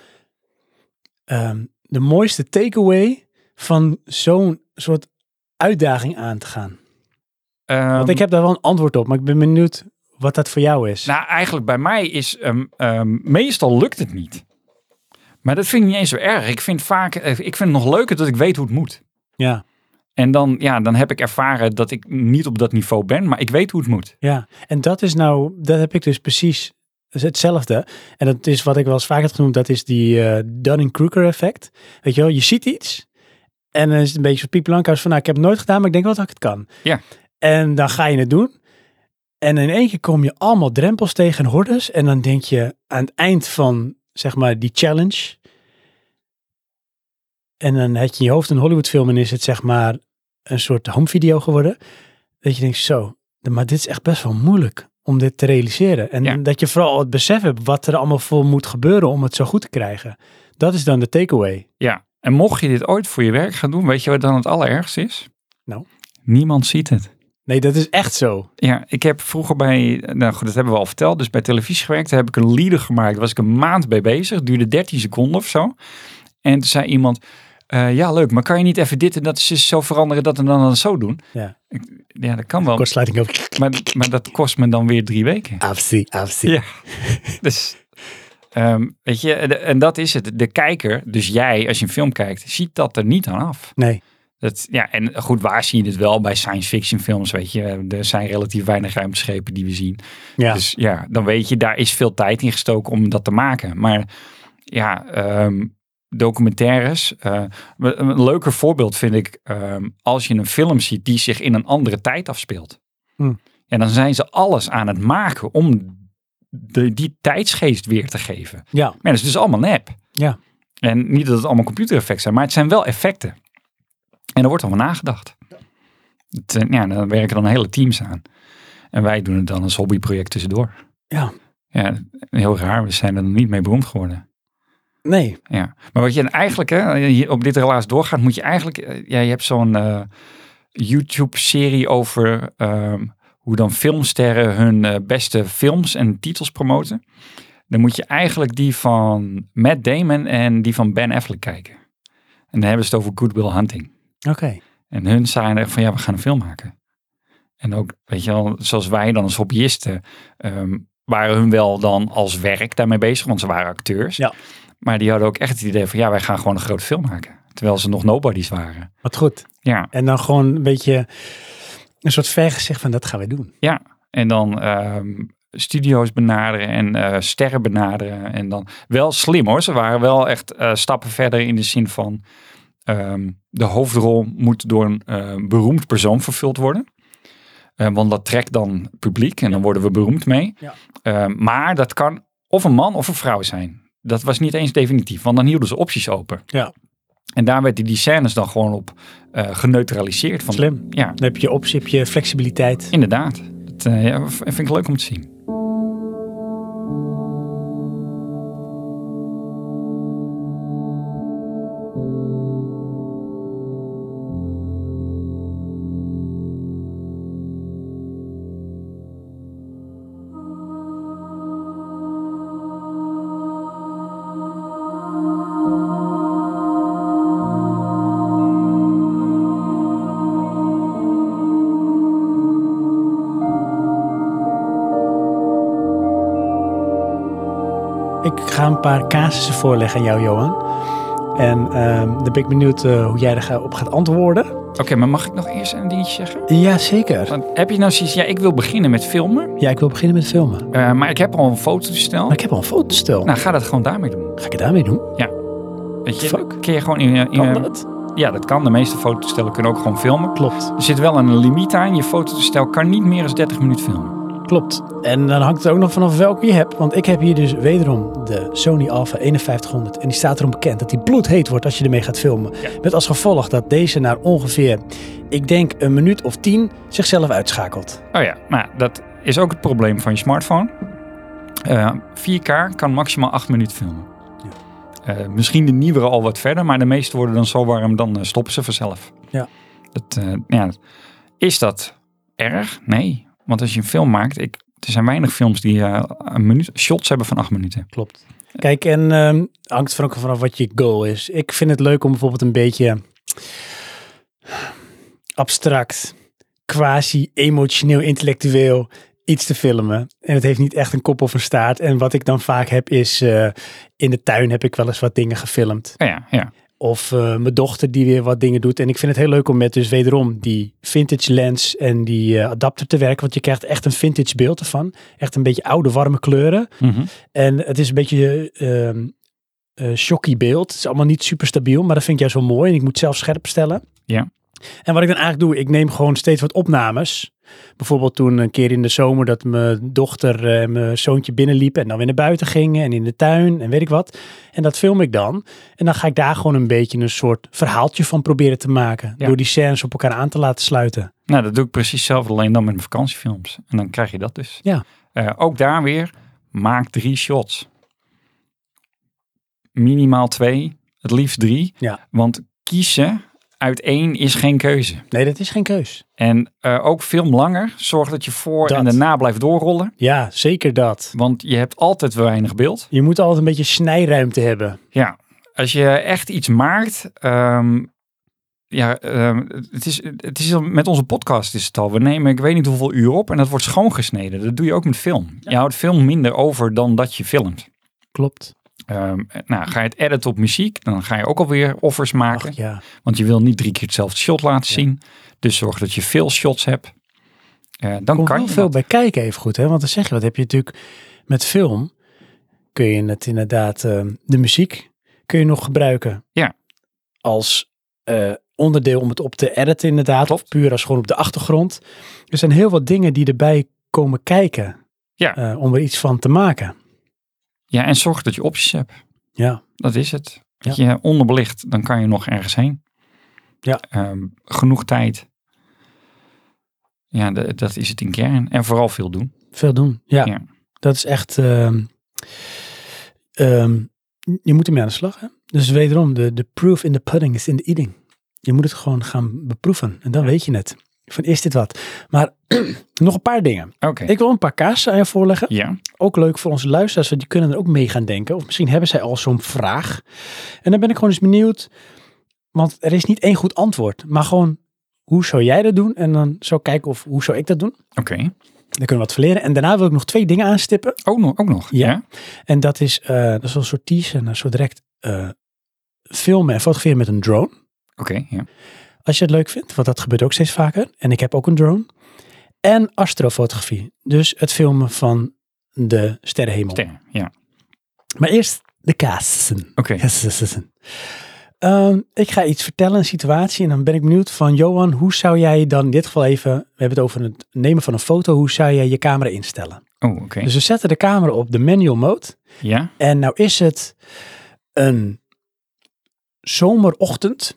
de mooiste takeaway van zo'n soort uitdaging aan te gaan? Want ik heb daar wel een antwoord op, maar ik ben benieuwd wat dat voor jou is. Nou, eigenlijk bij mij is, meestal lukt het niet. Maar dat vind ik niet eens zo erg. Ik vind het nog leuker dat ik weet hoe het moet. Ja. En dan heb ik ervaren dat ik niet op dat niveau ben, maar ik weet hoe het moet. Ja, en dat heb ik dus precies hetzelfde. En dat is wat ik wel eens vaak heb genoemd, dat is die Dunning-Kruger effect. Weet je wel, je ziet iets en dan is het een beetje zo'n Piep Langkous van, nou, ik heb het nooit gedaan, maar ik denk wel dat ik het kan. Ja. En dan ga je het doen. En in één keer kom je allemaal drempels tegen en hordes. En dan denk je aan het eind van, zeg maar, die challenge. En dan heb je in je hoofd een Hollywoodfilm en is het, zeg maar, een soort home video geworden. Dat je denkt, zo, maar dit is echt best wel moeilijk om dit te realiseren. En dat je vooral het besef hebt wat er allemaal voor moet gebeuren om het zo goed te krijgen. Dat is dan de takeaway. Ja, en mocht je dit ooit voor je werk gaan doen, weet je wat dan het allerergste is? Nou? Niemand ziet het. Nee, dat is echt zo. Ja, ik heb vroeger nou goed, dat hebben we al verteld, dus bij televisie gewerkt. Daar heb ik een leader gemaakt, daar was ik een maand mee bezig. Het duurde 13 seconden of zo. En toen zei iemand, ja leuk, maar kan je niet even dit en dat zo veranderen, dat en dan zo doen? Ja. Ja, dat kan wel. Kortsluiting ook. Maar dat kost me dan weer 3 weken. Afzie. Ja, dus weet je, en dat is het. De kijker, dus jij als je een film kijkt, ziet dat er niet aan af. Nee. En goed, waar zie je het wel? Bij science fiction films, weet je. Er zijn relatief weinig ruimteschepen die we zien. Ja. Dus ja, dan weet je, daar is veel tijd in gestoken om dat te maken. Maar ja, documentaires. Een leuker voorbeeld vind ik als je een film ziet die zich in een andere tijd afspeelt. En dan zijn ze alles aan het maken om die tijdsgeest weer te geven. Ja. Maar dat is dus allemaal nep. Ja. En niet dat het allemaal computereffecten zijn, maar het zijn wel effecten. En er wordt allemaal nagedacht. Dan werken dan hele teams aan. En wij doen het dan als hobbyproject tussendoor. Ja. Ja, heel raar. We zijn er nog niet mee beroemd geworden. Nee. Ja. Maar wat je eigenlijk op dit relaas doorgaat, moet je eigenlijk... je hebt zo'n YouTube-serie over hoe dan filmsterren hun beste films en titels promoten. Dan moet je eigenlijk die van Matt Damon en die van Ben Affleck kijken. En dan hebben ze het over Good Will Hunting. Oké. En hun zijn er van, ja, we gaan een film maken. En ook, weet je wel, zoals wij dan als hobbyisten, waren hun wel dan als werk daarmee bezig, want ze waren acteurs. Ja. Maar die hadden ook echt het idee van, ja, wij gaan gewoon een grote film maken. Terwijl ze nog nobodies waren. Wat goed. Ja. En dan gewoon een beetje een soort vergezicht van, dat gaan we doen. Ja. En dan studio's benaderen en sterren benaderen. En dan wel slim hoor. Ze waren wel echt stappen verder in de zin van de hoofdrol moet door een beroemd persoon vervuld worden. Want dat trekt dan publiek en dan worden we beroemd mee. Ja. Maar dat kan of een man of een vrouw zijn. Dat was niet eens definitief, want dan hielden ze opties open. Ja. En daar werden die scènes dan gewoon op geneutraliseerd. Van, Slim. Ja. Dan heb je optie, heb je flexibiliteit. Inderdaad. Dat vind ik leuk om te zien. Ik ga een paar casussen voorleggen aan jou, Johan. En dan ben ik benieuwd hoe jij erop gaat antwoorden. Oké, maar mag ik nog eerst een dingetje zeggen? Ja, zeker. Want heb je nou zoiets, ik wil beginnen met filmen. Ja, ik wil beginnen met filmen. Maar ik heb al een fotostel. Maar ik heb al een fotostel. Nou, ga dat gewoon daarmee doen. Ga ik het daarmee doen? Ja. Weet je, Fuck. kun je gewoon in Kan dat? Ja, dat kan. De meeste fotostellen kunnen ook gewoon filmen. Klopt. Er zit wel een limiet aan. Je fotostel kan niet meer dan 30 minuten filmen. Klopt. En dan hangt het ook nog vanaf welke je hebt. Want ik heb hier dus wederom de Sony Alpha 5100. En die staat erom bekend dat die bloedheet wordt als je ermee gaat filmen. Ja. Met als gevolg dat deze na ongeveer, ik denk een minuut of 10, zichzelf uitschakelt. Oh ja, maar dat is ook het probleem van je smartphone. 4K kan maximaal 8 minuten filmen. Ja. Misschien de nieuwere al wat verder, maar de meeste worden dan zo warm, dan stoppen ze vanzelf. Ja. Is dat erg? Nee. Want als je een film maakt, er zijn weinig films die een minuut shots hebben van 8 minuten. Klopt. Kijk, en hangt er ook vanaf wat je goal is. Ik vind het leuk om bijvoorbeeld een beetje abstract, quasi-emotioneel, intellectueel iets te filmen. En het heeft niet echt een kop of een staart. En wat ik dan vaak heb is, in de tuin heb ik wel eens wat dingen gefilmd. Ja. Of mijn dochter die weer wat dingen doet. En ik vind het heel leuk om met dus wederom die vintage lens en die adapter te werken. Want je krijgt echt een vintage beeld ervan. Echt een beetje oude, warme kleuren. Mm-hmm. En het is een beetje shocky beeld. Het is allemaal niet super stabiel, maar dat vind ik juist wel mooi. En ik moet zelf scherp stellen. Ja. En wat ik dan eigenlijk doe, ik neem gewoon steeds wat opnames. Bijvoorbeeld toen een keer in de zomer dat mijn dochter en mijn zoontje binnenliepen en dan weer naar buiten gingen en in de tuin en weet ik wat. En dat film ik dan. En dan ga ik daar gewoon een beetje een soort verhaaltje van proberen te maken. Ja. Door die scènes op elkaar aan te laten sluiten. Nou, dat doe ik precies zelf, alleen dan met mijn vakantiefilms. En dan krijg je dat dus. Ja. Ook daar weer, maak 3 shots. Minimaal 2, het liefst 3. Ja. Want kiezen uit 1 is geen keuze. Nee, dat is geen keus. En ook film langer. Zorg dat je voor en daarna blijft doorrollen. Ja, zeker dat. Want je hebt altijd weinig beeld. Je moet altijd een beetje snijruimte hebben. Ja, als je echt iets maakt. Het is met onze podcast is het al. We nemen ik weet niet hoeveel uur op en dat wordt schoongesneden. Dat doe je ook met film. Ja. Je houdt veel minder over dan dat je filmt. Klopt. Ga je het editen op muziek, dan ga je ook alweer offers maken. Ach, ja. Want je wil niet 3 keer hetzelfde shot laten zien. Dus zorg dat je veel shots hebt. Dan kan je veel bij kijken even goed. Hè? Want dan zeg je, wat heb je natuurlijk met film. Kun je het inderdaad, de muziek kun je nog gebruiken. Ja. Als onderdeel om het op te editen inderdaad. Klopt. Of puur als gewoon op de achtergrond. Er zijn heel wat dingen die erbij komen kijken. Ja. Om er iets van te maken. Ja, en zorg dat je opties hebt. Ja. Dat is het. Dat je onderbelicht, dan kan je nog ergens heen. Ja. Genoeg tijd. Ja, dat is het in kern. En vooral veel doen. Veel doen, ja. Dat is echt... je moet ermee aan de slag. Hè? Dus wederom, de proof in the pudding is in the eating. Je moet het gewoon gaan beproeven. En dan weet je het. Van, is dit wat? Maar nog een paar dingen. Okay. Ik wil een paar kaarsen aan je voorleggen. Ja. Ook leuk voor onze luisteraars, want die kunnen er ook mee gaan denken. Of misschien hebben zij al zo'n vraag. En dan ben ik gewoon eens benieuwd. Want er is niet één goed antwoord. Maar gewoon, hoe zou jij dat doen? En dan zou ik kijken hoe zou ik dat doen? Oké. Dan kunnen we wat verleren. En daarna wil ik nog 2 dingen aanstippen. Ook nog. Ja. En dat is wel een soort teaser. Nou, zo direct filmen en fotograferen met een drone. Oké, ja. Als je het leuk vindt, want dat gebeurt ook steeds vaker. En ik heb ook een drone. En astrofotografie. Dus het filmen van de sterrenhemel. Ja. Maar eerst de kaarsen. Oké. Ik ga iets vertellen, een situatie. En dan ben ik benieuwd van Johan, hoe zou jij dan in dit geval even... We hebben het over het nemen van een foto. Hoe zou jij je camera instellen? Oh, oké. Dus we zetten de camera op de manual mode. Ja? En nou is het een zomerochtend.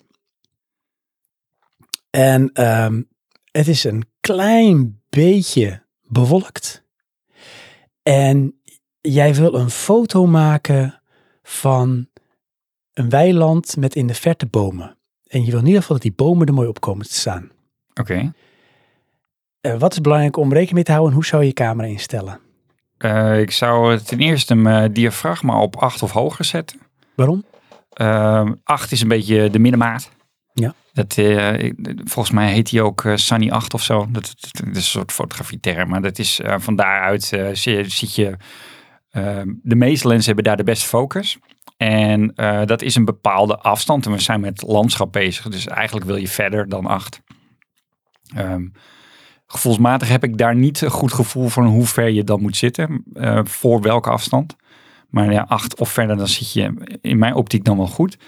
En het is een klein beetje bewolkt. En jij wil een foto maken van een weiland met in de verte bomen. En je wil in ieder geval dat die bomen er mooi op komen te staan. Oké. Wat is belangrijk om rekening mee te houden? Hoe zou je je camera instellen? Ik zou ten eerste mijn diafragma op 8 of hoger zetten. Waarom? 8 is een beetje de middenmaat. Ja. Dat, volgens mij heet die ook Sunny 8 of zo. Dat is een soort fotografieterm. Maar dat is van daaruit ziet je... de meeste lenzen hebben daar de beste focus. En dat is een bepaalde afstand. En we zijn met landschap bezig. Dus eigenlijk wil je verder dan 8. Gevoelsmatig heb ik daar niet een goed gevoel van hoe ver je dan moet zitten. Voor welke afstand. Maar ja, 8 of verder, dan zit je in mijn optiek dan wel goed.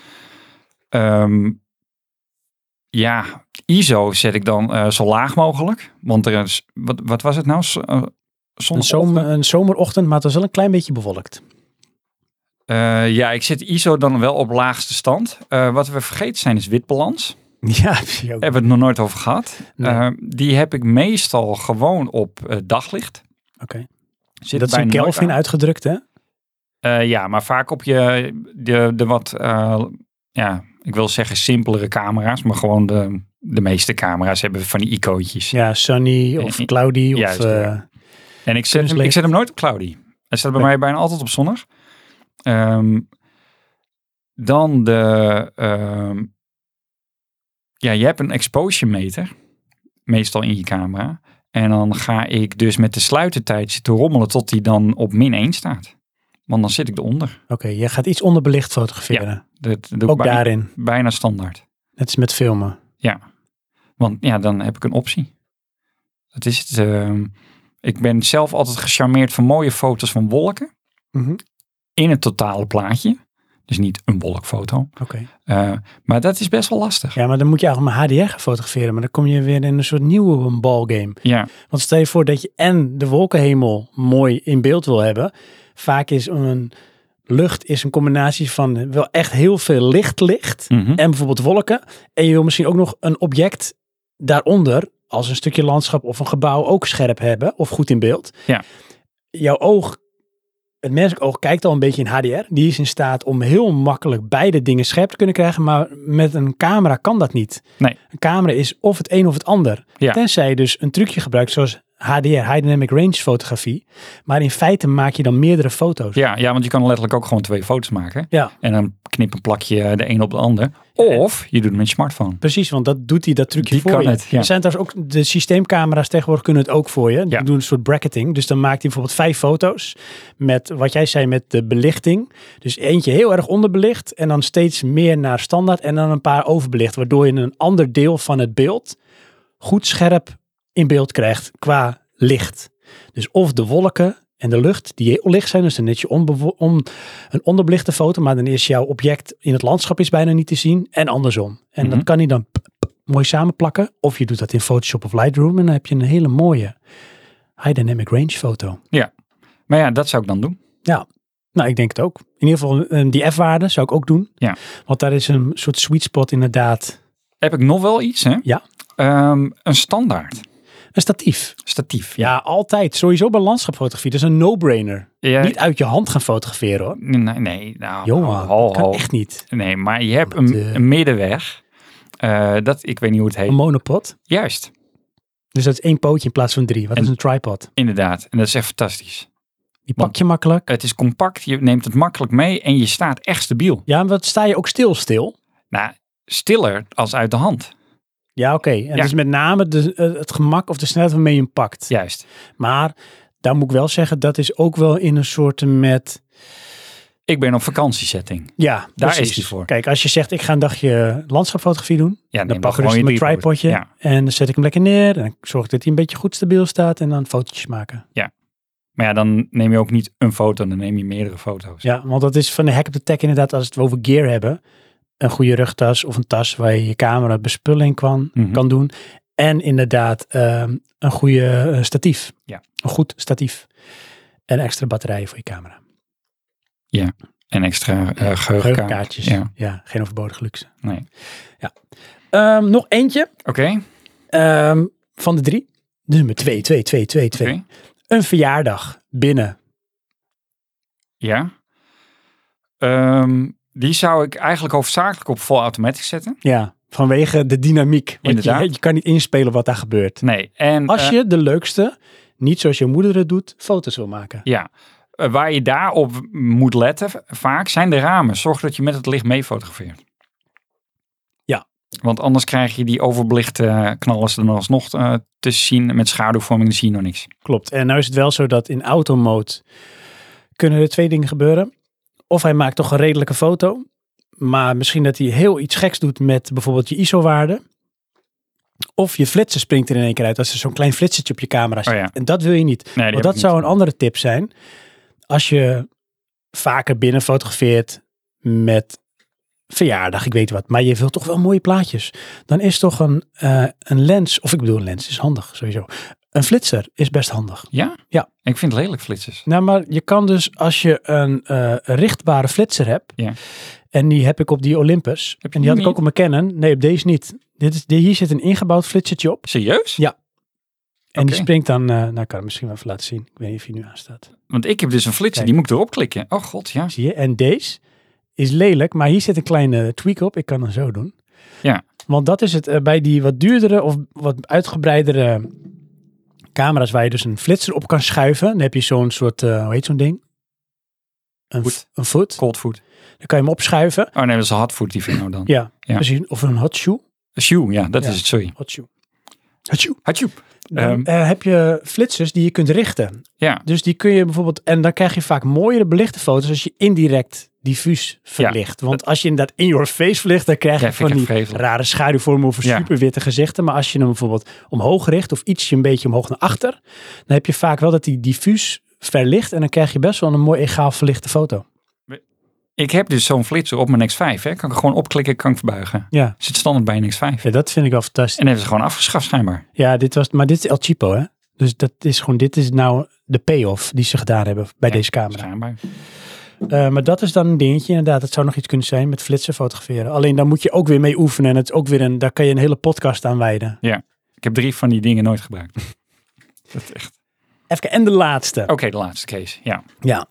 Ja, ISO zet ik dan zo laag mogelijk. Want er is, wat was het nou? Een zomerochtend, maar het was wel een klein beetje bewolkt. Ja, ik zet ISO dan wel op laagste stand. Wat we vergeten zijn is witbalans. Ja, hebben we het nog nooit over gehad. Nee. Die heb ik meestal gewoon op daglicht. Oké. Dat is een Kelvin uitgedrukt, hè? Ja, maar vaak op de wat, ik wil zeggen simpelere camera's, maar gewoon de meeste camera's hebben van die icoontjes. Ja, Sunny of Cloudy. Juist, en ik zet hem nooit op Cloudy. Hij staat bij mij bijna altijd op zonnig. Dan je hebt een exposure meter, meestal in je camera. En dan ga ik dus met de sluitertijd zitten rommelen tot die dan op -1 staat. Want dan zit ik eronder. Oké, je gaat iets onderbelicht fotograferen. Ja, dat doe ook ik daarin. Bijna standaard. Net als met filmen. Ja, want ja, dan heb ik een optie. Dat is het. Ik ben zelf altijd gecharmeerd van mooie foto's van wolken. Mm-hmm. In het totale plaatje. Dus niet een wolkfoto. Oké. Maar dat is best wel lastig. Ja, maar dan moet je eigenlijk maar HDR gaan fotograferen. Maar dan kom je weer in een soort nieuwe ballgame. Ja. Want stel je voor dat je en de wolkenhemel mooi in beeld wil hebben. Vaak is een lucht is een combinatie van wel echt heel veel licht. Mm-hmm. En bijvoorbeeld wolken. En je wil misschien ook nog een object daaronder, als een stukje landschap of een gebouw, ook scherp hebben. Of goed in beeld. Ja. Jouw oog, het menselijk oog kijkt al een beetje in HDR. Die is in staat om heel makkelijk beide dingen scherp te kunnen krijgen. Maar met een camera kan dat niet. Nee. Een camera is of het een of het ander. Ja. Tenzij je dus een trucje gebruikt zoals HDR, High Dynamic Range fotografie. Maar in feite maak je dan meerdere foto's. Ja, want je kan letterlijk ook gewoon 2 foto's maken. Ja. En dan knip een plakje de een op de ander. Of je doet het met je smartphone. Precies, want dat doet hij dat trucje Die voor kan je. het, ja. Er zijn trouwens ook de systeemcamera's tegenwoordig kunnen het ook voor je. Die doen een soort bracketing. Dus dan maakt hij bijvoorbeeld 5 foto's met wat jij zei met de belichting. Dus eentje heel erg onderbelicht en dan steeds meer naar standaard en dan een paar overbelicht. Waardoor je een ander deel van het beeld goed scherp in beeld krijgt qua licht. Dus of de wolken en de lucht die heel licht zijn, dus dan net je een onderbelichte foto, maar dan is jouw object in het landschap is bijna niet te zien en andersom. En dat kan hij dan mooi samenplakken. Of je doet dat in Photoshop of Lightroom en dan heb je een hele mooie High Dynamic Range foto. Ja, maar ja, dat zou ik dan doen. Ja, nou ik denk het ook. In ieder geval die F-waarde zou ik ook doen. Ja. Want daar is een soort sweet spot inderdaad. Heb ik nog wel iets, hè? Ja. Een standaard. Een statief. Statief. Ja, altijd. Sowieso bij landschapfotografie. Dat is een no-brainer. Ja. Niet uit je hand gaan fotograferen hoor. Nee. Nou, Johan, dat kan echt niet. Nee, maar je hebt een middenweg. Ik weet niet hoe het heet. Een monopod. Juist. Dus dat is 1 pootje in plaats van 3. Wat is een tripod? Inderdaad. En dat is echt fantastisch. Die pak je makkelijk. Het is compact. Je neemt het makkelijk mee. En je staat echt stabiel. Ja, maar wat sta je ook stil? Nou, stiller als uit de hand. Ja, oké. En dus met name het gemak of de snelheid waarmee je hem pakt. Juist. Maar daar moet ik wel zeggen, dat is ook wel in een soort met... Ik ben op vakantiesetting. Ja, daar precies. is die voor. Kijk, als je zegt, ik ga een dagje landschapfotografie doen. Ja, dan pak ik dus mijn tripodje. Ja. En dan zet ik hem lekker neer. En dan zorg ik dat hij een beetje goed stabiel staat. En dan fotootjes maken. Ja. Maar ja, dan neem je ook niet een foto. Dan neem je meerdere foto's. Ja, want dat is van de hack op de tech inderdaad. Als we het over gear hebben. een goede rugtas of een tas waar je je camera bespulling kan doen. En inderdaad een goede statief. Ja. Een goed statief. En extra batterijen voor je camera. Ja, en extra geheugenkaartjes. Ja, geen overbodige luxe. Nee. Ja. Nog eentje. Oké. Van de 3. Nummer 2. Okay. Een verjaardag binnen. Ja. Die zou ik eigenlijk hoofdzakelijk op full automatic zetten. Ja, vanwege de dynamiek. Want inderdaad. Je kan niet inspelen wat daar gebeurt. Nee. En, als je de leukste, niet zoals je moeder het doet, foto's wil maken. Ja. Waar je daarop moet letten vaak zijn de ramen. Zorg dat je met het licht mee fotografeert. Ja. Want anders krijg je die overbelichte knallers er nog alsnog tussen zien. Met schaduwvorming zie je nog niks. Klopt. En nou is het wel zo dat in automode kunnen er 2 dingen gebeuren. Of hij maakt toch een redelijke foto. Maar misschien dat hij heel iets geks doet met bijvoorbeeld je ISO-waarde. Of je flitser springt er in één keer uit als er zo'n klein flitsertje op je camera zit. Oh ja. En dat wil je niet. Nee, want dat zou een andere tip zijn. Als je vaker binnen fotografeert met verjaardag, ik weet wat. Maar je wilt toch wel mooie plaatjes. Dan is toch een lens, of ik bedoel een lens is handig sowieso. Een flitser is best handig. Ja? Ja. Ik vind het lelijk flitsers. Nou, maar je kan dus als je een richtbare flitser hebt. Ja. En die heb ik op die Olympus. En die had ik ook op mijn Canon. Nee, op deze niet. Hier zit een ingebouwd flitsertje op. Serieus? Ja. En die springt dan, nou ik kan het misschien wel even laten zien. Ik weet niet of hij nu aanstaat. Want ik heb dus een flitser, die moet ik erop klikken. Oh god, ja. Zie je? En deze is lelijk, maar hier zit een kleine tweak op. Ik kan hem zo doen. Ja. Want dat is het bij die wat duurdere of wat uitgebreidere camera's waar je dus een flitser op kan schuiven. Dan heb je zo'n soort, hoe heet zo'n ding? Een voet. Cold foot. Dan kan je hem opschuiven. Oh nee, dat is een hot foot die vind ik nou dan. Ja. Precies. Of een hot shoe. Een shoe, ja, dat is het, sorry. Hot shoe. Hot shoe. Dan heb je flitsers die je kunt richten. Ja. Dus die kun je bijvoorbeeld, en dan krijg je vaak mooiere belichte foto's als je indirect diffuus verlicht. Want als je inderdaad in your face verlicht, dan krijg je van die rare schaduwvormen of superwitte gezichten. Maar als je hem bijvoorbeeld omhoog richt of ietsje een beetje omhoog naar achter, dan heb je vaak wel dat die diffuus verlicht en dan krijg je best wel een mooi egaal verlichte foto. Ik heb dus zo'n flitser op mijn X5. Hè. Kan ik gewoon opklikken, kan ik verbuigen. Ja. Zit standaard bij een X5. Ja, dat vind ik wel fantastisch. En hebben ze gewoon afgeschaft schijnbaar. Ja, maar dit is El Cheapo, hè? Dus dit is nou de payoff die ze gedaan hebben bij deze camera. Schijnbaar. Maar dat is dan een dingetje, inderdaad. Het zou nog iets kunnen zijn met flitsen fotograferen. Alleen daar moet je ook weer mee oefenen. En het is ook weer daar kan je een hele podcast aan wijden. Ja, ik heb 3 van die dingen nooit gebruikt. Dat is echt. Even, en de laatste. Oké, de laatste case, ja. Ja.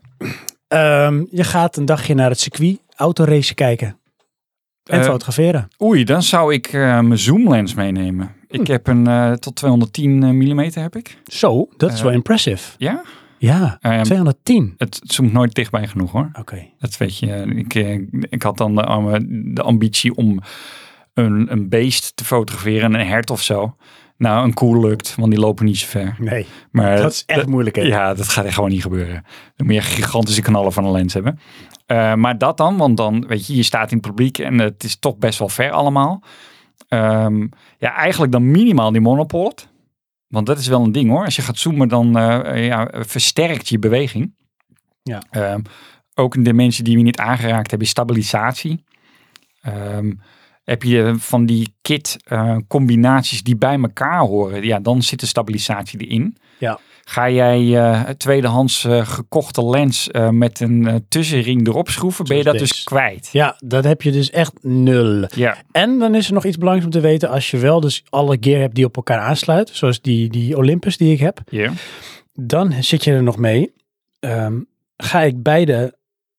Je gaat een dagje naar het circuit, autoracen kijken. En fotograferen. Oei, dan zou ik mijn zoomlens meenemen. Ik heb een tot 210 mm heb ik. Zo, dat is wel impressive. Ja? Ja, 210. Het zoomt nooit dichtbij genoeg hoor. Oké. Dat weet je. Ik had dan de ambitie om een beest te fotograferen, een hert of zo. Nou, een koe lukt, want die lopen niet zo ver. Nee, maar dat is echt moeilijk. Hè? Ja, dat gaat echt gewoon niet gebeuren. Dan moet je gigantische knallen van een lens hebben. Maar dat dan, want dan weet je staat in het publiek en het is toch best wel ver allemaal. Ja, eigenlijk dan minimaal die monopod. Want dat is wel een ding hoor. Als je gaat zoomen, dan versterkt je beweging. Ja. Ook de mensen die we niet aangeraakt hebben, stabilisatie. Heb je van die kit combinaties die bij elkaar horen, ja, dan zit de stabilisatie erin. Ja. Ga jij tweedehands gekochte lens met een tussenring erop schroeven, ben je dat dus kwijt. Ja, dat heb je dus echt nul. Ja. En dan is er nog iets belangrijks om te weten, als je wel dus alle gear hebt die op elkaar aansluiten, zoals die Olympus die ik heb, dan zit je er nog mee. Ga ik beide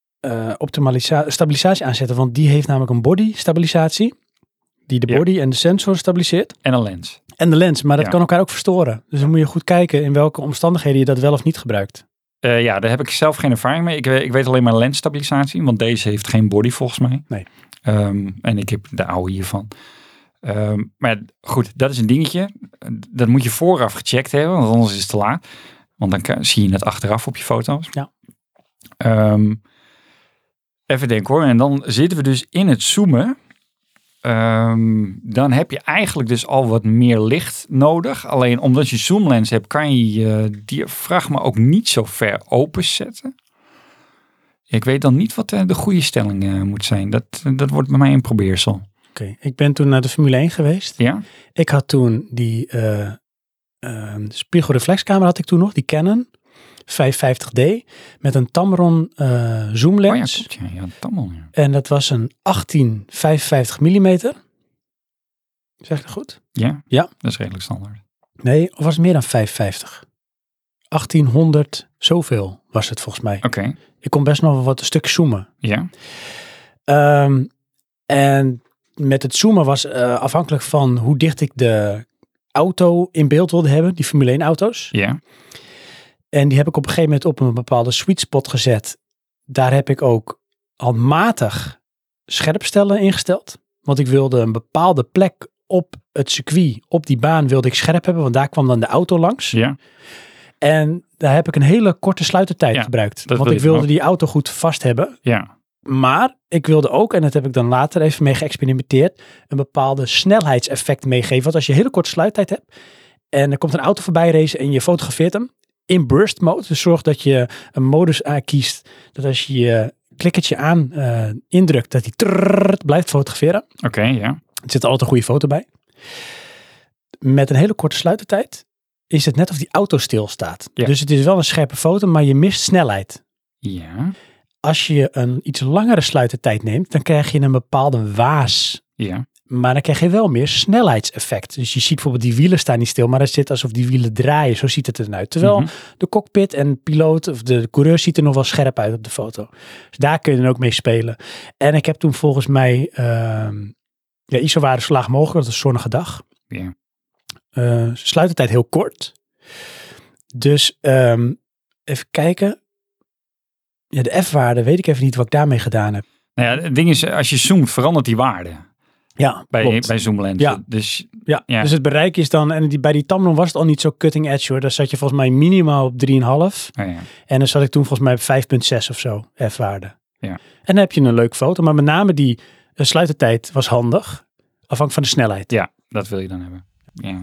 stabilisatie aanzetten, want die heeft namelijk een body stabilisatie, die de body en de sensor stabiliseert. En een lens. En de lens, maar dat kan elkaar ook verstoren. Dus dan moet je goed kijken in welke omstandigheden je dat wel of niet gebruikt. Ja, daar heb ik zelf geen ervaring mee. Ik weet alleen maar lensstabilisatie, want deze heeft geen body volgens mij. Nee. En ik heb de oude hiervan. Maar goed, dat is een dingetje. Dat moet je vooraf gecheckt hebben, want anders is het te laat. Want dan zie je het achteraf op je foto's. Ja. Even denken hoor. En dan zitten we dus in het zoomen. Dan heb je eigenlijk dus al wat meer licht nodig. Alleen omdat je zoomlens hebt, kan je je diafragma ook niet zo ver openzetten. Ik weet dan niet wat de goede stelling moet zijn. Dat wordt bij mij een probeersel. Oké, ik ben toen naar de Formule 1 geweest. Ja? Ik had toen die spiegelreflexcamera had ik toen nog, die Canon 550D met een Tamron zoomlens. Oh ja, Tamron. Ja. En dat was een 18-55 mm. Zeg ik dat goed? Ja? Ja. Dat is redelijk standaard. Nee, of was het meer dan 550? 1800 zoveel was het volgens mij. Oké. Ik kon best nog wel wat een stuk zoomen. Ja. En met het zoomen was afhankelijk van hoe dicht ik de auto in beeld wilde hebben, die Formule 1 auto's. Ja. En die heb ik op een gegeven moment op een bepaalde sweet spot gezet. Daar heb ik ook handmatig scherpstellen ingesteld. Want ik wilde een bepaalde plek op het circuit, op die baan wilde ik scherp hebben, want daar kwam dan de auto langs. Ja. En daar heb ik een hele korte sluitertijd gebruikt. Want ik wilde die auto goed vast hebben. Ja. Maar ik wilde ook, en dat heb ik dan later even mee geëxperimenteerd, een bepaalde snelheidseffect meegeven. Want als je een hele korte sluittijd hebt en er komt een auto voorbij racen en je fotografeert hem in burst mode. Dus zorg dat je een modus kiest dat als je je klikkertje aan indrukt, dat hij blijft fotograferen. Oké, ja. Er zit altijd een goede foto bij. Met een hele korte sluitertijd is het net of die auto stilstaat. Ja. Dus het is wel een scherpe foto, maar je mist snelheid. Ja. Als je een iets langere sluitertijd neemt, dan krijg je een bepaalde waas. Ja. Maar dan krijg je wel meer snelheidseffect. Dus je ziet bijvoorbeeld die wielen staan niet stil, maar het zit alsof die wielen draaien. Zo ziet het eruit. Terwijl de cockpit en piloot of de coureur ziet er nog wel scherp uit op de foto. Dus daar kun je dan ook mee spelen. En ik heb toen volgens mij ISO-waarde zo laag mogelijk. Dat is een zonnige dag. Ja. Sluitertijd heel kort. Dus even kijken. Ja, de F-waarde weet ik even niet wat ik daarmee gedaan heb. Nou ja, het ding is, als je zoomt, verandert die waarde. Ja, bij zoomlenzen. Ja. Dus het bereik is dan, en bij die Tamron was het al niet zo cutting edge hoor. Daar zat je volgens mij minimaal op 3,5. En dan zat ik toen volgens mij op 5,6 of zo, F-waarde. Ja. En dan heb je een leuke foto, maar met name die sluitertijd was handig, afhankelijk van de snelheid. Ja, dat wil je dan hebben. Ja.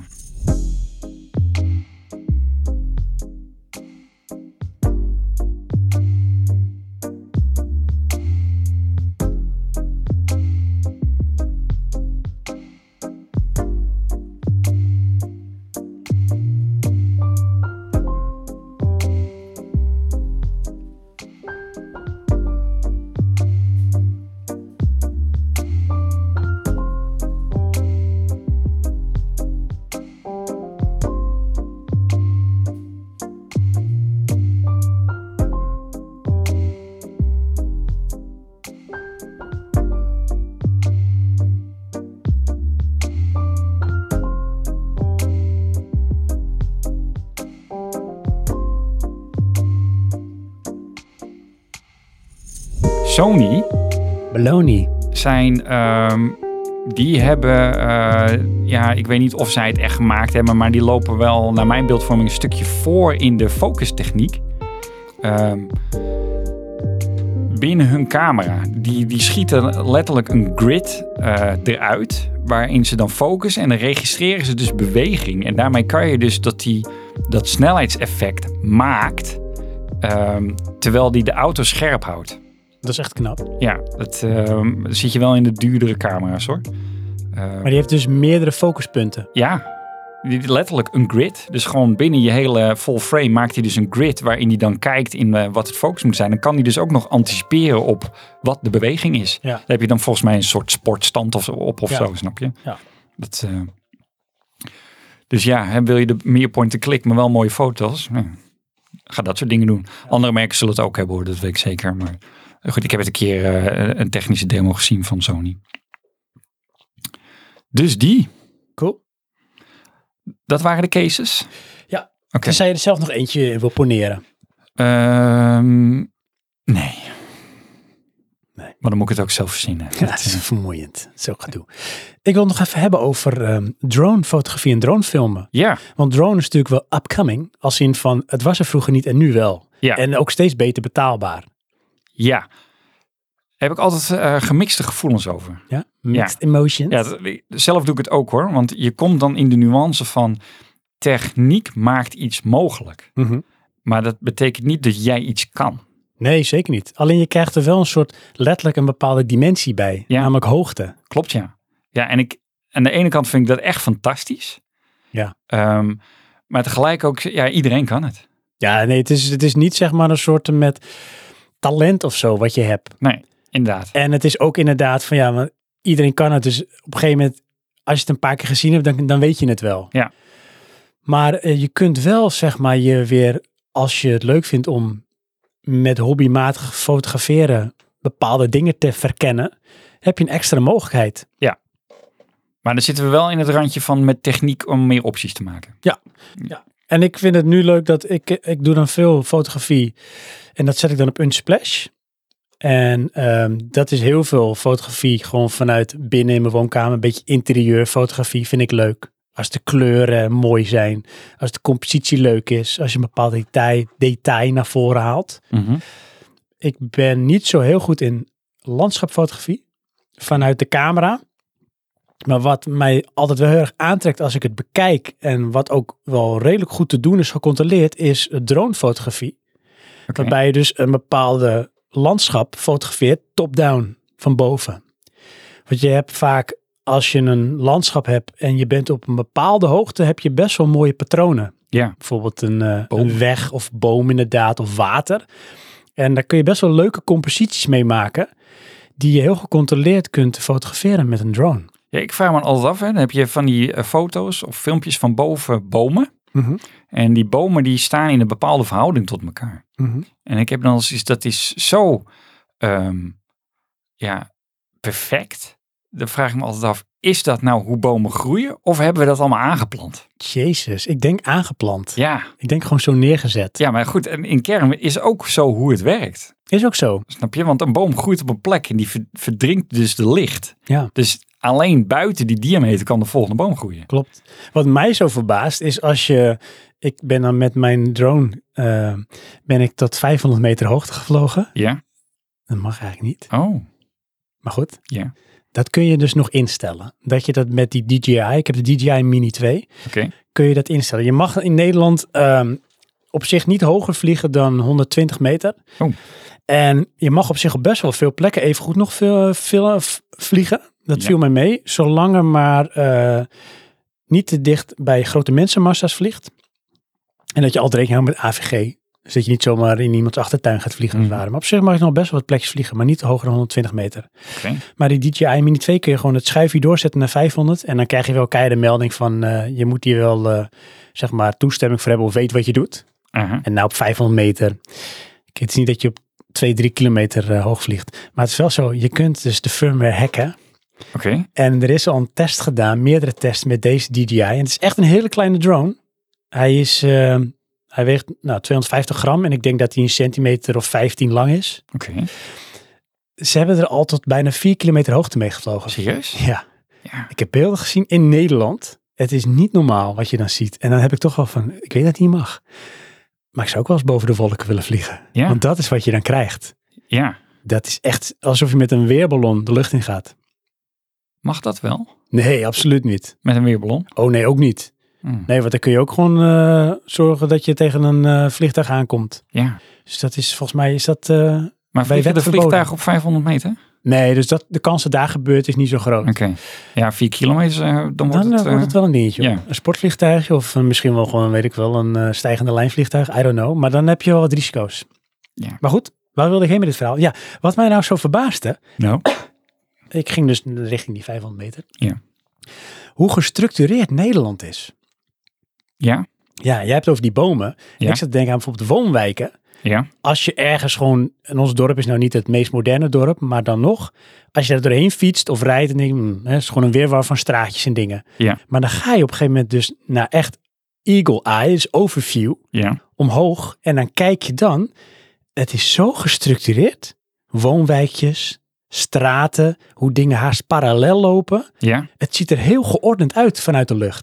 Sony. Baloney. Die hebben, ik weet niet of zij het echt gemaakt hebben, maar die lopen wel naar mijn beeldvorming een stukje voor in de focustechniek. Binnen hun camera. Die schieten letterlijk een grid eruit, waarin ze dan focussen en dan registreren ze dus beweging. En daarmee kan je dus dat snelheidseffect maakt, terwijl die de auto scherp houdt. Dat is echt knap. Ja, dat zit je wel in de duurdere camera's hoor. Maar die heeft dus meerdere focuspunten. Ja, letterlijk een grid. Dus gewoon binnen je hele full frame maakt hij dus een grid waarin hij dan kijkt in wat het focus moet zijn. Dan kan hij dus ook nog anticiperen op wat de beweging is. Ja. Daar heb je dan volgens mij een soort sportstand of zo, snap je? Ja. Dus ja, wil je de meer point-and-click, maar wel mooie foto's? Ga dat soort dingen doen. Ja. Andere merken zullen het ook hebben hoor, dat weet ik zeker. Maar goed, ik heb het een keer een technische demo gezien van Sony. Dus die. Cool. Dat waren de cases? Ja. Okay. Zei je er zelf nog eentje wil poneren? Nee. Maar dan moet ik het ook zelf verzinnen. Ja, dat is vermoeiend. Zo gedoe. Ik wil het nog even hebben over drone-fotografie en dronefilmen. Ja. Want drone is natuurlijk wel upcoming. Als in van, het was er vroeger niet en nu wel. Ja. En ook steeds beter betaalbaar. Ja. Heb ik altijd gemixte gevoelens over. Ja? Mixed emotions. Ja, zelf doe ik het ook hoor. Want je komt dan in de nuance van techniek maakt iets mogelijk. Mm-hmm. Maar dat betekent niet dat jij iets kan. Nee, zeker niet. Alleen je krijgt er wel een soort letterlijk een bepaalde dimensie bij. Ja. Namelijk hoogte. Klopt, ja. Ja, en aan de ene kant vind ik dat echt fantastisch. Ja. Maar tegelijk ook, ja, iedereen kan het. Ja, nee, het is niet zeg maar een soort met talent of zo wat je hebt. Nee, inderdaad. En het is ook inderdaad van ja, maar iedereen kan het. Dus op een gegeven moment, als je het een paar keer gezien hebt, dan weet je het wel. Ja. Maar je kunt wel zeg maar je weer, als je het leuk vindt om met hobbymatig fotograferen bepaalde dingen te verkennen, heb je een extra mogelijkheid. Ja. Maar dan zitten we wel in het randje van met techniek om meer opties te maken. Ja. En ik vind het nu leuk dat ik doe dan veel fotografie en dat zet ik dan op Unsplash. En dat is heel veel fotografie gewoon vanuit binnen in mijn woonkamer. Een beetje interieurfotografie vind ik leuk. Als de kleuren mooi zijn, als de compositie leuk is, als je een bepaald detail naar voren haalt. Mm-hmm. Ik ben niet zo heel goed in landschapfotografie vanuit de camera. Maar wat mij altijd wel heel erg aantrekt als ik het bekijk en wat ook wel redelijk goed te doen is gecontroleerd, is dronefotografie. Okay. Waarbij je dus een bepaalde landschap fotografeert top-down, van boven. Want je hebt vaak, als je een landschap hebt en je bent op een bepaalde hoogte, heb je best wel mooie patronen. Ja. Bijvoorbeeld een weg of boom inderdaad, of water. En daar kun je best wel leuke composities mee maken, die je heel gecontroleerd kunt fotograferen met een drone. Ja, ik vraag me altijd af, hè. Dan heb je van die foto's of filmpjes van boven bomen. Mm-hmm. En die bomen die staan in een bepaalde verhouding tot elkaar. Mm-hmm. En ik heb dan eens, dat is zo perfect. Dan vraag ik me altijd af, is dat nou hoe bomen groeien? Of hebben we dat allemaal aangeplant? Jezus, ik denk aangeplant. Ja. Ik denk gewoon zo neergezet. Ja, maar goed, en in kern is ook zo hoe het werkt. Is ook zo. Snap je? Want een boom groeit op een plek en die verdrinkt dus de licht. Ja. Dus alleen buiten die diameter kan de volgende boom groeien. Klopt. Wat mij zo verbaast is ik ben dan met mijn drone, ben ik tot 500 meter hoogte gevlogen. Ja. Dat mag eigenlijk niet. Oh. Maar goed. Ja. Dat kun je dus nog instellen. Dat je dat met die DJI, ik heb de DJI Mini 2, Okay. kun je dat instellen. Je mag in Nederland op zich niet hoger vliegen dan 120 meter. Oh. En je mag op zich op best wel veel plekken even goed nog veel vliegen. Dat viel mij mee. Zolang er maar niet te dicht bij grote mensenmassa's vliegt. En dat je altijd rekening houdt met AVG. Dus dat je niet zomaar in iemands achtertuin gaat vliegen. Mm. Maar op zich mag je nog best wel wat plekjes vliegen. Maar niet hoger dan 120 meter. Okay. Maar die DJI Mini 2 kun je gewoon het schuifje doorzetten naar 500. En dan krijg je wel keiharde melding van je moet hier wel zeg maar toestemming voor hebben of weet wat je doet. Uh-huh. En nou op 500 meter. Het is niet dat je op 2-3 kilometer hoog vliegt. Maar het is wel zo, je kunt dus de firmware hacken. Okay. En er is al een test gedaan, meerdere tests met deze DJI. En het is echt een hele kleine drone. Hij weegt 250 gram en ik denk dat hij een centimeter of 15 lang is. Okay. Ze hebben er al tot bijna 4 kilometer hoogte mee gevlogen. Serieus? Ja. Ik heb beelden gezien in Nederland. Het is niet normaal wat je dan ziet. En dan heb ik toch wel van, ik weet dat het niet mag. Maar ik zou ook wel eens boven de wolken willen vliegen. Ja. Want dat is wat je dan krijgt. Ja. Dat is echt alsof je met een weerballon de lucht in gaat. Mag dat wel? Nee, absoluut niet. Met een weerballon? Oh nee, ook niet. Nee, want dan kun je ook gewoon zorgen dat je tegen een vliegtuig aankomt. Ja. Dus dat is volgens mij, maar vliegen de vliegtuigen op 500 meter? Nee, dus de kans dat daar gebeurt is niet zo groot. Oké. Ja, 4 kilometer, dan wordt het wel een dingetje. Ja. Een sportvliegtuigje of misschien wel gewoon, weet ik wel, een stijgende lijnvliegtuig. I don't know. Maar dan heb je wel wat risico's. Ja. Maar goed, waar wilde ik heen met dit verhaal? Ja, wat mij nou zo verbaasde. Nou. Ik ging dus richting die 500 meter. Ja. Hoe gestructureerd Nederland is. Ja. Ja, jij hebt over die bomen. Ja. Ik zat te denken aan bijvoorbeeld de woonwijken. Ja. Als je ergens gewoon, en ons dorp is nou niet het meest moderne dorp, maar dan nog, als je er doorheen fietst of rijdt en denkt, het is gewoon een weerwar van straatjes en dingen. Ja. Maar dan ga je op een gegeven moment dus naar echt eagle eye, dus overview, omhoog. En dan kijk je dan, het is zo gestructureerd. Woonwijkjes, straten, hoe dingen haast parallel lopen. Ja. Het ziet er heel geordend uit vanuit de lucht.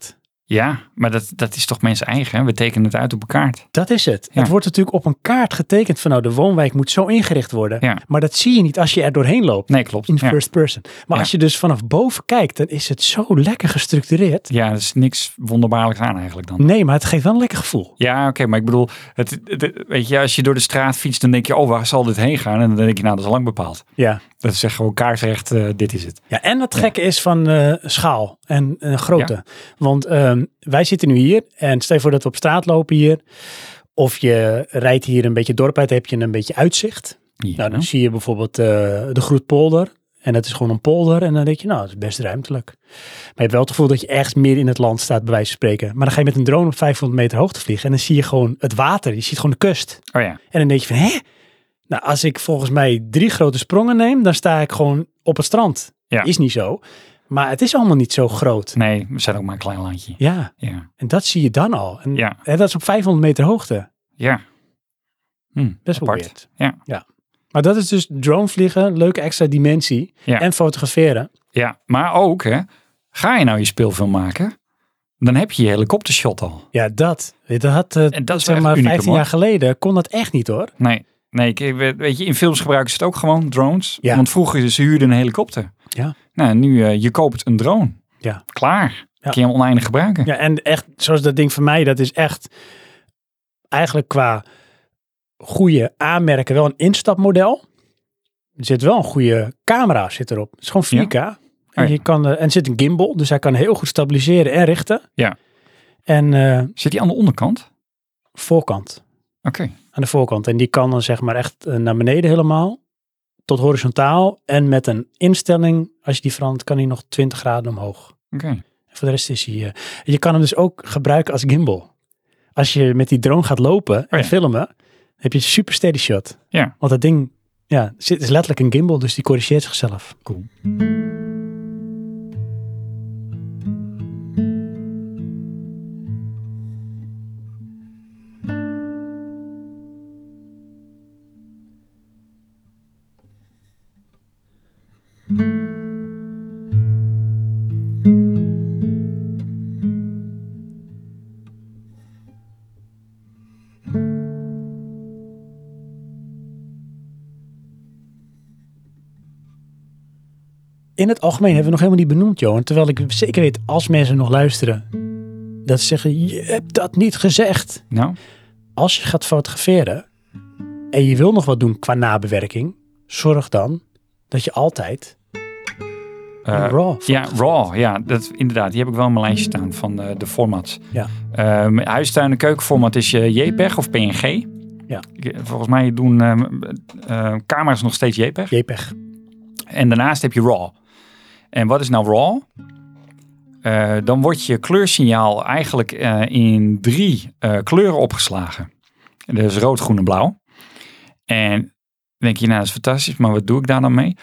Ja, maar dat is toch mensen eigen, hè? We tekenen het uit op een kaart. Dat is het. Ja. Het wordt natuurlijk op een kaart getekend van de woonwijk moet zo ingericht worden. Ja. Maar dat zie je niet als je er doorheen loopt. Nee, klopt. In first person. Maar als je dus vanaf boven kijkt, dan is het zo lekker gestructureerd. Ja, er is niks wonderbaarlijks aan eigenlijk dan. Nee, maar het geeft wel een lekker gevoel. Ja, oké, maar ik bedoel, weet je, als je door de straat fietst, dan denk je, oh, waar zal dit heen gaan? En dan denk je, nou, dat is al lang bepaald. Ja. Dat is echt gewoon kaarsrecht, dit is het. Ja, en het gekke is van schaal en grootte. Ja. Want wij zitten nu hier en stel je voor dat we op straat lopen hier. Of je rijdt hier een beetje het dorp uit, heb je een beetje uitzicht. Ja. Nou, dan zie je bijvoorbeeld de Groetpolder. En dat is gewoon een polder. En dan denk je, nou, dat is best ruimtelijk. Maar je hebt wel het gevoel dat je ergens meer in het land staat, bij wijze van spreken. Maar dan ga je met een drone op 500 meter hoogte vliegen. En dan zie je gewoon het water. Je ziet gewoon de kust. Oh ja. En dan denk je van, hè? Nou, als ik volgens mij 3 grote sprongen neem, dan sta ik gewoon op het strand. Ja. Is niet zo. Maar het is allemaal niet zo groot. Nee, we zijn ook maar een klein landje. Ja. En dat zie je dan al. En dat is op 500 meter hoogte. Ja. Best wel weird. Ja. Maar dat is dus drone vliegen, leuke extra dimensie. Ja. En fotograferen. Ja, maar ook, hè, ga je nou je speelfilm maken, dan heb je je helikoptershot al. Ja, dat is zeg maar 15 jaar geleden kon dat echt niet, hoor. Nee, weet je, in films gebruiken ze het ook gewoon, drones. Ja. Want vroeger ze huurden een helikopter. Ja. Nou, nu je koopt een drone. Ja. Klaar. Ja. Kun je hem oneindig gebruiken. Ja, en echt, zoals dat ding van mij, dat is echt eigenlijk qua goede aanmerken wel een instapmodel. Er zit wel een goede camera zit erop. Het is gewoon 4K. Ja. En, je kan, en er zit een gimbal, dus hij kan heel goed stabiliseren en richten. Ja. En, zit die aan de onderkant? Voorkant. Oké. Aan de voorkant. En die kan dan zeg maar echt naar beneden helemaal. Tot horizontaal. En met een instelling, als je die verandert, kan hij nog 20 graden omhoog. Oké. En voor de rest is hij... je kan hem dus ook gebruiken als gimbal. Als je met die drone gaat lopen en filmen, heb je een super steady shot. Ja. Want dat ding, het is letterlijk een gimbal, dus die corrigeert zichzelf. Cool. In het algemeen hebben we nog helemaal niet benoemd, Johan. Terwijl ik zeker weet, als mensen nog luisteren, dat ze zeggen, je hebt dat niet gezegd. Nou? Als je gaat fotograferen en je wil nog wat doen qua nabewerking, zorg dan dat je altijd RAW. Ja, RAW. Ja, inderdaad. Die heb ik wel in mijn lijstje staan van de formats. Ja. Huistuin- en keukenformat is JPEG of PNG. Ja. Volgens mij doen camera's nog steeds JPEG. JPEG. En daarnaast heb je RAW. En wat is nou RAW? Dan wordt je kleursignaal eigenlijk in 3 kleuren opgeslagen. Dat is rood, groen en blauw. En dan denk je, nou, dat is fantastisch, maar wat doe ik daar dan mee?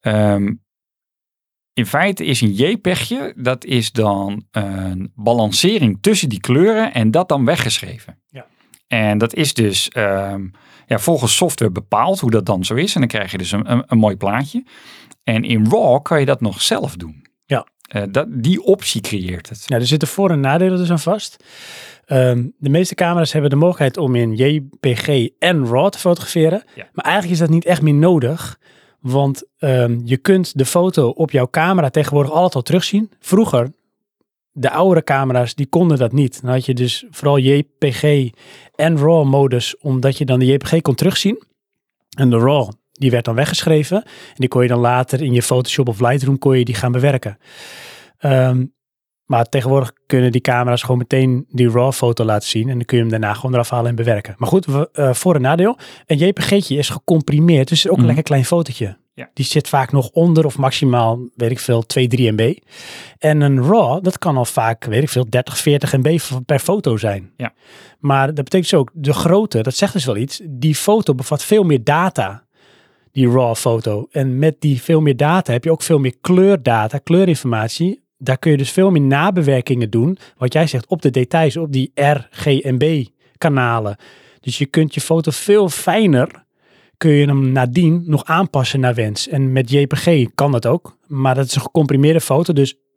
In feite is een JPEGje, dat is dan een balancering tussen die kleuren en dat dan weggeschreven. Ja. En dat is dus volgens software bepaald hoe dat dan zo is. En dan krijg je dus een mooi plaatje. En in RAW kan je dat nog zelf doen. Ja. Die optie creëert het. Ja, er zitten voor- en nadelen dus aan vast. De meeste camera's hebben de mogelijkheid om in JPG en RAW te fotograferen. Ja. Maar eigenlijk is dat niet echt meer nodig. Want je kunt de foto op jouw camera tegenwoordig altijd al terugzien. Vroeger, de oudere camera's, die konden dat niet. Dan had je dus vooral JPG en RAW modus, omdat je dan de JPG kon terugzien. En de RAW, die werd dan weggeschreven. En die kon je dan later in je Photoshop of Lightroom kon je die gaan bewerken. Maar tegenwoordig kunnen die camera's gewoon meteen die RAW foto laten zien. En dan kun je hem daarna gewoon eraf halen en bewerken. Maar goed, voor- en nadeel. Een JPG'tje is gecomprimeerd. Dus het is ook een lekker klein fotootje. Ja. Die zit vaak nog onder of maximaal, weet ik veel, 2-3 MB. En een RAW, dat kan al vaak, weet ik veel, 30-40 MB per foto zijn. Ja. Maar dat betekent dus ook, de grootte, dat zegt dus wel iets. Die foto bevat veel meer data, die RAW foto. En met die veel meer data heb je ook veel meer kleurdata, kleurinformatie. Daar kun je dus veel meer nabewerkingen doen. Wat jij zegt, op de details, op die RGB kanalen. Dus je kunt je foto veel fijner, kun je hem nadien nog aanpassen naar wens. En met JPG kan dat ook. Maar dat is een gecomprimeerde foto. Dus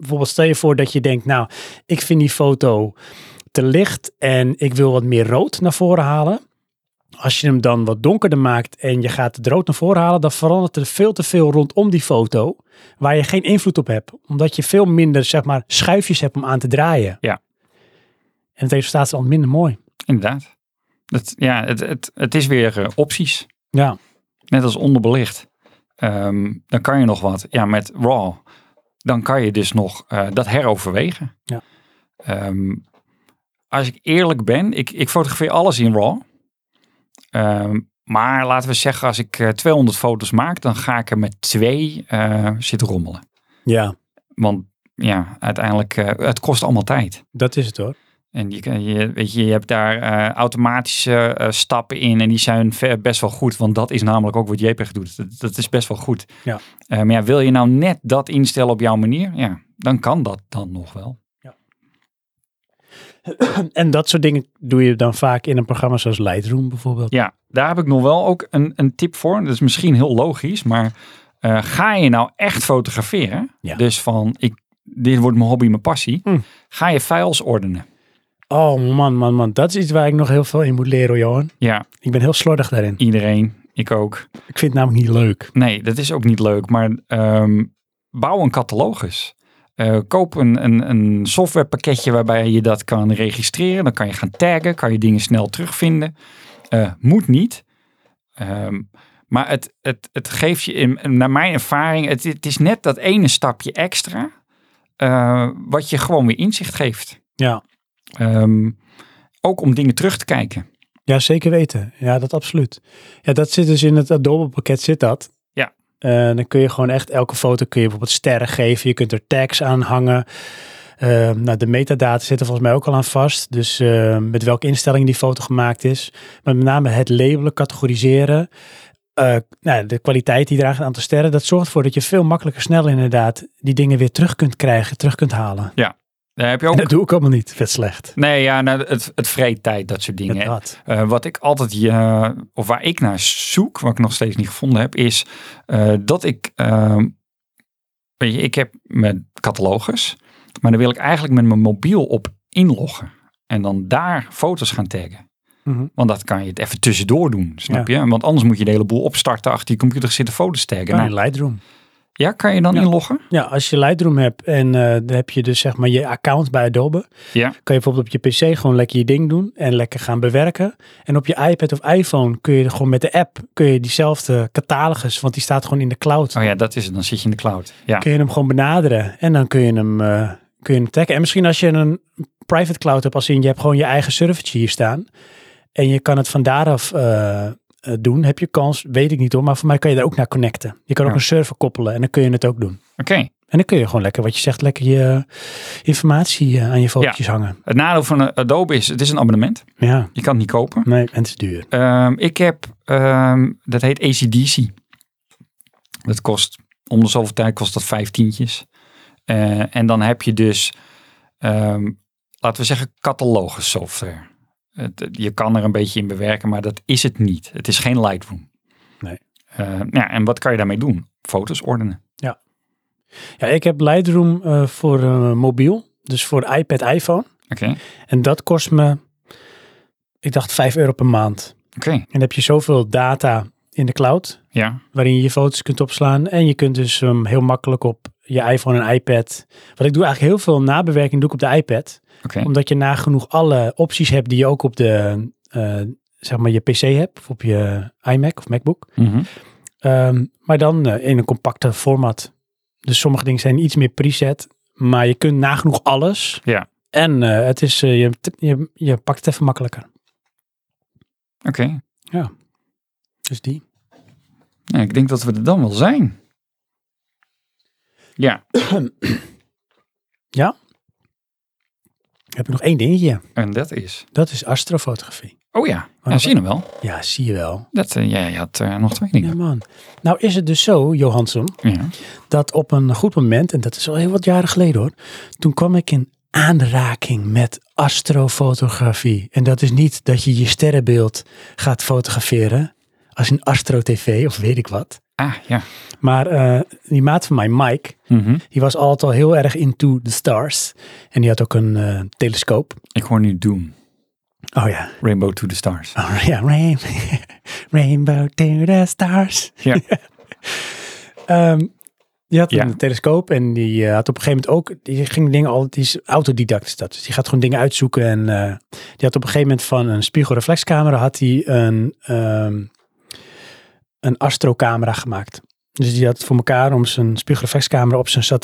bijvoorbeeld stel je voor dat je denkt, nou, ik vind die foto te licht en ik wil wat meer rood naar voren halen. Als je hem dan wat donkerder maakt en je gaat het rood naar voren halen, dan verandert er veel te veel rondom die foto waar je geen invloed op hebt. Omdat je veel minder, zeg maar, schuifjes hebt om aan te draaien. Ja. En het resultaat is dan minder mooi. Inderdaad. Het is weer opties. Ja. Net als onderbelicht. Dan kan je nog wat. Ja, met RAW. Dan kan je dus nog dat heroverwegen. Ja. Als ik eerlijk ben, ik fotografeer alles in RAW. Maar laten we zeggen, als ik 200 foto's maak, dan ga ik er met 2 zitten rommelen. Ja. Want ja, uiteindelijk, het kost allemaal tijd. Dat is het hoor. En je hebt daar automatische stappen in en die zijn best wel goed. Want dat is namelijk ook wat JPEG doet. Dat is best wel goed. Ja. Maar ja, wil je nou net dat instellen op jouw manier? Ja, dan kan dat dan nog wel. Ja. En dat soort dingen doe je dan vaak in een programma zoals Lightroom bijvoorbeeld. Ja, daar heb ik nog wel ook een tip voor. Dat is misschien heel logisch, maar ga je nou echt fotograferen? Ja. Dus van, dit wordt mijn hobby, mijn passie. Ga je files ordenen. Oh man. Dat is iets waar ik nog heel veel in moet leren, Johan. Ja. Ik ben heel slordig daarin. Iedereen, ik ook. Ik vind het namelijk niet leuk. Nee, dat is ook niet leuk. Maar bouw een catalogus. Koop een softwarepakketje waarbij je dat kan registreren. Dan kan je gaan taggen, kan je dingen snel terugvinden. Moet niet. Maar het geeft je, naar mijn ervaring, het is net dat ene stapje extra. Wat je gewoon weer inzicht geeft. Ja. Ook om dingen terug te kijken. Ja, zeker weten. Ja, dat absoluut. Ja, dat zit dus in het Adobe pakket zit dat. Ja. Dan kun je gewoon echt elke foto kun je bijvoorbeeld sterren geven. Je kunt er tags aan hangen. Nou, de metadata zitten volgens mij ook al aan vast. Dus met welke instelling die foto gemaakt is. Maar met name het labelen, categoriseren. De kwaliteit die draagt, een aantal sterren. Dat zorgt ervoor dat je veel makkelijker, snel inderdaad die dingen weer terug kunt krijgen, terug kunt halen. Ja. Heb je ook... En dat doe ik allemaal niet. Vet slecht. Nee, ja, het vreet tijd, dat soort dingen. Wat ik altijd, of waar ik naar zoek, wat ik nog steeds niet gevonden heb, is dat ik, weet je, ik heb mijn catalogus, maar dan wil ik eigenlijk met mijn mobiel op inloggen. En dan daar foto's gaan taggen. Mm-hmm. Want dat kan je het even tussendoor doen, snap je? Want anders moet je de hele boel opstarten, achter je computer zitten foto's taggen. In Lightroom. Ja, kan je dan inloggen? Ja, als je Lightroom hebt en dan heb je dus zeg maar je account bij Adobe. Ja. Kan je bijvoorbeeld op je PC gewoon lekker je ding doen en lekker gaan bewerken. En op je iPad of iPhone kun je gewoon met de app kun je diezelfde catalogus, want die staat gewoon in de cloud. Oh ja, dat is het. Dan zit je in de cloud. Ja. Kun je hem gewoon benaderen en dan kun je hem taggen. En misschien als je een private cloud hebt, als in je hebt gewoon je eigen servertje hier staan en je kan het van daaraf doen, heb je kans, weet ik niet hoor, maar voor mij kan je daar ook naar connecten. Je kan ook een server koppelen en dan kun je het ook doen. Oké. En dan kun je gewoon lekker, wat je zegt, lekker je informatie aan je fotootjes hangen. Het nadeel van Adobe is, het is een abonnement. Ja. Je kan het niet kopen. Nee, en het is duur. Ik heb, dat heet AC/DC. Dat kost, om de zoveel tijd kost dat 5 tientjes. En dan heb je dus, laten we zeggen, catalogus software. Je kan er een beetje in bewerken, maar dat is het niet. Het is geen Lightroom. Nee. En wat kan je daarmee doen? Foto's ordenen. Ja, ik heb Lightroom voor mobiel. Dus voor iPad, iPhone. Oké. En dat kost me, ik dacht €5 per maand. Oké. En dan heb je zoveel data in de cloud. Ja. Waarin je je foto's kunt opslaan. En je kunt dus heel makkelijk op je iPhone en iPad. Want ik doe eigenlijk heel veel nabewerking doe ik op de iPad. Okay. Omdat je nagenoeg alle opties hebt die je ook op de, zeg maar je PC hebt. Of op je iMac of MacBook. Mm-hmm. Maar dan in een compacte format. Dus sommige dingen zijn iets meer preset. Maar je kunt nagenoeg alles. Ja. En het is, je pakt het even makkelijker. Oké. Ja. Dus die. Ja, ik denk dat we er dan wel zijn. Ja. Ja. Heb ik nog één dingetje. En dat is? Dat is astrofotografie. Oh ja, ja, zie je hem wel. Ja, zie je wel. Dat, jij had nog 2 dingen. Ja man. Nou is het dus zo, Johansson, dat op een goed moment, en dat is al heel wat jaren geleden hoor, toen kwam ik in aanraking met astrofotografie. En dat is niet dat je je sterrenbeeld gaat fotograferen als een astro-tv of weet ik wat. Ja. Maar die maat van mij, Mike, die was altijd al heel erg into the stars. En die had ook een telescoop. Ik hoor nu Doom. Oh ja. Rainbow to the Stars. Oh ja, Rainbow to the stars. Ja. Die had een telescoop en die had op een gegeven moment ook, die ging dingen al, die is autodidact is dat. Dus die gaat gewoon dingen uitzoeken en die had op een gegeven moment van een spiegelreflexcamera had hij een astrocamera gemaakt. Dus die had het voor elkaar om zijn spiegelreflexcamera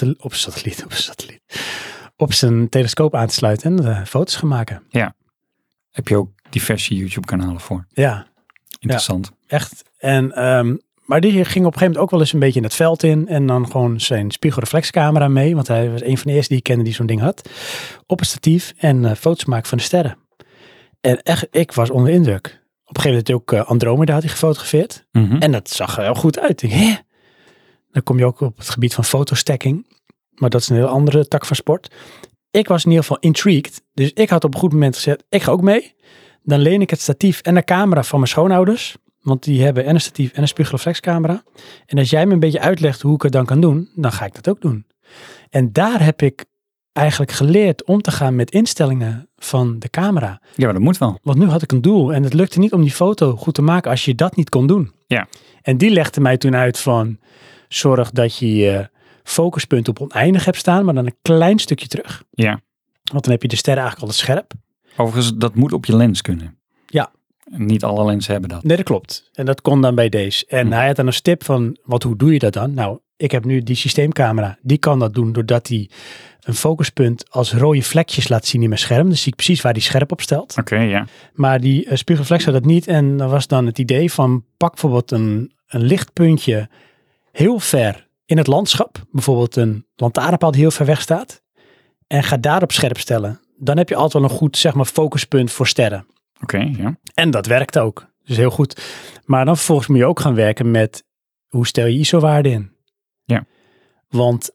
op zijn telescoop aan te sluiten en foto's gaan maken. Ja. Heb je ook diverse YouTube-kanalen voor? Ja. Interessant. Ja, echt. En maar die ging op een gegeven moment ook wel eens een beetje in het veld in. En dan gewoon zijn spiegelreflexcamera mee. Want hij was een van de eerste die ik kende die zo'n ding had. Op een statief en foto's maken van de sterren. En echt, ik was onder de indruk. Op een gegeven moment had hij ook Andromeda had hij gefotografeerd. En dat zag er heel goed uit. Ik dacht, dan kom je ook op het gebied van fotostacking. Maar dat is een heel andere tak van sport. Ik was in ieder geval intrigued. Dus ik had op een goed moment gezegd, ik ga ook mee. Dan leen ik het statief en de camera van mijn schoonouders. Want die hebben en een statief en een spiegelreflexcamera. En als jij me een beetje uitlegt hoe ik het dan kan doen, dan ga ik dat ook doen. En daar heb ik eigenlijk geleerd om te gaan met instellingen van de camera. Ja, maar dat moet wel. Want nu had ik een doel en het lukte niet om die foto goed te maken als je dat niet kon doen. Ja. En die legde mij toen uit van, zorg dat je je focuspunt op oneindig hebt staan, maar dan een klein stukje terug. Ja. Want dan heb je de sterren eigenlijk altijd scherp. Overigens, dat moet op je lens kunnen. Ja. Niet alle lenzen hebben dat. Nee, dat klopt. En dat kon dan bij deze. En hij had dan een tip van, hoe doe je dat dan? Nou, ik heb nu die systeemcamera. Die kan dat doen doordat hij een focuspunt als rode vlekjes laat zien in mijn scherm. Dus zie ik precies waar die scherp op stelt. Oké, ja. Maar die spiegelreflex had dat niet. En dan was dan het idee van, pak bijvoorbeeld een lichtpuntje heel ver in het landschap. Bijvoorbeeld een lantaarnpaal die heel ver weg staat. En ga daarop scherp stellen. Dan heb je altijd wel een goed, focuspunt voor sterren. Oké, ja. En dat werkt ook. Dus heel goed. Maar dan vervolgens moet je ook gaan werken met, hoe stel je ISO-waarde in? Ja. Want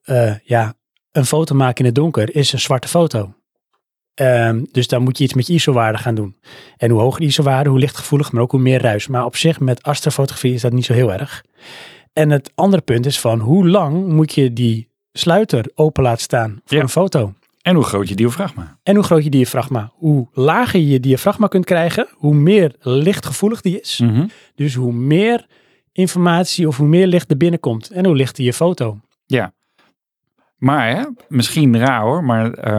een foto maken in het donker is een zwarte foto. Dus dan moet je iets met je ISO-waarde gaan doen. En hoe hoger de ISO-waarde, hoe lichtgevoelig, maar ook hoe meer ruis. Maar op zich met astrofotografie is dat niet zo heel erg. En het andere punt is van, hoe lang moet je die sluiter open laten staan voor een foto? En hoe groot je diafragma. Hoe lager je diafragma kunt krijgen, hoe meer lichtgevoelig die is. Dus hoe meer informatie of hoe meer licht er binnenkomt. En hoe lichter je foto. Ja. Maar, misschien raar hoor, maar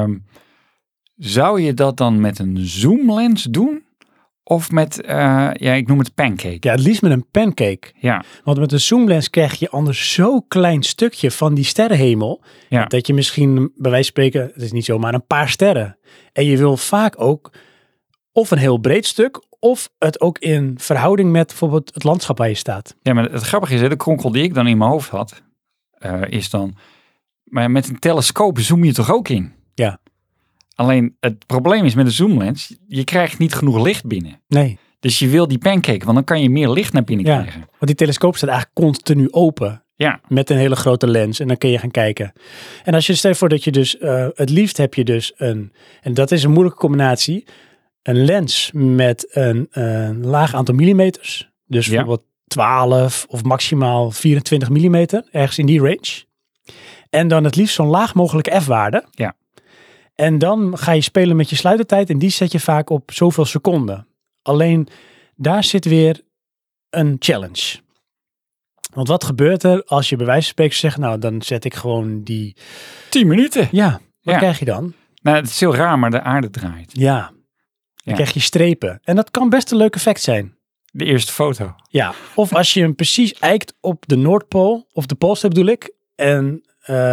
zou je dat dan met een zoomlens doen? Of met, ik noem het pancake. Ja, het liefst met een pancake. Ja. Want met een zoomlens krijg je anders zo'n klein stukje van die sterrenhemel. Ja. Dat je misschien, bij wijze van spreken, het is niet zomaar een paar sterren. En je wil vaak ook of een heel breed stuk, of het ook in verhouding met bijvoorbeeld het landschap waar je staat. Ja, maar het grappige is, de kronkel die ik dan in mijn hoofd had, is dan, maar met een telescoop zoom je toch ook in? Ja. Alleen het probleem is met een zoomlens, je krijgt niet genoeg licht binnen. Nee. Dus je wil die pancake, want dan kan je meer licht naar binnen krijgen. Want die telescoop staat eigenlijk continu open. Ja. Met een hele grote lens en dan kun je gaan kijken. En als je stel voor dat je dus, het liefst heb je dus en dat is een moeilijke combinatie, een lens met een laag aantal millimeters. Dus bijvoorbeeld 12 of maximaal 24 millimeter, ergens in die range. En dan het liefst zo'n laag mogelijke f-waarde. Ja. En dan ga je spelen met je sluitertijd en die zet je vaak op zoveel seconden. Alleen daar zit weer een challenge. Want wat gebeurt er als je bij wijze van spreken zegt, nou dan zet ik gewoon die 10 minuten. Ja, wat krijg je dan? Nou, het is heel raar, maar de aarde draait. Ja, dan krijg je strepen. En dat kan best een leuk effect zijn. De eerste foto. Ja, of als je hem precies eikt op de Noordpool, of de Poolstip bedoel ik, en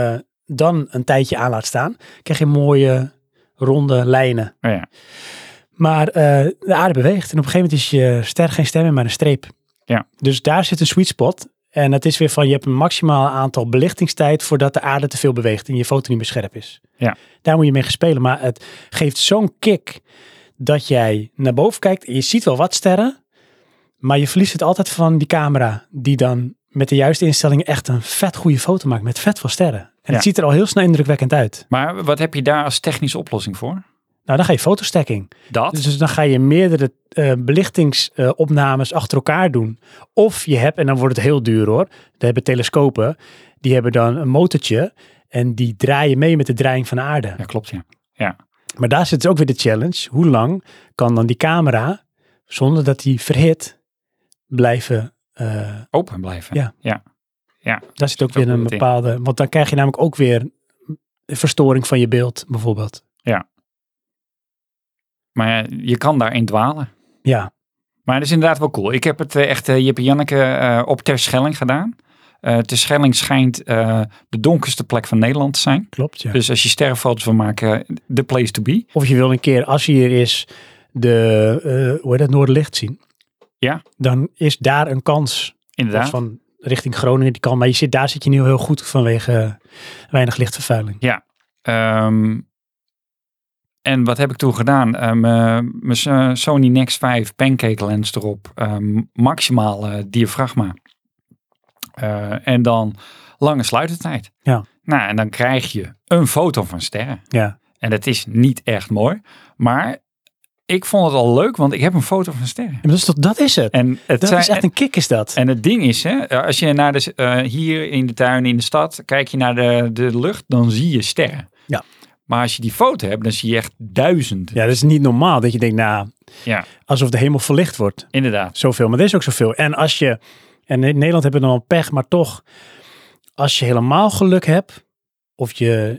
dan een tijdje aan laat staan, krijg je mooie ronde lijnen. Oh ja. Maar de aarde beweegt en op een gegeven moment is je ster geen ster meer, maar een streep. Ja. Dus daar zit een sweet spot. En dat is weer van, je hebt een maximaal aantal belichtingstijd voordat de aarde te veel beweegt en je foto niet meer scherp is. Ja. Daar moet je mee gaan spelen. Maar het geeft zo'n kick dat jij naar boven kijkt en je ziet wel wat sterren, maar je verliest het altijd van die camera die dan met de juiste instellingen echt een vet goede foto maakt met vet veel sterren. En het ziet er al heel snel indrukwekkend uit. Maar wat heb je daar als technische oplossing voor? Nou, dan ga je fotostacking. Dat? Dus dan ga je meerdere belichtingsopnames achter elkaar doen. Of je hebt, en dan wordt het heel duur hoor. Dan hebben telescopen, die hebben dan een motortje. En die draaien mee met de draaiing van de aarde. Ja, klopt, ja. Maar daar zit dus ook weer de challenge. Hoe lang kan dan die camera, zonder dat die verhit, blijven... open blijven. Ja. Ja. Daar zit ook weer een bepaalde... Want dan krijg je namelijk ook weer verstoring van je beeld, bijvoorbeeld. Ja. Maar je kan daarin dwalen. Ja. Maar dat is inderdaad wel cool. Ik heb het echt, Jip Janneke, op Terschelling gedaan. Terschelling schijnt de donkerste plek van Nederland te zijn. Klopt, ja. Dus als je sterrenfoto's wil maken, the place to be. Of je wil een keer, als je hier is, de Noorderlicht zien. Ja. Dan is daar een kans. Inderdaad. Van richting Groningen, die kan. Maar daar zit je nu heel goed vanwege weinig lichtvervuiling. Ja. En wat heb ik toen gedaan? Mijn Sony Nex 5 pancake lens erop. Maximaal diafragma. En dan lange sluitertijd. Ja. Nou, en dan krijg je een foto van sterren. Ja. En dat is niet echt mooi. Maar ik vond het al leuk, want ik heb een foto van sterren. Ja, dat is het. En dat is echt een kick, is dat. En het ding is, als je naar hier in de tuin in de stad, kijk je naar de lucht, dan zie je sterren. Ja. Maar als je die foto hebt, dan zie je echt duizenden. Ja, dat is niet normaal dat je denkt, alsof de hemel verlicht wordt. Inderdaad. Zoveel, maar er is ook zoveel. En en in Nederland hebben we dan al pech, maar toch, als je helemaal geluk hebt, of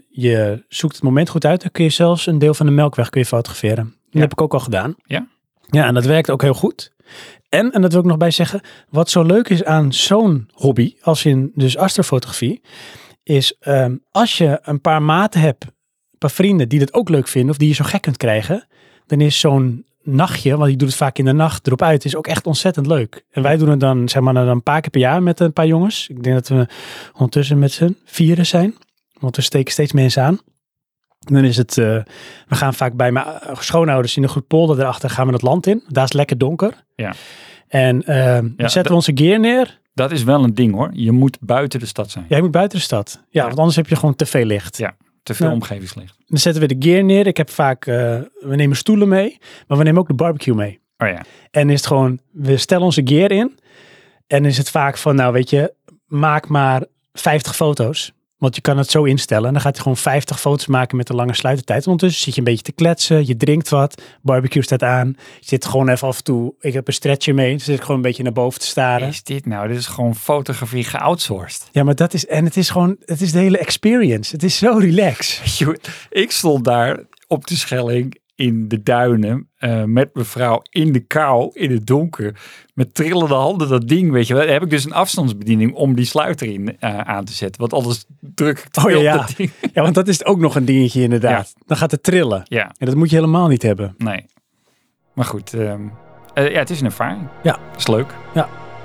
je zoekt het moment goed uit, dan kun je zelfs een deel van de Melkweg fotograferen. Dat heb ik ook al gedaan. Ja? Ja, en dat werkt ook heel goed. En dat wil ik nog bij zeggen, wat zo leuk is aan zo'n hobby, als in dus astrofotografie, is als je een paar maten hebt, een paar vrienden die dat ook leuk vinden, of die je zo gek kunt krijgen, dan is zo'n nachtje, want ik doe het vaak in de nacht erop uit, is ook echt ontzettend leuk. En wij doen het dan, zeg maar, een paar keer per jaar met een paar jongens. Ik denk dat we ondertussen met z'n 4 zijn, want we steken steeds mensen aan. En dan is het, we gaan vaak bij mijn schoonouders in de groep polder erachter, gaan we het land in. Daar is het lekker donker. Ja. En dan zetten we onze gear neer. Dat is wel een ding hoor. Je moet buiten de stad zijn. Ja, je moet buiten de stad. Ja, want anders heb je gewoon te veel licht. Ja, te veel omgevingslicht. Dan zetten we de gear neer. Ik heb vaak, we nemen stoelen mee, maar we nemen ook de barbecue mee. Oh ja. En is het gewoon, we stellen onze gear in. En is het vaak van, nou weet je, maak maar 50 foto's. Want je kan het zo instellen. En dan gaat hij gewoon 50 foto's maken met een lange sluitertijd. Ondertussen zit je een beetje te kletsen. Je drinkt wat. Barbecue staat aan. Je zit gewoon even af en toe. Ik heb een stretcher mee. Dan zit ik gewoon een beetje naar boven te staren. Is dit nou? Dit is gewoon fotografie geoutsourced. Ja, maar dat is, en het is gewoon, het is de hele experience. Het is zo relaxed. Ik stond daar op de Schelling in de duinen met mijn vrouw in de kou, in het donker, met trillende handen dat ding, weet je wel. Daar heb ik dus een afstandsbediening om die sluiter in aan te zetten, want anders druk ik dat ding. Ja, want dat is ook nog een dingetje inderdaad. Ja. Dan gaat het trillen. Ja. En dat moet je helemaal niet hebben. Nee. Maar goed, het is een ervaring. Ja. Dat is leuk. Ja.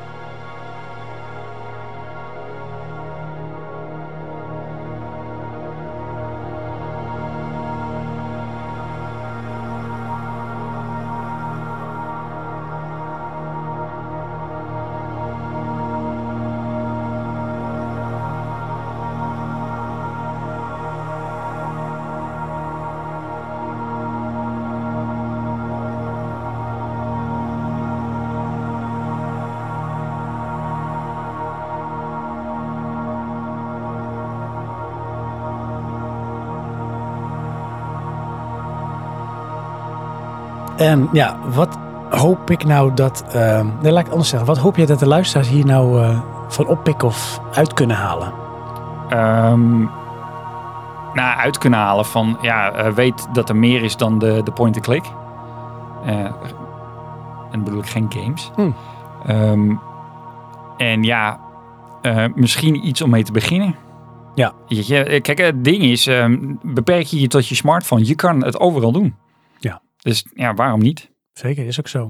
En ja, wat hoop ik nou dat... nee, laat ik het anders zeggen. Wat hoop je dat de luisteraars hier nou van oppikken of uit kunnen halen? Uit kunnen halen van... weet dat er meer is dan de point-and-click. En bedoel ik geen games. Misschien iets om mee te beginnen. Ja. Kijk, het ding is... beperk je tot je smartphone. Je kan het overal doen. Ja. Dus ja, waarom niet? Zeker, is ook zo.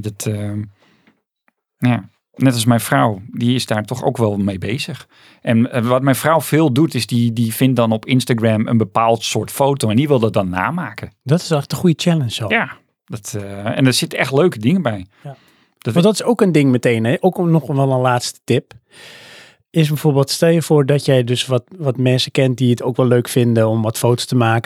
Net als mijn vrouw, die is daar toch ook wel mee bezig. En wat mijn vrouw veel doet, is die vindt dan op Instagram een bepaald soort foto en die wil dat dan namaken. Dat is echt een goede challenge al. Ja, en er zitten echt leuke dingen bij. Ja. Maar dat is ook een ding meteen, hè? Ook nog wel een laatste tip. Is bijvoorbeeld, stel je voor dat jij dus wat mensen kent die het ook wel leuk vinden om wat foto's te maken.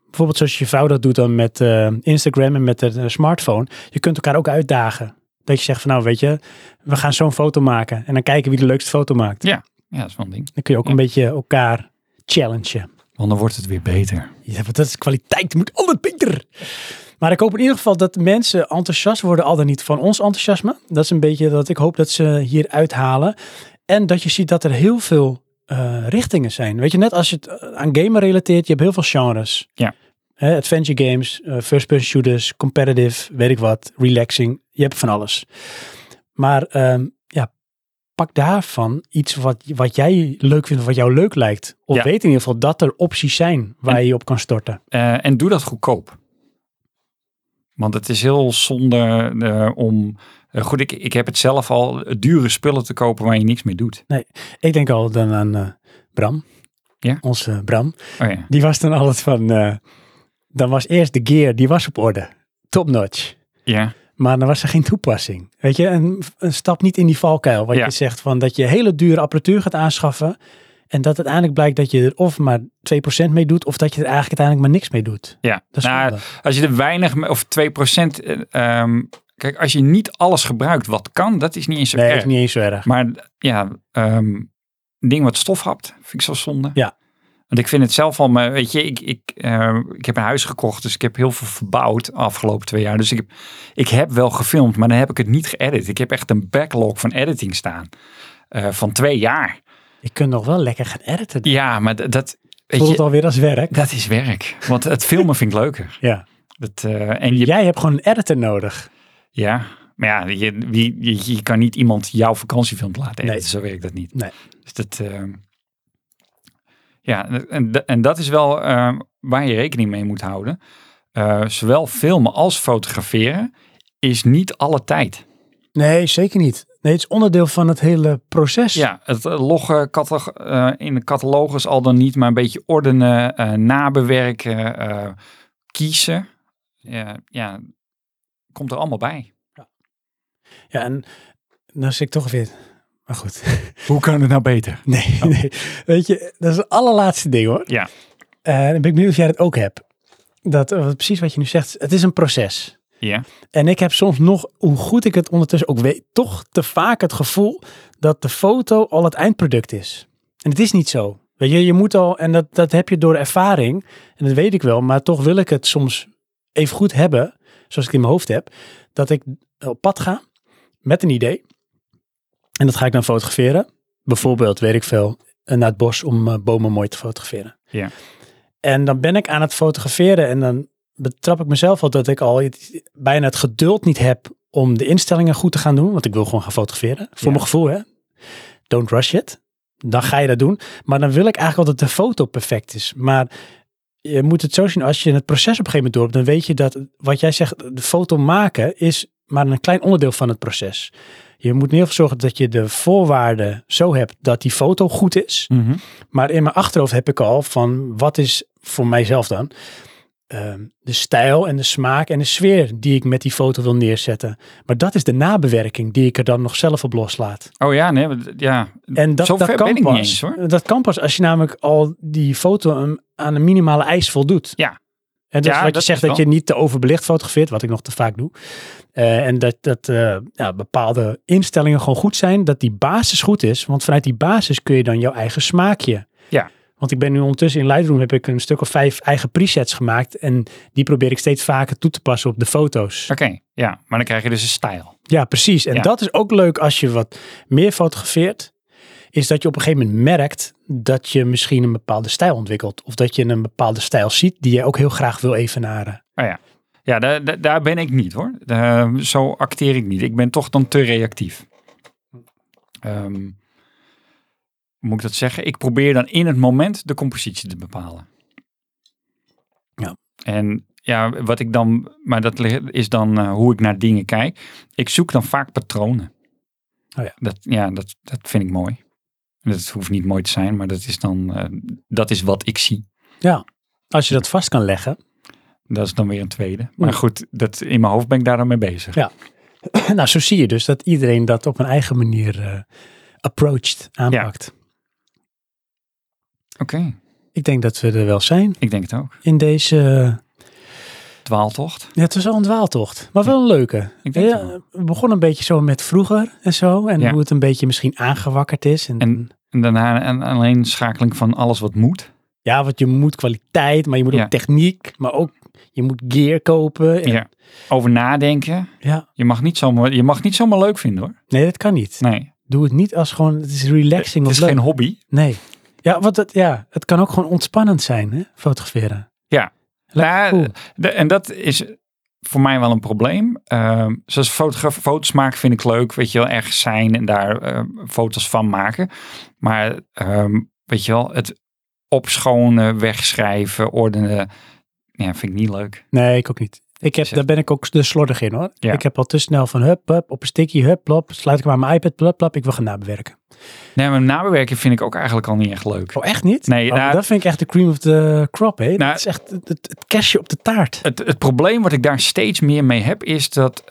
bijvoorbeeld zoals je vrouw dat doet dan met Instagram en met de smartphone. Je kunt elkaar ook uitdagen. Dat je zegt van nou weet je, we gaan zo'n foto maken. En dan kijken wie de leukste foto maakt. Ja, dat is wel een ding. Dan kun je ook een beetje elkaar challengen. Want dan wordt het weer beter. Ja, want dat is kwaliteit. Het moet altijd beter. Maar ik hoop in ieder geval dat mensen enthousiast worden, al dan niet van ons enthousiasme. Dat is een beetje dat ik hoop dat ze hier uithalen. En dat je ziet dat er heel veel richtingen zijn. Weet je, net als je het aan gamen relateert, je hebt heel veel genres. Ja. Adventure games, first-person shooters, competitive, weet ik wat, relaxing. Je hebt van alles. Maar pak daarvan iets wat jij leuk vindt of wat jou leuk lijkt. Of weet in ieder geval dat er opties zijn waar je je op kan storten. En doe dat goedkoop. Want het is heel zonde om... goed, ik heb het zelf al dure spullen te kopen waar je niks mee doet. Nee, ik denk al dan aan Bram. Ja? Onze Bram. Oh ja. Die was dan altijd van... dan was eerst de gear, die was op orde. Top notch. Ja. Maar dan was er geen toepassing. Weet je, een stap niet in die valkuil. Wat je zegt van dat je hele dure apparatuur gaat aanschaffen. En dat uiteindelijk blijkt dat je er of maar 2% mee doet. Of dat je er eigenlijk uiteindelijk maar niks mee doet. Ja, dat is als je er weinig of 2%... kijk, als je niet alles gebruikt wat kan, dat is niet eens zo erg. Nee, dat is niet eens zo erg. Maar een ding wat stof hapt, vind ik zo zonde. Ja. Want ik vind het zelf al, weet je, ik heb een huis gekocht, dus ik heb heel veel verbouwd de afgelopen 2 jaar. Dus ik heb wel gefilmd, maar dan heb ik het niet geëdit. Ik heb echt een backlog van editing staan van 2 jaar. Je kunt nog wel lekker gaan editen. Ja, maar dat... Voelt het alweer als werk? Dat is werk, want het filmen vind ik leuker. Ja. En jij hebt gewoon een editor nodig. Ja, maar ja, je kan niet iemand jouw vakantiefilm laten editen. Zo werkt dat niet. Nee. Dus dat... en dat is wel waar je rekening mee moet houden. Zowel filmen als fotograferen is niet alle tijd. Nee, zeker niet. Nee, het is onderdeel van het hele proces. Ja, het loggen in de catalogus al dan niet, maar een beetje ordenen, nabewerken, kiezen. Ja, komt er allemaal bij. Ja, en dan zit ik toch weer... Maar goed. Hoe kan het nou beter? Nee. Weet je, dat is het allerlaatste ding hoor. Ja. Dan ben ik benieuwd of jij dat ook hebt. Precies wat je nu zegt, het is een proces. Ja. En ik heb soms nog, hoe goed ik het ondertussen ook weet, toch te vaak het gevoel dat de foto al het eindproduct is. En het is niet zo. Weet je moet al, en dat heb je door ervaring, en dat weet ik wel, maar toch wil ik het soms even goed hebben, zoals ik het in mijn hoofd heb, dat ik op pad ga met een idee. En dat ga ik dan fotograferen. Bijvoorbeeld, weet ik veel, naar het bos om bomen mooi te fotograferen. Ja. En dan ben ik aan het fotograferen en dan betrap ik mezelf al dat ik al bijna het geduld niet heb om de instellingen goed te gaan doen. Want ik wil gewoon gaan fotograferen. Voor mijn gevoel, hè. Don't rush it. Dan ga je dat doen. Maar dan wil ik eigenlijk al dat de foto perfect is. Maar je moet het zo zien, als je het proces op een gegeven moment doorloopt, dan weet je dat wat jij zegt, de foto maken is maar een klein onderdeel van het proces. Je moet in ieder geval zorgen dat je de voorwaarden zo hebt dat die foto goed is. Mm-hmm. Maar in mijn achterhoofd heb ik al van wat is voor mijzelf dan de stijl en de smaak en de sfeer die ik met die foto wil neerzetten. Maar dat is de nabewerking die ik er dan nog zelf op loslaat. Oh ja, nee, ja. En dat kan ben ik pas, niet eens, hoor. Dat kan pas als je namelijk al die foto aan een minimale eis voldoet. Ja. En dus wat je zegt dat je niet te overbelicht fotografeert, wat ik nog te vaak doe. En dat bepaalde instellingen gewoon goed zijn, dat die basis goed is. Want vanuit die basis kun je dan jouw eigen smaakje. Ja. Want ik ben nu ondertussen in Lightroom, heb ik een stuk of 5 eigen presets gemaakt. En die probeer ik steeds vaker toe te passen op de foto's. Oké, ja, maar dan krijg je dus een stijl. Ja, precies. En dat is ook leuk als je wat meer fotografeert. Is dat je op een gegeven moment merkt dat je misschien een bepaalde stijl ontwikkelt. Of dat je een bepaalde stijl ziet die je ook heel graag wil evenaren. Oh ja. Ja, daar ben ik niet hoor. Zo acteer ik niet. Ik ben toch dan te reactief. Hoe moet ik dat zeggen? Ik probeer dan in het moment de compositie te bepalen. Ja. En ja, wat ik dan... Maar dat is dan hoe ik naar dingen kijk. Ik zoek dan vaak patronen. Oh ja. Dat vind ik mooi. Dat hoeft niet mooi te zijn, maar dat is dan... dat is wat ik zie. Ja, als je dat vast kan leggen. Dat is dan weer een tweede. Maar goed, in mijn hoofd ben ik daar dan mee bezig. Ja. Nou, zo zie je dus dat iedereen dat op een eigen manier aanpakt. Oké. Ik denk dat we er wel zijn. Ik denk het ook. In deze... Dwaaltocht. Ja, het was al een dwaaltocht. Maar wel een leuke. Ik denk het wel. We begonnen een beetje zo met vroeger en zo. En hoe het een beetje misschien aangewakkerd is. En daarna alleen schakeling van alles wat moet. Ja, want je moet kwaliteit, maar je moet ook techniek. Maar ook, je moet gear kopen. En, over nadenken. Ja. Je mag niet zomaar leuk vinden hoor. Nee, dat kan niet. Nee. Doe het niet als gewoon, het is relaxing. Het is geen hobby. Nee. Ja, want het kan ook gewoon ontspannend zijn, hè? Fotograferen. Ja. En dat is voor mij wel een probleem. Zoals foto's maken vind ik leuk. Weet je wel, ergens zijn en daar foto's van maken. Maar weet je wel, het opschonen, wegschrijven, ordenen. Ja, vind ik niet leuk. Nee, ik ook niet. Daar ben ik ook de slordig in hoor. Ja. Ik heb al te snel van hup, op een sticky, hup, plop. Sluit ik maar mijn iPad, plop, plop. Ik wil gaan nabewerken. Nee, maar nabewerken vind ik ook eigenlijk al niet echt leuk. Oh, echt niet? Nee. Dat vind ik echt de cream of the crop, hè? Dat is echt het kerstje op de taart. Het probleem wat ik daar steeds meer mee heb, is dat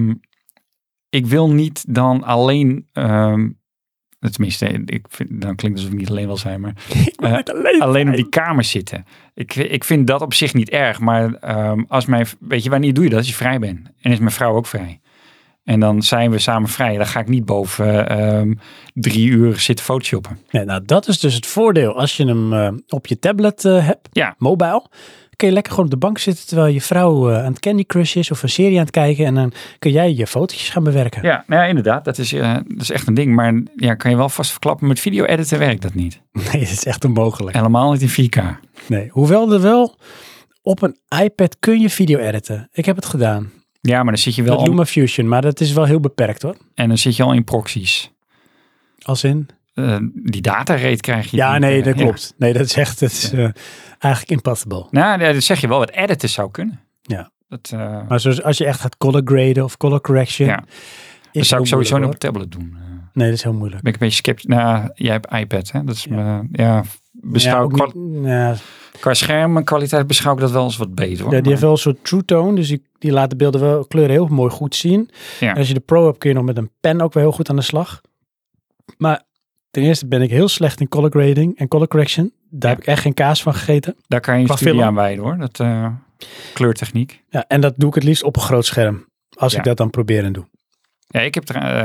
ik wil niet dan alleen... tenminste, dan klinkt het alsof ik niet alleen wil zijn, maar alleen op die kamer zitten. Ik vind dat op zich niet erg, maar weet je, wanneer doe je dat? Als je vrij bent. En is mijn vrouw ook vrij. En dan zijn we samen vrij. Dan ga ik niet boven 3 uur zitten photoshoppen. Ja, nou, dat is dus het voordeel. Als je hem op je tablet hebt, mobile, kun je lekker gewoon op de bank zitten terwijl je vrouw aan het Candy Crush is of een serie aan het kijken en dan kun jij je fotootjes gaan bewerken. Ja, nou ja, inderdaad. Dat is echt een ding. Maar ja, kan je wel vast verklappen, met video editen werkt dat niet. Nee, dat is echt onmogelijk. Helemaal niet in 4K. Nee, hoewel er wel op een iPad kun je video editen. Ik heb het gedaan. Ja, maar dan zit je wel... Met LumaFusion, maar dat is wel heel beperkt hoor. En dan zit je al in proxies. Als in? Die datarate krijg je. Ja, nee, dat klopt. Nee, dat is echt eigenlijk impossible. Nou, dat zeg je wel. Het editen zou kunnen. Ja. Maar maar zoals als je echt gaat color graden of color correction. Ja. Dat zou ik sowieso niet op een tablet doen. Nee, dat is heel moeilijk. Ben ik een beetje sceptisch. Nou, jij hebt iPad, hè? Dat is qua schermkwaliteit beschouw ik dat wel eens wat beter. Hoor. Ja, die heeft wel een soort true tone, dus die laat de beelden wel kleuren heel mooi goed zien. Ja. En als je de Pro hebt, kun je nog met een pen ook wel heel goed aan de slag. Maar ten eerste ben ik heel slecht in color grading en color correction. Daar heb ik echt geen kaas van gegeten. Daar kan je een studie aan wijden hoor, dat kleurtechniek. Ja, en dat doe ik het liefst op een groot scherm, als ik dat dan probeer en doe. Ja, ik heb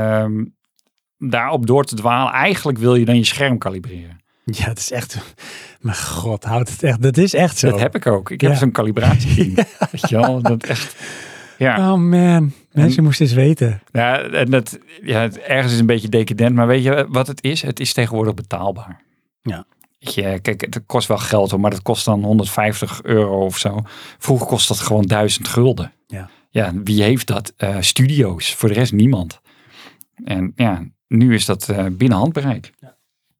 daarop door te dwalen. Eigenlijk wil je dan je scherm kalibreren. Ja, het is echt... Mijn god, houdt het echt... Dat is echt zo. Dat heb ik ook. Ik heb zo'n calibratie. Weet je wel, dat echt... Ja. Oh man, mensen moesten eens weten. Ja, en ergens is een beetje decadent, maar weet je wat het is? Het is tegenwoordig betaalbaar. Ja. Weet je, kijk, het kost wel geld hoor, maar dat kost dan €150 of zo. Vroeger kost dat gewoon 1000 gulden. Ja. Ja, wie heeft dat? Studio's, voor de rest niemand. En ja, nu is dat binnen handbereik. Ja.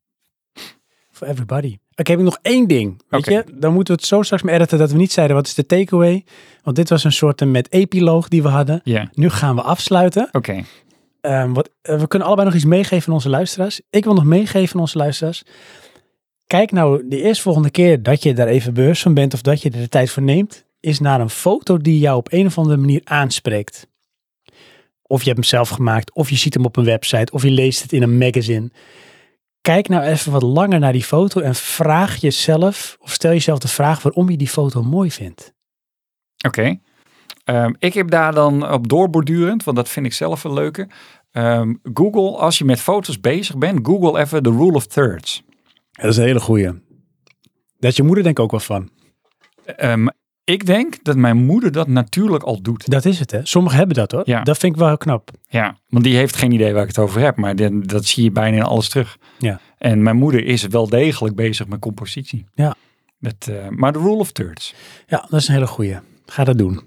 For everybody. Oké, heb ik nog één ding. Weet je, dan moeten we het zo straks maar editen dat we niet zeiden wat is de takeaway. Want dit was een soort met epiloog die we hadden. Yeah. Nu gaan we afsluiten. Oké. We kunnen allebei nog iets meegeven aan onze luisteraars. Ik wil nog meegeven aan onze luisteraars. Kijk nou de eerstvolgende keer dat je daar even bewust van bent of dat je er de tijd voor neemt, is naar een foto die jou op een of andere manier aanspreekt. Of je hebt hem zelf gemaakt, of je ziet hem op een website, of je leest het in een magazine. Kijk nou even wat langer naar die foto en vraag jezelf, of stel jezelf de vraag waarom je die foto mooi vindt. Oké. Ik heb daar dan op doorbordurend, want dat vind ik zelf een leuke. Google, als je met foto's bezig bent, Google even de rule of thirds. Ja, dat is een hele goeie. Daar is je moeder denk ik ook wel van. Ik denk dat mijn moeder dat natuurlijk al doet. Dat is het, hè? Sommigen hebben dat, hoor. Ja. Dat vind ik wel heel knap. Ja, want die heeft geen idee waar ik het over heb. Maar dat zie je bijna in alles terug. Ja. En mijn moeder is wel degelijk bezig met compositie. Ja. Maar de rule of thirds. Ja, dat is een hele goeie. Ga dat doen.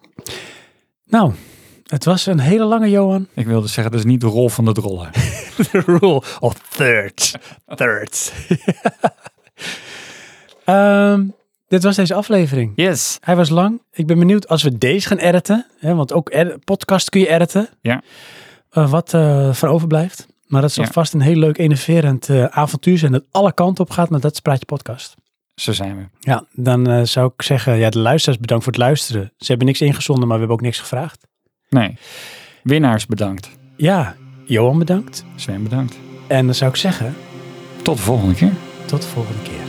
Nou, het was een hele lange, Johan. Ik wilde zeggen, dat is niet de rol van de drollen. The rule of thirds. Thirds. Dit was deze aflevering. Yes. Hij was lang. Ik ben benieuwd als we deze gaan editen. Hè, want ook podcast kun je editen. Ja. Wat van overblijft. Maar dat zal vast een heel leuk, enerverend avontuur zijn. Dat alle kanten op gaat. Maar dat is Praatje Podcast. Zo zijn we. Ja, dan zou ik zeggen. De luisteraars bedankt voor het luisteren. Ze hebben niks ingezonden, maar we hebben ook niks gevraagd. Nee. Winnaars bedankt. Ja. Johan bedankt. Sven bedankt. En dan zou ik zeggen. Tot de volgende keer. Tot de volgende keer.